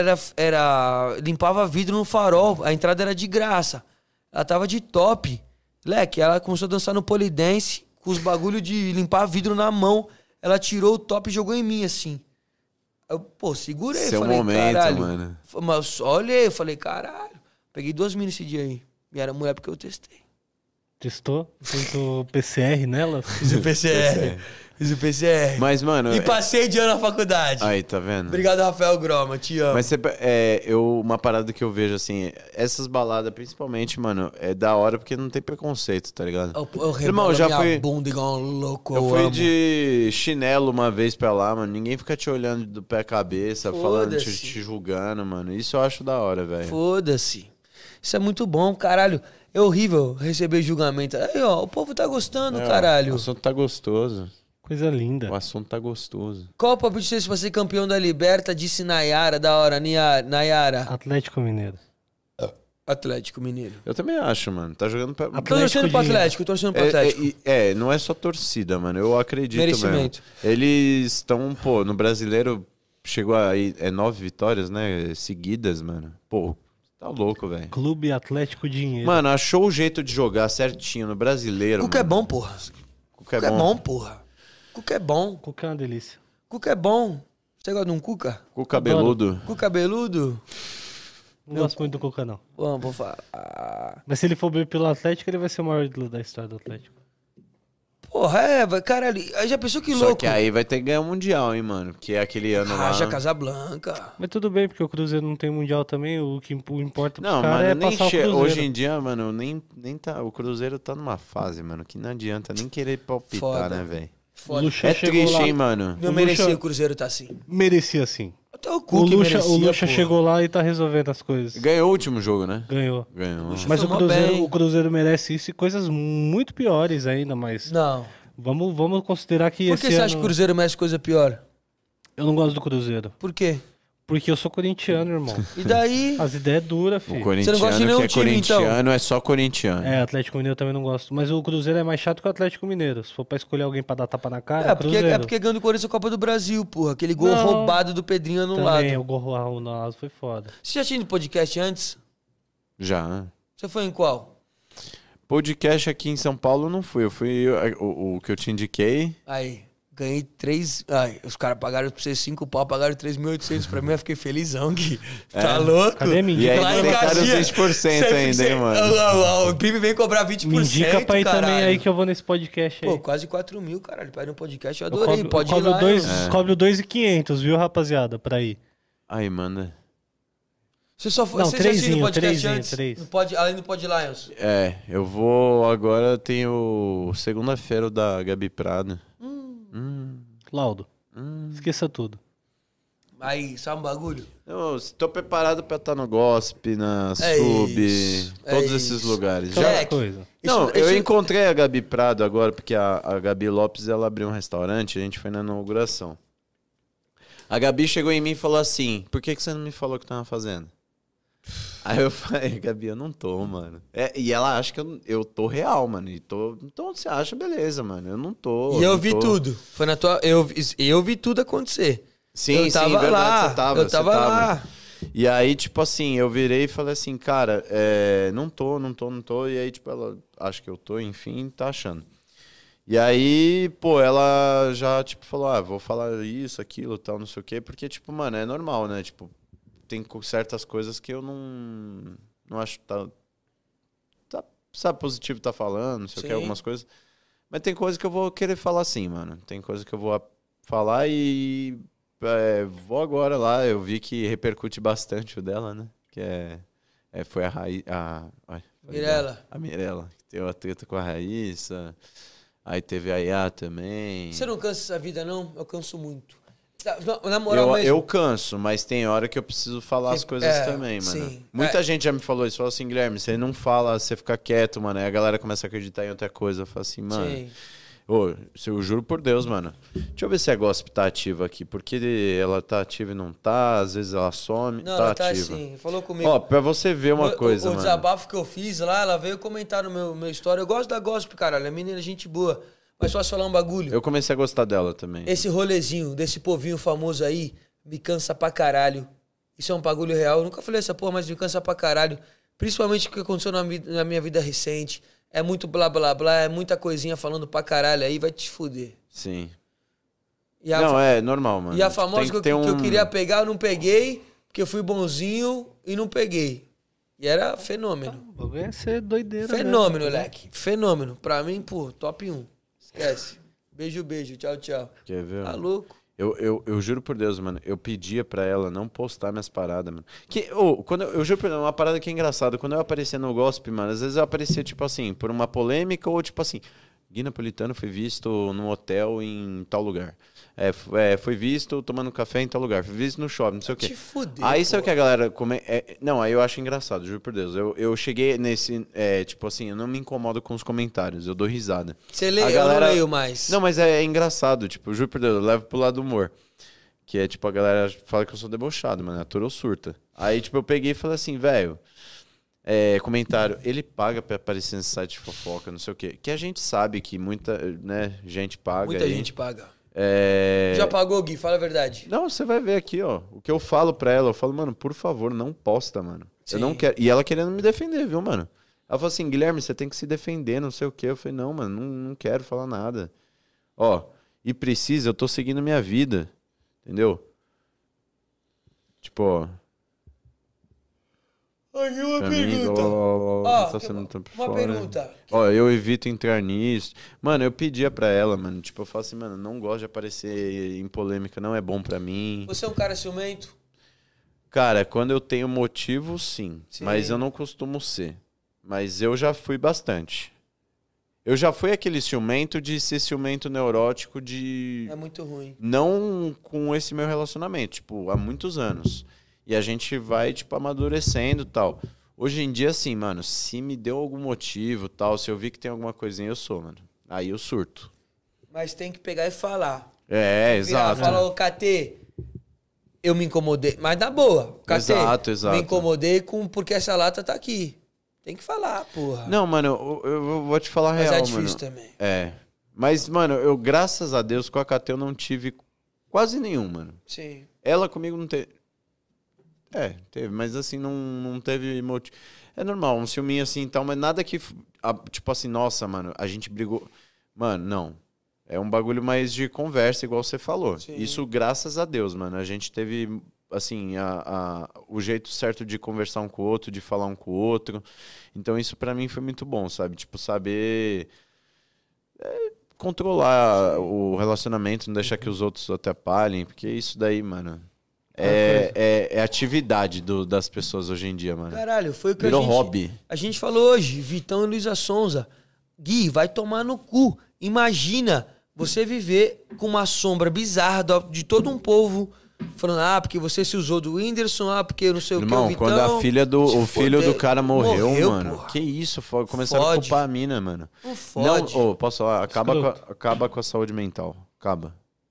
limpava vidro no farol. A entrada era de graça. Ela tava de top. Leque, ela começou a dançar no polidense com os bagulho de limpar vidro na mão. Ela tirou o top e jogou em mim, assim. Eu, pô, segurei. Seu falei, momento, caralho. mano. Mas olhei, eu falei, caralho. Peguei 2 minas esse dia aí. E era mulher porque eu testei. Testou? Tentou PCR nela? Fiz o PCR. Fiz o PCR. Mas, mano... E passei de ano na faculdade. Aí, tá vendo? Obrigado, Rafael Groma. Te amo. Mas uma parada que eu vejo, assim, essas baladas, principalmente, mano, é da hora porque não tem preconceito, tá ligado? Eu Irmão, já minha fui... bunda igual um louco. Eu fui amo. de chinelo uma vez pra lá, mano. Ninguém fica te olhando do pé à cabeça, falando, Foda-se. te julgando, mano. Isso eu acho da hora, velho. Foda-se. Isso é muito bom, caralho. É horrível receber julgamento. Aí, ó, o povo tá gostando, caralho. O assunto tá gostoso. Coisa linda. O assunto tá gostoso. Qual o palpite de vocês pra ser campeão da Liberta? Disse Nayara, da hora. Nayara. Atlético Mineiro. Atlético Mineiro. Eu também acho, mano. Tá jogando pra... Tô torcendo pro Atlético, torcendo pro Atlético. Não é só torcida, mano. Eu acredito Merecimento. mesmo. Eles estão, pô, no Brasileiro chegou aí, 9 vitórias, né? Seguidas, mano. Pô, tá louco, velho. Clube Atlético Dinheiro. Mano, achou o jeito de jogar certinho no Brasileiro, Cuca é mano. bom, porra. Cuca Cuca é bom, porra. Cuca é bom. Cuca é uma delícia. Cuca é bom. Você gosta de um Cuca? Cuca cabeludo. Cuca cabeludo? Não gosto muito do Cuca, não. Vou falar. Mas se ele for bem pelo Atlético, ele vai ser o maior ídolo da história do Atlético. Porra, caralho. Aí já pensou que Só louco? que aí vai ter que ganhar o Mundial, hein, mano. Que é aquele ano lá. Raja Casablanca. Mas tudo bem, porque o Cruzeiro não tem Mundial também. O que importa pro Não, cara mano, é nem passar o Cruzeiro. hoje em dia, mano, nem tá. O Cruzeiro tá numa fase, mano, que não adianta nem querer palpitar, Foda. né, velho? Foda. Lucha É chegou triste, lá. hein, mano. Não O merecia Lucha- o Cruzeiro tá assim. Merecia sim. Até o O Cu que Lucha, merecia, o Lucha porra. chegou lá e tá resolvendo as coisas. Ganhou o último jogo, né? Ganhou. Ganhou. Mas Foi mó bem. o Cruzeiro merece isso e coisas muito piores ainda, mas Não. vamos considerar que Por esse que você ano... acha que o Cruzeiro merece coisa pior? Eu não gosto do Cruzeiro. Por quê? Porque eu sou corintiano, irmão. E daí? As ideias duras, O filho. corintiano Você não gosta de nenhum que é time, então? corintiano é só corintiano. É, Atlético Mineiro eu também não gosto. Mas o Cruzeiro é mais chato que o Atlético Mineiro. Se for pra escolher alguém pra dar tapa na cara, É porque ganhou do Corinthians a Copa do Brasil, porra. Aquele gol Não. roubado do Pedrinho anulado. Também, o Gorro no foi foda. Você já tinha ido podcast antes? Já. Você foi em qual? Podcast aqui em São Paulo eu não fui. Eu fui o que eu te indiquei. Aí, ganhei 3... Ai, os caras pagaram pra você 5 pau, pagaram 3.800 pra mim, eu fiquei felizão, Gui. Tá louco? Cadê? Me E indica, aí Lá em aumentaram os Caxias, 20% ainda, hein, mano. O PIB vem cobrar 20%, me indica pra ir caralho. também aí que eu vou nesse podcast aí. Pô, quase 4 mil, caralho, pra ir no podcast, eu Eu adorei. cobro, Pode eu ir cobro lá. dois, eu- cobro 2.500, viu, rapaziada, pra ir. Aí, manda. Você só foi... Não, Você já assistiu trezinho, no podcast trezinho, antes? três. No além do Pod Lions. Eu vou agora, tenho segunda-feira o da Gabi Prado. Laudo, esqueça tudo. Aí, sabe um bagulho? Eu tô preparado pra estar no Gossip, na É Sub, isso, todos é esses isso. lugares. Aquela Jack, coisa. Não, Isso- eu isso- encontrei a Gabi Prado agora, porque a Gabi Lopes, ela abriu um restaurante, a gente foi na inauguração. A Gabi chegou em mim e falou assim, por que você não me falou o que tava fazendo? Aí eu falei, Gabi, eu não tô, mano. E ela acha que eu tô real, mano. Então você acha, beleza, mano. Eu não tô. E eu não vi tô. tudo. Foi na tua... Eu vi tudo acontecer. Sim, eu sim, tava verdade, lá. você tava. Eu tava você lá. E aí, tipo assim, eu virei e falei assim, cara, não tô. E aí, tipo, ela acha que eu tô, enfim, tá achando. E aí, pô, ela já, tipo, falou, vou falar isso, aquilo, tal, não sei o quê. Porque, tipo, mano, é normal, né? Tipo, tem certas coisas que eu não acho que sabe, positivo tá falando, não sei o Sim. que, algumas coisas. Mas tem coisa que eu vou querer falar sim, mano. Tem coisa que eu vou falar e vou agora lá. Eu vi que repercute bastante o dela, né? Que foi a Raíssa. Mirella. A Mirella, que teve a treta com a Raíssa. Aí teve a Iá também. Você não cansa essa vida, não? Eu canso muito. Na moral mesmo. Eu canso, mas tem hora que eu preciso falar as coisas também, mano. sim. Muita gente já me falou isso. Falou assim, Guilherme, você não fala, você fica quieto, mano. Aí a galera começa a acreditar em outra coisa. Eu falo assim, mano... Sim. Eu juro por Deus, mano. Deixa eu ver se a Gossip tá ativa aqui. Porque ela tá ativa e não tá. Às vezes ela some. Não, tá ela tá ativa. assim. Falou comigo. Ó, pra você ver uma coisa, o mano. desabafo que eu fiz lá, ela veio comentar no meu story. Eu gosto da Gossip, caralho. A menina é gente boa. Mas posso falar um bagulho? Eu comecei a gostar dela também. Esse rolezinho desse povinho famoso aí me cansa pra caralho. Isso é um bagulho real. Eu nunca falei essa porra, mas me cansa pra caralho. Principalmente o que aconteceu na minha vida recente. É muito blá blá blá, é muita coisinha falando pra caralho aí, vai te fuder. Sim. E a Não, é normal, mano. E a famosa Tem que, ter eu queria pegar, eu não peguei, porque eu fui bonzinho e não peguei. E era fenômeno. O bagulho é ser doideira. Fenômeno, né? moleque. Fenômeno. Pra mim, pô, top 1. Esquece. Beijo, beijo. Tchau, tchau. Quer ver? Tá louco? Eu juro por Deus, mano, eu pedia pra ela não postar minhas paradas, mano. Quando eu juro por Deus, uma parada que é engraçada. Quando eu aparecia no Gossip, mano, às vezes eu aparecia, tipo assim, por uma polêmica ou, tipo assim, Gui Napolitano foi visto num hotel em tal lugar. Foi visto tomando café em tal lugar. Foi visto no shopping, não sei o quê. Te fuder, Aí sabe o que a galera... Não, aí eu acho engraçado, juro por Deus. Eu cheguei nesse... tipo assim, eu não me incomodo com os comentários. Eu dou risada. Você lê? Eu não leio mais. Não, mas é engraçado. Tipo, juro por Deus, eu levo pro lado do humor. Que é tipo, a galera fala que eu sou debochado, mano. A turma surta. Aí, tipo, eu peguei e falei assim, velho... comentário, ele paga pra aparecer nesse site de fofoca, não sei o quê. Que a gente sabe que muita, né, gente paga. Muita gente paga. É... Já pagou, Gui? Fala a verdade. Não, você vai ver aqui, ó. O que eu falo pra ela, eu falo, mano, por favor, não posta, mano. Eu não quero. E ela querendo me defender, viu, mano? Ela falou assim, Guilherme, você tem que se defender, não sei o quê. Eu falei, não, mano, não quero falar nada. Ó, e precisa, eu tô seguindo minha vida. Entendeu? Tipo, ó. Aqui uma Pra pergunta. mim, tá sendo muito Uma fora. pergunta. Ó, eu evito entrar nisso. Mano, eu pedia pra ela, mano. Tipo, eu falo assim, mano, não gosto de aparecer em polêmica, não é bom pra mim. Você é um cara ciumento? Cara, quando eu tenho motivo, sim. Sim. Mas eu não costumo ser. Mas eu já fui bastante. Eu já fui aquele ciumento de ser ciumento neurótico de... É muito ruim. Não com esse meu relacionamento, tipo, há muitos anos. E a gente vai, tipo, amadurecendo e tal. Hoje em dia, assim, mano, se me deu algum motivo tal, se eu vi que tem alguma coisinha, eu sou, mano. Aí eu surto. Mas tem que pegar e falar. Exato. Fala, ô, KT, eu me incomodei. Mas na boa, KT, Exato. me incomodei porque essa lata tá aqui. Tem que falar, porra. Não, mano, eu vou te falar a Mas real, é mano. difícil também. Mas, mano, eu, graças a Deus, com a KT eu não tive quase nenhum, mano. Sim. Ela comigo não teve... teve, mas assim, não teve motivo. É normal, um ciúminho assim e tal, mas nada que, tipo assim, nossa, mano, a gente brigou. Mano, não. É um bagulho mais de conversa, igual você falou. Sim. Isso, graças a Deus, mano. A gente teve, assim, o jeito certo de conversar um com o outro, de falar um com o outro. Então, isso pra mim foi muito bom, sabe? Tipo, saber controlar o relacionamento, não deixar que os outros atrapalhem, porque isso daí, mano... É atividade das pessoas hoje em dia, mano. Caralho, foi o que Virou hobby. A gente falou hoje, Vitão e Luísa Sonza. Gui, vai tomar no cu. Imagina você viver com uma sombra bizarra de todo um povo falando, porque você se usou do Whindersson, porque não sei Irmão, o que, o Vitão... quando a filha o filho do cara morreu, mano. Porra. Que isso, começaram a culpar a mina, mano. Não fode. Posso falar, acaba com a saúde mental. Acaba.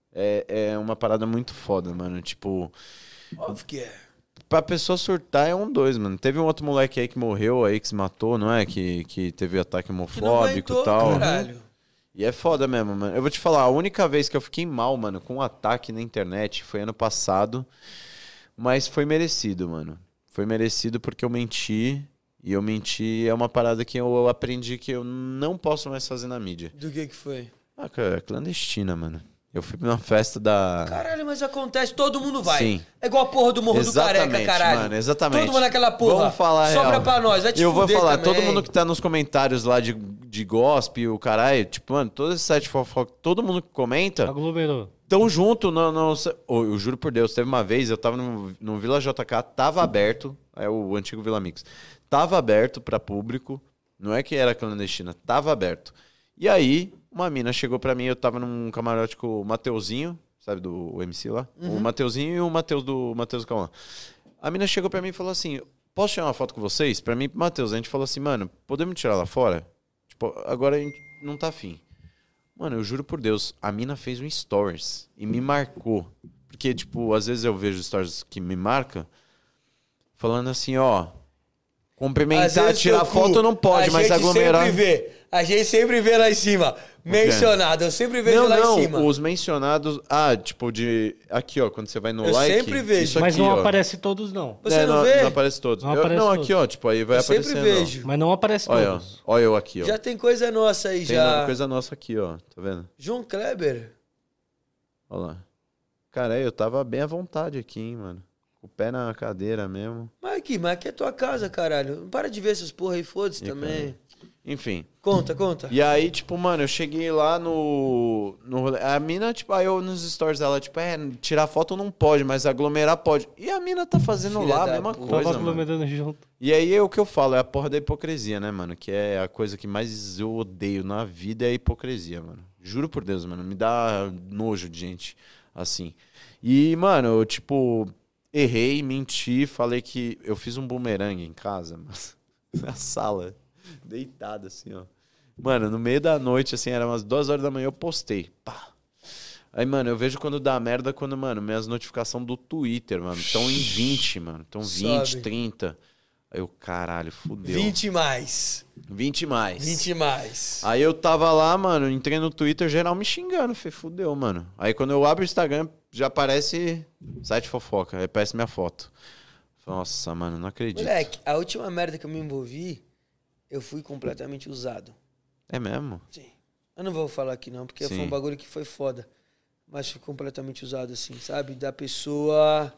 É uma parada muito foda, mano. Tipo... Óbvio que é. Pra pessoa surtar é 2, mano. Teve um outro moleque aí que morreu aí, que se matou, não é? Que teve ataque homofóbico e tal. Caralho. E é foda mesmo, mano. Eu vou te falar, a única vez que eu fiquei mal, mano, com um ataque na internet foi ano passado. Mas foi merecido, mano. Foi merecido porque eu menti. E eu menti é uma parada que eu aprendi que eu não posso mais fazer na mídia. Do que foi? Cara, clandestina, mano. Eu fui pra uma festa da... Caralho, mas acontece, todo mundo vai. Sim. É igual a porra do Morro do Careca, caralho. Mano, exatamente. Todo mundo naquela porra. Vamos falar Sobra real. pra nós, vai te Eu vou fuder falar, também. todo mundo que tá nos comentários lá de gospel, o caralho, tipo, mano, todo esse site fofoca, todo mundo que comenta, Aglomerou. tão junto eu juro por Deus, teve uma vez, eu tava no Vila JK, tava aberto, é o antigo Vila Mix, tava aberto pra público, não é que era clandestina, tava aberto. E aí, uma mina chegou pra mim, eu tava num camarote com o Mateuzinho, sabe, do MC lá? O Mateuzinho e o Matheus Cauã. A mina chegou pra mim e falou assim, posso tirar uma foto com vocês? Pra mim e pro Matheus. A gente falou assim, mano, podemos tirar lá fora? Tipo, agora a gente não tá afim. Mano, eu juro por Deus, a mina fez um stories e me marcou. Porque, tipo, às vezes eu vejo stories que me marcam, falando assim, ó, cumprimentar, tirar foto não pode, mas aglomerar... A gente sempre vê lá em cima. Mencionado, eu sempre vejo lá em cima. Os mencionados... tipo de... Aqui, ó, quando você vai no Eu like... sempre vejo. Isso Mas aqui, não ó. aparece todos, não. Você não vê? Não aparece todos. Não aparece todos. Aqui, ó, tipo, aí vai Eu aparecendo. sempre vejo. Mas não aparece Olha, ó. todos. Olha eu aqui, ó. Já tem coisa nossa aí, Tem já. uma coisa nossa aqui, ó. Tá vendo? João Kleber. Olha lá. Cara, eu tava bem à vontade aqui, hein, mano. Com o pé na cadeira mesmo. Mas aqui é tua casa, caralho. Não para de ver essas porra aí, foda-se também. Enfim. Conta. E aí, tipo, mano, eu cheguei lá no rolê. A mina, tipo, aí eu nos stories dela, tipo, tirar foto não pode, mas aglomerar pode. E a mina tá fazendo Filha lá a da mesma puta. coisa, Tava mano. aglomerando junto. E aí é o que eu falo, é a porra da hipocrisia, né, mano? Que é a coisa que mais eu odeio na vida é a hipocrisia, mano. Juro por Deus, mano. Me dá nojo de gente assim. E, mano, eu, tipo, errei, menti, falei que eu fiz um bumerangue em casa, mano. Na sala, deitado assim, ó. Mano, no meio da noite, assim, era umas 2 horas da manhã, eu postei. Pá. Aí, mano, eu vejo quando dá merda, quando, mano, minhas notificações do Twitter, mano, estão em 20, mano. Estão 20, Sobe. 30. Aí eu, caralho, fudeu. 20 mais. 20 mais. 20 mais. Aí eu tava lá, mano, entrei no Twitter, geral me xingando. Falei, fudeu, mano. Aí quando eu abro o Instagram, já aparece site fofoca. Aí aparece minha foto. Falei, nossa, mano, não acredito. Moleque, a última merda que eu me envolvi, eu fui completamente usado. É mesmo? Sim. Eu não vou falar aqui não, porque Sim. foi um bagulho que foi foda. Mas foi completamente usado assim, sabe? Da pessoa,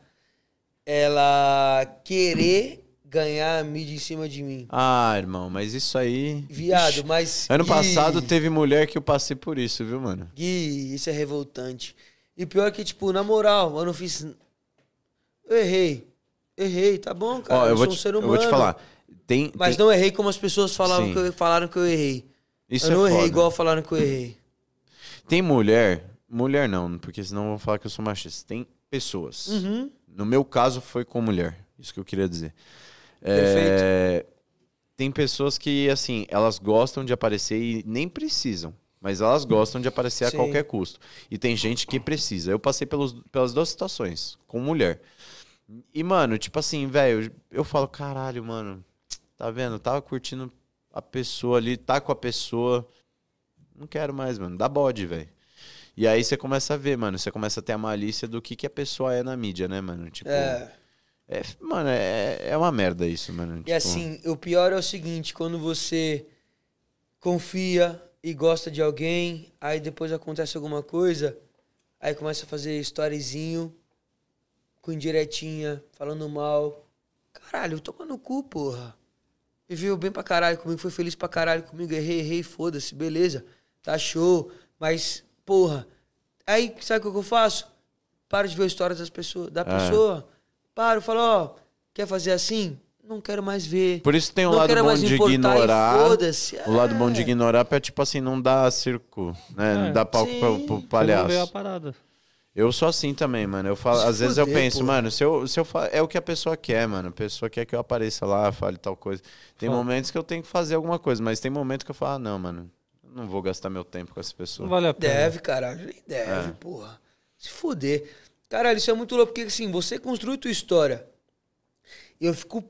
ela querer ganhar a mídia em cima de mim. Ah, irmão, mas isso aí... Viado, Ixi, mas... ano Gui, passado teve mulher que eu passei por isso, viu, mano? Gui, isso é revoltante. E pior é que, tipo, na moral, eu não fiz... Eu errei, tá bom, cara? Ó, eu sou vou um ser te, eu humano. vou te falar. Mas tem... não errei como as pessoas Sim. falaram que eu errei. Isso eu não é errei foda. igual falaram que eu errei. Tem mulher não, porque senão vão falar que eu sou machista. Tem pessoas. Uhum. No meu caso foi com mulher, isso que eu queria dizer. Perfeito. Tem pessoas que, assim, elas gostam de aparecer e nem precisam. Mas elas gostam de aparecer Sim. a qualquer custo. E tem gente que precisa. Eu passei pelas 2 situações, com mulher. E, mano, tipo assim, velho, eu falo, caralho, mano, tá vendo? Tava curtindo a pessoa ali, tá com a pessoa. Não quero mais, mano. Dá bode, velho. E aí você começa a ver, mano. Você começa a ter a malícia do que a pessoa é na mídia, né, mano? Tipo, mano, é uma merda isso, mano. E assim, o pior é o seguinte, quando você confia e gosta de alguém, aí depois acontece alguma coisa, aí começa a fazer storyzinho, com indiretinha, falando mal. Caralho, toma no cu, porra. Viveu bem pra caralho comigo, foi feliz pra caralho comigo, errei, foda-se, beleza. Tá show, mas, porra. Aí, sabe o que eu faço? Paro de ver a história das pessoas, da pessoa. Paro, falo, ó, quer fazer assim? Não quero mais ver. Por isso tem um Não lado quero bom mais de importar e ignorar. foda-se. O lado bom de ignorar pra, tipo assim, não dar circo, né? Não dar palco sim. pro Você não vê a palhaço. parada. Eu sou assim também, mano. Eu falo, Se às vezes eu fuder, penso, porra. mano, se eu é o que a pessoa quer, mano. A pessoa quer que eu apareça lá, fale tal coisa. Tem momentos que eu tenho que fazer alguma coisa, mas tem momentos que eu falo, não, mano, eu não vou gastar meu tempo com essa pessoa. Não vale a pena. Deve, caralho. Nem deve, porra. Se fuder. Caralho, isso é muito louco, porque assim, você construi tua história. E eu fico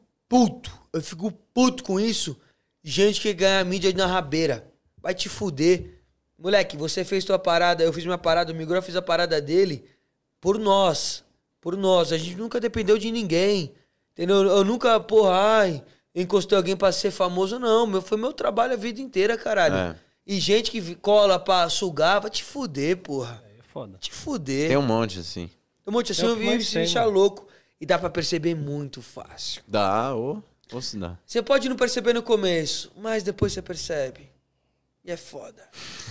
puto com isso. Gente que ganha mídia na rabeira. Vai te fuder. Moleque, você fez tua parada, eu fiz minha parada, o Migro fez a parada dele por nós. Por nós. A gente nunca dependeu de ninguém. Entendeu? Eu nunca, porra, encostei alguém pra ser famoso, não. Foi meu trabalho a vida inteira, caralho. É. E gente que cola pra sugar, vai te fuder, porra. É foda. Vai te fuder. Tem um monte, assim. Um monte assim, É o eu que vi mais se tem, deixar mano. louco. E dá pra perceber muito fácil. Dá, ou se dá. Você pode não perceber no começo, mas depois você percebe. E é foda.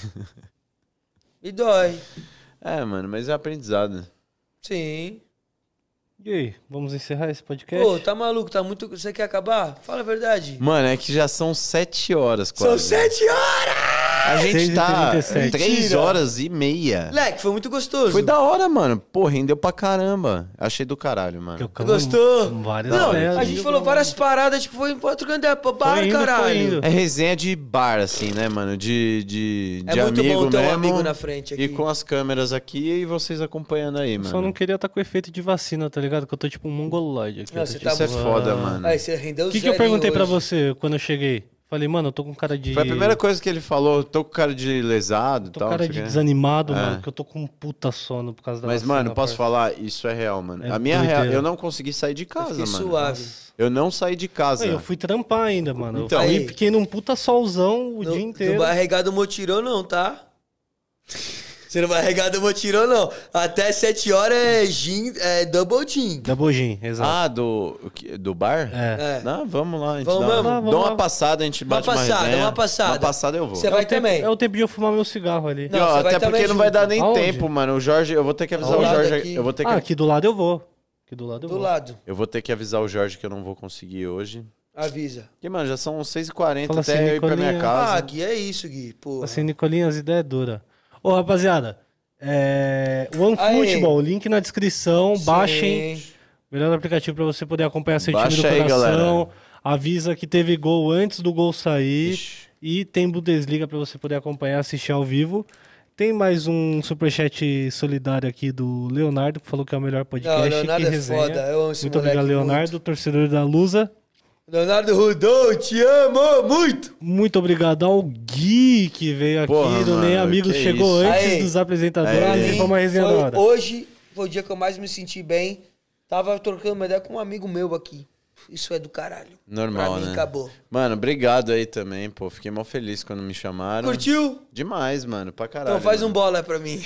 E dói. É, mano, mas é aprendizado. Sim. E aí, vamos encerrar esse podcast? Pô, tá maluco? Tá muito... Você quer acabar? Fala a verdade. Mano, é que já são 7 horas quase. São 7 horas! A gente tá 6h37. 3h30. Moleque, foi muito gostoso. Foi da hora, mano. Pô, rendeu pra caramba. Achei do caralho, mano. Trocamos Gostou? Várias Não, ideias. a gente falou várias paradas, tipo, foi trocando ideia pra bar, Foi indo, caralho. foi indo. É resenha de bar, assim, né, mano? De É muito amigo bom ter um mesmo. amigo na frente aqui. E com as câmeras aqui e vocês acompanhando aí, mano. Só não queria estar com efeito de vacina, tá ligado? Que eu tô tipo um mongoloide aqui. Não, Eu tô você tipo, tá Isso é muito- foda, mano. Aí você rendeu O que eu zerinho perguntei pra hoje. você quando eu cheguei? Falei, mano, eu tô com cara de... Foi a primeira coisa que ele falou. Tô com cara de lesado e Tô tal. com cara não de sei o quê. desanimado, É. mano, que eu tô com um puta sono por causa da Mas, vacina, mano, posso parça. falar? Isso é real, mano. É A minha doideira. real... Eu não consegui sair de casa, Fiquei mano. suave. Eu não saí de casa. Aí, eu fui trampar ainda, mano. Então. Eu Aí. fiquei num puta solzão o dia Não inteiro. vai regar do motirão não, tá? Você não vai regar double tirou, não. Até 7 horas é gin, é double gin. Double gin, exato. Ah, do bar? É. Não, vamos lá. A gente Vamos mesmo? dá uma passada, a gente bate uma resenha. Uma passada. Uma passada eu vou. Você vai também. É o tempo de eu fumar meu cigarro ali. Não, E, ó, você vai até porque também não vai dar junto. nem Aonde? tempo, mano. O Jorge, eu vou ter que avisar Ao o lado Jorge. aqui. Eu vou ter que... Aqui do lado eu vou. Aqui do lado eu Do vou. lado. Eu vou ter que avisar o Jorge que eu não vou conseguir hoje. Avisa. Porque, mano, já são 6h40 Fala até assim, eu ir pra minha Nicolinha. casa. Gui, é isso, Gui. Porra. Assim, Nicolinha, as ideias duras. Ô, rapaziada, OneFootball, link na descrição, Sim. baixem. Melhor aplicativo pra você poder acompanhar seu time Baixa do aí, coração. galera. Avisa que teve gol antes do gol sair. Ixi. E tem Bundesliga pra você poder acompanhar, assistir ao vivo. Tem mais um superchat solidário aqui do Leonardo, que falou que é o melhor podcast. Não, Leonardo que é resenha. foda. Eu amo esse Muito obrigado, moleque Leonardo, torcedor da Lusa. Leonardo Rudô, te amo muito. Muito obrigado ao Gui, que veio aqui Porra, do Nem mano, Amigos, que chegou isso. antes Aí. dos apresentadores Aí. e foi uma resenha da hora. Hoje foi o dia que eu mais me senti bem. Tava trocando uma ideia com um amigo meu aqui. Isso é do caralho. Normal, Pra mim, né? acabou. Mano, obrigado aí também, pô. Fiquei mal feliz quando me chamaram. Curtiu? Demais, mano. Pra caralho. Então faz um mano. bola pra mim.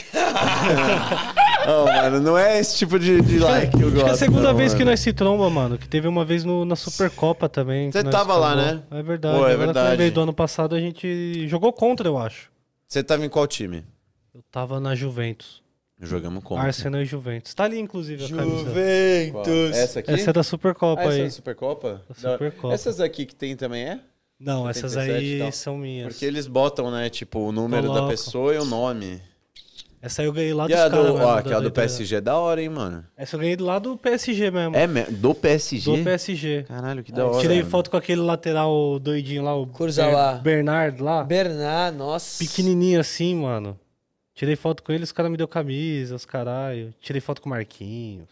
Não, mano, não é esse tipo de like que eu Acho gosto. que é a segunda não, vez que mano. nós se tromba, mano. Que teve uma vez na Supercopa também. Você que nós tava lá, trombou. né? É verdade. Pô, é Agora verdade. que eu lembrei do ano passado, a gente jogou contra, eu acho. Você tava em qual time? Eu tava na Juventus. Jogamos contra. Arsenal e Juventus. Tá ali, inclusive, a camisa. Qual? Juventus. Essa aqui? Essa é da Supercopa essa aí. é a Supercopa? Da Supercopa. Essas aqui que tem também é? Não, essas 77 e aí tal. são minhas. Porque eles botam, né, tipo, o número da Colocam. pessoa e o nome. Essa aí eu ganhei lá E dos a caras. do, mesmo, ó, da aquela do doideira. PSG é da hora, hein, mano. Essa eu ganhei lá do PSG mesmo. Do PSG? Do PSG. Caralho, que da hora. Tirei mano. foto com aquele lateral doidinho lá, o Kurzawa. Bernard lá. Bernard, nossa. Pequenininho assim, mano. Tirei foto com ele, os caras me deu camisa, os caralho. Tirei foto com o Marquinhos.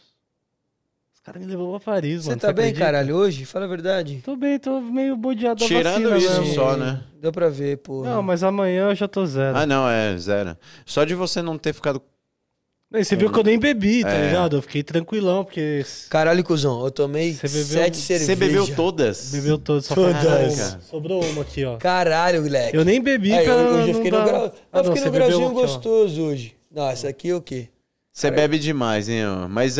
Os caras me levou pra Paris, Você mano. tá bem, acredita? caralho, hoje? Fala a verdade. Tô bem, tô meio bodeado da Tirando vacina isso mesmo. só, né? Deu pra ver, porra. Não, mas amanhã eu já tô zero. Ah, não, é zero. Só de você não ter ficado... E você viu que eu nem bebi, tá É. ligado? Eu fiquei tranquilão, porque Caralho, cuzão, eu tomei Você bebeu- 7 cervejas. Você bebeu todas? bebeu todo, só Todas. faltou uma. Cara. Sobrou uma aqui, ó. Caralho, moleque. Eu nem bebi Aí, pra hoje eu não fiquei no dar- grau. Ah, Eu não, fiquei você no bebeu grauzinho aqui, ó. gostoso hoje. Não, essa aqui é o quê? Você bebe demais, hein, ó. Mas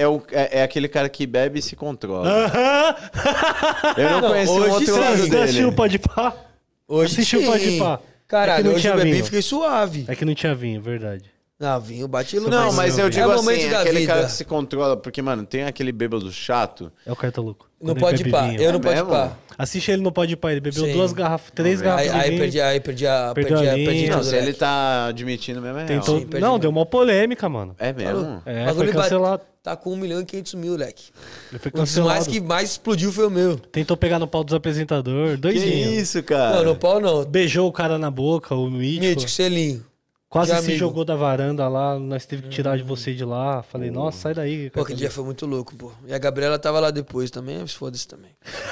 é aquele cara que bebe e se controla. Aham! Eu não conheci um hoje outro sim. lado Você assistiu dele. o Pode Pá? Hoje Assistiu o sim. Pode Pá? É que Caralho, não hoje tinha eu bebi e vinho. fiquei suave. É que não tinha vinho, verdade. Não, vinho bate louco. Não, mas eu digo é assim, momento da aquele vida. cara que se controla, porque, mano, tem aquele bêbado chato. É o Cartoluco. Não Quando pode ele pá. bebe vinho. Eu não É pode mesmo? pá. Assiste ele no Pode Pá. Ele bebeu Sim. 3 garrafas de Aí vinho. perdi a Perdeu a linha. tudo, Não, se moleque. ele tá admitindo mesmo, é real. Tentou... Sim, perdi Não, mesmo. deu uma polêmica, mano. É mesmo? É, Bagulho foi cancelado. Tá com 1.500.000, moleque. Ele foi Um dos mais cancelado. que mais explodiu foi o meu. Tentou pegar no pau dos apresentadores. Que Doidinho. isso, cara? Não, no pau não. Beijou o cara na boca, o Mítico. Mítico, selinho. Quase de se amigo. jogou da varanda lá. Nós teve que tirar de você de lá. Falei, nossa, sai daí. Pô, que dia foi muito louco, pô. E a Gabriela tava lá depois também, mas foda-se também.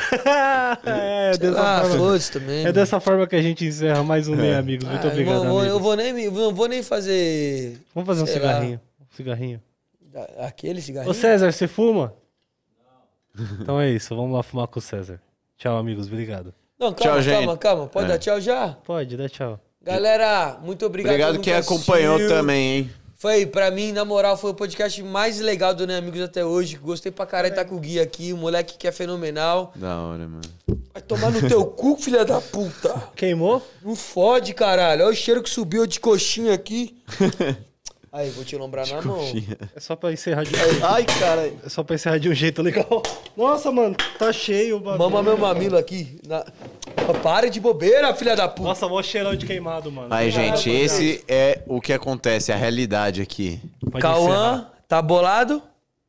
é, dessa Ah, forma, foda-se também. é dessa forma que a gente encerra mais um Meia Amigos. Muito obrigado, eu amigos. não vou nem fazer Vamos fazer um sei cigarrinho. Um cigarrinho. aquele cigarrinho. Ô César, você fuma? Não. Então é isso, vamos lá fumar com o César. Tchau, amigos, obrigado. Não, calma, Tchau, gente. calma. Pode dar tchau já? Pode, dá tchau. Galera, muito obrigado. Obrigado todo quem mundo que acompanhou assistiu. também, hein? Foi, pra mim, na moral, foi o podcast mais legal do Nem Amigos até hoje. Gostei pra caralho de estar com o Gui aqui, o moleque que é fenomenal. Da hora, mano. Vai tomar no teu cu, filha da puta. Queimou? Não fode, caralho. Olha o cheiro que subiu de coxinha aqui. Aí, vou te lombrar na mão. É só pra encerrar de Ai, cara. É só pra encerrar de um jeito legal. Nossa, mano, tá cheio o bagulho. Mama meu mamilo aqui. Pare de bobeira, filha da puta. Nossa, mó cheirão de queimado, mano. Aí, gente, esse é o que acontece, a realidade aqui. Pode Cauã, encerrar. tá bolado?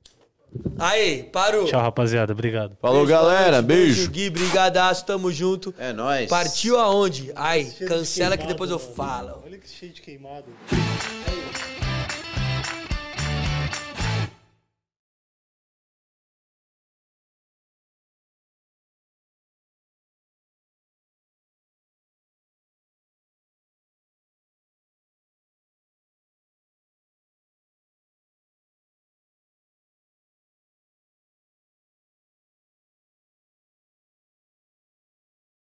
Aí, parou. Tchau, rapaziada. Obrigado. Falou, galera. Beijo. Gui, brigadaço, tamo junto. É nóis. Partiu aonde? Ai, cancela que depois eu falo. Olha que cheio de queimado.